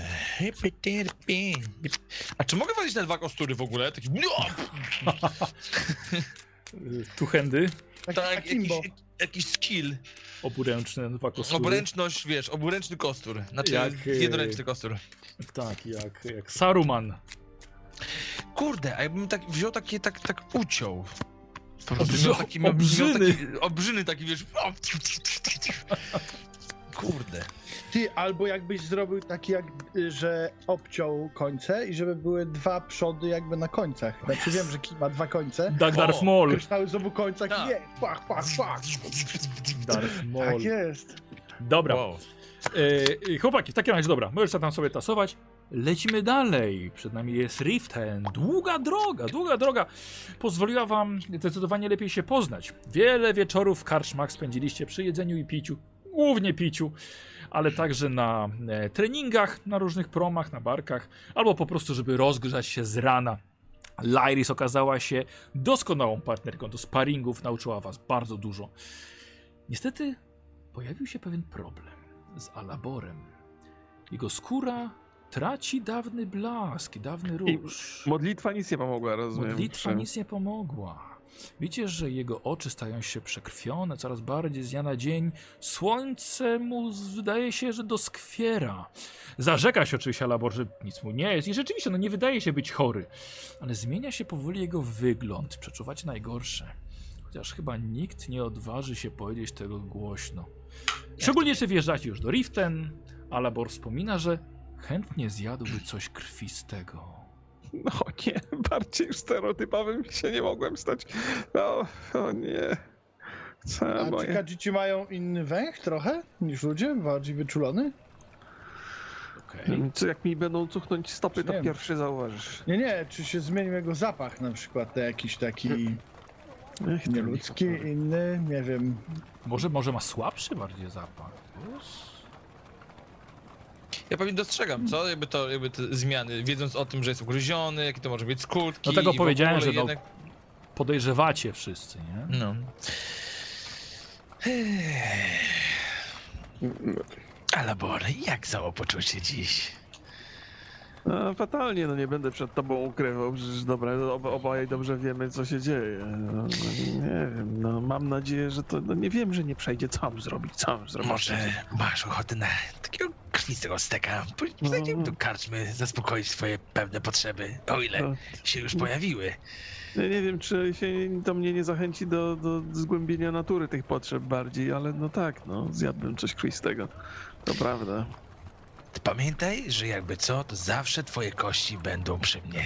D: A czy mogę walić na dwa kostury w ogóle? Taki...
A: Y, Tu handy,
C: Tak,
D: Tak,
C: akimbo.
D: jakiś, jakiś skill.
A: oburęczne, dwa kostury.
D: Oburęczność, wiesz, oburęczny kostur. Znaczy
A: Jak, e,
D: jednoręczny kostur.
A: Tak, jak, jak Saruman.
D: Kurde, a jakbym tak wziął takie, tak, tak uciął. Po prostu
A: Obrzy-
D: miał taki, miał,
A: obrzyny.
D: miał taki, obrzyny taki, wiesz. Kurde.
C: Ty, albo jakbyś zrobił taki, jak, y, że obciął końce i żeby były dwa przody jakby na końcach. Znaczy wiem, że kij ma dwa końce.
A: Dark Darth
D: O,
A: Maul.
C: Kryształy z obu końcach
D: Tak.
C: i je, pach, pach, pach.
A: Darth Maul.
C: Tak jest.
A: Dobra.
D: Wow.
A: E, chłopaki, w takim razie dobra, możesz tam sobie tasować. Lecimy dalej. Przed nami jest Riften. Długa droga, długa droga. Pozwoliła wam zdecydowanie lepiej się poznać. Wiele wieczorów w karczmach spędziliście przy jedzeniu i piciu. Głównie piciu, ale także na e, treningach, na różnych promach, na barkach, albo po prostu, żeby rozgrzać się z rana. Lyris okazała się doskonałą partnerką do sparingów, nauczyła was bardzo dużo. Niestety pojawił się pewien problem z Alaborem. Jego skóra traci dawny blask, dawny róż.
E: Modlitwa nic nie pomogła, rozumiem.
A: Modlitwa
E: że-
A: nic nie pomogła. Widzicie, że jego oczy stają się przekrwione coraz bardziej z dnia na dzień. Słońce mu wydaje się, że doskwiera. Zarzeka się oczywiście Alabor, że nic mu nie jest i rzeczywiście no, nie wydaje się być chory. Ale zmienia się powoli jego wygląd. Przeczuwacie najgorsze. Chociaż chyba nikt nie odważy się powiedzieć tego głośno. Szczególnie, że wjeżdżacie już do Riften. Alabor wspomina, że chętnie zjadłby coś krwistego.
E: No nie, bardziej już stereotypowym się nie mogłem stać. No, o nie. Co
C: A czy
E: moje...
C: kadzici mają inny węch trochę niż ludzie? Bardziej wyczulony?
A: Okej.
E: Co jak mi będą cuchnąć stopy, to
C: Nie wiem.
E: pierwszy zauważysz.
C: Nie, nie, czy się zmienił jego zapach na przykład, to jakiś taki
E: Ech, to
C: nieludzki,
E: licho.
C: inny, nie wiem.
A: Może, może ma słabszy bardziej zapach. Wiesz?
D: Ja pewnie dostrzegam, co? Jakby to, jakby te zmiany, wiedząc o tym, że jest ugryziony, jakie to może być skutki.
A: Dlatego
D: i w
A: powiedziałem,
D: ogóle
A: że no-
D: jednak...
A: Podejrzewacie wszyscy, nie?
D: No.
F: Alabor, jak samopoczucie dziś?
E: No, fatalnie, no nie będę przed tobą ukrywał, przecież dobra, no, ob, obaj dobrze wiemy, co się dzieje. No, no, nie wiem, no mam nadzieję, że to, no nie wiem, że nie przejdzie, co mam zrobić, co mam zrobić.
F: Może masz ochotę na takiego krwistego steka?
E: No.
F: Zajdziemy do karczmy, zaspokoić swoje pewne potrzeby, o ile
E: No,
F: się już pojawiły.
E: ja nie wiem, czy się to mnie nie zachęci do, do zgłębienia natury tych potrzeb bardziej, ale no tak, no zjadłbym coś krwistego, to prawda.
F: Pamiętaj, że jakby co, to zawsze twoje kości będą przy mnie.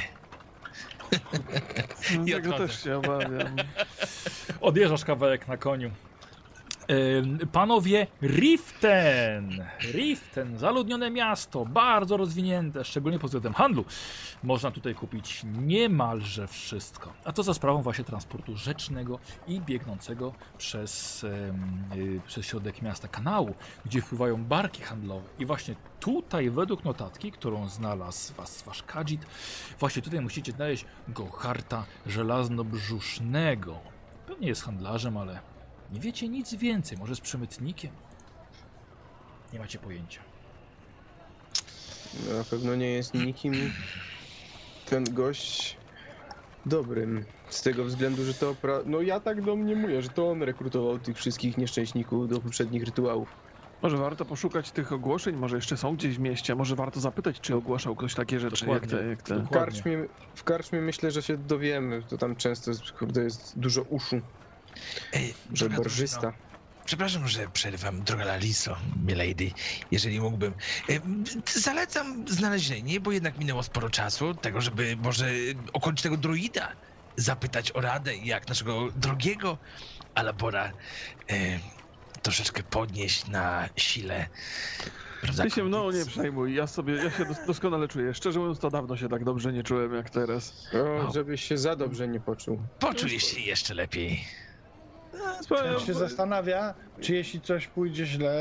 E: No,
D: I
E: tego
D: odchodzę.
E: też się obawiam.
A: Odjeżdżasz kawałek na koniu. Ym, Panowie, Riften! Riften, zaludnione miasto, bardzo rozwinięte, szczególnie pod względem handlu. Można tutaj kupić niemalże wszystko. A to za sprawą właśnie transportu rzecznego i biegnącego przez, ym, y, przez środek miasta kanału, gdzie wpływają barki handlowe. I właśnie tutaj, według notatki, którą znalazł was wasz Khajiit, właśnie tutaj musicie znaleźć Goharta Żelaznobrzusznego. Pewnie jest handlarzem, ale nie wiecie nic więcej, może z przemytnikiem? Nie macie pojęcia.
B: No, na pewno nie jest nikim ten gość dobrym. Z tego względu, że to... Pra... No ja tak domniemuję, że to on rekrutował tych wszystkich nieszczęśników do poprzednich rytuałów.
E: Może warto poszukać tych ogłoszeń, może jeszcze są gdzieś w mieście, może warto zapytać, czy ogłaszał ktoś takie rzeczy, jak
A: Dokładnie.
E: te, jak te...
B: W karczmie, w karczmie myślę, że się dowiemy. To tam często jest, kurde, jest dużo uszu,
F: Ej,
B: że
F: droga
B: borżysta.
F: drużyno, Przepraszam, że przerywam, droga Laliso, milady, jeżeli mógłbym. E, Zalecam znalezienie, bo jednak minęło sporo czasu, tego, żeby może okolicznego druida zapytać o radę, jak naszego drogiego Alabora e, troszeczkę podnieść na sile. Prawda,
E: Ty się mną nie
F: kondycji.
E: przejmuj, ja sobie, ja się dos- doskonale czuję. Szczerze mówiąc, to dawno się tak dobrze nie czułem jak teraz.
B: O, żebyś się za dobrze nie poczuł.
F: Poczujesz się jeszcze lepiej.
C: On się zastanawia, czy jeśli coś pójdzie źle,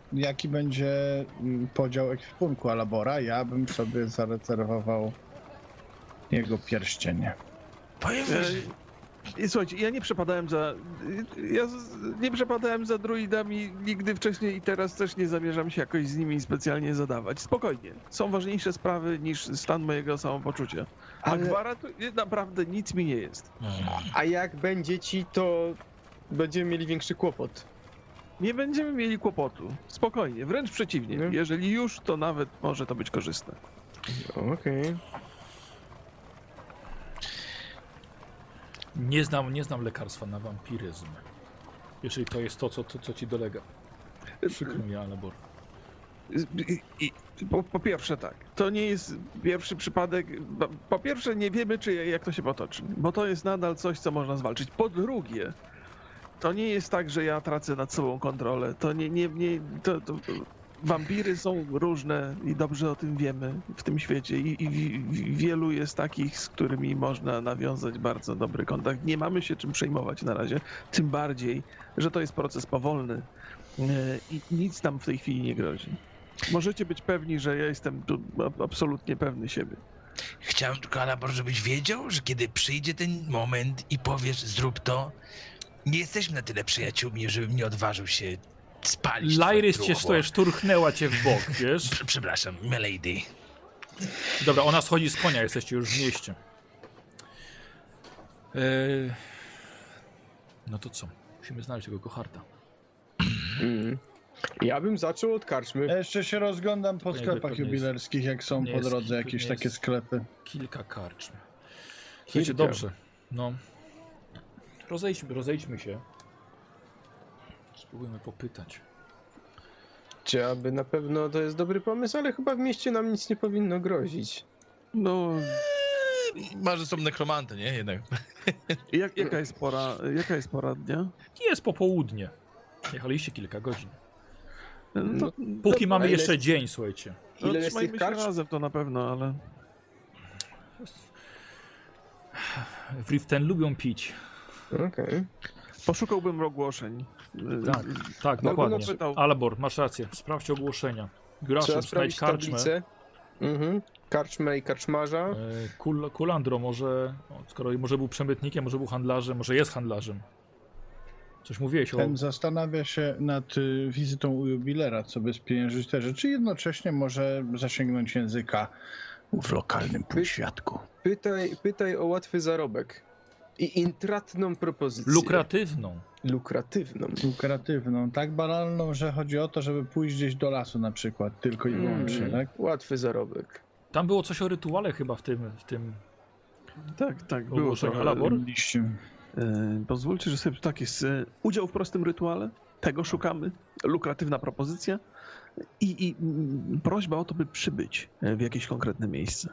C: jaki będzie podział ekwipunku Alabora, ja bym sobie zarezerwował jego pierścień.
F: Powiem wam, że...
E: I słuchajcie, ja nie przepadałem za. Ja z- nie przepadałem za druidami nigdy wcześniej i teraz też nie zamierzam się jakoś z nimi specjalnie zadawać. Spokojnie. Są ważniejsze sprawy niż stan mojego samopoczucia. A
B: Ale-
E: gwarantuję, naprawdę nic mi nie jest.
B: A jak będzie ci, to będziemy mieli większy kłopot.
E: Nie będziemy mieli kłopotu. Spokojnie, wręcz przeciwnie.
B: Nie?
E: Jeżeli już, to nawet może to być korzystne.
B: Okej.
A: Nie znam, nie znam lekarstwa na wampiryzm. Jeżeli to jest to, co, to, co ci dolega. Przykro mi, Alabor.
E: I, i, po, po pierwsze tak, to nie jest pierwszy przypadek. bo- Po pierwsze nie wiemy, czy jak to się potoczy, bo to jest nadal coś, co można zwalczyć. Po drugie, to nie jest tak, że ja tracę nad sobą kontrolę. To nie, nie, nie to, to, wampiry są różne i dobrze o tym wiemy w tym świecie i, i wi- wi- wielu jest takich, z którymi można nawiązać bardzo dobry kontakt. Nie mamy się czym przejmować na razie, tym bardziej, że to jest proces powolny e, i nic nam w tej chwili nie grozi. Możecie być pewni, że ja jestem tu a- absolutnie pewny siebie.
F: Chciałem tylko, Alabor, żebyś wiedział, że kiedy przyjdzie ten moment i powiesz, zrób to, nie jesteśmy na tyle przyjaciółmi, żebym nie odważył się spalić.
A: Lairis
F: twoje
A: cię
F: truchło.
A: stoję, szturchnęła cię w bok, wiesz?
F: Prze- Przepraszam, milady.
A: Dobra, ona schodzi z konia, jesteście już w mieście. Eee... No to co? Musimy znaleźć tego Koharta.
B: Mm. Ja bym zaczął od karczmy.
C: Ja jeszcze się rozglądam po
A: Nie,
C: sklepach
A: pewnie jest-
C: jubilerskich, jak są
A: nie
C: po
A: jest-
C: drodze
A: nie
C: jakieś
A: jest-
C: takie sklepy.
A: Kilka karczm. Słuchajcie,
B: Kilka.
A: dobrze. No. Rozejdźmy, rozejdźmy się. Spróbujmy popytać.
B: Czy aby na pewno to jest dobry pomysł, ale chyba w mieście nam nic nie powinno grozić.
E: No,
F: Może są nekromanty, nie? Jednak.
E: jak, jaka jest pora, jaka jest pora dnia?
A: Jest popołudnie. Jechaliście kilka godzin.
E: No, to,
A: Póki
B: a
A: mamy
B: ile
A: jeszcze
B: jest-
A: dzień, słuchajcie.
E: no,
B: Ile jest
E: trzymajmy
B: tych
E: się
B: karcz?
E: razem, to na pewno, ale...
A: W Riften lubią pić.
B: Okej.
E: Poszukałbym ogłoszeń.
A: Tak, tak,
B: No,
A: dokładnie.
E: no, pytał-
A: Alabor, masz rację. Sprawdź ogłoszenia.
B: Trzeba
A: Graszem, znajdź
B: sprawdzić
A: karczmę.
B: tablicę. Mhm. Karczmę i karczmarza.
A: E, Kul, Kulandro może, o, skoro może był przemytnikiem, może był handlarzem, może jest handlarzem. Coś mówiłeś o...
C: Ten zastanawia się nad y, wizytą u jubilera, co by spieniężyć te rzeczy, jednocześnie może zasięgnąć języka w lokalnym półświadku.
B: Pytaj, pytaj o łatwy zarobek. I intratną propozycję.
A: Lukratywną.
B: Lukratywną.
C: Lukratywną, tak banalną, że chodzi o to, żeby pójść gdzieś do lasu na przykład, tylko i wyłącznie,
B: Mm,
C: tak?
B: Łatwy zarobek.
A: Tam było coś o rytuale chyba w tym, w tym
E: Tak, tak, było
A: ogłoszeniu.
E: trochę.
A: Alabor?
C: Liście.
E: E, pozwólcie, że sobie tak jest. E, udział w prostym rytuale, tego szukamy. Lukratywna propozycja i, i mm, prośba o to, by przybyć e, w jakieś konkretne miejsce.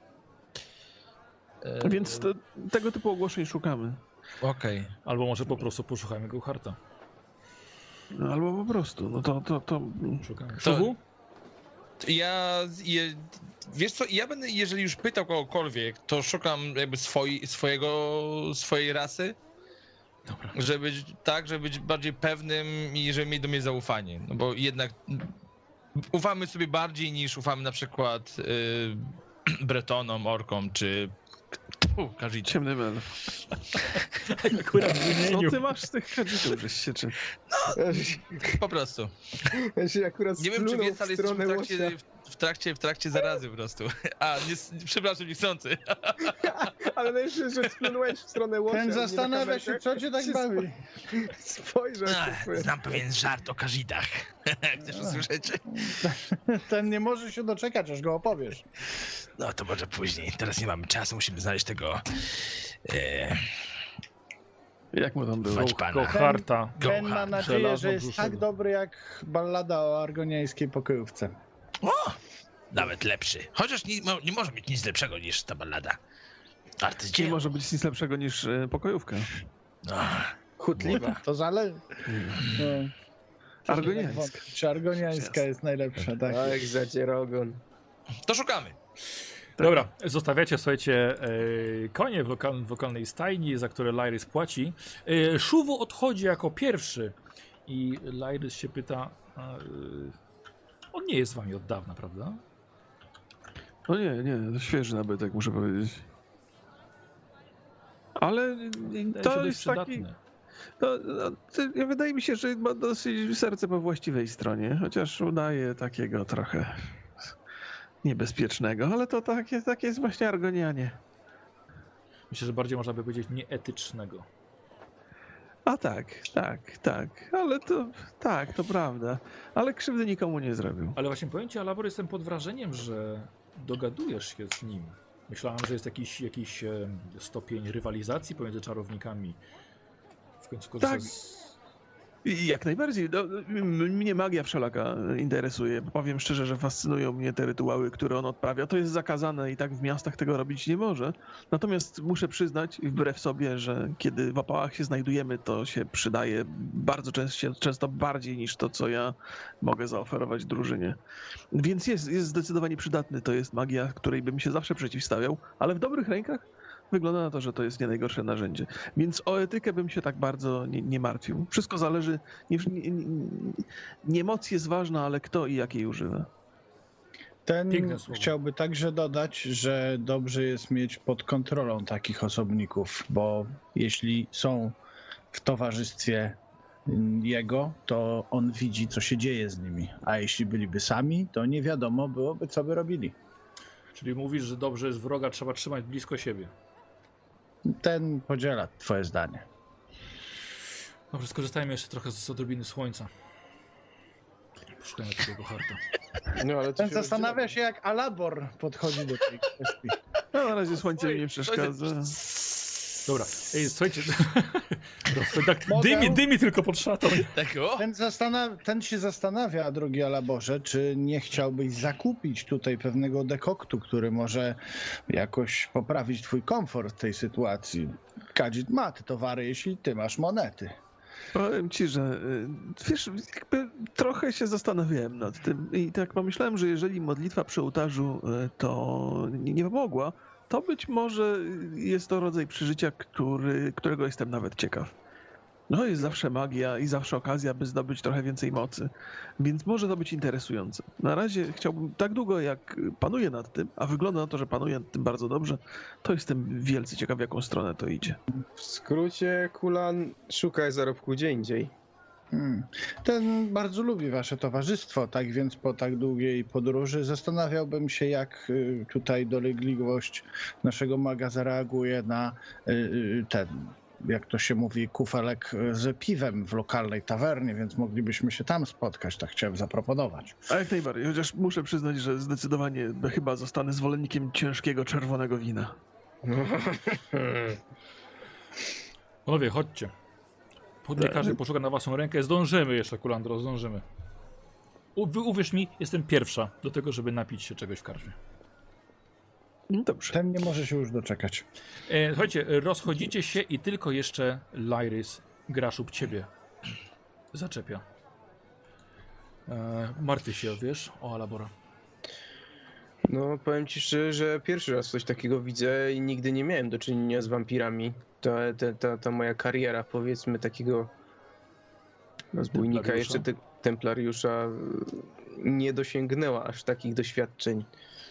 F: E,
E: Więc te, tego typu ogłoszeń szukamy.
F: Okej.
A: Albo może po prostu poszukajmy Koharta.
E: No, albo po prostu, no to, to, to
A: Szukamy.
F: To-
A: Szuwu?
F: Ja, je, wiesz co, ja będę, jeżeli już pytał kogokolwiek, to szukam jakby swoi, swojego, swojej rasy,
A: Dobra.
F: żeby być, tak, żeby być bardziej pewnym i żeby mieć do mnie zaufanie, no bo jednak ufamy sobie bardziej niż ufamy na przykład y, Bretonom, Orkom czy tu, Kazicie.
E: ciemny mel.
A: Akurat w
E: Co
A: imieniu.
E: ty masz z tych kadzitów, żeś się czy...
F: Po prostu.
B: Ja się akurat
F: Nie wiem, czy
B: splunął
F: wiesz, ale
B: w
F: jesteśmy
B: stronę
F: w trakcie,
B: łosia.
F: w trakcie, w trakcie zarazy po prostu. A, nie, przepraszam, niechcący.
B: Ale najlepsze, że splunąłeś w stronę łosia.
C: Ten
B: nie na
C: zastanawia się,
B: kawałek.
C: co cię tak
B: Się
C: bawi.
B: Spojrzał
F: Ach,
B: się.
F: znam pewien żart o kazitach. Chcesz usłyszeć?
C: Ten nie może się doczekać, aż go opowiesz.
F: No to może później. Teraz nie mamy czasu, musimy znaleźć tego... E,
E: Jak mu tam było?
F: Wać pana.
A: Koharta.
C: Ben ma
F: Gołcha,
C: nadzieję, że
A: żelazno
C: jest
A: brzuszego.
C: tak dobry jak ballada o argoniańskiej pokojówce.
F: O! Nawet lepszy. Chociaż nie, mo- nie może być nic lepszego niż ta ballada.
E: Nie
F: Arcydzieło.
E: może być nic lepszego niż e, pokojówka.
F: No.
B: Chutliwa.
C: To zależy. No.
E: Argoniańska.
C: Czy argoniańska jest najlepsza, tak?
B: Tak, zadziera ogon.
F: To szukamy.
A: Dobra, zostawiacie, słuchajcie, e, konie w, lokal, w lokalnej stajni, za które Lairis płaci. E, Szuwu odchodzi jako pierwszy i Lairis się pyta, A, y, on nie jest z wami od dawna, prawda?
E: No nie, nie, to świeży nabytek, muszę powiedzieć. Ale
A: Wydaje
E: to
A: się dość
E: jest taki...
A: przydatny.
E: To, no, to, wydaje mi się, że ma dosyć serce po właściwej stronie, chociaż udaje takiego trochę niebezpiecznego, ale to takie, takie jest właśnie argonianie.
A: Myślę, że bardziej można by powiedzieć nieetycznego.
E: A tak, tak, tak, ale to tak, to prawda, ale krzywdy nikomu nie zrobił.
A: Ale właśnie powiem ci, Alabor, jestem pod wrażeniem, że dogadujesz się z nim. Myślałem, że jest jakiś, jakiś e, stopień rywalizacji pomiędzy czarownikami. W końcu korzysta
E: Tak.
A: z...
E: I Jak najbardziej. No, m- mnie magia wszelaka interesuje. Powiem szczerze, że fascynują mnie te rytuały, które on odprawia. To jest zakazane i tak w miastach tego robić nie może. Natomiast muszę przyznać, wbrew sobie, że kiedy w opałach się znajdujemy, to się przydaje bardzo często, często bardziej niż to, co ja mogę zaoferować drużynie. Więc jest, jest zdecydowanie przydatny. To jest magia, której bym się zawsze przeciwstawiał, ale w dobrych rękach wygląda na to, że to jest nie najgorsze narzędzie. Więc o etykę bym się tak bardzo nie, nie martwił. Wszystko zależy, nie, nie, nie, nie moc jest ważna, ale kto i jak jej używa.
C: Ten
A: Piękne słowo.
C: chciałby także dodać, że dobrze jest mieć pod kontrolą takich osobników, bo jeśli są w towarzystwie jego, to on widzi, co się dzieje z nimi. A jeśli byliby sami, to nie wiadomo byłoby, co by robili.
A: Czyli mówisz, że dobrze jest wroga, trzeba trzymać blisko siebie.
C: Ten podziela twoje zdanie.
A: Dobrze, skorzystajmy jeszcze trochę z odrobiny słońca. Poszukajmy takiego harta.
B: No, ale to
C: Ten
B: się
C: zastanawia
B: rozdziela.
C: się, jak Alabor podchodzi do tej kwestii.
E: No, na razie słońce mi nie przeszkadza.
A: Dobra, ej, słuchajcie. Dobra, tak,
C: Mogę?
A: dymi, dymi tylko pod szatą.
D: Tak o?
C: Ten, zastanawia, ten się zastanawia, drogi Alaborze, czy nie chciałbyś zakupić tutaj pewnego dekoktu, który może jakoś poprawić twój komfort w tej sytuacji. Kadzid ma te towary, jeśli ty masz monety.
E: Powiem ci, że y, wiesz, jakby trochę się zastanawiałem nad tym i tak pomyślałem, że jeżeli modlitwa przy ołtarzu y, to nie, nie pomogła, to być może jest to rodzaj przeżycia, który, którego jestem nawet ciekaw. No jest zawsze magia i zawsze okazja, by zdobyć trochę więcej mocy, więc może to być interesujące. Na razie chciałbym, tak długo jak panuję nad tym, a wygląda na to, że panuję nad tym bardzo dobrze, to jestem wielce ciekaw, w jaką stronę to idzie.
B: W skrócie, Kulan, szukaj zarobku gdzie indziej.
C: Hmm. Ten bardzo lubi wasze towarzystwo, tak więc po tak długiej podróży zastanawiałbym się, jak y, tutaj dolegliwość naszego maga zareaguje na y, y, ten, jak to się mówi, kufelek z piwem w lokalnej tawernie, więc moglibyśmy się tam spotkać, tak chciałem zaproponować.
E: A jak najbardziej, chociaż muszę przyznać, że zdecydowanie chyba zostanę zwolennikiem ciężkiego czerwonego wina.
A: Panowie, chodźcie. Nie każdy poszuka na waszą rękę. Zdążymy jeszcze, Kulandro, zdążymy. U, uwierz mi, jestem pierwsza do tego, żeby napić się czegoś w karczmie.
E: Dobrze.
C: Ten nie może się już doczekać.
A: E, słuchajcie, rozchodzicie się i tylko jeszcze Lyrys, Graszub, ciebie zaczepia. E, martwy się, wiesz, o Alabora.
B: No, powiem ci szczerze, że pierwszy raz coś takiego widzę i nigdy nie miałem do czynienia z wampirami. Ta, ta, ta, ta moja kariera, powiedzmy, takiego rozbójnika,
A: Templariusza.
B: jeszcze te, templariusza nie dosięgnęła aż takich doświadczeń.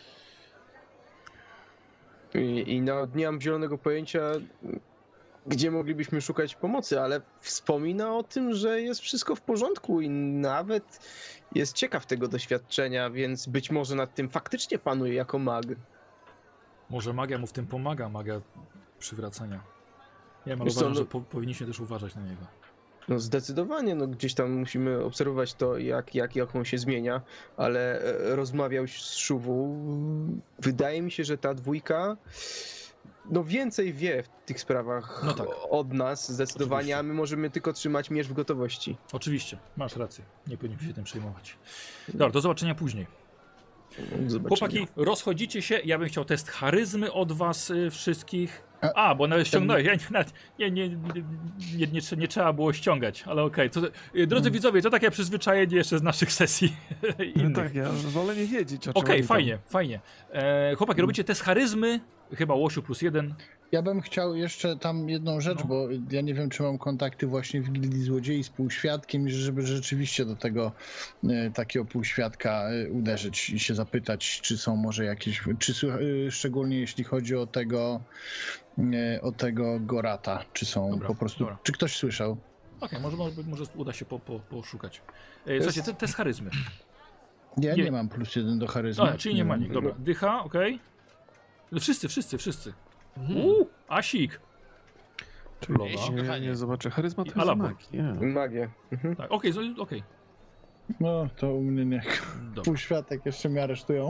B: I, i no, nie mam zielonego pojęcia, gdzie moglibyśmy szukać pomocy, ale wspomina o tym, że jest wszystko w porządku i nawet jest ciekaw tego doświadczenia, więc być może nad tym faktycznie panuje jako mag.
A: Może magia mu w tym pomaga, magia przywracania. Nie wiem, ale
B: Wiesz co,
A: uważam,
B: no-
A: że po, powinniśmy też uważać na niego.
B: No zdecydowanie, no gdzieś tam musimy obserwować to, jak, jak, jak on się zmienia, ale e, rozmawiał z Szuwu. Wydaje mi się, że ta dwójka no więcej wie w tych sprawach
A: No tak.
B: od nas zdecydowanie,
A: Oczywiście.
B: a my możemy tylko trzymać miecz w gotowości.
A: Oczywiście, masz rację. Nie powinniśmy się tym przejmować. Dobra, do zobaczenia później.
B: Zobaczymy.
A: Chłopaki, rozchodzicie się. Ja bym chciał test charyzmy od was y, wszystkich.
C: A-
A: A, bo nawet ściągnąłeś. Ja nie, nawet- nie, nie, nie, nie, nie, trze- nie trzeba było ściągać, ale okej. To- y, Drodzy widzowie, to takie przyzwyczajenie jeszcze z naszych sesji
E: No
A: innych.
E: tak, ja wolę nie wiedzieć, o czym
A: Okej,
E: oni tam-
A: fajnie, fajnie. E, chłopaki, robicie test charyzmy. Chyba Łosiu plus jeden.
C: Ja bym chciał jeszcze tam jedną rzecz,
A: No.
C: bo ja nie wiem, czy mam kontakty właśnie w Gildii Złodziei z półświadkiem, i żeby rzeczywiście do tego e, takiego półświadka e, uderzyć i się zapytać, czy są może jakieś, czy słycha- e, szczególnie jeśli chodzi o tego, e, o tego Gorata, czy są
A: Dobra,
C: po prostu,
A: dobra.
C: czy ktoś słyszał?
A: Okej, okay, może, może, może uda się po, po, poszukać. E, słuchajcie, te, test charyzmy.
C: Ja
A: Nie.
C: nie, mam plus jeden do charyzmy.
A: A, czyli nie ma
C: mam.
A: nikt, dobra. Dycha, okej. Okay. Wszyscy, wszyscy, wszyscy.
E: Mhm.
A: Uuu, Asik. Królowa.
D: Jeśli-
E: Nie,
D: Kochanie.
E: nie zobaczę. Charyzma to
A: I
E: jest
A: Alabor.
E: magia.
B: Magię. Mhm.
A: Tak, okej, okay, okej.
C: No, to u mnie nie.
A: Dobra.
C: Półświatek jeszcze mnie aresztują.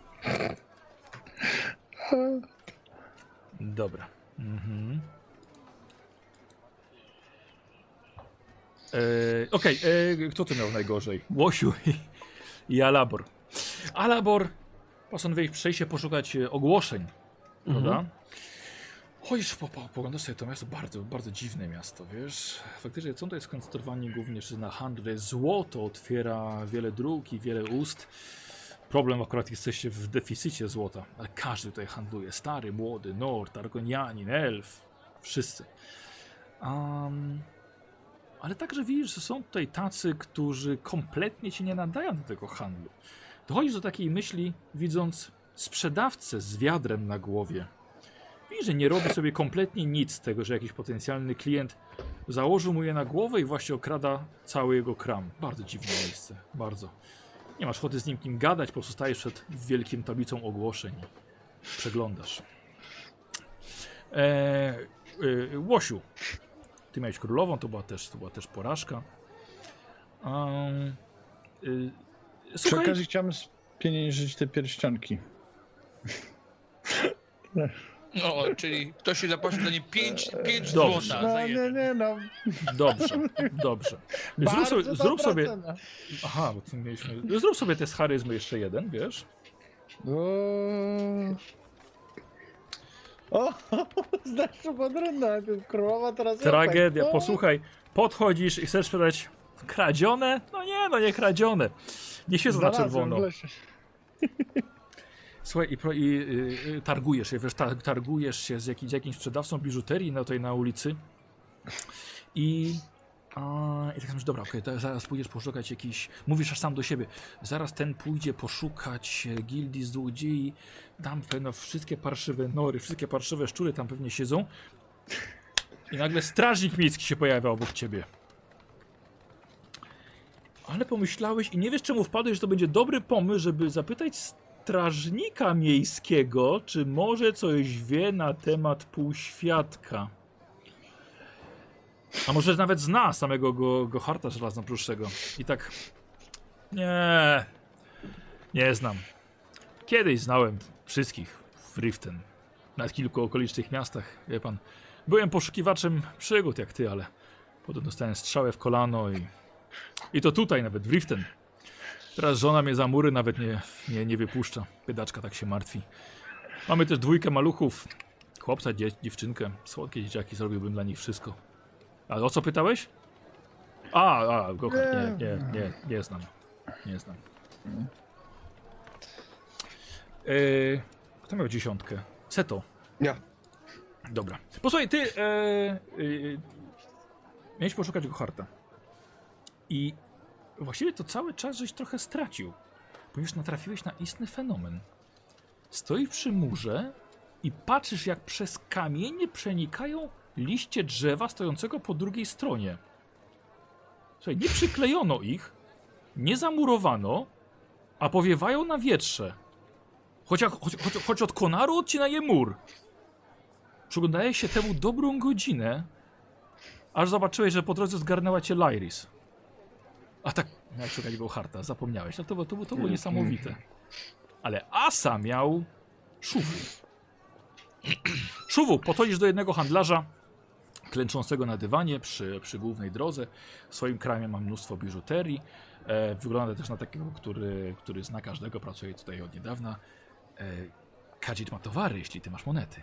A: Dobra. Mhm. E, okej, okay, kto tu miał najgorzej? Łosiu i, i Alabor. Alabor postanowiłeś przejść się poszukać e, ogłoszeń, prawda? Chodzisz, po, po, poglądasz sobie to miasto, bardzo, bardzo dziwne miasto, wiesz? Faktycznie są tutaj skoncentrowani głównie na handlu. Tutaj złoto otwiera wiele dróg i wiele ust. Problem akurat jesteście w deficycie złota, ale każdy tutaj handluje. Stary, młody, Nord, Argonianin, Elf, wszyscy. Um, ale także widzisz, że są tutaj tacy, którzy kompletnie się nie nadają do tego handlu. Dochodzisz do takiej myśli, widząc sprzedawcę z wiadrem na głowie. Widzisz, że nie robi sobie kompletnie nic z tego, że jakiś potencjalny klient założył mu je na głowę i właśnie okrada cały jego kram. Bardzo dziwne miejsce, bardzo. Nie masz ochoty z nim kim gadać, po prostu stajesz przed wielkim tablicą ogłoszeń i przeglądasz. Eee, e, Łosiu, ty miałeś królową, to była też, to była też porażka. Um, e,
C: Przy
A: słuchaj,
C: okazji chciałem spieniężyć te pierścionki.
D: No, czyli ktoś się zapłaci za nie pięć
A: Dobrze.
D: złota
C: No
D: za
C: nie,
D: jeden.
C: nie, no.
A: dobrze, dobrze. Zrób
C: Bardzo
A: sobie, zrób
C: dobra
A: sobie,
C: cena.
A: aha, bo tu mieliśmy, zrób sobie test charyzmy jeszcze jeden, wiesz?
C: O, znaczy podrędna, królowa teraz...
A: Tragedia,
C: O,
A: posłuchaj, podchodzisz i chcesz sprzedać kradzione? No nie, no nie kradzione. Nie siedzą na
C: znalazłem
A: czerwono.
C: w lesie.
A: Słuchaj, i, pro, i y, y, targujesz się, wiesz, ta, targujesz się z, jakim, z jakimś sprzedawcą biżuterii na tej na ulicy i, a, i tak myślisz, dobra, okej, okay, zaraz pójdziesz poszukać jakiś, mówisz aż sam do siebie, zaraz ten pójdzie poszukać e, gildii złodziei, tam pewno wszystkie parszywe nory, wszystkie parszywe szczury tam pewnie siedzą i nagle strażnik miejski się pojawia obok ciebie. Ale pomyślałeś i nie wiesz czemu wpadłeś, że to będzie dobry pomysł, żeby zapytać strażnika miejskiego, czy może coś wie na temat półświadka. A może nawet zna samego go, Goharta Żelaznopruszczego. I tak... Nie... Nie znam. Kiedyś znałem wszystkich w Riften. Na kilku okolicznych miastach, wie pan. Byłem poszukiwaczem przygód jak ty, ale potem dostałem strzałę w kolano i... I to tutaj nawet, w Riften. Teraz żona mnie za mury nawet nie, nie, nie wypuszcza. Biedaczka tak się martwi. Mamy też dwójkę maluchów. Chłopca, dzie dziewczynkę. Słodkie dzieciaki, zrobiłbym dla nich wszystko. A o co pytałeś? A, a, Gochar, nie, nie, nie, nie znam. Nie znam. Yy, kto miał dziesiątkę? Seto.
B: Ja.
A: Dobra. Posłuchaj, ty e, yy, miałeś poszukać Goharta. I właściwie to cały czas żeś trochę stracił, ponieważ natrafiłeś na istny fenomen. Stoisz przy murze i patrzysz, jak przez kamienie przenikają liście drzewa stojącego po drugiej stronie. Słuchaj, nie przyklejono ich, nie zamurowano, a powiewają na wietrze. Choć, choć, choć, choć od konaru odcina je mur. Przyglądałeś się temu dobrą godzinę, aż zobaczyłeś, że po drodze zgarnęła cię Lyris. A tak, miałeś szukać Goharta, zapomniałeś, ale to, to, to, to było niesamowite. Ale Asa miał Szuwu. Szuwu, podchodzisz do jednego handlarza, klęczącego na dywanie przy, przy głównej drodze. W swoim kramie ma mnóstwo biżuterii. E, wygląda też na takiego, który, który zna każdego, pracuje tutaj od niedawna. E, Kadzit ma towary, jeśli ty masz monety.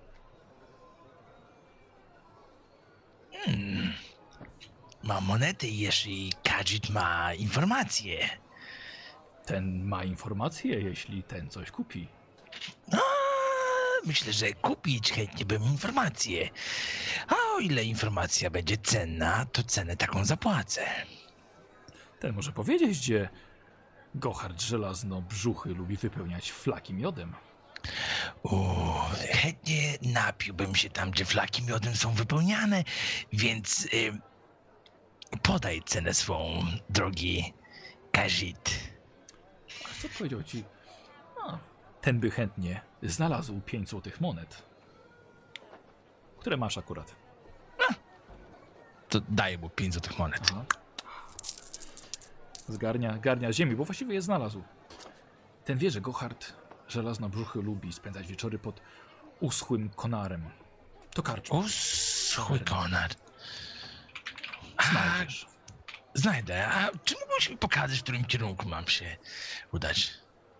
F: Hmm. Ma monety, jeśli Kadzit ma informacje.
A: Ten ma informacje, jeśli ten coś kupi.
F: No, myślę, że kupić chętnie bym informację. A o ile informacja będzie cenna, to cenę taką zapłacę.
A: Ten może powiedzieć, gdzie Gohard Żelaznobrzuchy lubi wypełniać flaki miodem.
F: O, chętnie napiłbym się tam, gdzie flaki miodem są wypełniane, więc y, podaj cenę swą, drogi Khajiit.
A: A co powiedział ci? A, ten by chętnie znalazł pięć złotych monet. Które masz akurat.
F: To daję mu pięć złotych monet.
A: Aha. Zgarnia garnia z ziemi, bo właściwie je znalazł. Ten wie, że Gohard Żelaznobrzuchy lubi spędzać wieczory pod uschłym konarem. To karczma.
F: Uschły konar.
A: Znajdziesz.
F: Znajdę. A czy mógłbyś mi pokazać, w którym kierunku mam się udać?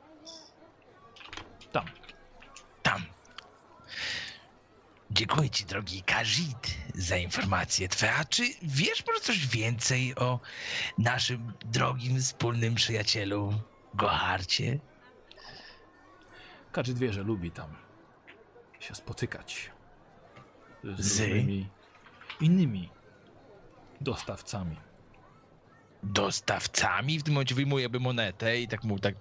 A: Tam.
F: Tam. Dziękuję ci, drogi Khajiit, za informację twoje. A czy wiesz może coś więcej o naszym drogim, wspólnym przyjacielu Goharcie?
A: Khajiit wie, że lubi tam się spotykać z
F: Z?
A: różnymi innymi dostawcami.
F: Dostawcami? W tym momencie wyjmujemy monetę i tak mu tak...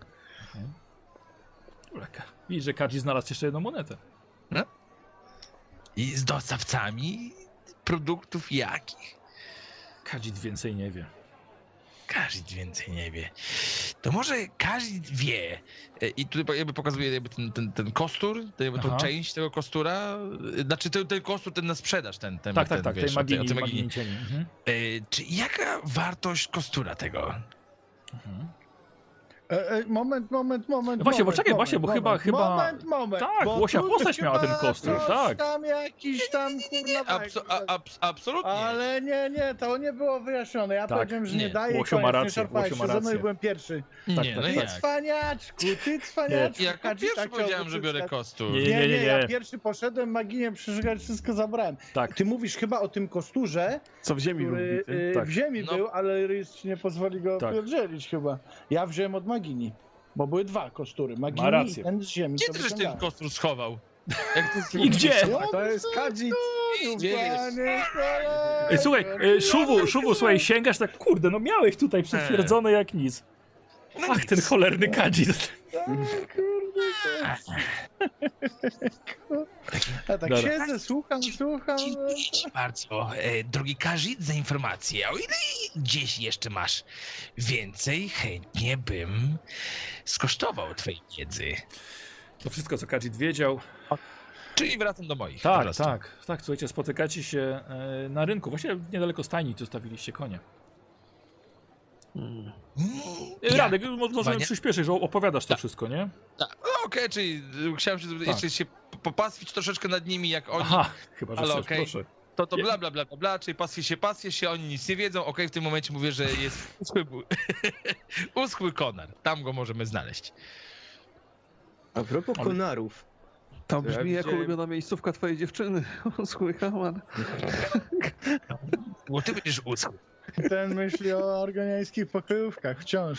A: Widzisz, że Khajiit znalazł jeszcze jedną monetę.
F: No? I z dostawcami produktów jakich?
A: Khajiit więcej nie wie.
F: Khajiit więcej nie wie. To może Khajiit wie. E, I tutaj jakby pokazuje jakby ten, ten, ten kostur, to jakby tą
A: Aha.
F: część tego kostura. e, Znaczy ten, ten kostur, ten na sprzedaż, ten, ten
A: Tak,
F: ten,
A: tak, tak,
F: wiesz,
A: tej magini,
F: o tej
A: magini cieni. Mhm.
F: E, Czy jaka wartość kostura tego?
A: Mhm.
C: E, e, moment, moment, moment.
A: No właśnie,
C: moment,
A: bo czekaj,
C: moment,
A: właśnie, bo
C: moment,
A: chyba- chyba-
C: Moment, moment.
A: Tak,
C: bo
A: Łosia
C: tu
A: postać
C: chyba
A: miała ten kostur,
C: coś
A: tak.
C: Tam jakiś tam kurwa.
F: Abso- a, abs- absolutnie.
C: Ale nie, nie, to nie było wyjaśnione. Ja
A: Tak,
C: powiedziałem, że nie,
F: nie.
C: daję.
A: Łosio ma
C: koniec, nie
A: rację,
C: szarpałeś
A: Łosio ma
C: się ze mną i
A: rację.
C: byłem pierwszy.
F: nie,
A: tak,
F: no
A: tak,
C: Ty
F: jak?
C: cwaniaczku, ty cwaniaczku.
F: Jako
C: Khajiit
F: pierwszy
C: tak chciał
F: powiedziałem, że biorę
C: pozyskać.
F: kostur.
A: Nie,
C: Nie, nie,
A: nie,
C: ja
A: nie.
C: pierwszy poszedłem, maginie przeszukać, wszystko zabrałem.
A: Tak.
C: Ty mówisz chyba o tym kosturze,
E: Co w ziemi był
C: który
E: bity.
C: y,
A: Tak.
C: w ziemi
F: No.
C: był, ale Rys ci nie pozwoli go
A: Tak.
C: pierdzielić chyba. Ja wziąłem od Magini, bo były dwa kostury. Magini
A: rację.
C: i ten z ziemi.
F: Gdzie
C: co
F: ty żeś ten
C: wyciągałem.
F: kostur schował? Jak to
A: I gdzie?
C: No,
B: To jest Khajiit.
F: Gdzie jest?
C: panie
A: Ej, słuchaj, e, Szuwu, Szuwu, słuchaj, sięgasz tak, kurde, no miałeś tutaj przytwierdzone jak nic.
F: No
A: Ach,
F: nic.
A: ten cholerny Khajiit.
C: Ja tak
A: Dobra.
C: siedzę, słucham, słucham.
F: Dziękuję ci bardzo, e, drogi Khajiit, za informację. O ile gdzieś jeszcze masz więcej, chętnie bym skosztował twojej wiedzy.
A: To wszystko, co Khajiit wiedział.
F: Czyli wracam do moich. po
A: Tak,
F: prostu.
A: tak, tak, słuchajcie, spotykacie się e, na rynku, właściwie niedaleko stajni, gdzie zostawiliście konie.
E: Mm.
F: Mm,
A: E,
F: jak?
A: Radek, mo- możemy
F: Wania?
A: przyspieszyć, że opowiadasz to
F: Tak.
A: wszystko, nie?
F: Tak. No, okej, czyli y, chciałem się, jeszcze się p- popastwić troszeczkę nad nimi, jak oni.
A: Aha, chyba, że
F: Ale
A: chcesz,
F: okej.
A: proszę.
F: To to bla bla bla bla, bla czyli pastwię się, pastwię się, oni nic nie wiedzą. Okej, w tym momencie mówię, że jest uschły, uschły konar. Tam go możemy znaleźć.
B: A propos
A: Ale-
B: konarów.
E: To
B: Ja
E: brzmi jak
B: widziałem-
E: ulubiona miejscówka twojej dziewczyny. Uschły kaman.
F: Bo ty będziesz uschły.
C: Ten myśli o organijskich pokojówkach wciąż.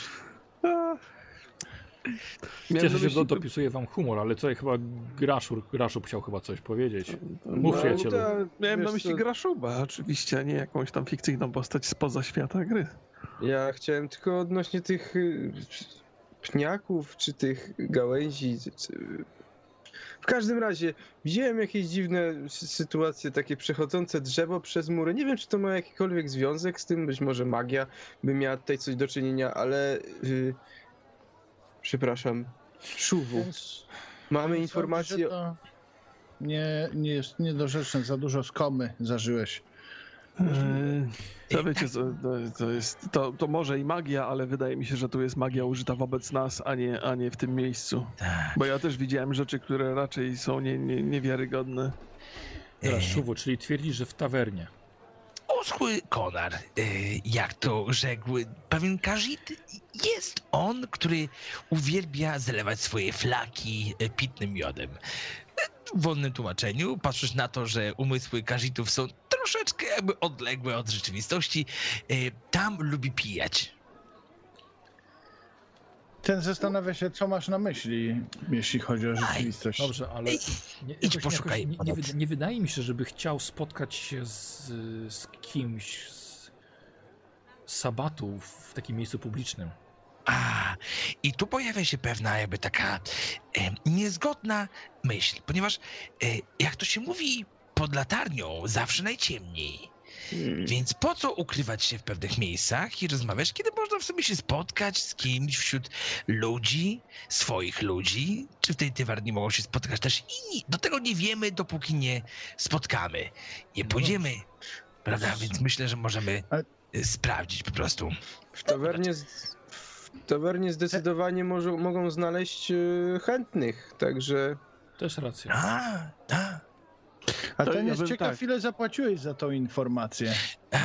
E: Miałem
A: Cieszę
E: na
A: się, że
E: myśli-
A: dopisuje wam humor, ale tutaj chyba Graszur, Graszub chciał chyba coś powiedzieć. Mów,
E: No,
A: przyjacielu.
B: to-
E: Miałem na
B: wiesz
E: myśli
B: co,
E: Graszuba oczywiście, a nie jakąś tam fikcyjną postać spoza świata gry.
B: Ja chciałem tylko odnośnie tych y, pniaków, czy tych gałęzi. czy- czy- W każdym razie widziałem jakieś dziwne sy- sytuacje, takie przechodzące drzewo przez mury. Nie wiem, czy to ma jakikolwiek związek z tym, być może magia by miała tutaj coś do czynienia, ale... Y, przepraszam, Szuwu.
C: Więc
B: Mamy
C: sądzę,
B: informację...
C: że to nie, nie jest niedorzeczne, za dużo skomy zażyłeś.
E: Eee, to wiecie, co, to, to jest, to, to może i magia, ale wydaje mi się, że tu jest magia użyta wobec nas, a nie, a nie w tym miejscu.
F: Tak.
E: Bo ja też widziałem rzeczy, które raczej są nie, nie, niewiarygodne.
A: Teraz Szuwu, czyli twierdzisz, że w tawernie.
F: Uschły konar, y, jak to rzekł pewien Khajiit, jest on, który uwielbia zalewać swoje flaki y, pitnym miodem. W wolnym tłumaczeniu, patrząc na to, że umysły Khajiitów są troszeczkę jakby odległe od rzeczywistości, y, tam lubi pijać.
C: Ten zastanawia się, co masz na myśli, jeśli chodzi o rzeczywistość.
A: Dobrze, ale nie,
F: Idź
A: jakoś,
F: poszukaj
A: jakoś nie, nie,
F: pomocy.
A: wyda- nie wydaje mi się, żeby chciał spotkać się z, z kimś z, z Sabatu w takim miejscu publicznym.
F: A, i tu pojawia się pewna jakby taka e, niezgodna myśl, ponieważ e, jak to się mówi, pod latarnią zawsze najciemniej.
B: Hmm.
F: Więc po co ukrywać się w pewnych miejscach i rozmawiać, kiedy można w sobie się spotkać z kimś wśród ludzi, swoich ludzi, czy w tej tywarni mogą się spotkać też inni. Do tego nie wiemy, dopóki nie spotkamy. Nie
A: No
F: pójdziemy, prawda? Więc myślę, że możemy
C: Ale-
F: e, sprawdzić po prostu.
B: W tawernie, z- w tawernie zdecydowanie może, mogą znaleźć e, chętnych, także
A: Też racja.
F: A, tak.
C: A
E: To
C: ten
E: ja
C: jest
E: bym
C: ciekaw,
E: tak.
C: ile zapłaciłeś za tą informację.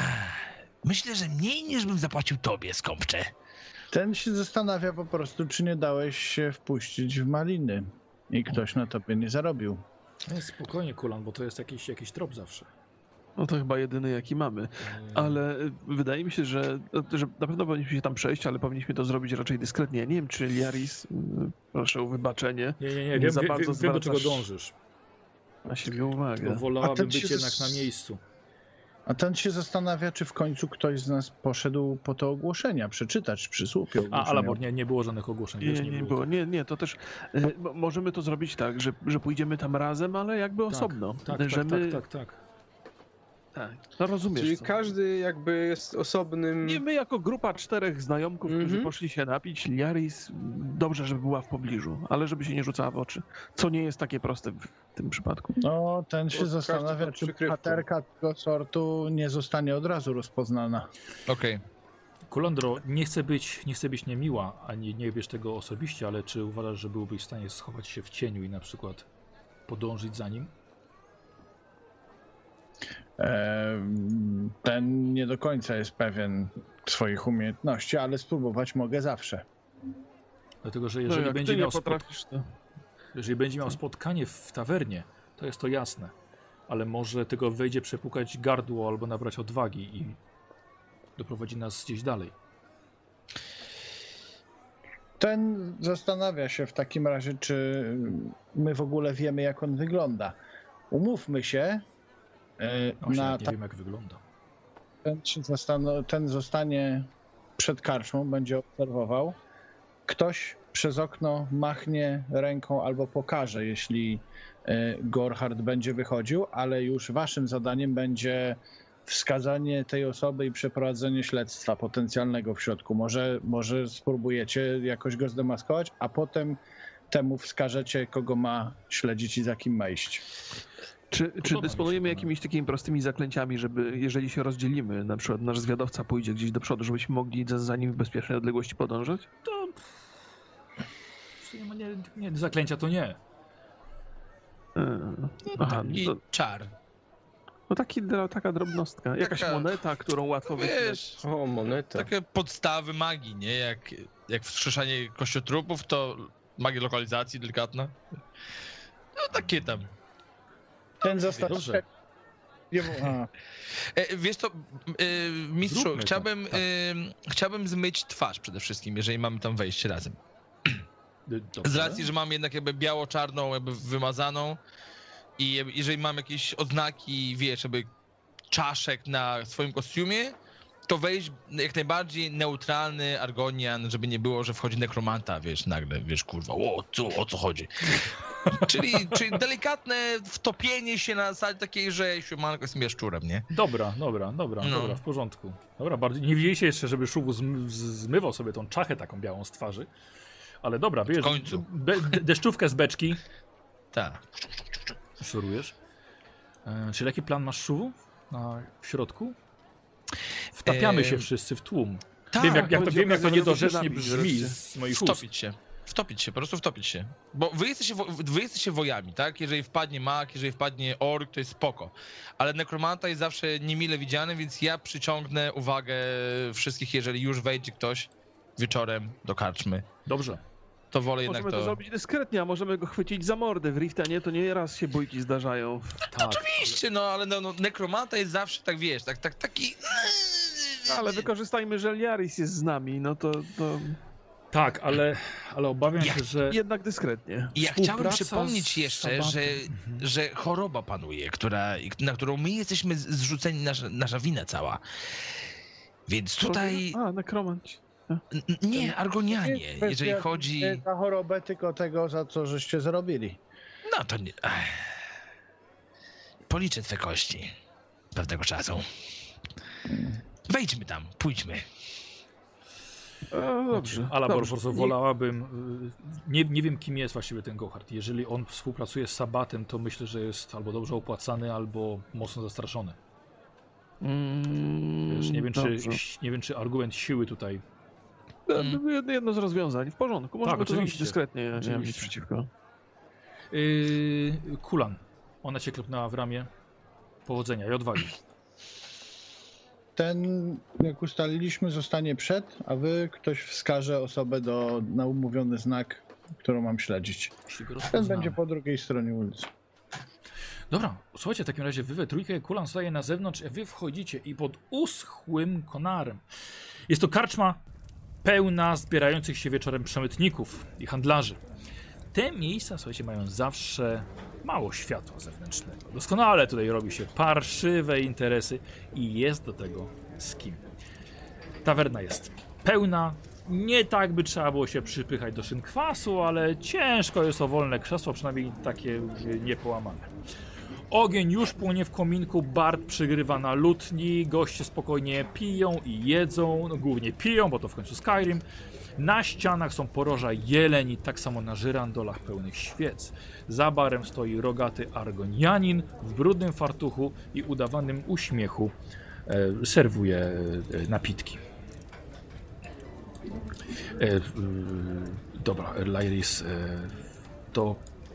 F: Myślę, że mniej niż bym zapłacił tobie, skąpcze.
C: Ten się zastanawia po prostu, czy nie dałeś się wpuścić w maliny i ktoś na tobie nie zarobił.
A: No, spokojnie, Kulan, bo to jest jakiś, jakiś trop zawsze.
E: No to chyba jedyny, jaki mamy.
A: Eee,
E: Ale y, wydaje mi się, że, że na pewno powinniśmy się tam przejść, ale powinniśmy to zrobić raczej dyskretnie. Nie wiem, czy Liaris, y, proszę o wybaczenie,
A: Nie, nie, nie,
E: nie
A: wiem,
E: za
A: wiem,
E: bardzo
A: wiem, wiem do czego
E: zwracasz-
A: dążysz.
E: na siebie
A: Bo
E: uwagę.
C: A
A: wolałabym
C: ten
A: być
C: się
A: jednak
C: zas-
A: na miejscu.
C: A ten się zastanawia, czy w końcu ktoś z nas poszedł po te ogłoszenia, przeczytać przy słupie
A: A,
C: ogłoszenia.
A: Alabor, nie, nie było żadnych ogłoszeń.
E: Nie,
A: wiesz,
E: nie, nie było. Nie, nie, to też y, mo- możemy to zrobić tak, że, że pójdziemy tam razem, ale jakby
A: Tak,
E: osobno.
A: Tak,
E: że
A: tak,
E: my,
A: tak, tak, tak.
E: tak. No rozumiesz.
B: czyli
E: co.
B: każdy jakby jest osobnym...
E: Nie, my jako grupa czterech znajomków, którzy
B: Mhm.
E: poszli się napić, Liaris, dobrze, żeby była w pobliżu, ale żeby się nie rzucała w oczy, co nie jest takie proste w tym przypadku.
C: No, ten się
B: Każdy
C: zastanawia,
B: pod
C: czy
B: przykrywką.
C: bohaterka tego sortu nie zostanie od razu rozpoznana.
F: Okej.
A: Kulondro, nie chcę być, nie chcę być niemiła, ani nie wiesz tego osobiście, ale czy uważasz, że byłbyś w stanie schować się w cieniu i na przykład podążyć za nim?
C: Em, Ten nie do końca jest pewien swoich umiejętności, ale spróbować mogę zawsze.
A: Dlatego, że
E: No,
A: jeżeli,
E: jak
A: będzie,
E: ty nie
A: miał spot...
E: potrafisz, to...
A: jeżeli będzie miał spotkanie w tawernie, to jest to jasne. Ale może tego wejdzie przepukać gardło albo nabrać odwagi i doprowadzi nas gdzieś dalej.
C: Ten zastanawia się w takim razie, czy my w ogóle wiemy, jak on wygląda. Umówmy się, e,
A: No, Właśnie
C: na
A: nawet nie
C: ta...
A: wiem, jak wygląda.
C: ten, się zastan- ten zostanie przed karczmą, będzie obserwował. Ktoś przez okno machnie ręką albo pokaże, jeśli e, Gorhard będzie wychodził, ale już waszym zadaniem będzie wskazanie tej osoby i przeprowadzenie śledztwa potencjalnego w środku. Może, może spróbujecie jakoś go zdemaskować, a potem temu wskażecie, kogo ma śledzić i za kim ma iść.
E: Czy,
A: Podoba
E: czy
A: mi
E: dysponujemy
A: się to, no.
E: jakimiś takimi prostymi zaklęciami, żeby jeżeli się rozdzielimy, na przykład nasz zwiadowca pójdzie gdzieś do przodu, żebyśmy mogli za, za nim w bezpiecznej odległości podążać?
A: To... Nie, ma- nie, nie, zaklęcia to nie.
E: Eee, Aha,
F: I
E: no,
F: czar.
E: no taki, taka drobnostka, jakaś
F: Taka-
E: moneta, którą łatwo wyśleć.
F: Wiesz,
B: O, moneta.
F: takie podstawy magii, nie? Jak, jak wskrzeszanie kościotrupów, to magia lokalizacji delikatna. No takie tam.
C: Ten został...
A: Dobrze.
C: Nie mów- a.
F: E, wiesz co, e, mistrzu,
A: Zróbmy to,
F: chciałbym,
A: tak.
F: e, chciałbym zmyć twarz przede wszystkim, jeżeli mamy tam wejść razem.
A: Y, Dobrze.
F: Z racji, że mam jednak jakby biało-czarną, jakby wymazaną i jakby- jeżeli mam jakieś odznaki, wiesz, jakby czaszek na swoim kostiumie, to wejść jak najbardziej neutralny Argonian, żeby nie było, że wchodzi nekromanta, wiesz, nagle, wiesz, kurwa, o co, o co chodzi? czyli, czyli delikatne wtopienie się na zasadzie takiej, że siemanko, jestem jaszczurem, nie?
A: Dobra, dobra, dobra,
F: No.
A: dobra, w porządku. Dobra, bardzo. Nie widzieliście jeszcze, żeby Szubu zm- z- zmywał sobie tą czachę taką białą z twarzy. Ale dobra, bierz
F: końcu.
A: Be- de- deszczówkę z beczki.
F: Tak.
A: Szorujesz. E, czyli jaki plan masz, Szubu? Na w środku? Wtapiamy się
F: Em,
A: wszyscy w tłum.
F: Tak,
A: wiem, jak, jak to,
E: będzie
A: wiem, jak to
E: okazja, żeby
A: niedorzecznie
E: się napić
A: brzmi
E: wreszcie.
A: z moich ust.
F: Wtopić się. Wtopić się, po prostu wtopić się. Bo wy jesteście, wo- wy jesteście wojami, tak? Jeżeli wpadnie mag, jeżeli wpadnie ork, to jest spoko. Ale nekromanta jest zawsze niemile widziany, więc ja przyciągnę uwagę wszystkich, jeżeli już wejdzie ktoś wieczorem do karczmy.
A: Dobrze.
F: To wolę jednak
E: Możemy to
F: to...
E: zrobić dyskretnie, a możemy go chwycić za mordę. W Riftanie to nie raz się bójki zdarzają.
A: Tak.
F: Oczywiście, no ale no, no, nekromanta jest zawsze tak, wiesz, tak, tak, taki...
E: Ale wykorzystajmy, że Liaris jest z nami, no to... to...
A: Tak, ale, ale obawiam
F: Ja-
A: się, że...
E: Jednak dyskretnie.
F: Ja chciałem
A: Współpraca
F: przypomnieć
A: z
F: jeszcze,
A: Sabatem.
F: że,
A: Mhm.
F: że choroba panuje, która, na którą my jesteśmy z- zrzuceni, nasza, nasza wina cała. Więc tutaj...
E: A, nekromanci.
F: N- Nie, Argonianie,
C: jest kwestia
F: jeżeli chodzi...
C: nie za chorobę, tylko tego, za co żeście zrobili.
F: No to nie... Ech. Policzę twe kości pewnego czasu. Wejdźmy tam, pójdźmy.
E: E, dobrze.
A: Alabor, po
E: dobrze.
A: prostu wolałabym... y, Nie, nie wiem, kim jest właściwie ten Gohard. Jeżeli on współpracuje z Sabatem, to myślę, że jest albo dobrze opłacany, albo mocno zastraszony.
E: Mm,
A: Wiesz, nie, wiem, czy,
E: dobrze.
A: nie wiem, czy argument siły tutaj...
E: E, Jedno, jedno z rozwiązań. W porządku. Możemy to zrobić
A: oczywiście.
E: dyskretnie. Nie mam nic
A: Oczywiście.
E: przeciwko.
A: Yy, Kulan. Ona cię klepnęła w ramię. Powodzenia i odwagi.
C: Ten, jak ustaliliśmy, zostanie przed, a wy ktoś wskaże osobę do, na umówiony znak, którą mam śledzić.
A: Jeśli go
C: Ten
A: rozpoznamy.
C: będzie po drugiej stronie ulicy.
A: Dobra, słuchajcie, w takim razie wy we trójkę, Kulan staje na zewnątrz, a wy wchodzicie i pod uschłym konarem. Jest to karczma pełna zbierających się wieczorem przemytników i handlarzy. Te miejsca, słuchajcie, mają zawsze mało światła zewnętrznego. Doskonale tutaj robi się parszywe interesy i jest do tego z kim. Tawerna jest pełna. Nie tak by trzeba było się przypychać do szynkwasu, ale ciężko jest o wolne krzesło, przynajmniej takie niepołamane. Ogień już płonie w kominku, Bart przygrywa na lutni, goście spokojnie piją i jedzą, no głównie piją, bo to w końcu Skyrim. Na ścianach są poroża jeleni, tak samo na żyrandolach pełnych świec. Za barem stoi rogaty Argonianin w brudnym fartuchu i udawanym uśmiechu e, serwuje e, napitki. E, e, dobra, Lairis, e, to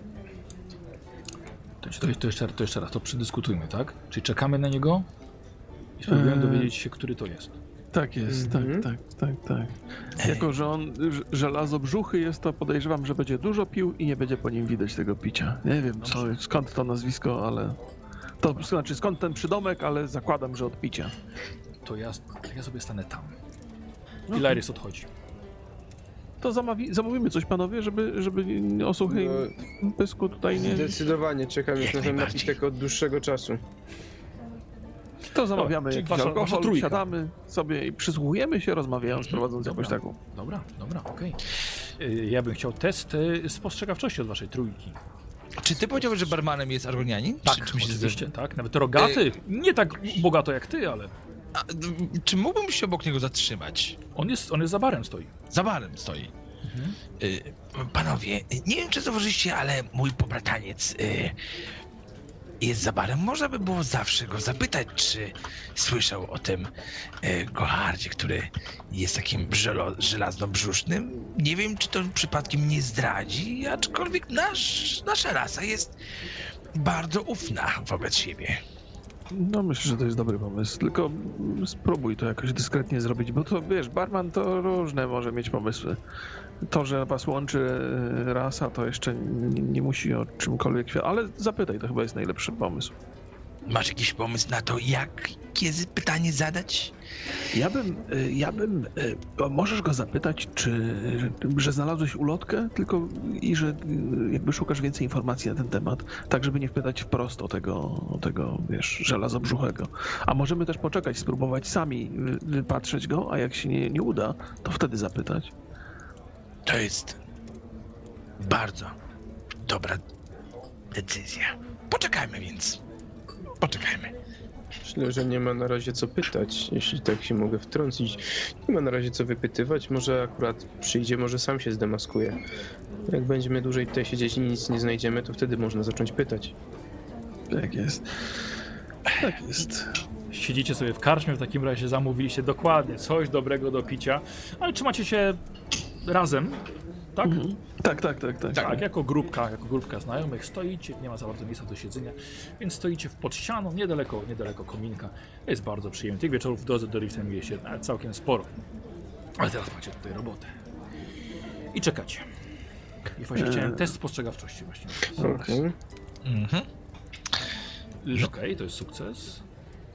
A: To, to, to, jeszcze, to jeszcze raz, to przedyskutujmy, tak? Czyli czekamy na niego i spróbujemy
E: Eee.
A: dowiedzieć się, który to jest.
E: Tak jest,
B: Mhm.
E: tak, tak, tak, tak. Jako, że on ż- żelazobrzuchy jest, to podejrzewam, że będzie dużo pił i nie będzie po nim widać tego picia. Nie wiem co, skąd to nazwisko, ale... To znaczy skąd ten przydomek, ale zakładam, że od picia.
A: To ja, ja sobie stanę tam. I Lairis odchodzi.
E: To zamawi- zamówimy coś, panowie, żeby, żeby o suchej pysku tutaj nie...
B: Zdecydowanie czekam już na ten napitek od dłuższego czasu.
E: To zamawiamy
A: czyli
E: jakiś
A: wasza-
E: alkohol,
A: wasza trójka.
E: siadamy sobie i przysłuchujemy się, rozmawiając, prowadząc
A: Dobra.
E: jakąś taką...
A: Dobra, dobra, okej. Y, Ja bym chciał test y, spostrzegawczości od waszej trójki.
F: Czy ty powiedziałeś, że barmanem jest Argonianin?
A: Tak,
F: czy, czy, mi się
A: oczywiście,
F: zdaje?
A: tak. Nawet rogaty, nie tak bogato jak ty, ale
F: A, d- czy mógłbym się obok niego zatrzymać?
A: on jest, on jest za barem stoi.
F: Za barem stoi. Y, panowie, nie wiem czy zauważyliście, ale mój pobrataniec y, jest za barem. Można by było zawsze go zapytać, czy słyszał o tym y, Gohardzie, który jest takim żelo- żelaznobrzusznym. Nie wiem, czy to przypadkiem nie zdradzi, aczkolwiek nasz, nasza rasa jest bardzo ufna wobec siebie.
E: No myślę, że to jest dobry pomysł, tylko mm, spróbuj to jakoś dyskretnie zrobić, bo to wiesz, barman to różne może mieć pomysły. To, że was łączy e, rasa, to jeszcze nie, nie musi o czymkolwiek świadczyć, ale zapytaj, to chyba jest najlepszy pomysł.
F: Masz jakiś pomysł na to, jakie pytanie zadać?
E: Ja bym, e, ja bym, e, możesz go zapytać, czy, że znalazłeś ulotkę, tylko i że e, jakby szukasz więcej informacji na ten temat, tak żeby nie wpytać wprost o tego, o tego, wiesz, żelazobrzuchego. A możemy też poczekać, spróbować sami wy- wypatrzeć go, a jak się nie, nie uda, to wtedy zapytać.
F: To jest bardzo dobra decyzja. Poczekajmy więc. Poczekajmy.
B: Myślę, że nie ma na razie co pytać, jeśli tak się mogę wtrącić. Nie ma na razie co wypytywać, może akurat przyjdzie, może sam się zdemaskuje. Jak będziemy dłużej tutaj siedzieć i nic nie znajdziemy, to wtedy można zacząć pytać.
E: Tak jest. Tak jest.
A: Siedzicie sobie w karczmie, w takim razie zamówiliście dokładnie coś dobrego do picia, ale trzymacie się razem, tak?
E: Mhm. Tak, tak, tak, tak.
A: Tak, jako grupka, jako grupka znajomych stoicie, nie ma za bardzo miejsca do siedzenia, więc stoicie w pod ścianą, niedaleko, niedaleko kominka. Jest bardzo przyjemnie. Tych wieczorów w drodze do Riften jest się nawet całkiem sporo. Ale teraz macie tutaj robotę. I czekacie. I właśnie
E: Eee.
A: chciałem test spostrzegawczości właśnie.
B: Okej.
F: Mhm.
A: Okej, to jest sukces.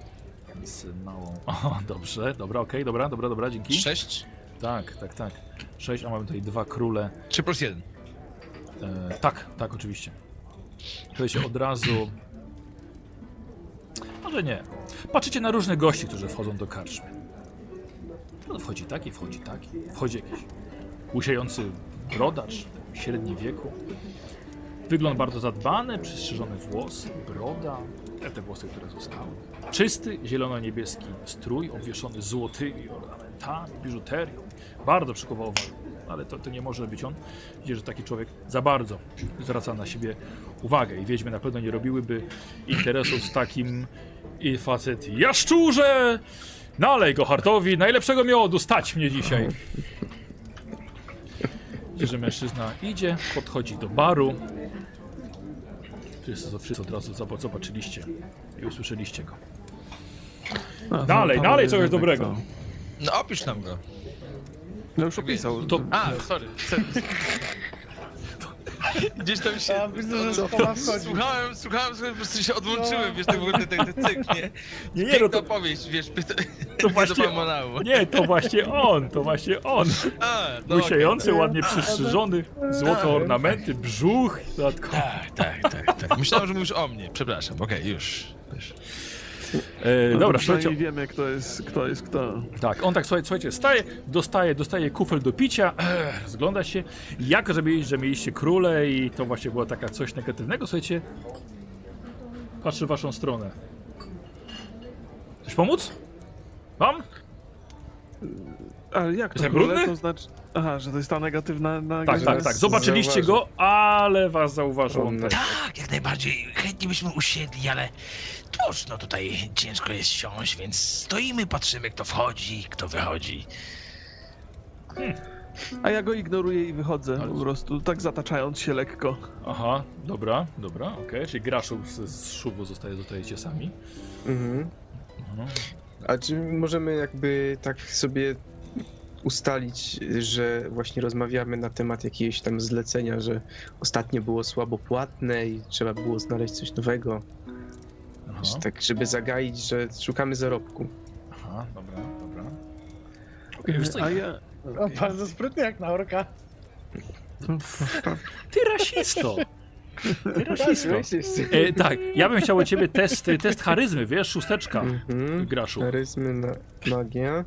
A: Z małą... O, dobrze, dobra, okej, dobra, dobra, dobra, dzięki.
F: Sześć.
A: Tak, tak, tak. sześć, a mamy tutaj dwa króle.
D: trzy plus jeden.
A: E, tak, tak, oczywiście. Słuchajcie, od razu... Może nie. Patrzycie na różnych gości, którzy wchodzą do karczmy. No, wchodzi taki, wchodzi taki. Wchodzi jakiś łysiejący brodacz, średni wieku. Wygląd bardzo zadbany, przystrzyżone włosy, broda, te włosy, które zostały. Czysty, zielono-niebieski strój, obwieszony złotymi ornamentami, biżuterią. Bardzo przykuwał uwagę, ale to, to nie może być on. Widzicie, że taki człowiek za bardzo zwraca na siebie uwagę i wiedźmy na pewno nie robiły interesów z takim i facet. Jaszczurze! Nalej go Hartowi, najlepszego miodu, stać mnie dzisiaj. Widzicie, że mężczyzna idzie, podchodzi do baru. Wszyscy, wszyscy od razu zobaczyliście i usłyszeliście go.
E: A,
A: Dalej,
E: no,
A: dalej
E: Paweł
A: coś
E: jest
A: dobrego.
E: to.
D: No opisz nam go.
E: No już opisał.
A: To-
D: A, sorry. Gdzieś tam się...
C: A, widzę, że to wchodzi.
D: Słuchałem, słuchałem, słuchałem, po prostu się odłączyłem, wiesz, ten, ten, ten, ten cykl, nie?
A: Nie, nie, no
D: Piękna
A: to,
D: opowieść, wiesz, pyta...
A: to właśnie,
D: Pomalało.
A: nie, to właśnie on, to właśnie on.
D: A, no
A: Łysiejący,
C: okej.
A: ładnie przystrzyżony, złote ornamenty, brzuch, dodatkowo.
D: Tak, tak, tak, tak. Myślałem, że mówisz o mnie, przepraszam, okej, już. już.
A: E,
E: No,
A: dobra,
E: przynajmniej
A: słuchajcie,
E: wiemy, kto jest, kto jest kto.
A: tak, on tak, słuchajcie, słuchajcie, staje, dostaje, dostaje kufel do picia, ech, rozgląda się, jako że, mieli, że mieliście króle i to właśnie było taka coś negatywnego, słuchajcie, patrzy w waszą stronę. Coś pomóc? Wam?
E: Ale jak to
A: Jestem
E: króle,
A: brudny?
E: to znaczy... Aha, że to jest ta negatywna...
A: Tak,
E: negatywna...
A: tak, tak, zobaczyliście go, ale was zauważył on też.
F: Tak, jak najbardziej. Chętnie byśmy usiedli, ale cóż, no tutaj ciężko jest siąść, więc stoimy, patrzymy, kto wchodzi, kto wychodzi.
E: A ja go ignoruję i wychodzę
A: Ale-
E: po prostu, tak zataczając się lekko.
A: Aha, dobra, dobra, okej, czyli graczu z, z szubu zostaje, zostajecie sami.
B: Mhm.
A: Mhm.
B: A czy możemy jakby tak sobie ustalić, że właśnie rozmawiamy na temat jakiegoś tam zlecenia, że ostatnio było słabo płatne i trzeba było znaleźć coś nowego.
A: Aha,
B: Że tak, żeby zagaić, że szukamy zarobku.
A: aha, dobra, dobra. Okej, wiesz co,
E: A ja...
C: O, bardzo sprytnie jak na orka.
A: ty rasisto! Ty
B: Tak,
A: rasisto! E, tak, ja bym chciał od ciebie test, test charyzmy, wiesz, szósteczka,
B: Mhm.
A: graszu.
B: Charyzmy na magia.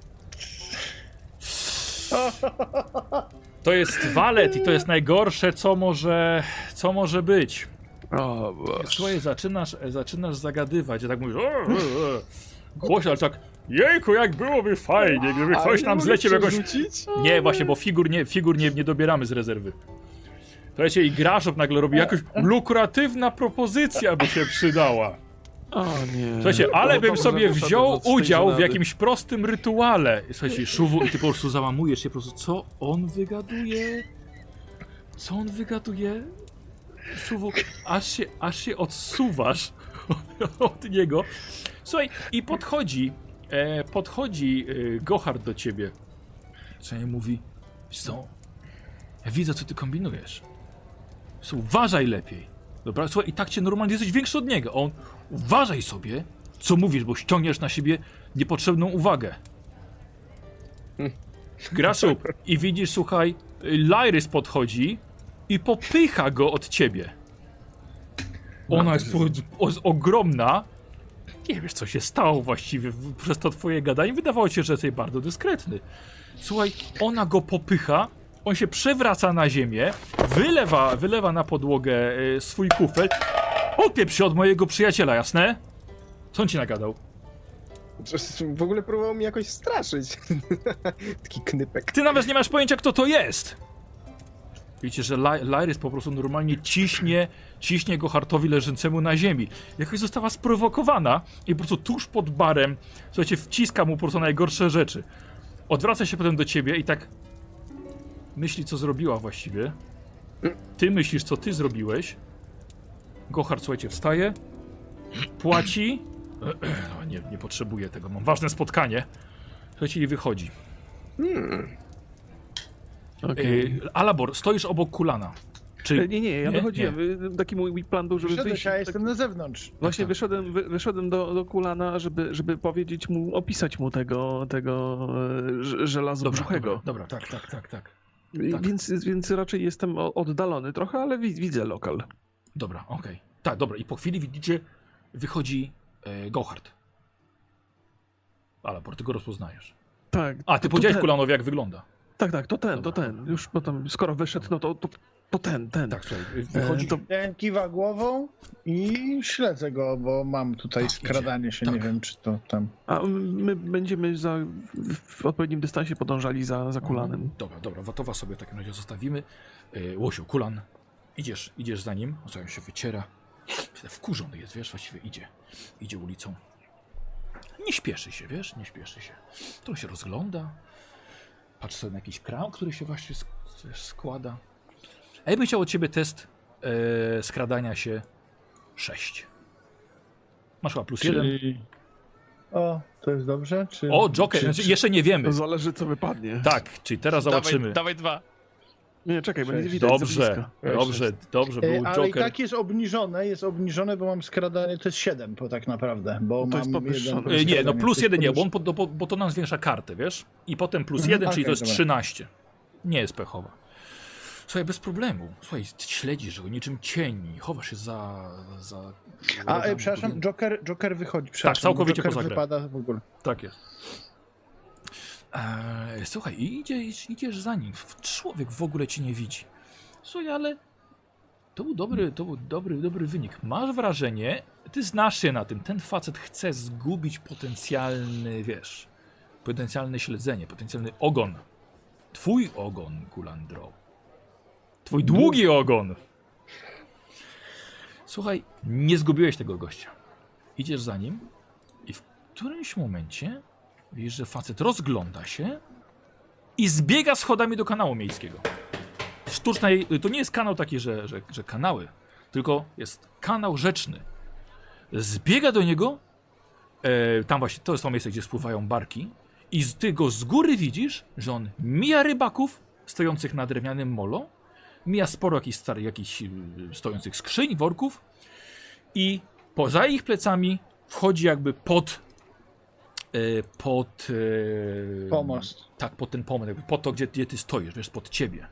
A: To jest walet i to jest najgorsze, co może, co może być.
E: O, Boże.
A: Słuchaj, zaczynasz, zaczynasz zagadywać, ja tak mówisz, o, o, o. Głośno, ale tak, jejku, jak byłoby fajnie, gdyby
B: Ale
A: ktoś
B: nie
A: nam
B: mogę
A: zlecił jakoś...
B: przerzucić?
A: Nie, właśnie, bo figur nie, figur nie, nie dobieramy z rezerwy. Słuchajcie, i Graszop nagle robi jakaś lukratywna propozycja, by się przydała.
E: O nie.
A: Słuchajcie, ale
E: To-
A: bym
E: to
A: sobie
E: może
A: wziął
E: wyszedł od
A: udział w
E: żenady.
A: jakimś prostym rytuale. Słuchajcie, Szuwu, i ty po prostu załamujesz się, po prostu, co on wygaduje? Co on wygaduje? Szuwu, aż się, aż się odsuwasz od niego. Słuchaj, i podchodzi, e, podchodzi e, Gohard do ciebie. Co nie mówi? Wiesz co? Ja widzę, co ty kombinujesz. Słuchaj, uważaj lepiej. Dobra, słuchaj, i tak cię normalnie jesteś większy od niego. On, uważaj sobie, co mówisz, bo ściągniesz na siebie niepotrzebną uwagę. Graszu, i widzisz, słuchaj, Lyrys podchodzi i popycha go od ciebie. Ona jest po, o, ogromna. Nie wiesz, co się stało właściwie w- przez to twoje gadanie. Wydawało ci się, że jesteś bardzo dyskretny. Słuchaj, ona go popycha, on się przewraca na ziemię, wylewa, wylewa na podłogę e, swój kufel. Odpieprz się od mojego przyjaciela, jasne? Co on ci nagadał?
B: W ogóle próbował mi jakoś straszyć. Taki knypek.
A: Ty nawet nie masz pojęcia, kto to jest! Widzicie, że Ly- Lyrys po prostu normalnie ciśnie, ciśnie go Hartowi leżącemu na ziemi. Jakoś została sprowokowana i po prostu tuż pod barem, słuchajcie, wciska mu po prostu najgorsze rzeczy. Odwraca się potem do ciebie i tak myśli, co zrobiła właściwie. Ty myślisz, co ty zrobiłeś. Gohard, słuchajcie, wstaje, płaci. No, nie, nie potrzebuję tego, mam ważne spotkanie. Słuchajcie, i wychodzi.
B: Hmm.
E: Okej.
A: Yy, Alabor, stoisz obok Kulana. Czy...
E: Nie, nie, ja
A: Nie?
E: wychodziłem. Taki mój plan był, żeby
C: Wyszedłeś,
E: wyjść...
C: a ja
E: tak-
C: jestem na zewnątrz.
E: Właśnie
A: tak.
E: wyszedłem, wy, wyszedłem do, do Kulana, żeby, żeby powiedzieć mu, opisać mu tego, tego e, ż-
A: Dobra,
E: żelazobrzuchego.
A: dobra, dobra, tak, tak, tak, tak.
E: I-
A: tak.
E: Więc, więc raczej jestem o- oddalony trochę, ale wi- widzę lokal.
A: Dobra, okej. Tak, dobra. I po chwili widzicie, wychodzi e, Gohard. Alabor, ty go rozpoznajesz.
E: Tak.
A: A, ty
E: to
A: powiedziałeś
E: ten.
A: Kulanowi, jak wygląda.
E: Tak, tak, to ten,
A: Dobra.
E: to ten. Już potem, skoro wyszedł, no to, to, to ten, ten.
A: Tak, słuchaj, wychodzi...
E: E, to-
C: Ja kiwa głową i śledzę go, bo mam tutaj
A: Tak,
C: skradanie się,
A: idzie.
C: nie
A: Tak.
C: wiem czy to tam...
E: A my będziemy za, w odpowiednim dystansie podążali za, za Kulanem.
A: Dobra, dobra, Watowa sobie w takim razie zostawimy. Yy, Łosiu, Kulan, idziesz, idziesz za nim, on sobie się wyciera. Wkurzony jest, wiesz, właściwie idzie. Idzie ulicą. Nie śpieszy się, wiesz, nie śpieszy się. To się rozgląda. Patrzy sobie na jakiś kran, który się właśnie sk- wiesz, składa. A ja bym chciał od ciebie test yy, skradania się sześć. Masz chyba plus jeden.
C: Czyli... O, to jest dobrze? Czy...
A: O, Joker,
C: czy,
A: znaczy,
C: czy...
A: jeszcze nie wiemy.
E: To zależy, co wypadnie.
A: Tak, czyli teraz zobaczymy.
F: Dawaj, dawaj dwa.
E: Nie, czekaj, będzie
C: Sześć.
E: widać. za
A: Dobrze,
E: blisko.
A: dobrze, dobrze,
C: E,
A: był
C: ale i
A: Joker.
C: tak jest obniżone, jest obniżone, bo mam skradanie, to jest siedem, bo tak naprawdę, bo
E: No to jest
C: mam
E: podwyższone.
C: jeden
A: Y, Nie, no
C: skradanie,
A: plus
C: to
A: jeden
C: jest
A: nie, bo, on, pod- bo, bo to nam zwiększa kartę, wiesz? I potem plus
C: Mhm,
A: jeden, czyli to
C: okej,
A: jest
C: dobra.
A: trzynaście. Nie jest pechowa. Słuchaj, bez problemu. Słuchaj, śledzisz go niczym cień, chowasz się za... za
C: A,
A: rogami
C: e, przepraszam,
A: budynku.
C: Joker, Joker wychodzi, przepraszam,
A: całkowicie
C: Joker
A: poza grę.
C: wypada w ogóle.
A: Tak jest. Eee, słuchaj, i idziesz, idziesz za nim. Człowiek w ogóle ci nie widzi. Słuchaj, ale to był dobry, to był dobry, dobry wynik. Masz wrażenie, ty znasz się na tym, ten facet chce zgubić potencjalny, wiesz, potencjalne śledzenie, potencjalny ogon. Twój ogon, Kulandro. Twój długi ogon. Słuchaj, nie zgubiłeś tego gościa. Idziesz za nim i w którymś momencie widzisz, że facet rozgląda się i zbiega schodami do kanału miejskiego. Sztucznej, to nie jest kanał taki, że, że, że kanały, tylko jest kanał rzeczny. Zbiega do niego, e, tam właśnie, to jest to miejsce, gdzie spływają barki i z, ty go z góry widzisz, że on mija rybaków stojących na drewnianym molo, mija sporo jakichś starych, jakichś y, stojących skrzyń, worków i poza ich plecami wchodzi jakby pod y, pod y,
C: Pomost.
A: tak, pod ten pomost, jakby pod to, gdzie, gdzie ty stoisz, wiesz, pod ciebie.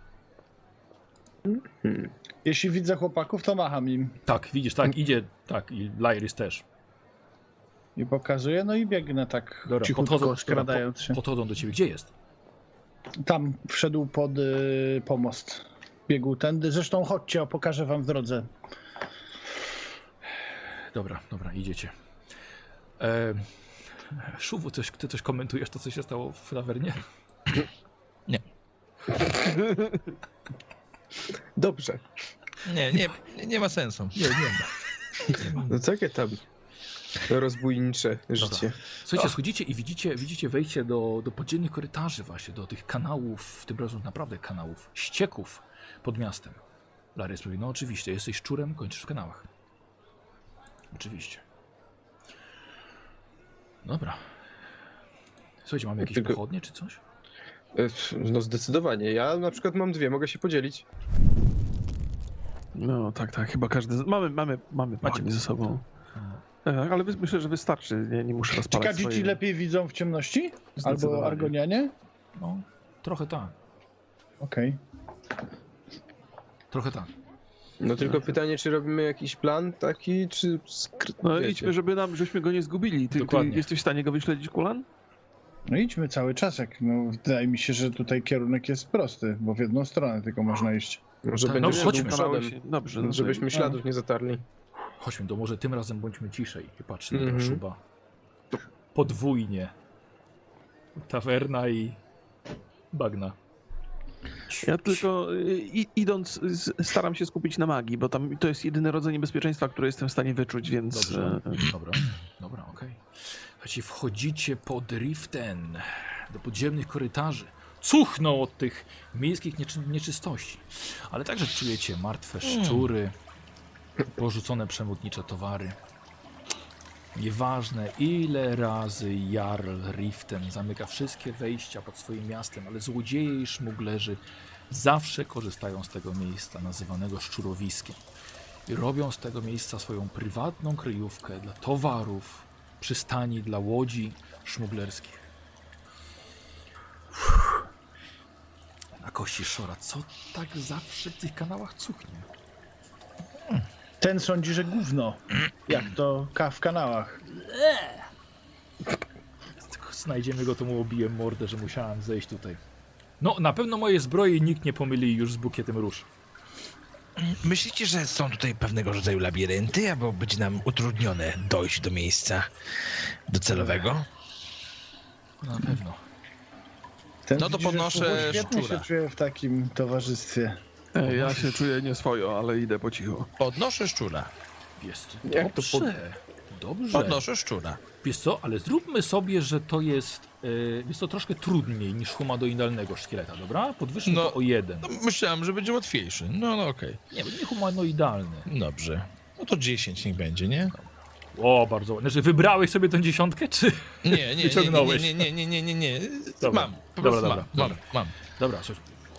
C: Jeśli widzę chłopaków, to macham im
A: Tak, widzisz, tak, idzie, tak, i Lyris też.
C: i pokazuję, no i biegnę tak
A: Dobra,
C: cichutko,
A: podchodzą,
C: skradając się.
A: Podchodzą do ciebie. Gdzie jest?
C: Tam wszedł pod y, pomost. Biegł tędy. Zresztą chodźcie, pokażę wam w drodze.
A: Dobra, dobra, idziecie. E, Szuwu, coś, ty coś komentujesz, to co się stało w tawernie?
B: Dobrze.
F: Nie, nie, nie ma sensu.
A: Nie, nie ma.
B: No takie tam rozbójnicze życie.
A: Słuchajcie, schodzicie i widzicie, widzicie wejście do, do podziemnych korytarzy właśnie, do tych kanałów, tym razem naprawdę kanałów, ścieków pod miastem. Larys mówi, no oczywiście, jesteś szczurem, kończysz w kanałach. Oczywiście. Dobra. Słuchajcie, mamy jakieś
B: Tylko-
A: pochodnie czy coś?
B: E, No zdecydowanie. Ja na przykład mam dwie, mogę się podzielić.
E: No tak, tak, chyba każdy. z- Mamy, mamy, mamy pochodnie ze sobą. Tak, ale wy- myślę, że wystarczy. Nie, nie muszę
C: Czy
E: rozpalać
C: kadzici
E: swojej...
C: lepiej widzą w ciemności?
E: Zdecydowanie.
C: Albo argonianie?
A: No, trochę tak.
C: Okej.
A: Trochę tak.
B: No tylko pytanie, czy robimy jakiś plan taki, czy... skry-
E: No
B: wiecie.
E: idźmy, żeby nam, żeśmy go nie zgubili. Ty, ty
A: Dokładnie.
E: jesteś w stanie go wyśledzić, Kulan?
C: No idźmy cały czas, jak no, wydaje mi się, że tutaj kierunek jest prosty, bo w jedną stronę tylko można iść.
B: Może
A: Tak,
B: będzie
A: no,
B: szedł
A: chodźmy.
B: przodem,
E: Się- Dobrze, no to-
B: żebyśmy śladów nie zatarli.
A: Chodźmy, to może tym razem bądźmy ciszej. I patrzę na
B: Mhm.
A: tego Szuba. Podwójnie. Tawerna i bagna.
E: Ja tylko y, i, idąc z- staram się skupić na magii, bo tam to jest jedyny rodzaj niebezpieczeństwa, które jestem w stanie wyczuć, więc...
A: Dobrze,
E: e,
A: dobra, dobra, okej. Słuchajcie, wchodzicie pod Riften, do podziemnych korytarzy. Cuchną od tych miejskich nieczy nieczystości. Ale także czujecie martwe szczury, porzucone przemytnicze towary. Nieważne ile razy Jarl Riften zamyka wszystkie wejścia pod swoim miastem, ale złodzieje i szmuglerzy zawsze korzystają z tego miejsca nazywanego szczurowiskiem i robią z tego miejsca swoją prywatną kryjówkę dla towarów, przystani dla łodzi szmuglerskich. Uff. Na kości szora, co tak zawsze w tych kanałach cuchnie?
C: Ten sądzi, że gówno. Jak to ka w kanałach.
A: Tylko znajdziemy go, to mu obiję mordę, że musiałem zejść tutaj. No, na pewno moje zbroje nikt nie pomyli już z bukietem róż.
F: Myślicie, że są tutaj pewnego rodzaju labirynty, albo będzie nam utrudnione dojść do miejsca docelowego?
A: Na pewno.
C: Ten
D: No to
C: widzi, że
D: podnoszę
C: świetnie
D: szczura.
C: się czuję w takim towarzystwie.
E: Ej, ja się czuję nieswojo, ale idę po cichu.
D: Podnoszę szczura.
A: Wiesz co,
B: Jak to
A: dobrze,
B: pod-
A: dobrze.
D: Podnoszę szczura.
A: Wiesz co, ale zróbmy sobie, że to jest, yy, jest to troszkę trudniej niż humanoidalnego szkieleta, dobra? Podwyższmy
D: No,
A: to o jeden.
D: No, myślałem, że będzie łatwiejszy. No, no okej.
A: Nie, bo nie humanoidalny.
D: Dobrze. No to dziesięć niech będzie, nie?
A: O, bardzo ładnie. Znaczy, wybrałeś sobie tę dziesiątkę, czy...
D: Nie, nie, nie, nie,
A: Wyciągnąłeś.
D: nie, nie, nie, nie, nie, nie.
A: Dobra.
D: Mam, po
A: Dobra,
D: prostu
A: dobra,
D: mam,
A: dobra.
D: mam, mam.
A: Dobra, słuchaj.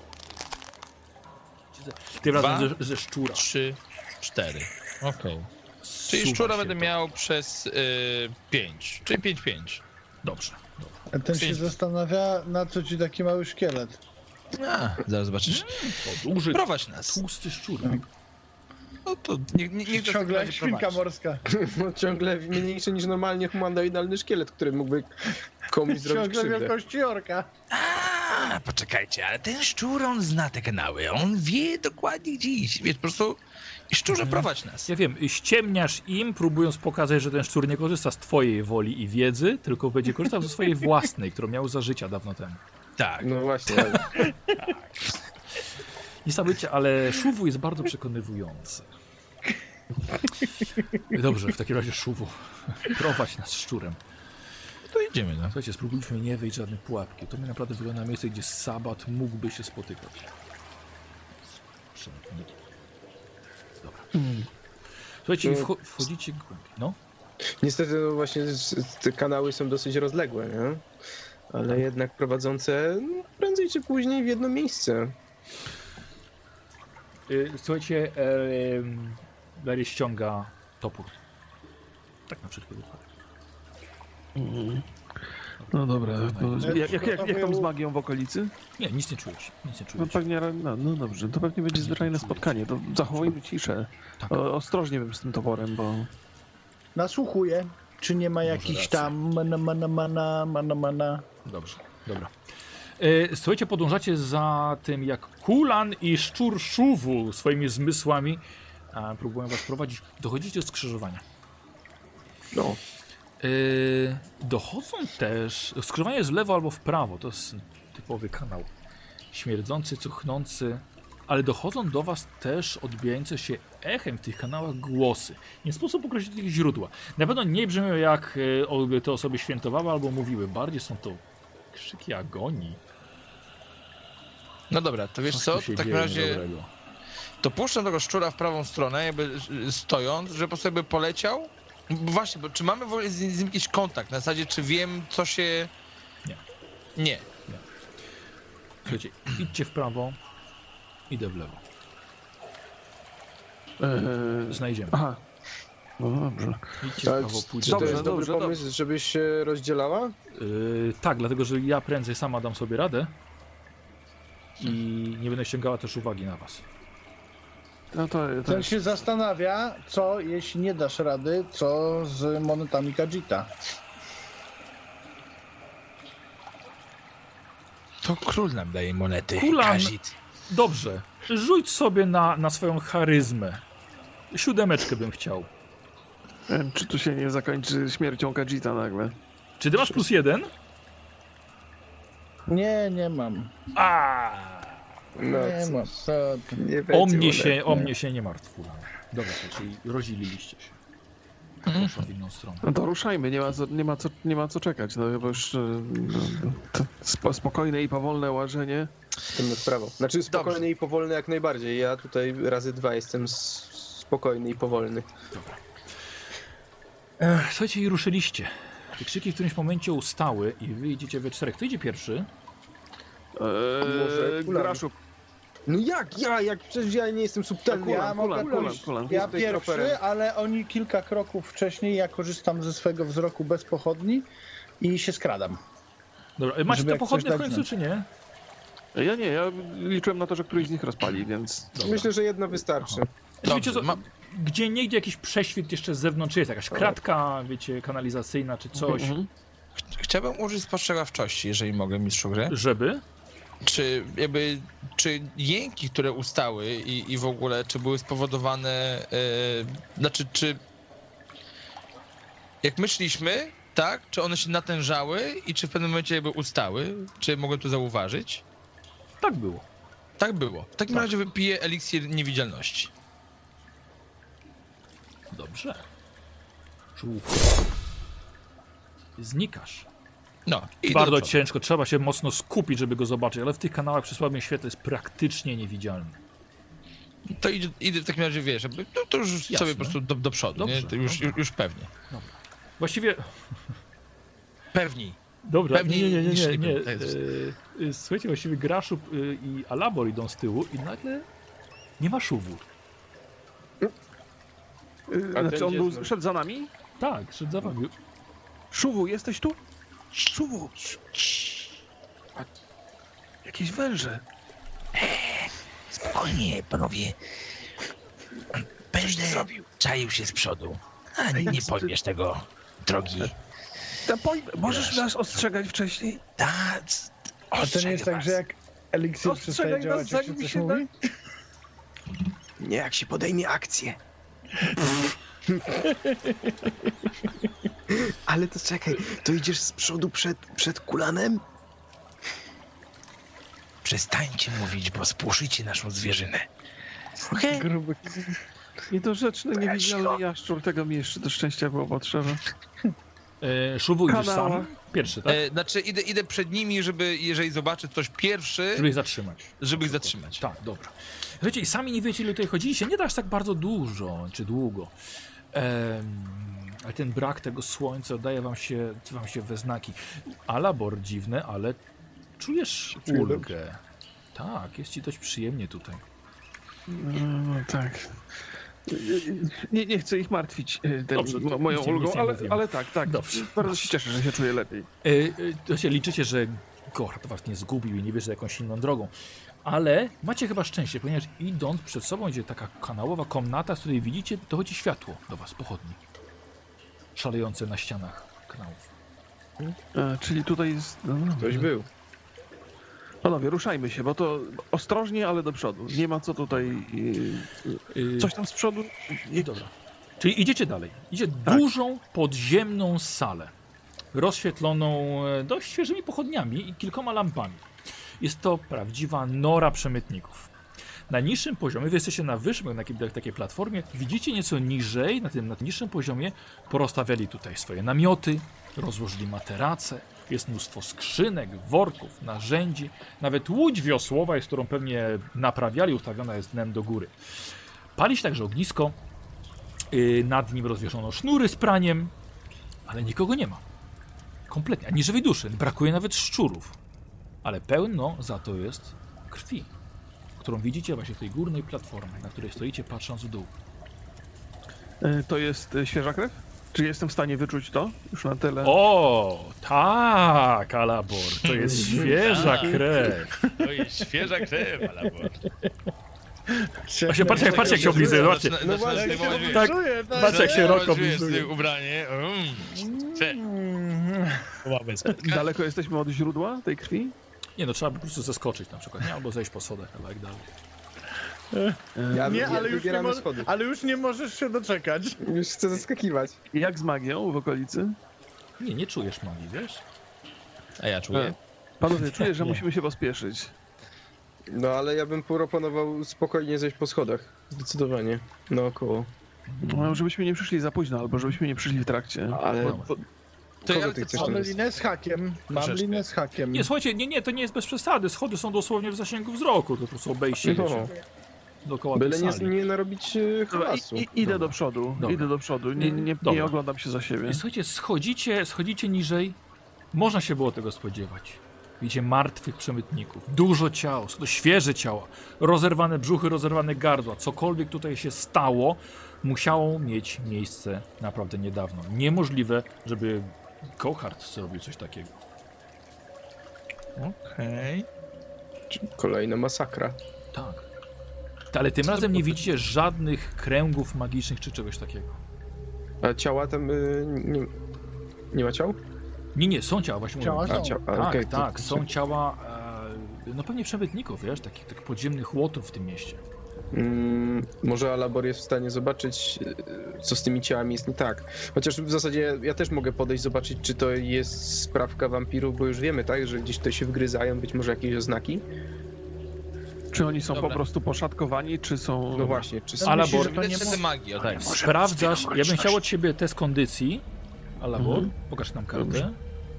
A: Tym razem ze, ze szczura.
D: Trzy, cztery. Okej. Czyli
A: Suwa
D: szczura
A: się
D: będę
A: to.
D: miał przez y, pięć. Czyli pięć, pięć.
A: Dobrze, dobra.
C: A ten się
D: Pięć.
C: zastanawia, na co ci taki mały szkielet.
D: A, zaraz zobaczysz.
A: O, duży,
D: Prowadź nas.
A: tłusty szczur.
D: No to niech, niech, niech to
C: Ciągle jak
D: będzie
C: świnka
D: prowadzi.
C: morska.
B: No, ciągle mniejszy niż normalnie humanoidalny szkielet, który mógłby komuś zrobić
C: Ciągle
B: krzywdę.
C: wielkości orka.
F: A, poczekajcie, ale ten szczur, on zna te kanały, on wie dokładnie gdzie iść.
D: Wiesz, po prostu szczurze prowadź nas.
A: Ja wiem, ściemniasz im, próbując pokazać, że ten szczur nie korzysta z twojej woli i wiedzy, tylko będzie korzystał ze swojej własnej, którą miał za życia dawno temu.
F: Tak.
B: No właśnie, ale
A: Niesamowicie, ale Szuwu jest bardzo przekonywujący. Dobrze, w takim razie Szuwu, prowadź nas szczurem.
D: To idziemy, no.
A: Słuchajcie, spróbujmy nie wejść w żadne pułapki. To mi naprawdę wygląda na miejsce, gdzie Sabat mógłby się spotykać. Dobra. Słuchajcie,
B: No,
A: wcho wchodzicie głębiej. No?
B: niestety no właśnie s- te kanały są dosyć rozległe, nie? Ale jednak prowadzące no, prędzej czy później w jedno miejsce.
A: Y, Słuchajcie, e, Larry ściąga topór. Tak na wszelki wypadek.
E: No dobra, no,
C: Ale
E: jak, jak, jak, jak tam z
C: przygotował-
E: magią w okolicy?
A: Nie, nic nie czujesz. Nic nie
E: No
A: czujesz.
E: pewnie, no, no dobrze, to pewnie będzie zwyczajne spotkanie, to zachowajmy ciszę.
A: Tak.
E: O, ostrożnie bym z tym toporem, bo...
C: Nasłuchuję, czy nie ma jakichś
A: racja.
C: tam mana, mana, mana, mana, mana.
A: Dobrze, dobra. E, słuchajcie, podążacie za tym, jak Kulan i szczur Szuwu swoimi zmysłami a, próbują was prowadzić. Dochodzicie do skrzyżowania.
B: No.
A: E, dochodzą też... Skrzyżowanie jest w lewo albo w prawo. To jest typowy kanał. Śmierdzący, cuchnący. Ale dochodzą do was też odbijające się echem w tych kanałach głosy. Nie sposób określić ich źródła. Na pewno nie brzmią jak e, o- te osoby świętowały albo mówiły. Bardziej są to krzyki agonii.
D: No dobra, to wiesz
A: Coś
D: co?
A: tu się
D: W takim
A: dzieje
D: razie
A: niedobrego.
D: to puszczę tego szczura w prawą stronę, jakby y, stojąc, żeby po sobie poleciał. Bo właśnie, bo czy mamy w ogóle z z nim jakiś kontakt? Na zasadzie, czy wiem, co się...
A: Nie.
D: Nie.
A: Słuchajcie, idźcie w prawo, idę w lewo.
E: Eee,
A: Znajdziemy.
E: aha. No dobrze.
A: Idźcie w
B: Ale
A: prawo,
B: czy
A: pójdę.
B: to
E: Dobrze,
B: jest dobry
E: dobrze,
B: pomysł, żebyś się rozdzielała?
A: Yy, tak, dlatego że ja prędzej sama dam sobie radę i nie będę ściągała też uwagi na was.
E: No to, to
C: Ten się zastanawia, co jeśli nie dasz rady, co z monetami Kajita.
F: To król nam daje monety.
A: Kulan.
F: Kazit.
A: Dobrze, rzuć sobie na, na swoją charyzmę. Siódemeczkę bym chciał.
E: nie wiem, czy tu się nie zakończy śmiercią Kajita nagle.
A: Czy ty masz plus jeden?
C: Nie, nie mam.
A: A,
B: No,
C: Nie
B: co-
C: mam. Co ty?
B: nie
A: o
B: będzie
A: mnie
B: monet,
A: się, o
B: nie.
A: mnie się nie martw, Kulan. Dobra, słuchajcie, rozdzieliliście się. Proszę w inną stronę.
E: No to ruszajmy, nie ma co, nie ma co, nie ma co czekać, no bo już e, no, to spo, spokojne i powolne łażenie.
B: Jestem w prawo. Znaczy spokojny i powolny jak najbardziej. Ja tutaj razy dwa jestem s- spokojny i powolny.
A: Ech, słuchajcie, i ruszyliście. Te krzyki w którymś momencie ustały i wy idziecie we czterech. Kto idzie pierwszy?
E: Eee,
B: Może Kulan?
E: Graszu,
B: No jak? Ja, jak przecież ja nie jestem subtelny.
C: Ja
E: Kulan,
C: mogę
E: kulan, kulan,
C: pójść.
E: kulan.
C: Ja
B: Jesteś
C: pierwszy,
B: troperem.
C: ale oni kilka kroków wcześniej, ja korzystam ze swojego wzroku bez pochodni i się skradam.
A: Dobra, macie
C: Żeby
A: te
C: jak coś
A: pochodnie w
C: dać
A: końcu,
C: znać.
A: czy nie?
E: Ja nie, ja liczyłem na to, że któryś z nich rozpali, więc...
A: Dobra.
B: Myślę, że jedna wystarczy.
A: Znaczy, wiecie co,
D: mam-
A: gdzie niegdzie jakiś prześwit jeszcze z zewnątrz, czy jest jakaś kratka, wiecie, kanalizacyjna, czy coś,
E: Mhm.
D: Ch- Chciałbym użyć spostrzegawczości, jeżeli mogę, mistrzu gry.
A: żeby...
D: Czy jakby, czy jęki, które ustały i, i w ogóle, czy były spowodowane, e, znaczy, czy jak myśleliśmy, tak, czy one się natężały i czy w pewnym momencie jakby ustały, czy mogłem to zauważyć?
A: Tak było.
D: Tak było. W takim
A: Tak.
D: razie wypiję eliksir niewidzialności.
A: Dobrze. Żółw. Znikasz.
D: No, i
A: Bardzo
D: do przodu.
A: ciężko, trzeba się mocno skupić, żeby go zobaczyć, ale w tych kanałach przy słabym świetle jest praktycznie niewidzialny.
D: To idę, idę w takim razie, wiesz, jakby, to, to już
A: Jasne.
D: sobie po prostu do, do przodu,
A: Dobrze,
D: nie? To już,
A: dobra.
D: już, już pewnie.
A: Właściwie...
D: Pewniej.
A: Dobra,
D: Pewniej
A: nie, nie, nie,
D: niż
A: nie,
D: nie
A: nie.
D: był, to jest-
A: E, e, Słuchajcie, właściwie Graszub e, i Alabor idą z tyłu i nagle nie ma Szuwu.
E: Yy,
B: A ten
E: Znaczy on
B: gdzie
E: był,
B: znowu?
E: szedł za nami?
A: Tak, szedł za wami.
E: Szuwu, jesteś tu? Szuwu! A, jakieś węże.
F: Spokojnie, panowie. Będę czaił się z przodu. A nie, nie pojmiesz tego, drogi.
E: Ta poj... Możesz nas ostrzegać wcześniej?
F: Ta,
C: A to nie jest tak, że jak eliksir przestaje
E: Ostrzegaj
C: działać,
E: nas,
C: jak się
E: zanim
C: coś
E: się
C: mówi?
B: Nie, jak się podejmie akcję. Ale to czekaj, to idziesz z przodu przed, przed kulanem?
F: Przestańcie mówić, bo spłoszycie naszą zwierzynę. Okej?
C: Gruby.
E: Niedorzeczny, niewidzialny jaszczur, tego mi jeszcze do szczęścia było potrzeba.
A: E, Szuwu, idziesz
E: Kanała.
A: sam? Pierwszy, tak?
D: E, znaczy, idę, idę przed nimi, żeby, jeżeli zobaczę coś pierwszy,
A: Żeby ich zatrzymać.
D: żeby ich zatrzymać.
A: Tak, dobra. Słuchajcie, i sami nie wiecie, ile tutaj chodziliście. Nie da aż tak bardzo dużo, czy długo. Em, ale ten brak tego słońca daje wam się, wam się we znaki. Alabor dziwne, ale czujesz
B: Czuję
A: ulgę. Tak, jest ci dość przyjemnie tutaj.
E: No, tak. Nie, nie chcę ich martwić e, ten,
A: Dobrze, to
E: mo- moją
A: nic nie- nic
E: ulgą,
A: nie
E: ale,
A: mówimy.
E: ale tak, tak.
A: Dobrze.
E: Bardzo się cieszę, że się czuję lepiej.
A: E, e, to się liczycie, że Gord was nie zgubił i nie wyszedł jakąś inną drogą. Ale macie chyba szczęście, ponieważ idąc przed sobą idzie taka kanałowa komnata, z której widzicie, dochodzi światło do was, pochodni. Szalejące na ścianach kanałów.
E: E, czyli tutaj jest... No, no,
B: Ktoś był.
E: Panowie, ruszajmy się, bo to ostrożnie, ale do przodu. Nie ma co tutaj...
A: Yy,
E: e, coś tam z przodu...
A: I dobra. Czyli idziecie dalej. Idzie
E: Tak.
A: dużą, podziemną salę. Rozświetloną e, dość świeżymi pochodniami i kilkoma lampami. Jest to prawdziwa nora przemytników. Na niższym poziomie, wy jesteście na wyższym, na takiej, takiej platformie, widzicie nieco niżej, na tym, na tym niższym poziomie, porozstawiali tutaj swoje namioty, rozłożyli materace, jest mnóstwo skrzynek, worków, narzędzi, nawet łódź wiosłowa, jest, którą pewnie naprawiali, ustawiona jest dnem do góry. Pali się także ognisko, yy, nad nim rozwieszono sznury z praniem, ale nikogo nie ma. Kompletnie, ani żywej duszy, brakuje nawet szczurów. Ale pełno za to jest krwi, którą widzicie właśnie w tej górnej platformie, na której stoicie patrząc w dół.
E: E, to jest e, świeża krew? Czy jestem w stanie wyczuć to? Już na tyle...
A: O, tak, Alabor, to jest świeża krew.
D: To jest świeża krew, Alabor.
A: Właśnie patrzcie, jak, patrzcie, jak się oblizuje, zobaczcie.
D: Zaczyna-
B: No
D: zaczyna
B: właśnie,
D: z tego, wiesz,
A: Tak,
C: Czuję, tak.
A: patrzcie, jak się rok
D: czujesz
A: oblizuje.
D: ty ubranie. Mm. Cze-
E: Daleko jesteśmy od źródła tej krwi?
A: Nie no, trzeba po prostu zeskoczyć na przykład, nie? Albo zejść po schodach, kawałek dalej.
B: Ja,
C: Nie,
B: ja
C: ale już nie,
B: wybieramy
C: mo-
B: schody.
C: ale już nie możesz się doczekać.
B: Już chcę zaskakiwać.
E: Jak z magią w okolicy?
A: Nie, nie czujesz magii, wiesz?
D: A ja czuję.
E: Panowie, czuję, że
A: Nie.
E: musimy się pospieszyć.
B: No ale ja bym proponował spokojnie zejść po schodach. Zdecydowanie. Naokoło.
E: No, żebyśmy nie przyszli za późno, albo żebyśmy nie przyszli w trakcie.
B: Ale...
A: No.
B: Po...
D: To
B: Kogo
D: ja-
B: ty chcesz
C: Mam
B: tam?
C: linę z hakiem. Mam
D: Troszeczkę.
C: linę z hakiem.
A: Nie, słuchajcie, nie, nie, to nie jest bez przesady. Schody są dosłownie w zasięgu wzroku, to po prostu obejście
B: No.
A: wiecie, dookoła tej
B: Byle nie,
A: sali.
B: nie narobić e,
E: Dobra,
B: hałasu.
E: i, i, idę
A: Dobra.
E: do przodu,
A: Dobra.
E: idę do przodu, nie, nie, nie
A: Dobra.
E: oglądam się za siebie.
A: I słuchajcie, schodzicie, schodzicie niżej. Można się było tego spodziewać. Widzicie martwych przemytników. Dużo ciał, są to świeże ciała. Rozerwane brzuchy, rozerwane gardła. Cokolwiek tutaj się stało, musiało mieć miejsce naprawdę niedawno. Niemożliwe, żeby Cohart zrobił coś takiego.
D: Okej.
B: Kolejna masakra.
A: Tak. Ale tym razem nie widzicie żadnych kręgów magicznych czy czegoś takiego.
B: A ciała tam y, nie, nie ma ciał?
A: Nie, nie, są ciała właśnie.
C: Ciała
A: mówię.
C: są.
B: A, ciała, a,
A: Tak,
B: okej,
A: tak,
B: to-
A: są ciała, e, no pewnie przemytników, wiesz, takich, takich podziemnych łotrów w tym mieście.
B: Mm, może Alabor jest w stanie zobaczyć, y, co z tymi ciałami jest nie tak. Chociaż w zasadzie ja też mogę podejść, zobaczyć, czy to jest sprawka wampirów, bo już wiemy, tak, że gdzieś to się wgryzają, być może jakieś oznaki.
E: Czy oni są
D: Dobra.
E: po prostu poszatkowani, czy są...
B: No właśnie, czy są...
A: Ale
C: myślisz,
A: Bor-
C: że to nie
D: Widać
C: mo-
D: te magii, o tak.
A: Sprawdzasz, ja bym chciał od ciebie test kondycji. Alabor,
E: Mhm.
A: pokaż nam kartę.
E: Dobrze.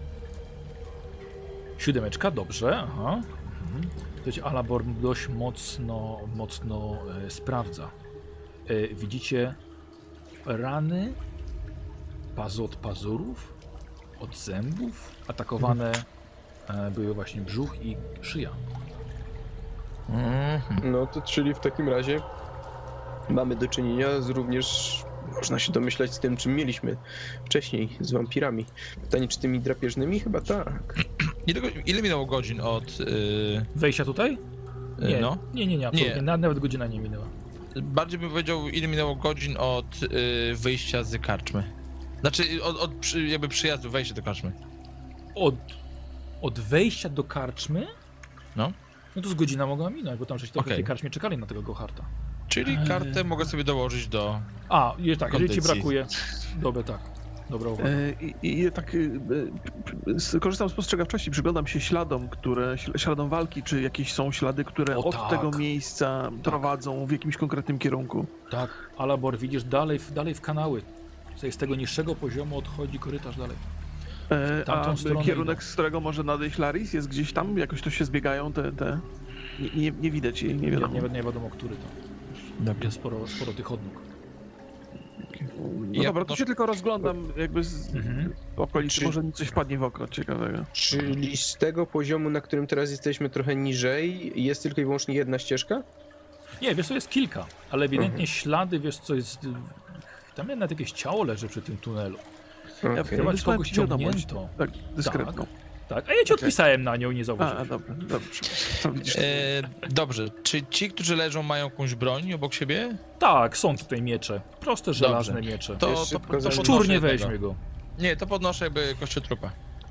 A: Siódemeczka, dobrze, aha. Mhm. Słuchajcie, Alabor dość mocno, mocno e, sprawdza. E, widzicie rany, pazu od pazurów, od zębów, atakowane e, były właśnie brzuch i szyja.
D: Mhm.
B: No to czyli w takim razie mamy do czynienia z również, można się domyślać, z tym, czym mieliśmy wcześniej, z wampirami. Pytanie, czy tymi drapieżnymi? Chyba tak.
D: Ile, go- ile minęło godzin od... Yy,
A: Wejścia tutaj?
D: yy,
A: Nie,
D: no?
A: nie, nie, nie, absolutnie.
D: Nie.
A: Na- Nawet godzina nie minęła.
D: Bardziej bym powiedział, ile minęło godzin od yy, wyjścia z karczmy. Znaczy, od, od przy, jakby przyjazdu, wejścia do karczmy.
A: Od, od wejścia do karczmy?
D: No.
A: No to z godzina mogła minąć, bo tam żeście trochę w
D: Okej.
A: tej karczmie czekali na tego Goharta.
D: Czyli
A: Eee.
D: kartę mogę sobie dołożyć do...
A: A, je, tak, jeżeli ci
D: Kondycji.
A: brakuje. Dobra, tak. Dobra uwaga.
E: E, I, i tak y, y, z- korzystam z spostrzegawczości, przyglądam się śladom, które, śl- śladom walki, czy jakieś są ślady, które
A: O,
E: od
A: tak.
E: tego miejsca prowadzą w jakimś konkretnym kierunku.
A: Tak, Alabor, widzisz, dalej, w- dalej w kanały. Z z tego niższego poziomu odchodzi korytarz dalej.
E: E,
A: Tamtą
E: a
A: stronę
E: kierunek,
A: idą.
E: z którego może nadejść Laris, jest gdzieś tam? Jakoś to się zbiegają te... te... Nie, nie, nie widać jej, nie
A: Nie,
E: wiadomo.
A: nie, wi- nie wiadomo, który to.
D: Dobrze.
A: Jest sporo, sporo tych odnóg.
E: No
D: Ja
E: dobra, to
D: podnoszę-
E: się tylko rozglądam jakby z
A: Mhm.
E: okolicy,
B: Czy-
E: może mi coś wpadnie w oko ciekawego.
B: Czyli z tego poziomu, na którym teraz jesteśmy trochę niżej, jest tylko i wyłącznie jedna ścieżka?
A: Nie, wiesz co, jest kilka, ale ewidentnie
B: Mhm.
A: ślady, wiesz co, jest... Tam nawet jakieś ciało leży przy tym tunelu.
B: Okay.
E: Ja
A: Chyba
E: wysłałem
A: kogoś
E: ci wiadomość.
A: ciągnięto.
E: Tak, dyskretną.
A: Tak, a ja ci odpisałem na nią, nie
E: A,
A: zauważyłem.
E: a dobra, dobrze. To widzisz.
D: E, dobrze, czy ci, którzy leżą, mają jakąś broń obok siebie?
A: Tak, są tutaj miecze. Proste, żelazne miecze.
D: To,
B: Jest
D: to,
B: szybko
D: to,
B: za-
D: podnoszę
A: Szczur nie
D: jednego.
A: weźmie go.
D: Nie, to podnoszę jakby kościotrupa.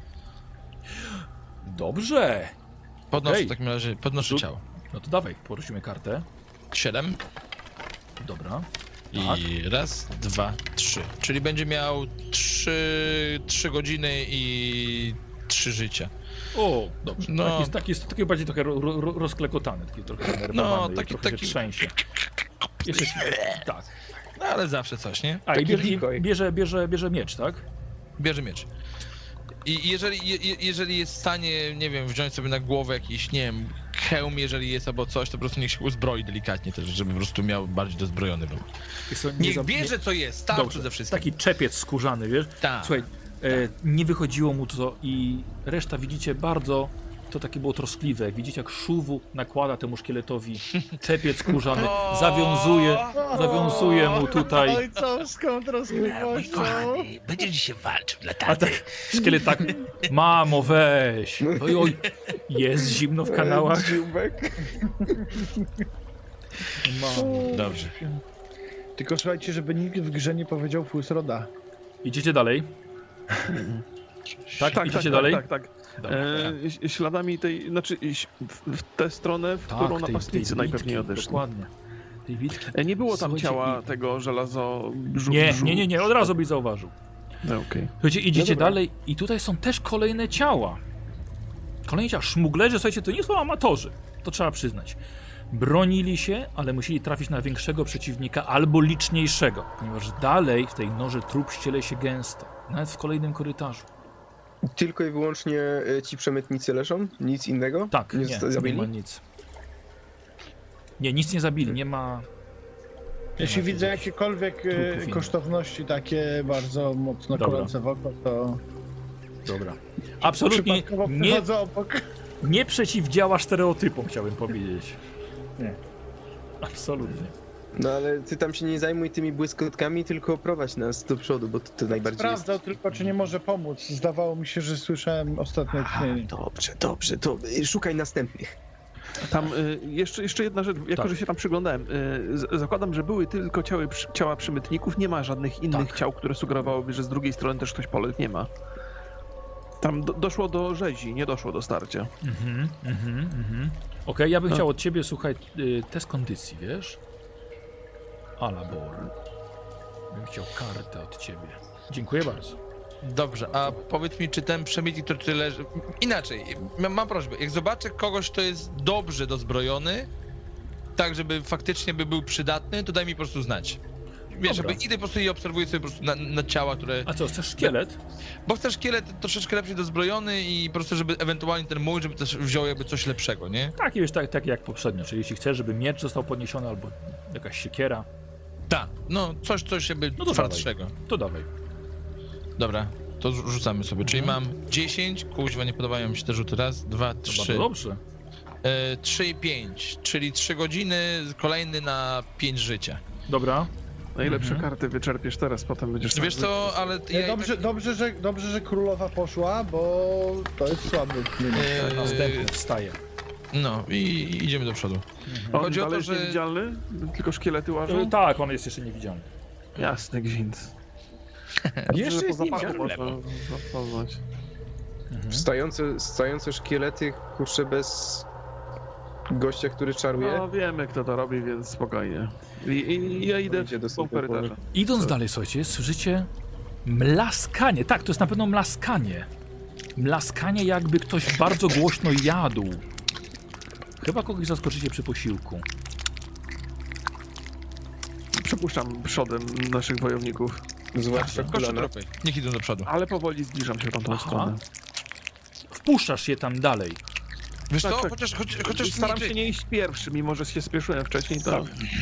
A: Dobrze.
D: Podnoszę
A: Okej.
D: w takim razie, podnoszę
A: Rzut.
D: ciało.
A: No to dawaj, porusimy kartę.
D: Siedem.
A: Dobra.
D: I raz, dwa, trzy. Czyli będzie miał trzy, trzy godziny i trzy życia.
A: O, dobrze.
D: No.
A: Taki, jest, taki, jest taki bardziej trochę ro, ro, rozklekotany, taki trochę denerwowany,
D: taki-
A: trochę
D: taki-
A: się trzęsie. Jeszcze się, tak.
D: No ale zawsze coś, nie?
A: A i
B: Taki
A: bierze, i
B: decoy.
A: bierze, bierze, bierze miecz, tak?
D: Bierze miecz. I jeżeli, je, je- jeżeli jest w stanie, nie wiem, wziąć sobie na głowę jakiś, nie wiem, hełm, jeżeli jest albo coś, to po prostu niech się uzbroi delikatnie też, żeby po prostu miał bardziej dozbrojony był.
A: Jest to nie
D: Niech
A: za-
D: bierze co jest,
A: nie-
D: starczy
A: Dobrze,
D: ze wszystkim.
A: taki czepiec skórzany, wiesz?
D: Tak.
A: Słuchaj, e, nie wychodziło mu to i reszta widzicie bardzo, to takie było troskliwe. Jak widzicie, jak Szuwu nakłada temu szkieletowi czepiec skórzany, zawiązuje, zawiązuje mu tutaj.
C: Ojcowską
F: Mój
C: troskliwością.
F: kochany, będzie dzisiaj walczył dla
A: A
F: taty.
A: tak, szkielet tak, mamo weź, oj, oj, jest zimno w kanałach.
B: Dziubek.
A: Mam.
D: Dobrze.
C: Tylko słuchajcie, żeby nikt w grze nie powiedział Fusroda.
A: Idziecie dalej? Tak,
E: Tak,
A: idziecie
E: tak,
A: dalej?
E: tak, tak, tak.
A: Dobra.
E: E, śladami tej, znaczy iść w, w tę stronę, w którą
A: Tak, tej-
E: napastnicy
A: tej
E: najpewniej
A: bitki,
E: odeszli.
A: Dokładnie. Tej bitki.
E: E, nie było tam
A: Słuchajcie,
E: ciała
A: i-
E: tego żelazo brzuch,
A: Nie,
E: brzuch.
A: nie, nie, nie, od razu byś zauważył.
E: No, okej.
A: Słuchajcie, idziecie
B: dobra.
A: dalej i tutaj są też kolejne ciała. Kolejne ciała. Szmuglerzy, słuchajcie, to nie są amatorzy. To trzeba przyznać. Bronili się, ale musieli trafić na większego przeciwnika albo liczniejszego, ponieważ dalej w tej norze trup ściele się gęsto. Nawet w kolejnym korytarzu.
B: Tylko i wyłącznie e, ci przemytnicy leżą? Nic innego?
A: Tak,
B: Nie
A: nie,
B: zostali
A: nie
B: zabili?
A: ma nic. Nie, nic nie zabili, nie ma...
C: Jeśli
A: ma
C: widzę
A: jakichś
C: jakiekolwiek e,
A: trupów innych.
C: kosztowności takie bardzo mocno
A: Dobra.
C: kolące w oko, to
A: Dobra. Absolutnie
C: Przypadkowo
A: nie,
C: przechodzę obok.
A: nie przeciwdziała stereotypom, chciałbym powiedzieć.
C: Nie.
A: Absolutnie.
B: No ale ty tam się nie zajmuj tymi błyskotkami, tylko prowadź nas do przodu, bo to, to najbardziej
C: Sprawdzał
B: jest...
C: tylko, czy nie może pomóc. Zdawało mi się, że słyszałem ostatnie
B: A,
C: tchnienie.
B: dobrze, dobrze, to y, szukaj następnych.
E: Tam y, jeszcze, jeszcze jedna rzecz, jako
A: Tak.
E: że się tam przyglądałem, y, z, zakładam, że były tylko ciały, przy- ciała przemytników, nie ma żadnych innych
A: Tak.
E: ciał, które sugerowałyby, że z drugiej strony też ktoś poległ, nie ma. Tam do, doszło do rzezi, nie doszło do starcia.
A: Mhm, mhm, mhm. Okej, ja bym
E: No.
A: chciał od ciebie, słuchaj, y, test kondycji, wiesz? Alabor. Bym chciał kartę od ciebie. Dziękuję bardzo.
D: Dobrze, a powiedz mi, czy ten przemytnik, który tu leży... Inaczej, mam, mam prośbę, jak zobaczę kogoś, kto jest dobrze dozbrojony, tak żeby faktycznie by był przydatny, to daj mi po prostu znać. Wiesz,
A: Dobra.
D: żeby idę po prostu i obserwuję sobie po prostu na, na ciała, które...
A: A co, chcesz szkielet?
D: Bo chcę szkielet troszeczkę lepiej dozbrojony i po prostu, żeby ewentualnie ten mój, żeby też wziął jakby coś lepszego, nie?
A: Tak, wiesz, tak, tak jak poprzednio. Czyli jeśli chcesz, żeby miecz został podniesiony albo jakaś siekiera,
D: Tak, no coś, coś jakby
A: No to
D: twardszego.
A: to dawaj.
D: Dobra, to rzu- rzucamy sobie, czyli
A: Mhm.
D: mam dziesięć, kuźwa, nie podobają mi się te rzuty, raz, dwa,
A: To
D: trzy,
A: bardzo dobrze.
D: e, trzy i pięć, czyli trzy godziny, kolejny na pięć życia.
A: Dobra.
E: Najlepsze
A: Mhm.
E: karty wyczerpiesz teraz, potem będziesz...
D: Wiesz co, ale
C: Nie,
D: ja
C: dobrze,
D: i
C: dobrze, że, dobrze, że królowa poszła, bo to jest słaby. Nie,
D: Eee,
A: Następny wstaje.
D: tak, no i i idziemy do przodu.
E: On
D: Chodzi o
E: dalej
D: to,
E: jest
D: że...
E: niewidzialny? Tylko szkielety
A: Y,
E: łażą?
A: tak, on jest jeszcze niewidzialny.
E: Jasny gwint.
B: Jeszcze
E: po
B: jest
E: zapachu
B: niewidzialny.
E: można rozpoznać.
A: Mhm.
B: Stojące, stojące szkielety, kurczę, bez gościa, który czaruje.
E: No wiemy, kto to robi, więc spokojnie. I, i, i ja idę
B: Idzie do
E: po
B: sobie
E: korytarza.
A: Idąc dalej, słuchajcie, słyszycie mlaskanie. Tak, to jest na pewno mlaskanie. Mlaskanie, jakby ktoś bardzo głośno jadł. Chyba kogoś zaskoczycie przy posiłku.
E: Przepuszczam przodem naszych wojowników,
B: Zwłaszcza
D: Kosze
B: kulana.
D: tropy, niech idą do przodu.
E: ale powoli zbliżam się w tamtą
A: Aha.
E: stronę.
A: Wpuszczasz je tam dalej.
D: Wiesz
E: Tak,
D: co,
E: tak.
D: chociaż, chociaż, chociaż
E: Staram
D: nie,
E: się nie iść pierwszy, mimo że się spieszyłem wcześniej, to...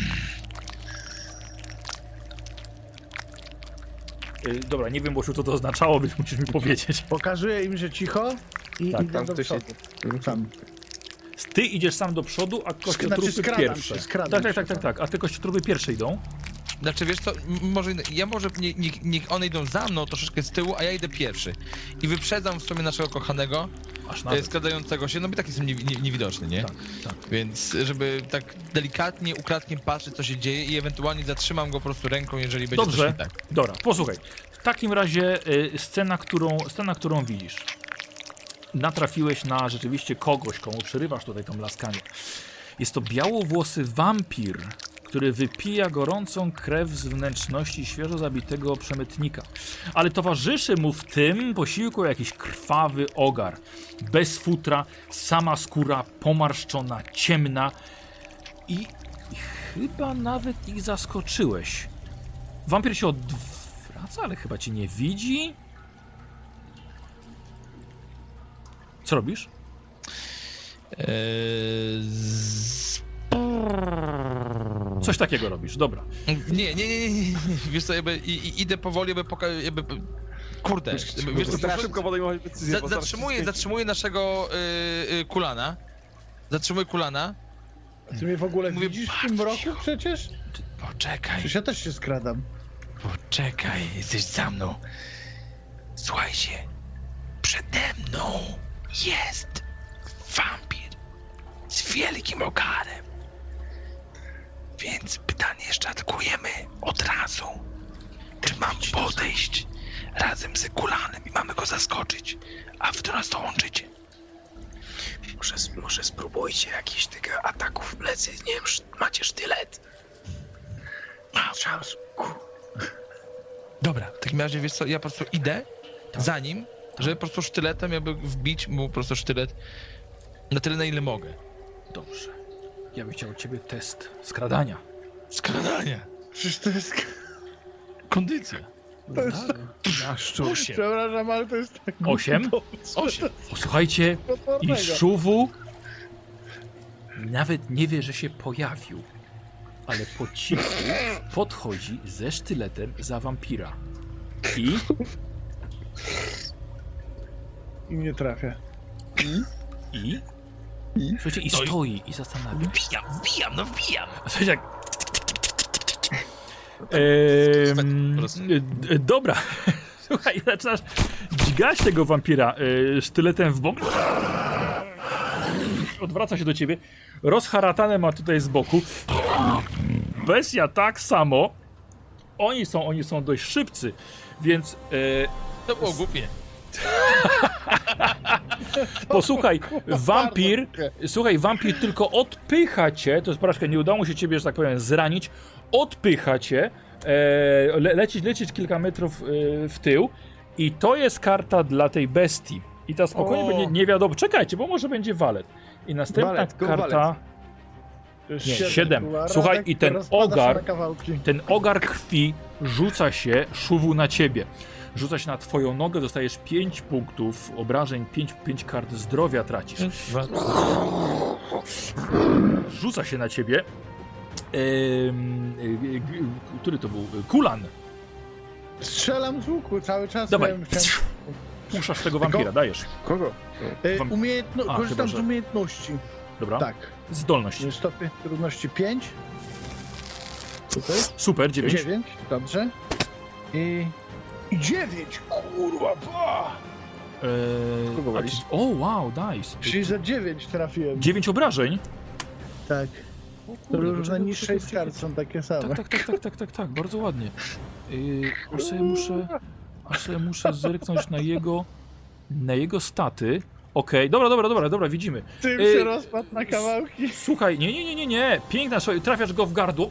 A: Yy, dobra, nie wiem, Bosiu, co to oznaczało, więc musisz mi powiedzieć.
C: Pokazuję im, że cicho i
A: Tak,
C: idę
B: tam
C: do
B: ktoś
C: przodu.
B: jest.
C: Tam.
A: Ty idziesz sam do przodu, a kościotrupy
C: Znaczy, skradam
A: pierwsze.
C: się, skradam
A: tak, tak,
C: się,
A: tak, tak, tak. A te kościotrupy pierwsze idą.
D: Znaczy wiesz co, m- może inne- ja może nie, niech, niech one idą za mną troszeczkę z tyłu, a ja idę pierwszy. I wyprzedzam w sumie naszego kochanego,
A: Aż
D: e,
A: nawet.
D: skradającego się, no bo tak jestem nie, nie, niewidoczny, nie?
A: Tak, tak.
D: Więc żeby tak delikatnie, ukradkiem patrzeć, co się dzieje i ewentualnie zatrzymam go po prostu ręką, jeżeli będzie
A: Dobrze.
D: coś nie tak.
A: Dobra, posłuchaj. W takim razie y, scena, którą, scena, którą widzisz. Natrafiłeś na rzeczywiście kogoś, komu przerywasz tutaj to mlaskanie. Jest to białowłosy wampir, który wypija gorącą krew z wnętrzności świeżo zabitego przemytnika. Ale towarzyszy mu w tym posiłku jakiś krwawy ogar. Bez futra, sama skóra pomarszczona, ciemna i, i chyba nawet ich zaskoczyłeś. Wampir się odwraca, ale chyba cię nie widzi. Co robisz?
D: Eee, z...
A: Coś takiego robisz, dobra.
D: Nie, nie, nie, nie, nie, nie. Wiesz co, jakby, i, i, idę powoli, jakby, poka... jakby kurde, jakby, wiesz co,
E: Muszę szybko podejmować decyzję,
D: za,
E: bo zaraz się
D: zatrzymuję,
E: spięci.
D: zatrzymuję naszego y, y, kulana, zatrzymuję kulana,
C: Ty mnie w ogóle
D: Mówię,
C: widzisz w tym
D: patrz,
C: roku przecież?
F: Poczekaj,
C: Przecież ja też się skradam.
F: poczekaj, jesteś za mną. Słuchajcie, przede mną jest wampir z wielkim ogarem. Więc pytanie jeszcze atakujemy od razu. Czy mam podejść razem z Kulanem i mamy go zaskoczyć, a wy do nas dołączycie? Może, może spróbujcie jakichś tych ataków w plecy, nie wiem, sz- macie sztylet? A, czas.
D: Dobra, w takim razie wiesz co, ja po prostu idę za nim, żeby po prostu sztyletem jakby wbić mu po prostu sztylet na tyle, na ile mogę.
A: Dobrze. Ja bym chciał od ciebie test skradania.
D: Skradania,
C: Przecież to jest...
D: kondycja.
C: To jest...
E: Jaszczu.
C: Przepraszam, ale to jest tak...
A: Osiem?
D: Osiem.
A: Posłuchajcie, i
C: potwornego.
A: Szuwu nawet nie wie, że się pojawił, ale po cichu podchodzi ze sztyletem za wampira. I
C: i nie trafię.
A: I?
B: I?
A: Słuchajcie, i
F: No i-
A: stoi i zastanawia.
F: Wbijam, wbijam, no wbijam.
A: A słuchajcie, jak...
D: Swet, po
A: Ehm,
D: prostu.
A: e, dobra. Słuchaj, zaczynasz dźgać tego wampira e, sztyletem w bok. Odwraca się do ciebie. Rozharatane ma tutaj z boku. Bestia tak samo. Oni są, oni są dość szybcy, więc e,
D: To było głupie.
A: posłuchaj, wampir, słuchaj, wampir tylko odpycha cię, to jest porażka, nie udało mu się ciebie, że tak powiem, zranić, odpycha cię, e, le, lecieć, lecieć kilka metrów e, w tył i to jest karta dla tej bestii. I ta spokojnie
B: O.
A: będzie, nie wiadomo, czekajcie, bo może będzie walet. I następna
B: Walet, go
A: karta,
B: walet.
C: To jest
A: Nie,
C: siedem.
A: siedem.
C: Była
A: Słuchaj,
C: Radek,
A: i ten
C: rozpada się
A: ogar-
C: na kawałki.
A: ten ogar krwi rzuca się, Szuwu, na ciebie. Rzuca się na twoją nogę, dostajesz pięć punktów obrażeń, pięć kart zdrowia tracisz. Rzuca się na ciebie. Ehm, y, y, który to był? Kulan.
C: Strzelam z łuku cały czas.
A: Dawaj.
C: miałem się-
A: Puszczasz tego wampira, dajesz.
B: Kogo?
C: E,
A: Wam-
C: Umiejętno...
A: A,
C: Korzystam
A: chyba,
C: z
A: że-
C: umiejętności.
A: Dobra.
C: Tak.
A: Zdolność.
C: Stopień trudności pięć. Tutaj.
A: Super, dziewięć.
C: dziewięć, dobrze. I... I dziewięć, kurwa, ba!
A: Eee,
B: Kogo
A: a
B: walisz?
A: ty- o, wow, nice.
C: Czyli za dziewięć trafiłem.
A: dziewięć obrażeń.
C: Tak.
A: O kurde,
C: Różne
A: poczekaj,
C: niższe
A: poczekaj,
C: z
A: poczekaj.
C: kart są takie same.
A: Tak, tak, tak, tak, tak, tak, tak, bardzo ładnie. Yy, aż sobie muszę, aż sobie muszę zerknąć na jego, na jego staty. Okej, dobra, dobra, dobra, dobra, widzimy.
C: Tym
A: Ej,
C: się rozpadł na kawałki.
A: Słuchaj, nie, nie, nie, nie, nie, piękna, słuchaj, trafiasz go w gardło.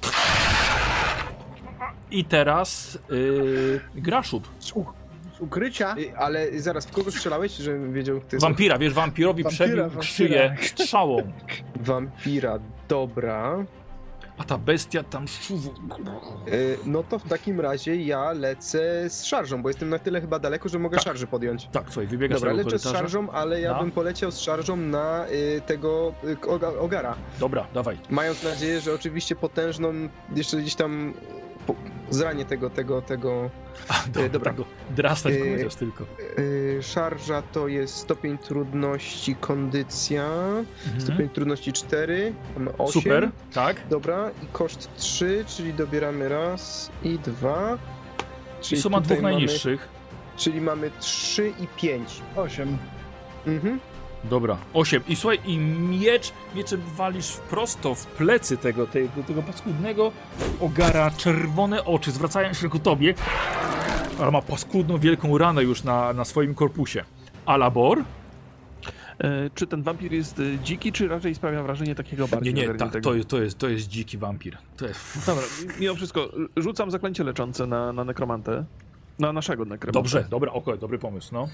A: I teraz yy, Graszub.
C: Z, u... z ukrycia.
B: Y, Ale zaraz, w kogo strzelałeś, żebym wiedział, kto jest?
A: Wampira, wiesz, wampirowi
C: Wampira,
A: przebił
C: wampira.
A: szyję strzałą.
B: Wampira, dobra.
A: A ta bestia tam szuwu.
B: Y, No to w takim razie ja lecę z szarżą, bo jestem na tyle chyba daleko, że mogę
A: Tak.
B: szarży podjąć.
A: Tak, słuchaj, wybiegasz
B: Dobra,
A: z tego
B: lecę z
A: korytarza.
B: szarżą, ale ja
A: No.
B: bym poleciał z szarżą na y, tego y, oga- ogara.
A: Dobra, dawaj.
B: Mając nadzieję, że oczywiście potężną, jeszcze gdzieś tam po, zranię tego, tego, tego.
A: A, dobra,
B: dobra.
A: tego drastać
B: Yy,
A: chociaż tylko.
B: Y, szarża to jest stopień trudności kondycja,
A: Mhm.
B: stopień trudności cztery, mamy osiem.
A: Super, tak.
B: Dobra, i koszt trzy, czyli dobieramy raz i dwa.
A: I
B: Czyli
A: suma
B: tutaj
A: dwóch
B: mamy-
A: najniższych.
B: Czyli mamy trzy i pięć.
C: osiem.
B: Mhm.
A: Dobra, osiem. I słuchaj, i miecz, mieczem walisz prosto w plecy tego, tego, tego paskudnego ogara, czerwone oczy zwracają się ku tobie, ale ma paskudną, wielką ranę już na, na swoim korpusie. Alabor?
E: E, czy ten wampir jest e, dziki, czy raczej sprawia wrażenie takiego
A: Nie,
E: bardziej
A: nie, tak,
E: ogarniętego?
A: to, jest- to, jest, to jest dziki wampir. To jest...
E: Dobra, mimo wszystko, rzucam zaklęcie leczące na, na nekromantę. Na naszego nekromanta.
A: Dobrze, dobra, okej, dobry pomysł, no.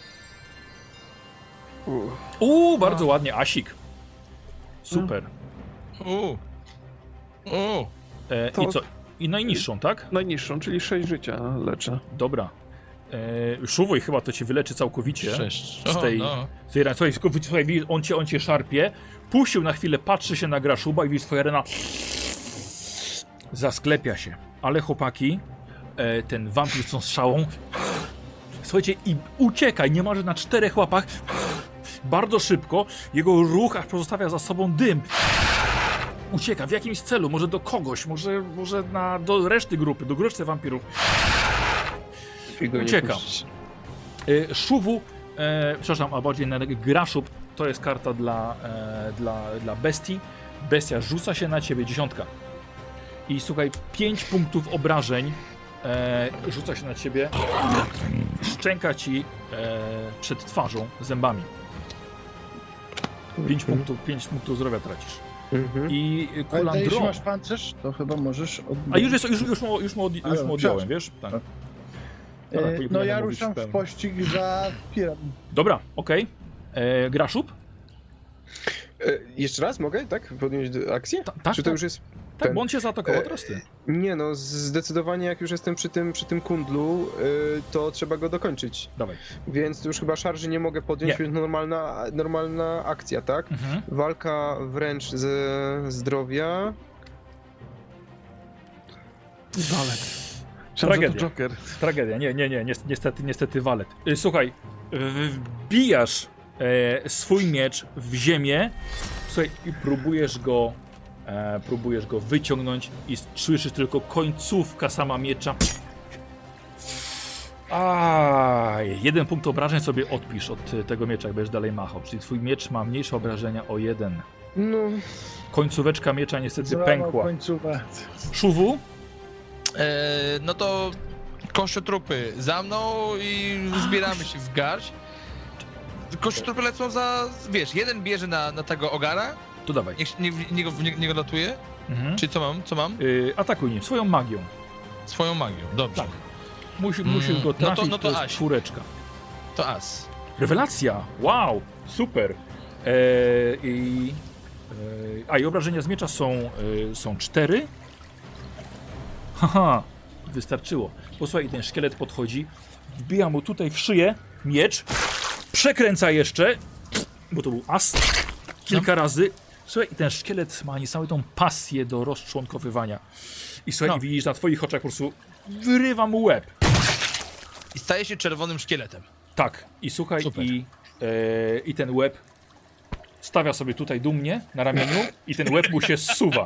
E: Uff.
A: Uuu, bardzo ładnie, Asik. Super.
D: U. U.
A: E,
E: To-
A: I co? I najniższą, tak?
E: Najniższą, czyli sześć życia leczę.
A: Dobra. E, Szuwoj chyba to ci wyleczy całkowicie.
D: Sześć.
A: Z
D: O,
A: tej-
D: no.
A: Z tej rany. Słuchaj, tylko wy- słuchaj, widzisz, on cię, on cię szarpie, puścił na chwilę, patrzy się na Graszuba i widzisz, twoja rena zasklepia się. Ale chłopaki, e, ten wampir z tą strzałą, słuchajcie, i uciekaj, niemalże na czterech łapach, bardzo szybko, jego ruch aż pozostawia za sobą dym. Ucieka w jakimś celu, może do kogoś, może, może na, do reszty grupy, do reszty wampirów.
B: Figo nie
A: Uciekam.
B: puścić.
A: E, Szuwu, e, przepraszam, a bardziej na Graszub, to jest karta dla, e, dla, dla bestii. Bestia rzuca się na ciebie, dziesiątka. I słuchaj, pięć punktów obrażeń e, rzuca się na ciebie, szczęka ci e, przed twarzą zębami. pięć punktów, pięć punktów zdrowia tracisz.
B: Mhm.
A: I
C: Ale jeśli
A: Kulandro...
C: masz pancerz, to chyba możesz od...
A: A już, jest, już, już, mu, już, mu, od, już
C: Ale,
A: mu odjąłem,
C: przepraszam.
A: wiesz? Tak.
C: E,
A: Dobra,
C: No
A: powinienem
C: ja
A: mówić
C: ruszam w
A: pełno.
C: pościg za pirem.
A: Dobra, okej. Okay. Graszub?
B: E, jeszcze raz mogę, tak? Podjąć do- akcję?
A: Ta, tak,
B: Czy to
A: tak,
B: już jest.
A: tak,
B: ten-
A: bo on cię zaatakował,
B: e,
A: teraz ty.
B: Nie no, zdecydowanie jak już jestem przy tym, przy tym kundlu, y, to trzeba go dokończyć.
A: Dawaj.
B: Więc tu już chyba szarży nie mogę podjąć,
A: Nie.
B: więc normalna, normalna akcja, tak?
A: Mhm.
B: Walka wręcz ze zdrowia.
E: Walet.
A: Tragedia.
E: Joker.
A: Tragedia, nie, nie, nie, nies- niestety, niestety walet. Y, Słuchaj, y, wbijasz e, swój miecz w ziemię, słuchaj, i próbujesz go, e, próbujesz go wyciągnąć i słyszysz tylko końcówka sama miecza. A, jeden punkt obrażeń sobie odpisz od tego miecza, jak będziesz dalej machał. Czyli twój miecz ma mniejsze obrażenia o jeden.
B: No,
A: Końcóweczka miecza niestety
C: Złamał
A: pękła.
C: końcówę.
A: Szuwu?
D: E, no to kościotrupy za mną i zbieramy się w garść. Kościotrupy lecą za, wiesz, jeden bierze na, na tego ogara,
A: To dawaj.
D: niech nie, nie, go- nie, nie go latuje.
A: Mhm.
D: Czy co mam, co mam?
A: Y, atakuj nim, swoją magią.
D: Swoją magią, dobrze.
A: Tak. Musi,
D: Mm,
A: musisz go
D: no to-
A: trafić,
D: no to
A: to jest
D: Aś.
A: czwóreczka.
D: To as.
A: Rewelacja! Wow! Super! Eee, i, eee, a i obrażenia z miecza są, e, są cztery. Haha! Wystarczyło. Posłuchaj, ten szkielet podchodzi, wbija mu tutaj w szyję miecz, przekręca jeszcze, bo to był as, kilka razy. Słuchaj, i ten szkielet ma niesamowitą pasję do rozczłonkowywania. I słuchaj,
D: No.
A: i widzisz na twoich oczach po prostu wyrywa mu łeb.
D: I staje się czerwonym szkieletem.
A: Tak, i słuchaj,
D: Super.
A: i, e, i ten łeb stawia sobie tutaj dumnie na ramieniu i ten łeb mu się zsuwa.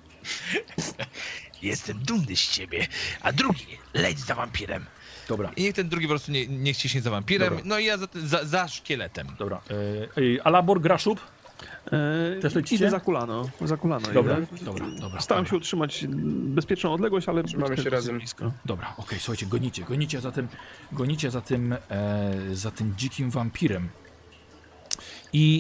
F: Jestem dumny z ciebie. A drugi, leć za wampirem.
A: Dobra,
D: I niech ten drugi po prostu nie, nie ściśnie za wampirem.
A: Dobra.
D: No i ja za, za, za szkieletem.
A: dobra. E, e, Alabor, Graszub?
E: E,
A: Też lecicie?
E: Idę za kulano, za kulano
A: Dobra,
E: idę.
A: dobra, dobra.
E: Staram
A: dobra.
E: się utrzymać bezpieczną odległość, ale
B: Trzymamy
E: być
B: się
E: też
B: razem.
E: blisko.
A: Dobra, okej, słuchajcie, gonicie, gonicie za tym, gonicie za tym, e, za tym dzikim wampirem. I...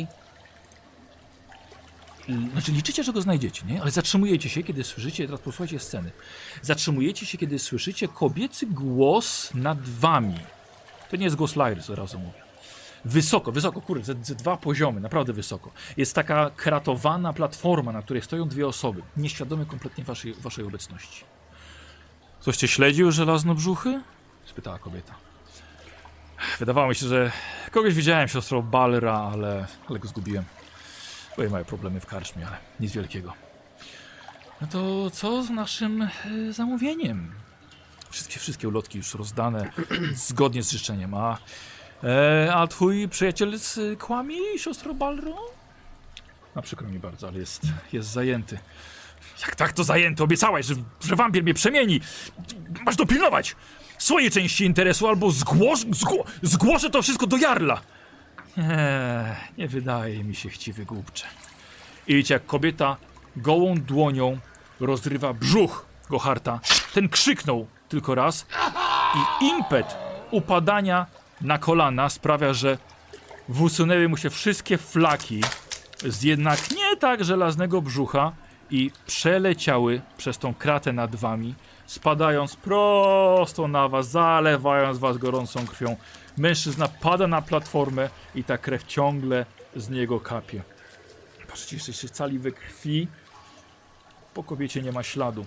A: l- Znaczy liczycie, że go znajdziecie, nie? Ale zatrzymujecie się, kiedy słyszycie, teraz posłuchajcie sceny. Zatrzymujecie się, kiedy słyszycie kobiecy głos nad wami. To nie jest głos Lyris, od razu mówię. Wysoko, wysoko, kurde, ze, ze dwa poziomy, naprawdę wysoko. Jest taka kratowana platforma, na której stoją dwie osoby, nieświadome kompletnie waszej, waszej obecności. Ktoś cię śledził, żelaznobrzuchy? Spytała kobieta. Wydawało mi się, że kogoś widziałem, siostrą Balra, ale, ale go zgubiłem. Były małe problemy w karczmie, ale nic wielkiego. No to co z naszym e, zamówieniem? Wszystkie, wszystkie ulotki już rozdane, zgodnie z życzeniem. A, e, a twój przyjaciel z kłami, siostro Balro? No przykro mi bardzo, ale jest, jest zajęty. Jak tak to zajęty? Obiecałaś, że, że wampir mnie przemieni. Masz dopilnować swojej części interesu, albo zgłosz, zgło, zgłoszę to wszystko do Jarla. Eee, nie wydaje mi się, chciwy głupcze. I widzicie, jak kobieta gołą dłonią rozrywa brzuch Goharta. Ten krzyknął tylko raz i impet upadania na kolana sprawia, że usunęły mu się wszystkie flaki z jednak nie tak żelaznego brzucha i przeleciały przez tą kratę nad wami, spadając prosto na was, zalewając was gorącą krwią. Mężczyzna pada na platformę i ta krew ciągle z niego kapie. Patrzcie, jesteście cali we krwi. Po kobiecie nie ma śladu.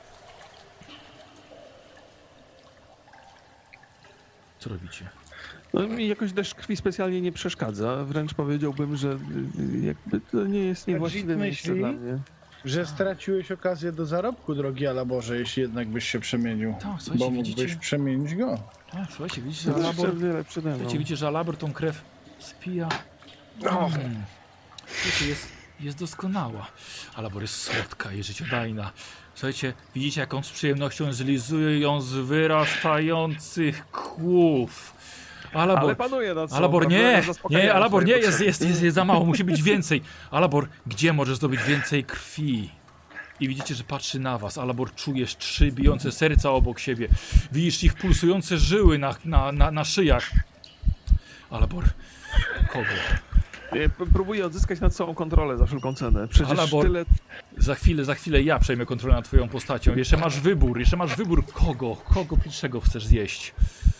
A: Co robicie?
E: No mi jakoś deszcz krwi specjalnie nie przeszkadza. Wręcz powiedziałbym, że y, jakby to nie jest niewłaściwe
C: Dzik
E: miejsce
C: myśli?
E: dla mnie.
C: Że straciłeś okazję do zarobku, drogi Alaborze, jeśli jednak byś się przemienił.
A: Tak, słuchajcie,
C: Bo mógłbyś
A: widzicie?
C: przemienić go.
A: Tak, słuchajcie, widzicie, że
E: To
A: Alabor,
E: jeszcze wiele przede mną.
A: słuchajcie, widzicie, że Alabor tą krew spija.
B: O.
A: Mm. Wiecie, jest, jest doskonała. Alabor jest słodka i życiodajna. Słuchajcie, widzicie, jak on z przyjemnością zlizuje ją z wyrastających kłów. Alabor,
E: Ale panuje nad sobą.
A: Alabor,
E: prawda?
A: nie,
E: Zaspokajam
A: nie, Alabor,
E: swoje
A: nie, jest,
E: potrzeby.
A: jest, jest, jest za mało, musi być więcej. Alabor, gdzie możesz zdobyć więcej krwi? I widzicie, że patrzy na was. Alabor, czujesz trzy bijące serca obok siebie. Widzisz ich pulsujące żyły na, na, na, na szyjach. Alabor, kogo?
E: Nie, p- Próbuję odzyskać nad sobą kontrolę za wszelką cenę. Przecież
A: Alabor.
E: tyle...
A: Za chwilę, za chwilę ja przejmę kontrolę nad twoją postacią. Jeszcze masz wybór, jeszcze masz wybór kogo, kogo pierwszego chcesz zjeść.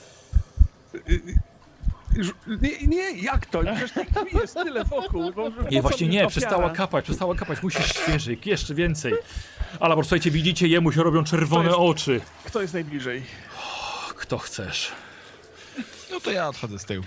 E: Żu- Nie, nie, jak to? Przecież tej krwi jest tyle wokół. bo- po
A: Nie,
E: co
A: właśnie
E: mi
A: nie,
E: ofiara?
A: przestała kapać, przestała kapać, musisz świeżyk, jeszcze więcej. Alabor, słuchajcie, widzicie, jemu się robią czerwone
E: jest?
A: oczy.
E: Kto jest najbliżej?
A: Kto chcesz?
D: No to ja odchodzę z tyłu.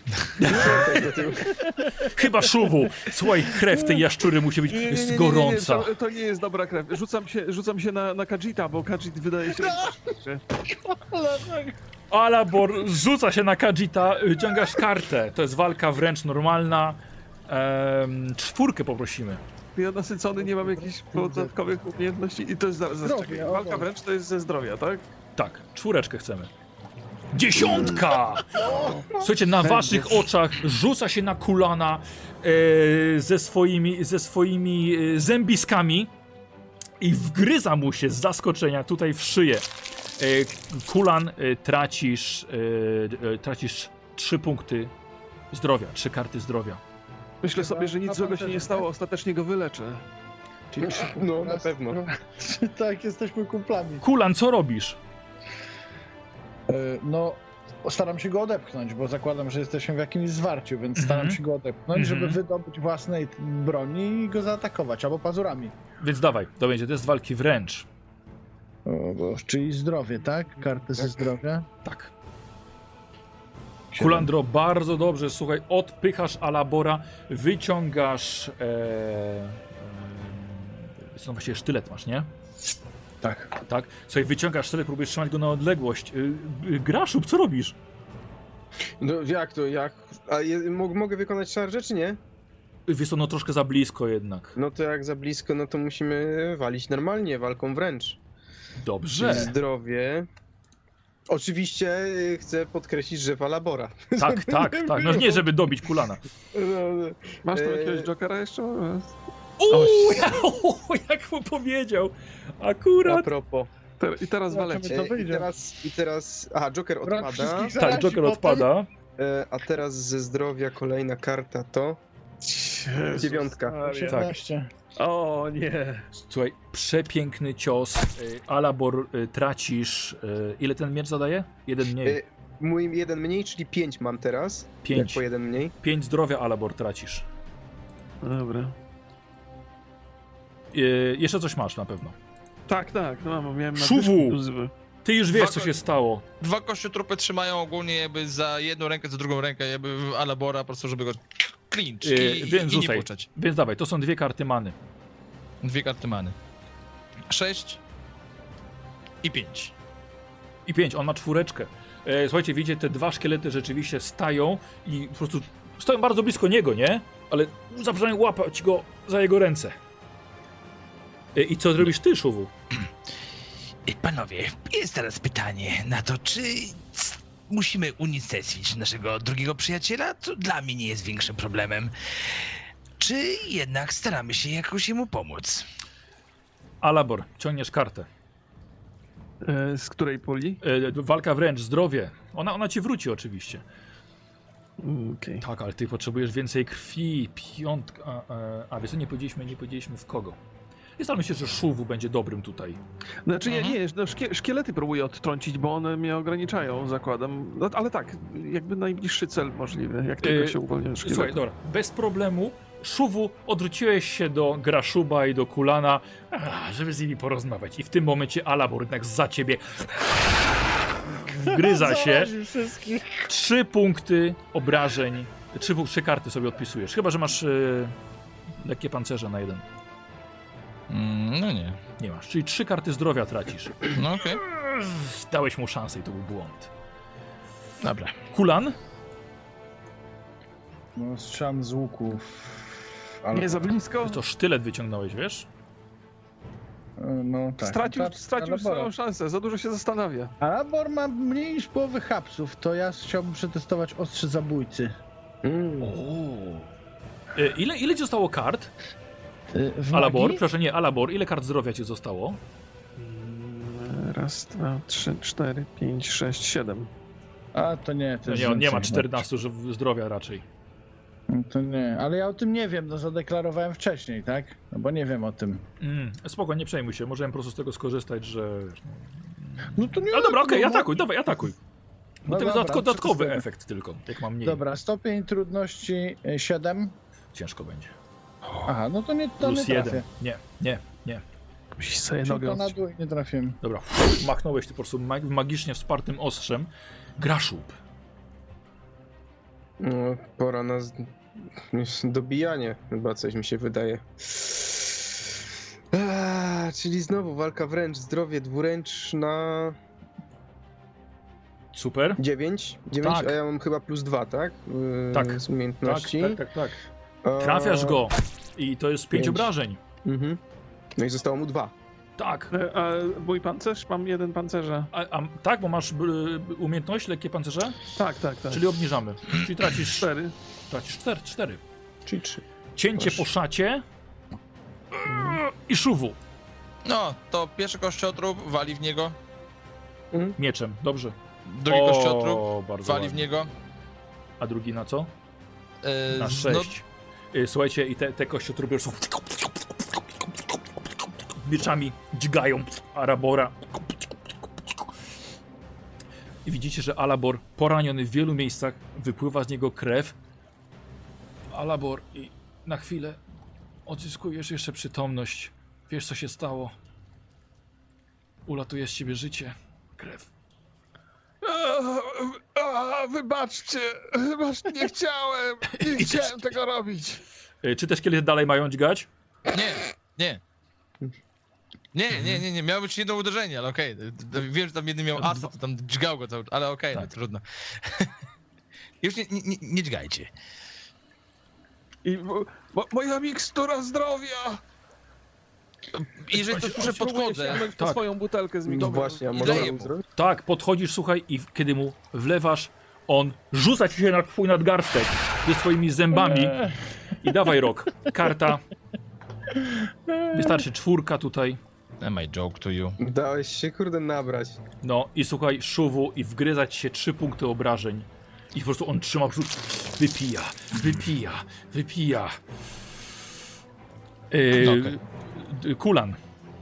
A: Chyba Szuwu. Słuchaj, krew tej jaszczury musi być jest gorąca.
E: To, to nie jest dobra krew. Rzucam się, rzucam się na, na Khajiita, bo Khajiit wydaje się... że-
A: Alabor rzuca się na Khajiita, wyciągasz kartę. To jest walka wręcz normalna. Ehm, czwórkę poprosimy.
E: Ja nasycony nie mam jakichś dodatkowych umiejętności i to jest zaraz, zaraz
C: Zdrowie,
E: czekaj.
C: o,
E: Walka
C: o.
E: wręcz to jest ze zdrowia, tak?
A: Tak, czwóreczkę chcemy. Dziesiątka! Słuchajcie, na waszych oczach rzuca się na Kulana e, ze swoimi, ze swoimi e, zębiskami i wgryza mu się z zaskoczenia tutaj w szyję. E, Kulan, e, tracisz, e, e, tracisz trzy punkty zdrowia, trzy karty zdrowia.
E: Myślę sobie, że nic złego się nie stało, ostatecznie go wyleczę.
C: Czyli
B: No, na pewno.
C: Tak, jesteśmy kumplami.
A: Kulan, co robisz?
C: E, No, staram się go odepchnąć, bo zakładam, że jesteśmy w jakimś zwarciu, więc
A: Mhm.
C: staram się go odepchnąć,
A: Mhm.
C: żeby wydobyć własnej broni i go zaatakować, albo pazurami.
A: Więc dawaj, to będzie test walki wręcz.
C: O, bo, czyli zdrowie, tak? Karty ze zdrowia.
A: Tak.
C: Siedem.
A: Kulandro, bardzo dobrze, słuchaj, odpychasz Alabora, wyciągasz... E, e, no właściwie sztylet masz, nie?
C: Tak.
A: Tak? Słuchaj, wyciągasz sztylet, próbujesz trzymać go na odległość. Y, y, Graszub, co robisz?
B: No jak to, jak? A je, mo, mogę wykonać szarżę, czy nie?
A: Y, Wiesz co, no troszkę za blisko jednak.
B: No to jak za blisko, no to musimy walić normalnie, walką wręcz.
A: Dobrze.
B: Zdrowie. Oczywiście y, chcę podkreślić, że Alabora.
A: Tak, tak, tak. No nie, żeby dobić Kulana.
B: No, no.
E: Masz tu
B: Eee.
E: jakiegoś jokera jeszcze?
A: Uuu, jak mu powiedział.
B: A
A: Akurat.
B: propos.
E: Te, I teraz
C: Zobaczymy,
E: walecie.
C: To
B: E, I
C: wyjdzie.
B: teraz, I teraz... Aha, Joker
C: Brak
B: odpada.
C: wszystkich
A: Tak,
C: zarazi
A: Joker
C: potem.
A: odpada.
B: E, a teraz ze zdrowia kolejna karta to...
E: Jezus
B: Dziewiątka.
E: Maria.
C: osiemnaście.
E: O nie.
A: Słuchaj, przepiękny cios. Y, Alabor, y, tracisz... Y, ile ten miecz zadaje? Jeden mniej.
B: E, mój jeden mniej, czyli pięć mam teraz.
A: Pięć.
B: Jak po jeden mniej.
A: Pięć zdrowia Alabor tracisz.
E: Dobra.
A: Y, jeszcze coś masz na pewno.
E: Tak, tak, no mam, miałem
A: Szuwu!
E: nadwyżki.
A: Ty już wiesz,
D: Dwa
A: co
D: ko-
A: się stało.
D: Dwa kościotrupy trzymają ogólnie jakby za jedną rękę, za drugą rękę jakby Alabora, po prostu żeby go clinch
A: Yy,
D: i,
A: więc
D: i, i nie
A: rzucaj.
D: puszczać.
A: Więc dawaj, to są dwie karty many.
D: Dwie karty many. Sześć i pięć.
A: I pięć, on ma czwóreczkę. E, słuchajcie, widzicie, te dwa szkielety rzeczywiście stają i po prostu stoją bardzo blisko niego, nie? Ale zaczynają łapać go za jego ręce. E, I co zrobisz ty, Szuwu?
F: I Panowie, jest teraz pytanie na to, czy c- musimy unicestwić naszego drugiego przyjaciela? To dla mnie nie jest większym problemem. Czy jednak staramy się jakoś jemu pomóc?
A: Alabor, ciągniesz kartę.
E: E, z której puli?
A: E, walka wręcz, zdrowie. Ona, ona ci wróci oczywiście.
E: Okej.
A: Tak, ale ty potrzebujesz więcej krwi. Piątka. A, a, a wiesz co, nie powiedzieliśmy, nie powiedzieliśmy w kogo. I myślę, że Szuwu będzie dobrym tutaj.
E: Znaczy nie,
D: Mhm.
E: nie, no szkie, szkielety próbuję odtrącić, bo one mnie ograniczają, zakładam. No, ale tak, jakby najbliższy cel możliwy, jak tylko
A: Yy,
E: się uwolnią szkielety.
A: Słuchaj, dobra, bez problemu. Szuwu, odwróciłeś się do Graszuba i do Kulana, a, żeby z nimi porozmawiać. I w tym momencie Alabor jednak za ciebie wgryza się.
C: Zaraził wszystkich.
A: Trzy punkty obrażeń. Trzy, pu- trzy karty sobie odpisujesz. Chyba że masz yy, lekkie pancerze na jeden.
D: Mm, no nie.
A: Nie masz. Czyli trzy karty zdrowia tracisz.
D: No okej.
A: Dałeś mu szansę i to był błąd.
D: Dobra.
A: Kulan?
C: No, strzelam z łuków. Ale...
E: Nie za blisko?
A: To sztylet wyciągnąłeś, wiesz?
C: No tak.
E: stracił
C: Tak,
E: stracił
C: Alabora.
E: swoją szansę, za dużo się zastanawia.
C: Alabor ma mniej niż połowę hapsów, to ja chciałbym przetestować ostrze zabójcy.
B: Mm.
A: E, ile, ile ci zostało kart?
C: Y, W
A: Alabor?
C: magii?
A: Proszę, nie, Alabor. Ile kart zdrowia ci zostało?
E: Mm, Raz, dwa, trzy, cztery, pięć, sześć, siedem.
C: A, to nie, to
A: No
C: jest
A: nie, on nie ma
C: więcej.
A: czternastu że- zdrowia raczej.
C: No to nie, ale ja o tym nie wiem, no zadeklarowałem wcześniej, tak? No bo nie wiem o tym.
A: Mm, spoko, nie przejmuj się. Możemy po prostu z tego skorzystać, że... wiesz, no.
C: No to nie.
A: Ale dobra, okej,
C: no,
A: atakuj, dawaj, atakuj. Bo
C: No
A: to jest
C: dobra,
A: dodatko, dodatkowy
C: przetestuję.
A: efekt tylko, jak mam mniej.
C: Dobra, stopień trudności y, siedem.
A: Ciężko będzie.
C: Aha, no to nie, to
A: Plus
C: nie
A: jeden.
C: trafię.
A: Nie, nie, nie.
E: Musisz sobie
C: Czyli
E: nogę
C: to na
E: odciąć.
C: dół i nie trafiłem.
A: Dobra, machnąłeś ty po prostu mag- magicznie wspartym ostrzem. Graszub.
B: No, pora na z... dobijanie, chyba coś mi się wydaje. Eee, czyli znowu walka wręcz, zdrowie dwuręczna.
A: Super.
B: dziewięć, dziewięć,
A: Tak.
B: a ja mam chyba plus dwa, tak? Yy,
A: Tak.
B: Z umiejętności.
A: Tak, tak, tak, tak.
B: E,
A: Trafiasz go i to jest pięć
B: Pięć.
A: obrażeń.
B: Mhm. No i zostało mu dwa.
A: Tak.
E: E, A mój pancerz? Mam jeden pancerza.
A: A, a, tak, bo masz b, umiejętność, lekkie pancerze,
E: Tak, tak, tak.
A: czyli obniżamy. Czyli tracisz,
E: cztery.
A: tracisz cztery, cztery.
B: Czyli trzy.
A: Cięcie
B: Proszę.
A: po szacie i szuwu
D: No, to pierwszy kościotrup wali w niego,
A: mieczem. Dobrze.
D: drugi
A: O,
D: kościotrup
A: bardzo
D: wali w
A: ładnie.
D: niego.
A: A drugi na co?
D: E,
A: Na
D: no,
A: sześć. Y, Słuchajcie, i te, te kościotrupy już są mieczami dźgają Alabora. I widzicie, że Alabor poraniony w wielu miejscach, wypływa z niego krew. Alabor, i na chwilę odzyskujesz jeszcze przytomność. Wiesz, co się stało. Ulatuje z ciebie życie. Krew.
E: A, a, wybaczcie, wybaczcie, nie chciałem, nie chciałem tego robić.
A: Y, Czy te szkielety dalej mają dźgać?
D: Nie, nie. Nie, nie, nie, nie, miało być jedno uderzenie, ale okej. Wiem, że tam jeden miał asa, to tam dźgał go cały ale okej,
A: Tak.
D: no trudno. Już nie, nie, nie, nie dźgajcie.
E: I mo, mo, moja mikstura zdrowia.
D: Jeżeli to słyszę, podchodzę.
E: Siamek po
A: Tak.
E: swoją butelkę z
B: No
E: miksturą.
B: właśnie, a
D: I
B: może
D: daję
B: mu
D: mu.
B: zrobić?
A: Tak, podchodzisz, słuchaj, i w- kiedy mu wlewasz, on rzuca ci się na twój nadgarstek ze swoimi zębami i dawaj rok. Karta. Wystarczy czwórka tutaj.
D: Am I joke to you?
B: Dałeś się, kurde, nabrać.
A: No i słuchaj, szuwu i wgryzać się trzy punkty obrażeń. I po prostu on trzyma brzuch, wypija, wypija, wypija. Yy,
D: No okej.
A: d- Kulan.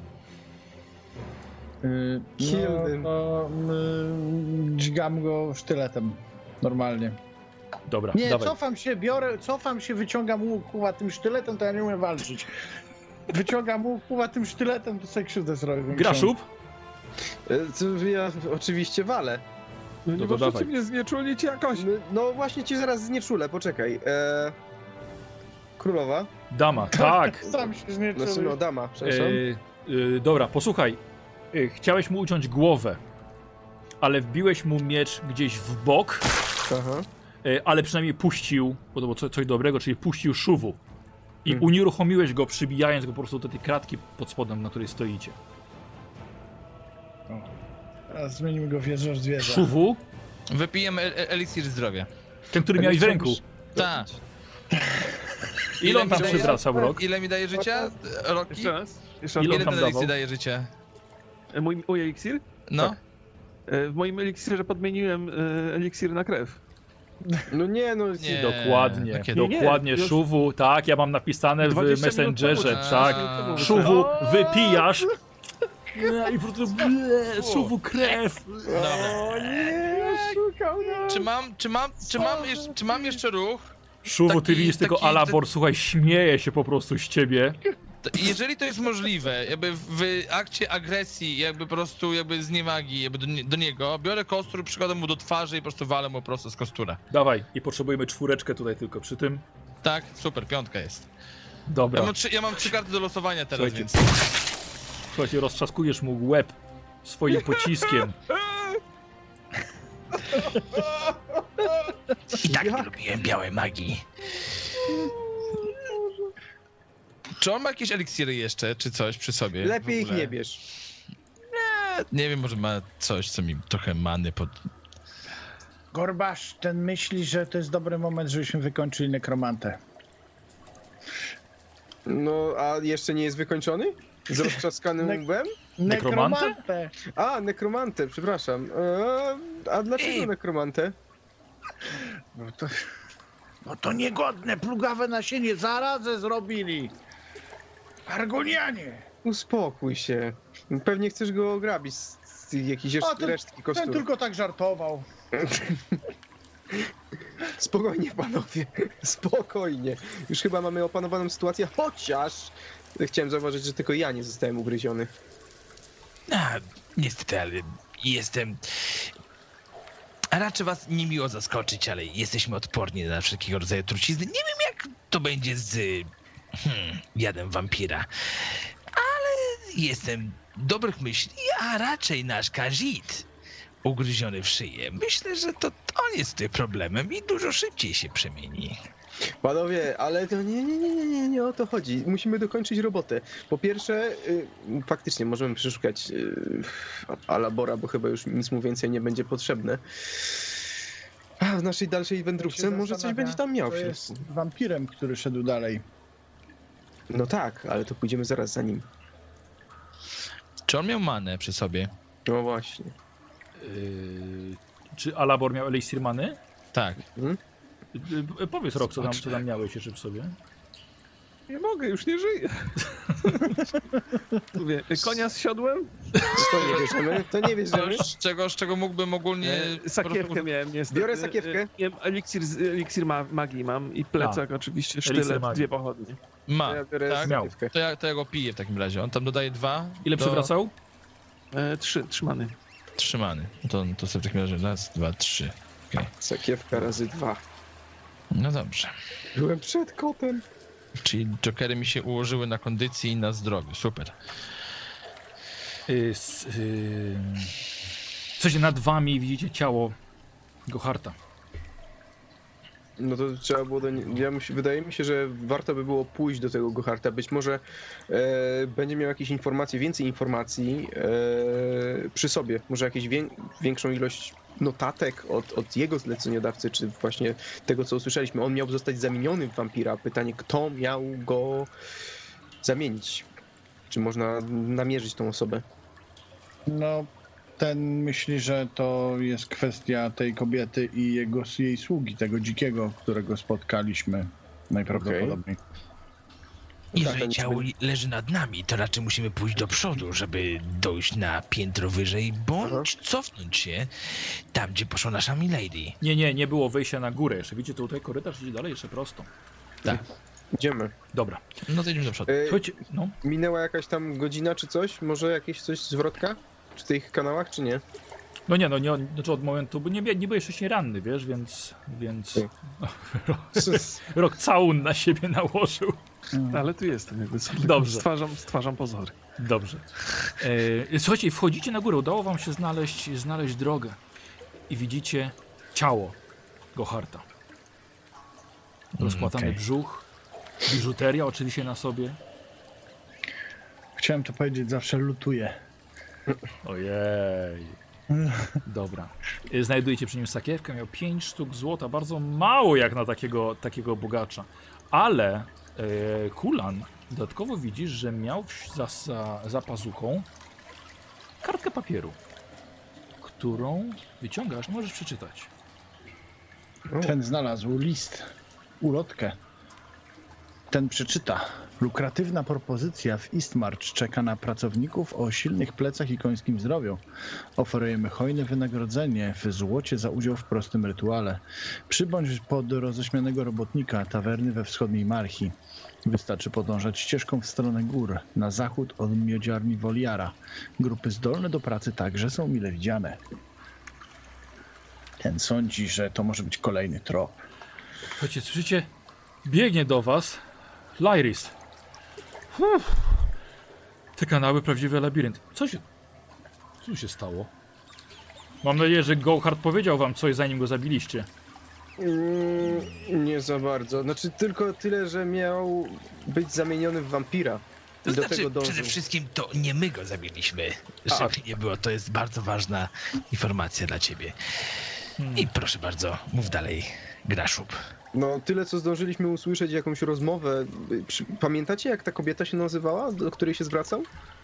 C: Yy,
B: Kill
C: no,
B: them.
C: to yy, dźgam go sztyletem. Normalnie.
A: Dobra,
C: Nie,
A: dawaj.
C: cofam się, biorę, cofam się, wyciągam łuk, kuwa, tym sztyletem, to ja nie umiem walczyć. Wyciągam łuk, kuwa, tym sztyletem, to sobie krzywdę zrobię.
A: Graszub?
B: E, to Ja oczywiście walę.
E: No nie
A: No to
E: możecie
A: dawaj.
E: mnie znieczulić jakoś.
B: No, no właśnie ci zaraz znieczulę, poczekaj. E... Królowa?
A: Dama, tak.
C: Sam się
B: Znaczy, no
C: znieczuję.
B: dama, przepraszam.
A: Yy, yy, dobra, posłuchaj. Yy, chciałeś mu uciąć głowę, ale wbiłeś mu miecz gdzieś w bok,
B: Aha.
A: yy, ale przynajmniej puścił, bo to było co, coś dobrego, czyli puścił szuwu. I
B: Hmm.
A: unieruchomiłeś go, przybijając go po prostu do tej kratki pod spodem, na której stoicie.
C: Teraz zmienimy go w jeżdżąc zwierzę.
A: Szuwu,
D: Wypijem el eliksir zdrowia.
A: ten, który miałeś w ręku.
D: Tak.
A: Ile on
D: mi
A: tam
D: daje-
A: przywracał rok?
D: Ile mi daje życia? Roki?
E: Jeszcze raz. Jeszcze raz.
A: Ile
D: Ile
A: on
D: ten
A: tam
D: eliksir
A: dawał?
D: daje życia?
E: E, Mój, mój eliksir?
D: No.
A: Tak.
E: E, W moim eliksirze podmieniłem e, eliksir na krew.
B: No nie, no...
D: Nie.
A: Dokładnie,
D: no kiedy?
A: dokładnie,
E: Nie, już-
A: Szuwu, tak, ja mam napisane w
E: dwadzieścia minut
A: Messengerze,
D: temu,
A: tak.
D: a,
A: Szuwu, wypijasz. Nie, I po prostu ble, Szuwu, krew.
D: Dobra.
C: O nie, szukał nas.
D: Czy mam, czy mam, czy mam, jeszcze, czy mam jeszcze ruch?
A: Szuwu, ty
D: Taki-
A: widzisz tylko
D: taki-
A: Alabor, słuchaj, śmieje się po prostu z ciebie.
D: To jeżeli to jest możliwe, jakby w akcie agresji, jakby po prostu jakby zniewagi jakby do, nie- do niego, biorę kostur, przykładam mu do twarzy i po prostu walę mu prosto z kostura.
A: Dawaj, i potrzebujemy czwóreczkę tutaj tylko przy tym.
D: Tak? Super, piątka jest.
A: Dobra,
D: Ja mam trzy, ja mam trzy karty do losowania teraz,
A: Słuchajcie.
D: więc...
A: słuchajcie, roztrzaskujesz mu łeb swoim pociskiem.
F: I tak nie lubiłem białej magii.
D: Czy on ma jakieś eliksiry jeszcze, czy coś przy sobie?
B: Lepiej
D: w
B: ich
D: ogóle?
B: nie bierz.
D: Nie wiem, może ma coś, co mi trochę many pod...
C: Gorbasz, ten myśli, że to jest dobry moment, żebyśmy wykończyli nekromantę.
B: No, a jeszcze nie jest wykończony? Z roztrzaskanym
C: Nek-
B: łbem?
A: Nekromantę?
C: Nekromantę!
B: A, nekromantę, przepraszam. E, a dlaczego
F: Ej.
B: nekromantę?
C: No to, no to niegodne, plugawe nasienie, zarazę zrobili. Argonianie!
B: Uspokój się. Pewnie chcesz go ograbić z, z jakiejś
C: A, ten-
B: resztki
C: Ten
B: kostura.
C: tylko tak żartował.
B: Spokojnie, panowie. Spokojnie. Już chyba mamy opanowaną sytuację, chociaż chciałem zauważyć, że tylko ja nie zostałem ugryziony.
F: A, niestety, ale jestem... A raczej was niemiło zaskoczyć, ale jesteśmy odporni na wszelkiego rodzaju trucizny. Nie wiem, jak to będzie z hmm, jadem wampira, ale jestem dobrych myśli, a raczej nasz Kazit ugryziony w szyję. Myślę, że to on jest tutaj problemem i dużo szybciej się przemieni.
B: Panowie, ale to nie, nie, nie, nie, nie, nie o to chodzi. Musimy dokończyć robotę. Po pierwsze, y, faktycznie możemy przeszukać y, Alabora, bo chyba już nic mu więcej nie będzie potrzebne. A w naszej dalszej wędrówce
C: się
B: może coś
C: zastanawia,
B: będzie tam miał.
C: To jest wampirem, który szedł dalej.
B: No tak, ale to pójdziemy zaraz za nim.
D: Czy on miał manę przy sobie?
B: No właśnie.
A: Yy, czy Alabor miał eliksir many?
D: Tak.
B: Hmm?
A: Yy, powiedz Rok, co tam, co tam miałeś jeszcze w sobie.
E: Nie mogę, już nie żyję. Mówię, konia z siodłem?
B: To nie wierzymy, to nie wierzymy.
D: Z czego, z czego mógłbym ogólnie...
E: E, sakiewkę miałem niestety.
B: Biorę sakiewkę.
E: E, nie, eliksir, z- eliksir ma, magii mam i plecak oczywiście,
A: eliksir
E: sztylet,
A: magii.
E: dwie pochodnie.
D: Ma,
B: Ja biorę
D: tak?
A: Miał.
B: sakiewkę.
D: To ja, to ja go piję w takim razie. On tam dodaje dwa.
A: Ile
D: do...
A: przywracał?
E: E, trzy, trzymany.
D: Trzymany. To, to sobie w takim razie raz, dwa, trzy. Okay.
B: Sakiewka razy dwa.
D: No dobrze.
B: Byłem przed kotem.
D: Czyli jokery mi się ułożyły na kondycji i na zdrowiu. Super.
A: Yy, s- yy... Słuchajcie, nad wami widzicie ciało Goharta.
B: No to trzeba było do nie... ja musi... Wydaje mi się, że warto by było pójść do tego Goharta. Być może e, będzie miał jakieś informacje, więcej informacji e, przy sobie. Może jakieś wię... większą ilość notatek od, od jego zleceniodawcy, czy właśnie tego, co usłyszeliśmy. On miał zostać zamieniony w wampira. Pytanie, kto miał go zamienić? Czy można namierzyć tą osobę?
C: No, ten myśli, że to jest kwestia tej kobiety i jego, jej sługi, tego dzikiego, którego spotkaliśmy najprawdopodobniej.
F: Jeżeli
B: Tak,
F: ciało leży nad nami, to raczej musimy pójść do przodu, żeby dojść na piętro wyżej, bądź cofnąć się tam, gdzie poszła nasza milady.
A: Nie, nie, nie było wejścia na górę jeszcze. Widzicie, tutaj korytarz idzie dalej jeszcze prosto.
D: Tak.
B: Idziemy.
A: Dobra.
D: No to idziemy do przodu.
B: E,
A: Słuchajcie, no.
B: minęła jakaś tam godzina czy coś? Może jakieś coś zwrotka? Czy w tych kanałach, czy nie?
A: No nie, no nie, od- znaczy od momentu, bo nie, nie byłeś wcześniej ranny, wiesz, więc, więc
B: Ty.
A: Rok całun na siebie nałożył.
E: Ale tu jestem, jakby co,
A: Dobrze.
E: Stwarzam, stwarzam pozory.
A: Dobrze. E, słuchajcie, wchodzicie na górę, udało wam się znaleźć, znaleźć drogę i widzicie ciało Goharta. Rozpłatany
D: okej.
A: brzuch, biżuteria oczywiście na sobie.
C: Chciałem to powiedzieć, zawsze lutuję.
A: Ojej. Dobra. E, Znajdujecie przy nim sakiewkę, miał pięć sztuk złota, bardzo mało jak na takiego, takiego bogacza. Ale e, Kulan, dodatkowo widzisz, że miał w, za, za, za pazuchą kartkę papieru, którą wyciągasz, możesz przeczytać.
C: Ten znalazł list, ulotkę. Ten przeczyta. Lukratywna propozycja w Eastmarch czeka na pracowników o silnych plecach i końskim zdrowiu. Oferujemy hojne wynagrodzenie w złocie za udział w prostym rytuale. Przybądź pod roześmianego robotnika tawerny we wschodniej Marchi. Wystarczy podążać ścieżką w stronę gór, na zachód od miodziarni Woliara. Grupy zdolne do pracy także są mile widziane. Ten sądzi, że to może być kolejny trop.
A: Słuchajcie, słyszycie? Biegnie do was Lyris. Uff. Te kanały, prawdziwy labirynt. Co się... Co się stało? Mam nadzieję, że Gohard powiedział wam coś, zanim go zabiliście.
B: Mm, nie za bardzo. Znaczy tylko tyle, że miał być zamieniony w wampira.
F: To
B: I do
F: znaczy,
B: tego dążył.
F: przede wszystkim to nie my go zabiliśmy.
B: A.
F: Żeby nie było, to jest bardzo ważna informacja dla ciebie.
A: Hmm.
F: I proszę bardzo, mów dalej, Graszub.
B: No tyle, co zdążyliśmy usłyszeć, jakąś rozmowę. Przy- Pamiętacie, jak ta kobieta się nazywała, do której się zwracał?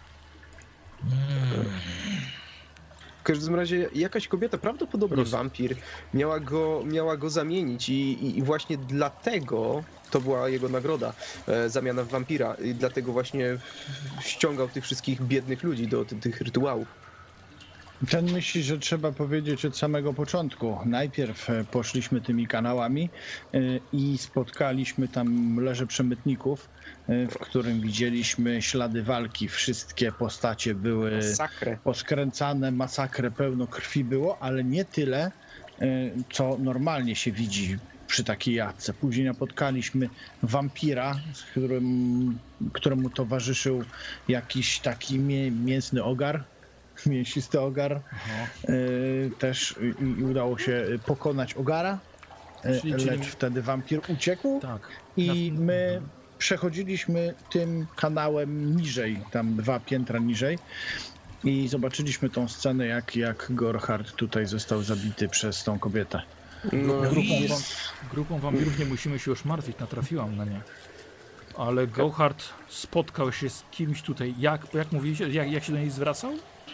F: Mm.
B: W każdym razie jakaś kobieta, prawdopodobnie
A: Roz-
B: wampir, miała go, miała go zamienić i, i, i właśnie dlatego to była jego nagroda, e, zamiana w wampira. I dlatego właśnie ściągał tych wszystkich biednych ludzi do ty, tych rytuałów.
C: Ten myśli, że trzeba powiedzieć od samego początku. Najpierw e, poszliśmy tymi kanałami e, i spotkaliśmy tam leże przemytników, e, w którym widzieliśmy ślady walki. Wszystkie postacie były
B: Masakrę.
C: poskręcane, masakrę, pełno krwi było, ale nie tyle, e, co normalnie się widzi przy takiej jadce. Później napotkaliśmy wampira, z którym, któremu towarzyszył jakiś taki mię, mięsny ogar. mięsisty ogar.
A: Aha.
C: Y, też i, i udało się pokonać ogara, y,
A: Czyli-
C: lecz
A: czyli-
C: wtedy wampir uciekł
A: Tak.
C: i
A: Na-
C: my przechodziliśmy tym kanałem niżej, tam dwa piętra niżej i zobaczyliśmy tą scenę, jak, jak Gorhard tutaj został zabity przez tą kobietę.
B: No,
A: Grupą,
B: i
A: wam, grupą wampirów nie musimy się już martwić, natrafiłam na nie. Ale Gohard spotkał się z kimś tutaj. Jak, jak mówiliście? Jak, jak się do niej zwracał?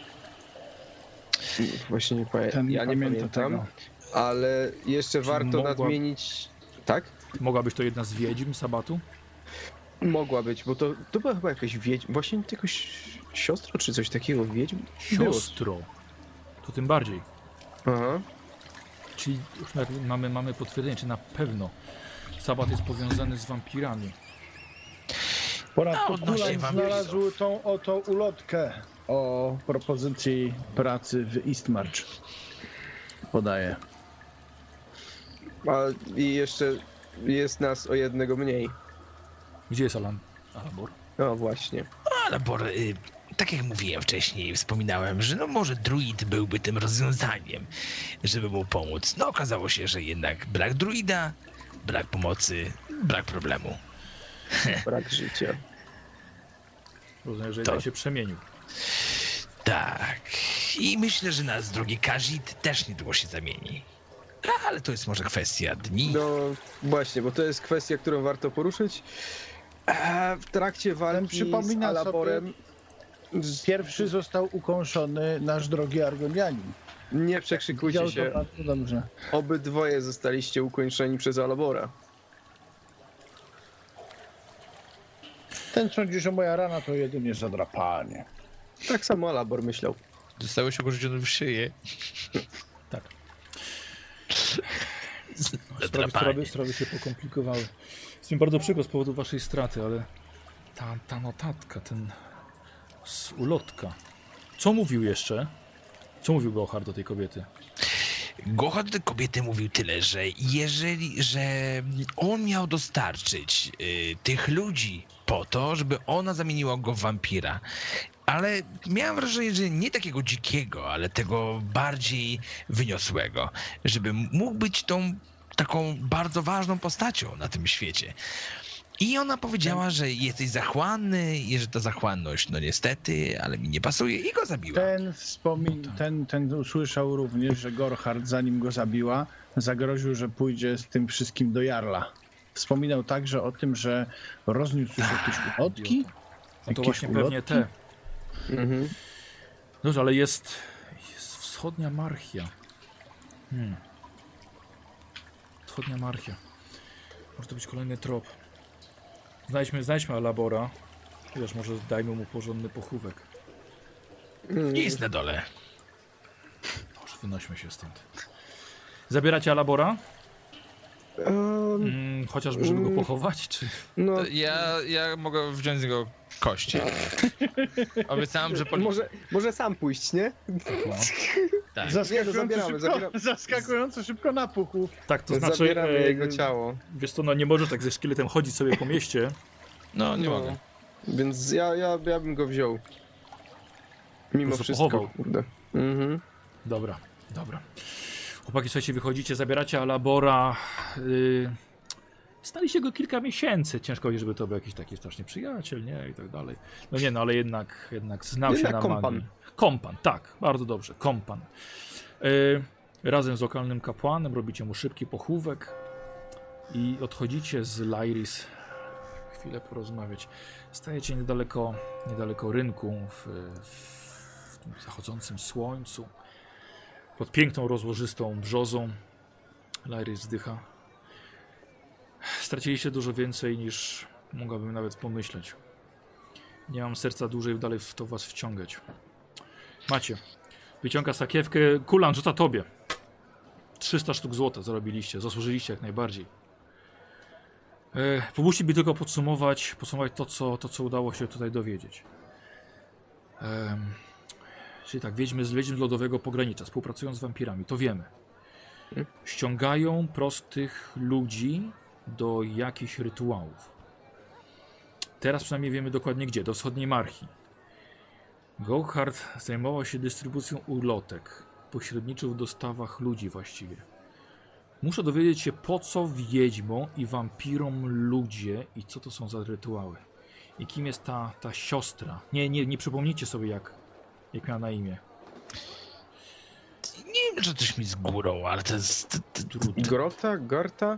B: właśnie nie pamiętam.
C: Ten
B: Ja nie
C: pamięta
B: pamiętam,
C: tego.
B: ale jeszcze warto
A: mogła-
B: nadmienić... Tak?
A: Mogła być to jedna z wiedźm Sabatu?
B: Mogła być, bo to, to była chyba jakaś wiedźma, właśnie tylko siostro czy coś takiego, wiedźm? Było.
A: Siostro. To tym bardziej.
B: Aha.
A: Czyli już nawet mamy, mamy potwierdzenie, czy na pewno Sabat jest powiązany z wampirami.
C: Ponadto
F: A, odnośnie
C: Kulan
F: wampirzów.
C: znalazł tą oto ulotkę o propozycji pracy w Eastmarch. Podaję.
B: A i jeszcze jest nas o jednego mniej.
A: Gdzie jest Alan? Alabor?
B: No właśnie.
F: Ale Bor, y, tak jak mówiłem wcześniej, wspominałem, że no może druid byłby tym rozwiązaniem, żeby mu pomóc. No okazało się, że jednak brak druida, brak pomocy, brak problemu.
B: Brak życia.
A: Rozumiem, że
F: To-
A: jednak się przemienił.
F: Tak. I myślę, że nasz drogi Kazit też niedługo się zamieni. Ale to jest może kwestia dni.
B: No właśnie, bo to jest kwestia, którą warto poruszyć. E, W trakcie walki
C: przypomina
B: z Alaborem... z-
C: Pierwszy został ukąszony nasz drogi Argonianin.
B: Nie przekrzykujcie
C: Widział
B: się.
C: to bardzo dobrze.
B: Obydwoje zostaliście ukończeni przez Alabora.
C: Ten sądzi, że moja rana to jedynie zadrapanie.
B: Tak samo Alabor myślał.
D: Zostałeś ugryziony w szyję.
A: Tak. Sprawy,
F: Zadrapanie.
A: sprawy, sprawy się pokomplikowały. Jest mi bardzo przykro z powodu waszej straty, ale ta, ta notatka, ten s- ulotka. Co mówił jeszcze? Co mówił Gohard do tej kobiety?
F: Gohard do kobiety mówił tyle, że jeżeli, że on miał dostarczyć y, tych ludzi po to, żeby ona zamieniła go w wampira. Ale miałem wrażenie, że nie takiego dzikiego, ale tego bardziej wyniosłego. Żeby mógł być tą taką bardzo ważną postacią na tym świecie. I ona powiedziała, że jesteś zachłanny i że ta zachłanność, no niestety, ale mi nie pasuje i go zabiła.
C: Ten wspomin, ten, ten usłyszał również, że Gorhard, zanim go zabiła, zagroził, że pójdzie z tym wszystkim do Jarla. Wspominał także o tym, że rozniósł już jakieś ulotki.
A: No to
C: Jakieś
A: właśnie pewnie
C: ulotki?
A: te.
B: Mhm.
A: Dobrze, ale jest, jest wschodnia Marchia. Hmm. Wschodnia Marchia. Może to być kolejny trop. Znajdźmy, znajdźmy Alabora. Chociaż może dajmy mu porządny pochówek.
B: Mm.
F: Nie jest na dole.
A: Może wynośmy się stąd. Zabieracie Alabora?
B: Um,
A: Mm, chociażby, żeby go
B: Mm.
A: pochować, czy...
B: no,
D: To ja, ja mogę wziąć z niego kości. Obiecałem, że poli...
B: może, może sam pójść, nie?
A: No.
D: Tak.
C: Zaskakująco,
B: zabieramy,
C: szybko,
B: zabieramy.
C: zaskakująco szybko napuchł.
A: Tak, to znaczy...
B: Zabieramy
A: e,
B: jego ciało.
A: Wiesz co, no nie możesz tak ze szkieletem chodzić sobie po mieście.
D: No, nie
B: No.
D: mogę.
B: Więc ja, ja, ja bym go wziął. Mimo
A: prostu
B: wszystko,
A: pochował.
B: kurde. Mhm.
A: Dobra, dobra. Chłopaki, słuchajcie, wychodzicie, zabieracie Alabora. Yy, znaliście go kilka miesięcy. Ciężko powiedzieć, żeby to był jakiś taki strasznie przyjaciel, nie? I tak dalej. No nie, no ale jednak, jednak znał
B: Jednak
A: się na
B: kompan.
A: magii. Kompan, tak, bardzo dobrze, kompan. Yy, razem z lokalnym kapłanem robicie mu szybki pochówek i odchodzicie z Lairis. Chwilę porozmawiać. Stajecie niedaleko, niedaleko rynku w, w tym zachodzącym słońcu. Pod piękną, rozłożystą brzozą. Lairis wzdycha. Straciliście dużo więcej niż mogłabym nawet pomyśleć. Nie mam serca dłużej dalej w to was wciągać. Macie. Wyciąga sakiewkę. Kulan rzuca tobie. trzysta sztuk złota zarobiliście. Zasłużyliście jak najbardziej. E, pomóżcie mi tylko podsumować, podsumować to, co, to, co udało się tutaj dowiedzieć. Em, czyli tak, wiedźmy z wiedźm z lodowego pogranicza, współpracują z wampirami, to wiemy. Ściągają prostych ludzi do jakichś rytuałów. Teraz przynajmniej wiemy dokładnie gdzie, do wschodniej Marchii. Goldhart zajmował się dystrybucją ulotek. Pośredniczył w dostawach ludzi właściwie. Muszę dowiedzieć się, po co wiedźmom i wampirom ludzie i co to są za rytuały. I kim jest ta, ta siostra. Nie, nie, nie przypomnijcie sobie, jak, jak miała na imię.
F: Nie wiem, że coś mi z górą, ale to jest... To, to, to...
B: Grota? Garta?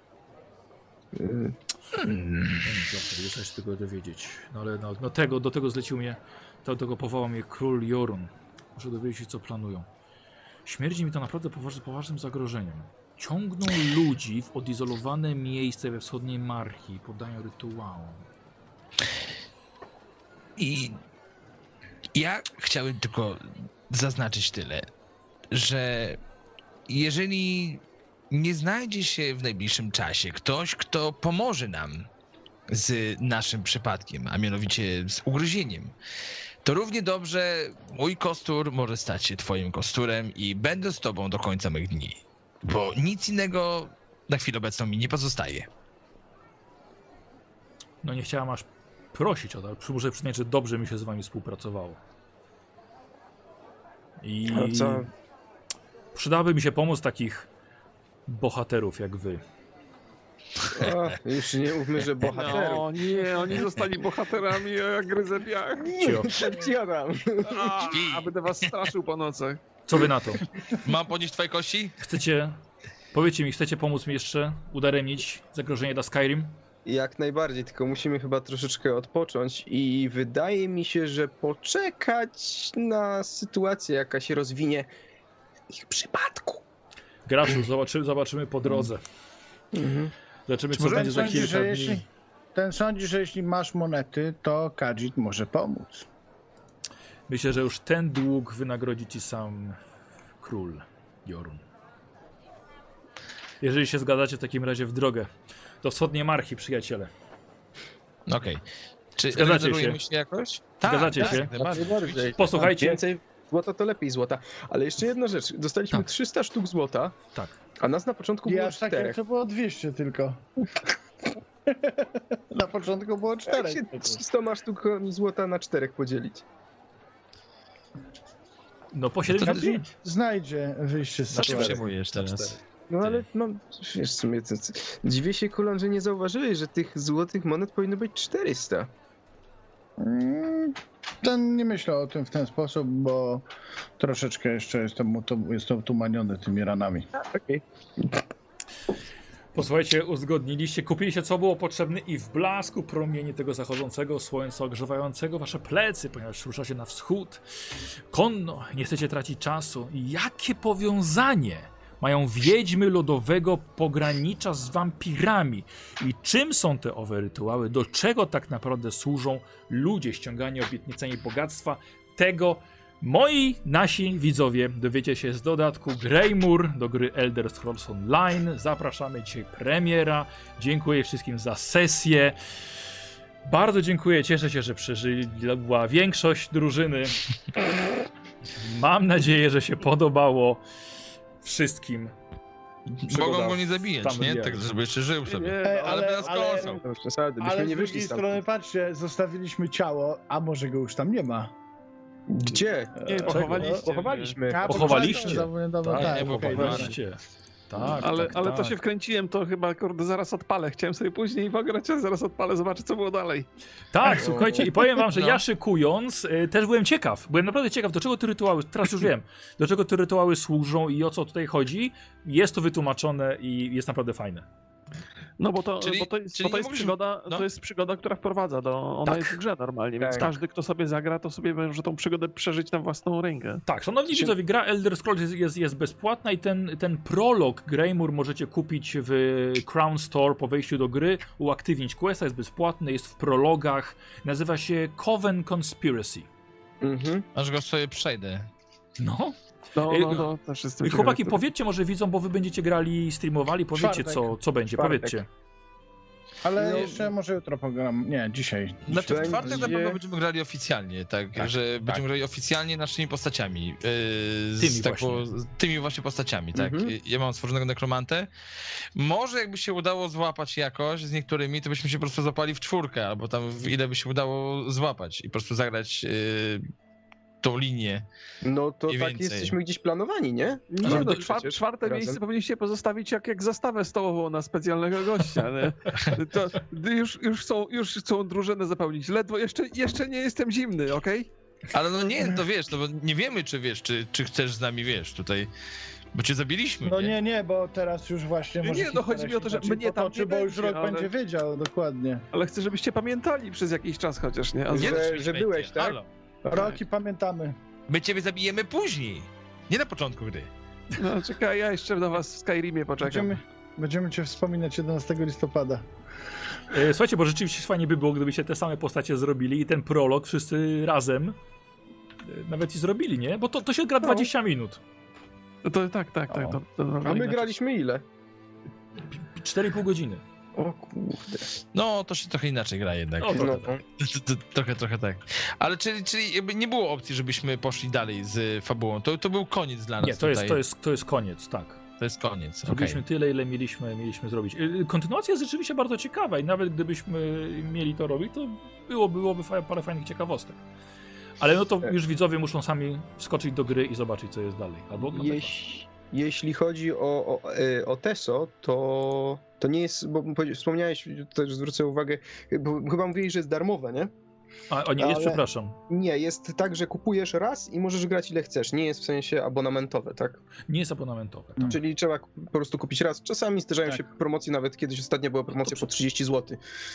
B: Y,
F: Hmm.
A: Dobrze, jeszcze się tego dowiedzieć. No ale no, no tego, do tego zlecił mnie, do tego powołał mnie król Jorun. Muszę dowiedzieć się, co planują. Śmierdzi mi to naprawdę poważnym, poważnym zagrożeniem. Ciągną ludzi w odizolowane miejsce we wschodniej Marchi, podają rytuałom.
F: I ja chciałem tylko zaznaczyć tyle, że jeżeli nie znajdzie się w najbliższym czasie ktoś, kto pomoże nam z naszym przypadkiem, a mianowicie z ugryzieniem, to równie dobrze mój kostur może stać się twoim kosturem i będę z tobą do końca mych dni. Bo nic innego na chwilę obecną mi nie pozostaje.
A: No nie chciałam aż prosić o to, ale muszę przyznać, że dobrze mi się z wami współpracowało. I
B: A co?
A: przydałaby mi się pomoc takich bohaterów jak wy.
B: O, już nie mówmy, że bohaterów.
E: No nie, oni zostali bohaterami, a ja gryzę piach.
A: Cio.
B: Cio tam.
E: A, a będę was straszył po nocach.
A: Co wy na to?
F: Mam podnieść twoje kości?
A: Chcecie, powiedzcie mi, chcecie pomóc mi jeszcze udaremnić zagrożenie dla Skyrim?
B: Jak najbardziej, tylko musimy chyba troszeczkę odpocząć i wydaje mi się, że poczekać na sytuację, jaka się rozwinie w ich przypadku.
A: Graczu, zobaczymy, zobaczymy po drodze.
B: Mhm.
A: Zobaczymy, co
C: Ten
A: będzie za
C: sądzi,
A: kilka
C: że
A: dni.
C: jeśli, ten sądzi, że jeśli masz monety, to Khajiit może pomóc.
A: Myślę, że już ten dług wynagrodzi ci sam król Jorun. Jeżeli się zgadzacie w takim razie w drogę do wschodniej Marchi, przyjaciele.
F: Okej. Czy
A: Zgadzacie
F: regenerujemy
A: się?
F: się jakoś?
A: Zgadzacie się?
F: jak najbardziej.
B: Najbardziej.
A: Posłuchajcie.
B: Więcej złota to lepiej złota. Ale jeszcze jedna rzecz. Dostaliśmy
A: Tak.
B: trzysta sztuk złota,
A: Tak.
B: a nas na początku
C: I
B: było
C: aż tak jak
B: czterech.
C: to było dwieście tylko. Na początku było
B: Jak
C: czterech.
B: się trzysta sztukami złota na czterech podzielić?
A: No po siedemdziesiąt dni.
C: Znajdzie wyjście z
F: Na czym
C: sytuacji.
F: przejmujesz teraz?
B: No ale mam, wiesz, w sumie to, to, dziwię się, Kulan, że nie zauważyłeś, że tych złotych monet powinno być czterysta.
C: Mm, Ten nie myślał o tym w ten sposób, bo troszeczkę jeszcze jestem, mu to, jestem utumaniony tymi ranami.
B: Okej.
A: Posłuchajcie, uzgodniliście, kupiliście co było potrzebne i w blasku promieni tego zachodzącego słońca ogrzewającego wasze plecy, ponieważ ruszacie na wschód. Konno, nie chcecie tracić czasu. Jakie powiązanie mają wiedźmy lodowego pogranicza z wampirami? I czym są te owe rytuały? Do czego tak naprawdę służą ludzie ściągani obietnicami bogactwa? Tego moi, nasi widzowie dowiecie się z dodatku Greymur do gry Elder Scrolls Online. Zapraszamy dzisiaj premiera. Dziękuję wszystkim za sesję. Bardzo dziękuję, cieszę się, że przeżyła większość drużyny. Mam nadzieję, że się podobało wszystkim.
F: Mogą go nie zabijać,
A: Tam
F: nie?
A: jest.
F: Tak, żeby jeszcze żył sobie.
E: Nie,
C: Ej,
E: no,
F: Ale by
C: ale,
F: nas
C: ale,
F: kąsał.
B: To już przesady, byśmy
C: ale z
B: nie wyszli
C: drugiej
B: stamtąd.
C: strony, patrzcie, zostawiliśmy ciało, a może go już tam nie ma.
B: Gdzie?
E: Nie,
A: Czego?
E: pochowaliście.
B: Pochowaliśmy.
C: A, bo
A: Pochowaliście?
C: czasem zabłędowo-
A: Tak,
C: tak,
F: nie,
C: okej,
F: pochowaliście.
C: dobra.
A: Tak,
E: Ale,
A: tak,
E: ale
A: tak.
E: to się wkręciłem, to chyba kurde zaraz odpalę. Chciałem sobie później pograć, a zaraz odpalę, zobaczę co było dalej.
A: Tak, słuchajcie, i powiem wam, że
F: No.
A: ja szykując y, też byłem ciekaw. Byłem naprawdę ciekaw, do czego te rytuały, teraz już wiem, do czego te rytuały służą i o co tutaj chodzi. Jest to wytłumaczone i jest naprawdę fajne.
E: No bo to,
F: Czyli-
E: bo to jest,
F: czyli
E: bo to
F: nie
E: jest
F: mówisz-
E: przygoda,
F: no.
E: to jest przygoda, która wprowadza do. Ona
A: Tak.
E: jest w grze normalnie, więc
B: Tak.
E: każdy, kto sobie zagra, to sobie może tą przygodę przeżyć na własną rękę.
A: Tak, szanowni widzowie, gra Elder Scrolls jest, jest, jest bezpłatna i ten, ten prolog Greymur możecie kupić w Crown Store po wejściu do gry, uaktywnić questa, jest bezpłatny, jest w prologach, nazywa się Coven Conspiracy.
B: Mhm.
F: Aż go sobie przejdę.
A: No.
E: No,
A: Ej,
E: no, no też jestem
A: I
E: ciekawy,
A: chłopaki,
E: kto-
A: powiedzcie może widzom, bo wy będziecie grali, streamowali, powiedzcie
C: Czwartek.
A: co, co będzie,
B: Czwartek.
A: powiedzcie.
C: Ale
B: No.
C: jeszcze może jutro pogram. Nie, dzisiaj.
F: Znaczy w
B: Będzie-
F: czwartek na pewno będziemy grali oficjalnie, tak,
C: Tak,
F: że będziemy grali oficjalnie naszymi postaciami. Yy, z,
A: Tymi
F: tak,
A: właśnie.
F: bo- z tymi właśnie postaciami, tak.
B: Mhm.
F: Ja mam stworzonego nekromantę. Może jakby się udało złapać jakoś z niektórymi, to byśmy się po prostu złapali w czwórkę, albo tam w ile by się udało złapać i po prostu zagrać yy,
D: tą linię.
B: No to
D: Mniej
B: tak
D: więcej.
B: jesteśmy gdzieś planowani, nie?
E: Nie,
B: Ale
E: no,
B: to
E: czwar,
B: przecież
E: czwarte
B: razem.
E: miejsce powinniście pozostawić jak, jak zastawę stołową na specjalnego gościa. Nie? To już, już, są, już chcą drużynę zapełnić. Ledwo, jeszcze, jeszcze nie jestem zimny, okej?
D: Ale no nie, to wiesz, no bo nie wiemy, czy wiesz, czy, czy chcesz z nami, wiesz, tutaj, bo cię zabiliśmy,
C: No
D: nie?
C: nie, nie, bo teraz już właśnie
E: Nie,
C: może
E: nie, no chodzi mi o to, że
C: inaczej
E: mnie tam
C: potoczy,
E: nie
C: bo już
E: będzie,
C: rok
E: ale-
C: będzie wiedział, dokładnie.
E: Ale chcę, żebyście pamiętali przez jakiś czas chociaż, nie? A
B: Nie,
E: z-
B: że-
D: oczywiście
B: że byłeś, tak?
D: Halo.
C: Roki pamiętamy.
D: My ciebie zabijemy później, nie na początku gry.
E: No czekaj, ja jeszcze na was w Skyrimie poczekam.
C: Będziemy, będziemy cię wspominać jedenastego listopada.
A: E, Słuchajcie, bo rzeczywiście fajnie by było, gdybyście te same postacie zrobili i ten prolog wszyscy razem e, nawet i zrobili, nie? Bo to, to się gra
B: No.
A: dwadzieścia minut.
E: No to tak, tak, tak.
A: O.
E: To, to
B: A my
E: normalnie.
B: graliśmy ile?
A: cztery i pół godziny.
B: O kurde.
D: No, to się trochę inaczej gra jednak.
A: O, to-
B: No,
D: To, to, trochę, trochę tak. Ale czyli, czyli jakby nie było opcji, żebyśmy poszli dalej z fabułą. To, to był koniec dla nas
A: Nie, to jest,
D: tutaj.
A: to jest, to jest koniec, tak.
D: To jest koniec, okej.
A: Zrobiliśmy tyle, ile mieliśmy, mieliśmy zrobić. Y, Kontynuacja jest rzeczywiście bardzo ciekawa i nawet gdybyśmy mieli to robić, to było, byłoby fa- parę fajnych ciekawostek. Ale no to
B: Tak.
A: już widzowie muszą sami wskoczyć do gry i zobaczyć, co jest dalej. Albo oglądać was.
B: Jeś, jeśli chodzi o, o, e, o Teso, to, to nie jest, bo powiedz- wspomniałeś, też zwrócę uwagę, bo chyba mówiłeś, że jest darmowe, nie?
A: A, o nie, jest,
B: Ale-
A: przepraszam.
B: Nie, jest tak, że kupujesz raz i możesz grać ile chcesz. Nie jest w sensie abonamentowe, tak?
A: Nie jest abonamentowe. Tak.
B: Czyli trzeba ku- po prostu kupić raz. Czasami zdarzają
C: Tak.
B: się promocje, nawet kiedyś ostatnio była promocja
A: to
B: po trzydzieści złotych.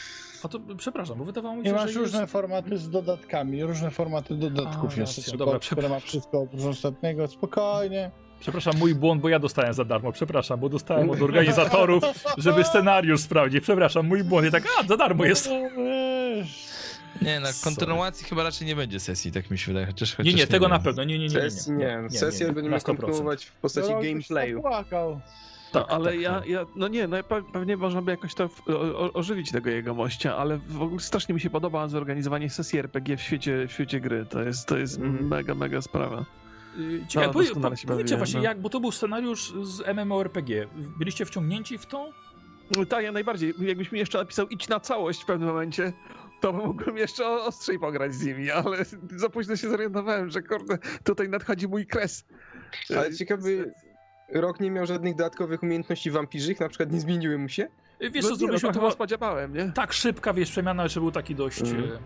A: A to przepraszam, bo wydawało mi
C: I
A: się,
C: masz
A: że
C: różne
A: jest...
C: formaty z dodatkami, różne formaty dodatków
A: A,
C: jeszcze,
A: racja,
C: czy
A: dobra,
C: kod, które ma wszystko oprócz ostatniego, spokojnie.
A: Przepraszam, mój błąd, bo ja dostałem za darmo. Przepraszam, bo dostałem od organizatorów, żeby scenariusz sprawdzić. Przepraszam, mój błąd. I tak, a, za darmo jest.
C: No, wiesz.
D: Nie, na
A: Sorry.
D: kontynuacji chyba raczej nie będzie sesji, tak mi się wydaje. Chociaż,
A: Nie,
D: chociaż
A: nie, tego
D: wiem.
A: na pewno. Nie, nie, nie, nie.
B: Sesji nie, sesję
A: na
B: będziemy
A: sto procent.
B: kontynuować w postaci
C: Rok już
B: gameplayu.
C: zapłakał.
A: Tak,
E: ale
A: tak,
E: ja,
A: no.
E: ja, no nie, no pe- pewnie można by jakoś to w, o, o, ożywić tego jegomościa, ale w ogóle strasznie mi się podoba zorganizowanie sesji R P G w świecie, w świecie gry. To jest, to jest
B: Mhm.
E: mega, mega sprawa.
A: Yy, Ciekawe,
E: No,
A: powie,
E: doskonale
A: po,
E: się
A: powiedzcie
E: bawiłem,
A: właśnie
E: no.
A: jak, bo to był scenariusz z MMORPG. Byliście wciągnięci w to?
E: No tak, ja najbardziej. Jakbyś mi jeszcze napisał idź na całość w pewnym momencie, to mógłbym jeszcze o- ostrzej pograć z nimi, ale za późno się zorientowałem, że kurde, tutaj nadchodzi mój kres.
B: Ale ciekawy, Rok nie miał żadnych dodatkowych umiejętności wampirzych, na przykład nie zmieniły mu się?
A: Yy, Wiesz
E: No
A: co,
E: nie, no,
A: zrobiliśmy
E: to
A: to
E: chyba spodziewałem, nie?
A: tak szybka, wiesz, przemiana, że był taki dość
B: Mhm.
A: e,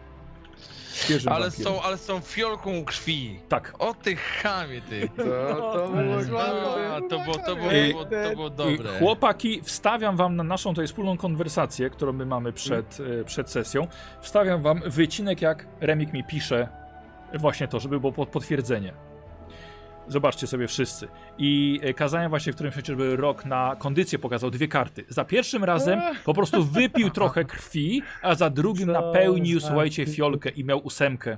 A: świeżym
D: Ale
A: wampirem.
D: są, ale są fiolką krwi.
A: Tak.
D: O ty chamie, ty.
B: To, to było
C: słabe.
D: A, to było, to było,
A: Ej,
D: to było, to było
A: I
D: dobre.
A: Chłopaki, wstawiam wam na naszą tutaj wspólną konwersację, którą my mamy przed, e, przed sesją. Wstawiam wam wycinek, jak Remik mi pisze właśnie to, żeby było pod- potwierdzenie. Zobaczcie sobie wszyscy. I e, kazałem właśnie w którymś chociażby Rok na kondycję pokazał dwie karty. Za pierwszym razem po prostu wypił trochę krwi, a za drugim
C: Co
A: napełnił,
C: za
A: słuchajcie,
C: typ.
A: fiolkę i miał ósemkę.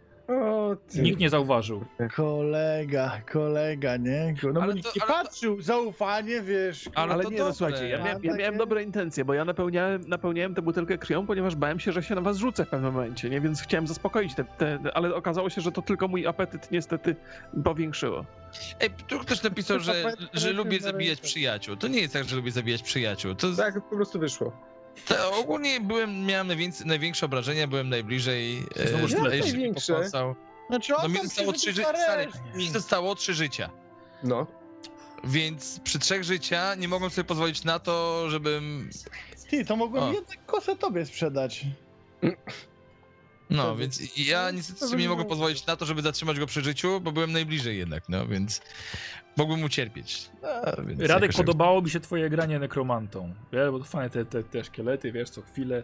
B: O, ty.
A: Nikt nie zauważył.
C: Kolega, kolega, nie? No
D: Ale
C: bo nikt
D: to-
C: nie
D: ale to-
C: patrzył, zaufanie, wiesz.
D: Ale
E: Ale
D: to
E: nie, no
D: dobre.
E: słuchajcie, ja,
C: A,
E: miałem, ja
C: takie-
E: miałem dobre intencje, bo ja napełniałem, napełniałem tę butelkę krwią, ponieważ bałem się, że się na was rzucę w pewnym momencie, nie? Więc chciałem zaspokoić te, te, ale okazało się, że to tylko mój apetyt niestety powiększyło.
D: Ej, tu ktoś napisał, że,
C: Zapewne
D: że lubię
C: na
D: zabijać
C: ręce.
D: przyjaciół. To nie jest tak, że lubię zabijać przyjaciół. To,
B: Tak po prostu wyszło.
D: to ogólnie byłem, miałem najwięcej, największe obrażenia, byłem najbliżej.
A: Znowu
D: e,
A: sztylet.
D: jeszcze mi
B: Największe.
D: pokąsał.
C: Znaczy, on
D: No mi
C: tam
D: zostało trzy
C: przyszedł
D: życia.
C: na
D: Stary,
C: resztę.
D: mi zostało trzy życia.
B: No.
D: Więc przy trzech życia nie mogłem sobie pozwolić na to, żebym.
C: Ty, to mogłem
D: O.
C: jednak kosę tobie sprzedać.
D: No,
C: To-
D: więc ja
C: to
D: niestety
C: by
D: sobie nie
C: było-
D: mogłem pozwolić na to, żeby zatrzymać go przy życiu, bo byłem najbliżej jednak, no więc mogłem ucierpieć. No, więc
A: Radek,
D: jakoś-
A: podobało mi się twoje granie nekromantą. Wiesz, bo to fajne te, te, te szkielety, wiesz, co chwilę.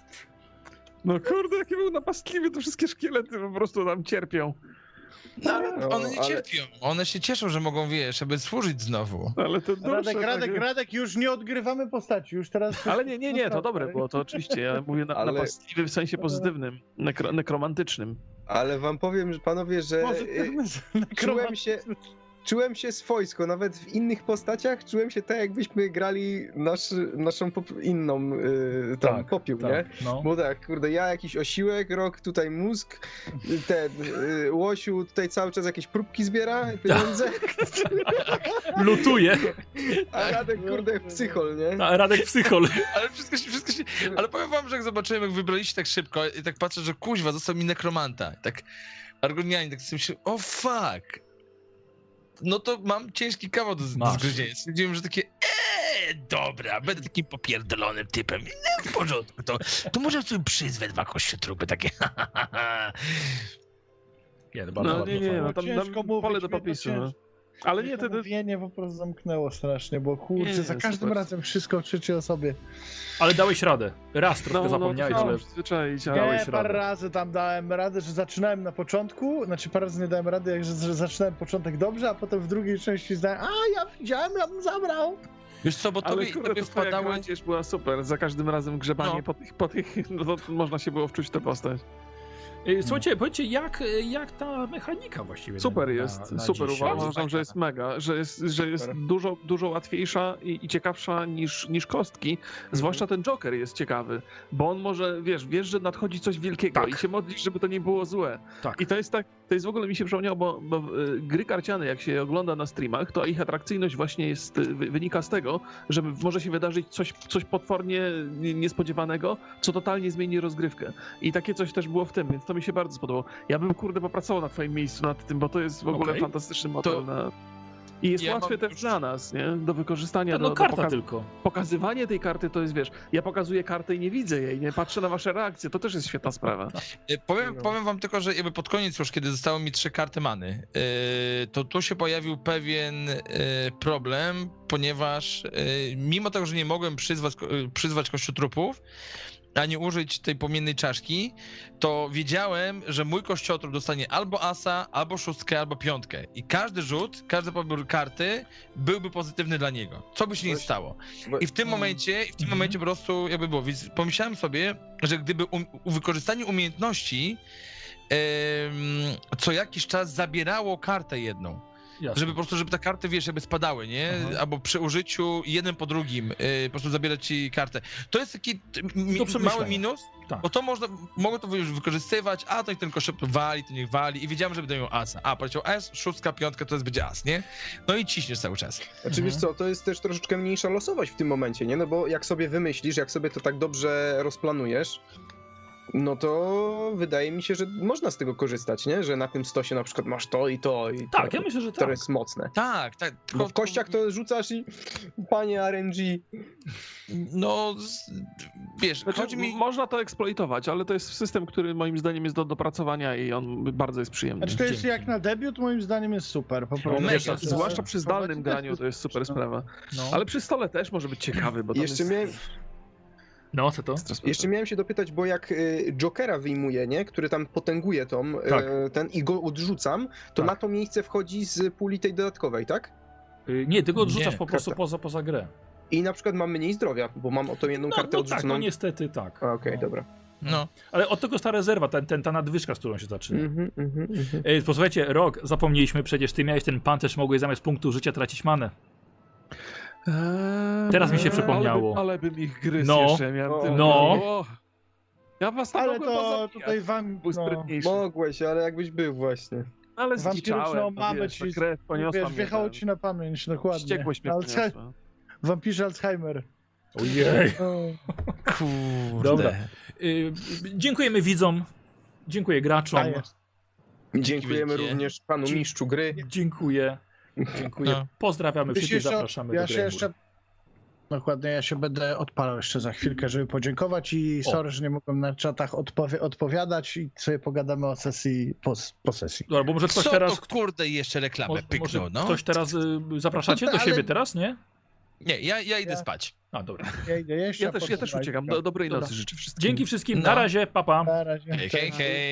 E: No kurde, jaki był napastliwy, to wszystkie szkielety po prostu tam cierpią.
D: No, ale
B: No,
D: one nie
B: ale-
D: cierpią. One się cieszą, że mogą, wiesz, żeby służyć znowu.
E: Ale to dusze,
C: Radek, Radek,
E: takie-
C: Radek, już nie odgrywamy postaci, już teraz...
E: Ale nie, nie, nie, to dobre było, to oczywiście, ja mówię na,
B: Ale-
E: napastliwy w sensie pozytywnym, nekro, nekromantycznym.
B: Ale wam powiem, że panowie, że
C: Może
B: y, czułem się, czułem się swojsko, nawet w innych postaciach czułem się tak, jakbyśmy grali nasz, naszą pop, inną y, tam
A: Tak,
B: popiół, nie?
A: Tak, no.
B: Bo tak, kurde, ja jakiś osiłek, Rok tutaj mózg, ten y, Łosiu tutaj cały czas jakieś próbki zbiera, pieniądze,
A: Lutuje.
B: a Radek, kurde, psychol, nie?
A: A Radek psychol.
D: Ale wszystko się, wszystko się... Ale powiem wam, że jak zobaczyłem, jak wybraliście tak szybko i tak patrzę, że kuźwa, został mi nekromanta. Tak Argonianin tak sobie myślę, o fuck. No to mam ciężki kawał do, do zgryzienia. Stwierdziłem, że takie, eee, dobra, będę takim popierdolonym typem. No, w porządku, to, to może sobie przyzwę dwa kościotrupy, takie
A: Nie, to bardzo
E: No nie, nie, no tam,
C: Ciężko
E: tam
C: mówić,
E: pole do
C: mnie to
E: popisu.
C: ciężko.
E: No. Ale nie, to... to...
C: Mówienie po prostu zamknęło strasznie, bo kurczę,
E: Nie,
C: za każdym
E: super.
C: razem wszystko o trzeciej osobie.
A: Ale dałeś radę. Raz troszkę
E: No,
A: zapomniałeś,
E: no, to
A: ale...
E: przyzwyczaić, ale...
A: Dałeś
C: Nie, parę
A: radę.
C: razy tam dałem radę, że zaczynałem na początku, znaczy parę razy nie dałem rady, jak że, że zaczynałem początek dobrze, a potem w drugiej części zdałem, a ja widziałem, ja bym zabrał.
D: Wiesz co, bo
E: Ale
D: tobie,
E: kurde,
D: tobie
E: to twoja
D: wpadały...
E: kradzież była super, za każdym razem grzebanie
D: No.
E: po tych, po tych, no to można się było wczuć w tę postać.
A: Y, Słuchajcie, powiedzcie, jak, jak ta mechanika właściwie?
E: Super
A: na,
E: jest,
A: na
E: super,
A: dzisiaj?
E: uważam, że jest mega, że jest, że jest
B: Super.
E: dużo, dużo łatwiejsza i, i ciekawsza niż, niż kostki, zwłaszcza ten Joker jest ciekawy, bo on może, wiesz, wiesz, że nadchodzi coś wielkiego
A: Tak.
E: i się modlisz, żeby to nie było złe.
A: Tak.
E: I to jest tak, to jest w ogóle mi się przypomniało, bo, bo y, gry karciane, jak się ogląda na streamach, to ich atrakcyjność właśnie jest, y, wy- wynika z tego, że może się wydarzyć coś, coś potwornie nie- niespodziewanego, co totalnie zmieni rozgrywkę. I takie coś też było w tym, więc to mi się bardzo spodobało. Ja bym, kurde, popracował na twoim miejscu nad tym, bo to jest w ogóle
A: Okej.
E: fantastyczny model.
D: To-
E: Na... I jest
D: Ja
E: łatwy
D: mam
E: też
D: już-
E: dla nas, nie? Do wykorzystania,
A: No,
E: do,
A: no
E: do
A: karta
E: poka-
A: tylko.
E: pokazywanie tej karty to jest, wiesz, ja pokazuję kartę i nie widzę jej, nie patrzę na wasze reakcje, to też jest świetna sprawa.
D: E, Powiem,
B: No.
D: powiem wam tylko, że jakby pod koniec już, kiedy zostało mi trzy karty many, e, to tu się pojawił pewien e, problem, ponieważ e, mimo tego, że nie mogłem przyzwać, ko- e, przyzwać kościotrupów, ani użyć tej płomiennej czaszki, to wiedziałem, że mój kościotrup dostanie albo asa, albo szóstkę, albo piątkę. I każdy rzut, każdy pobór karty byłby pozytywny dla niego. Co by się nie
B: Właśnie.
D: stało.
B: Bo-
D: I w tym momencie, i w tym
A: Mhm.
D: momencie po prostu jakby było. Więc pomyślałem sobie, że gdyby um, u wykorzystanie umiejętności em, co jakiś czas zabierało kartę jedną,
A: Jasne.
D: żeby po prostu, żeby te karty, wiesz, jakby spadały, nie?
A: Aha.
D: Albo przy użyciu jeden po drugim y, po prostu zabierać ci kartę. To jest taki t- mi,
A: Do przemyślenia.
D: mały minus,
A: Tak.
D: bo to można, mogę to już wykorzystywać, a to niech ten koszep wali, to niech wali i wiedziałem, że będę miał asa. A, poleciał as, szóstka, piątka, to jest będzie as, nie? No i ciśniesz cały czas.
B: Znaczy wiesz co, to jest też troszeczkę mniejsza losowość w tym momencie, nie? No bo jak sobie wymyślisz, jak sobie to tak dobrze rozplanujesz, no to wydaje mi się, że można z tego korzystać, nie? Że na tym stosie na przykład masz to i to i
A: Tak,
B: to,
A: ja myślę, że
B: to
A: tak.
B: jest mocne.
D: Tak, tak. Tylko,
B: Bo w kościach to rzucasz i panie R N G.
D: No, z, wiesz,
E: Znaczy,
D: chodzi mi...
E: można to eksploitować, ale to jest system, który moim zdaniem jest do dopracowania i on bardzo jest przyjemny.
C: Znaczy to jest
A: Dzięki.
C: jak na debiut moim zdaniem jest super, po prostu.
D: mega.
C: Jest-
E: Zwłaszcza przy zdalnym
C: Prowadzi
E: graniu
C: też
E: to jest super sprawa.
A: No,
E: Ale przy stole też może być ciekawy, bo tam
B: Jeszcze
E: jest...
B: miałem,
A: no co to?
E: ekstra sprawa.
B: jeszcze miałem się dopytać, bo jak y, Jokera wyjmuję, nie? Który tam potęguje tą, y,
A: Tak.
B: ten i go odrzucam, to
A: Tak.
B: na to miejsce wchodzi z puli tej dodatkowej, tak?
A: Y, Nie, ty go odrzucasz
D: Nie,
A: po prostu
B: karta.
A: poza, poza grę.
B: I na przykład mam mniej zdrowia, bo mam o tą jedną
A: No,
B: kartę
A: no tak,
B: odrzuconą.
A: no niestety tak.
B: A, Okej,
A: no.
B: dobra.
D: No.
A: Ale od tego jest ta rezerwa, ten, ten, ta nadwyżka, z którą się zaczyna.
B: Mhm, mhm, mhm.
A: Ej, posłuchajcie, Rok, zapomnieliśmy, przecież ty miałeś ten pancerz, mogłeś zamiast punktu życia tracić manę.
E: Eee,
A: Teraz mi się przypomniało.
E: Ale, by, ale bym ich gryzł
A: No.
E: jeszcze, miałem
B: O.
E: tym-
A: No.
E: O. Ja was tam
C: Ale
E: mogłem
C: to
E: pozabijać.
C: tutaj wam...
E: Był
C: No,
E: sprytniejszy.
B: Mogłeś, ale jakbyś był właśnie.
E: Ale
C: wampiryczną
E: zliczałem,
C: mamę
E: wiesz,
C: ci-
E: ta krew poniosła
C: wiesz,
E: mnie
C: wjechało
E: tam.
C: ci na pamięć, dokładnie.
E: Wściekłość mnie
C: Alce-
E: poniosła.
C: Wampirze Alzheimer.
A: Ojej.
C: O.
D: Kurde.
A: Dobra. Y, dziękujemy widzom, dziękuję graczom,
C: Daję.
B: Dziękujemy
D: wielkie.
B: również panu
A: Dzie-
B: mistrzu gry.
A: dziękuję, dziękuję,
D: No.
A: pozdrawiamy
C: Ty się
A: wszystkich,
C: jeszcze-
A: zapraszamy
C: ja
A: do
C: się
A: gry.
C: jeszcze... Dokładnie, ja się będę odpalał jeszcze za chwilkę, żeby podziękować i
A: O.
C: sorry, że nie mogłem na czatach odpowie- odpowiadać i sobie pogadamy o sesji po, po sesji.
A: Dobra, bo może ktoś
D: Co
A: teraz,
D: to kurde jeszcze reklamę
A: może,
D: pyknął,
A: może
D: no?
A: ktoś teraz y, zapraszacie do
C: Ale-
A: siebie teraz, nie?
D: Nie, ja, ja idę
C: Ja-
D: spać.
A: A, dobra.
C: Ja, idę jeść,
E: Ja
C: a
E: też, ja
C: potem
E: też
C: bajka.
E: uciekam. Do, dobrej
A: Dobra.
E: nocy życzę wszystkim.
A: Dzięki wszystkim,
D: No.
A: na razie, pa pa.
C: Na razie.
D: Hej, hej, hej.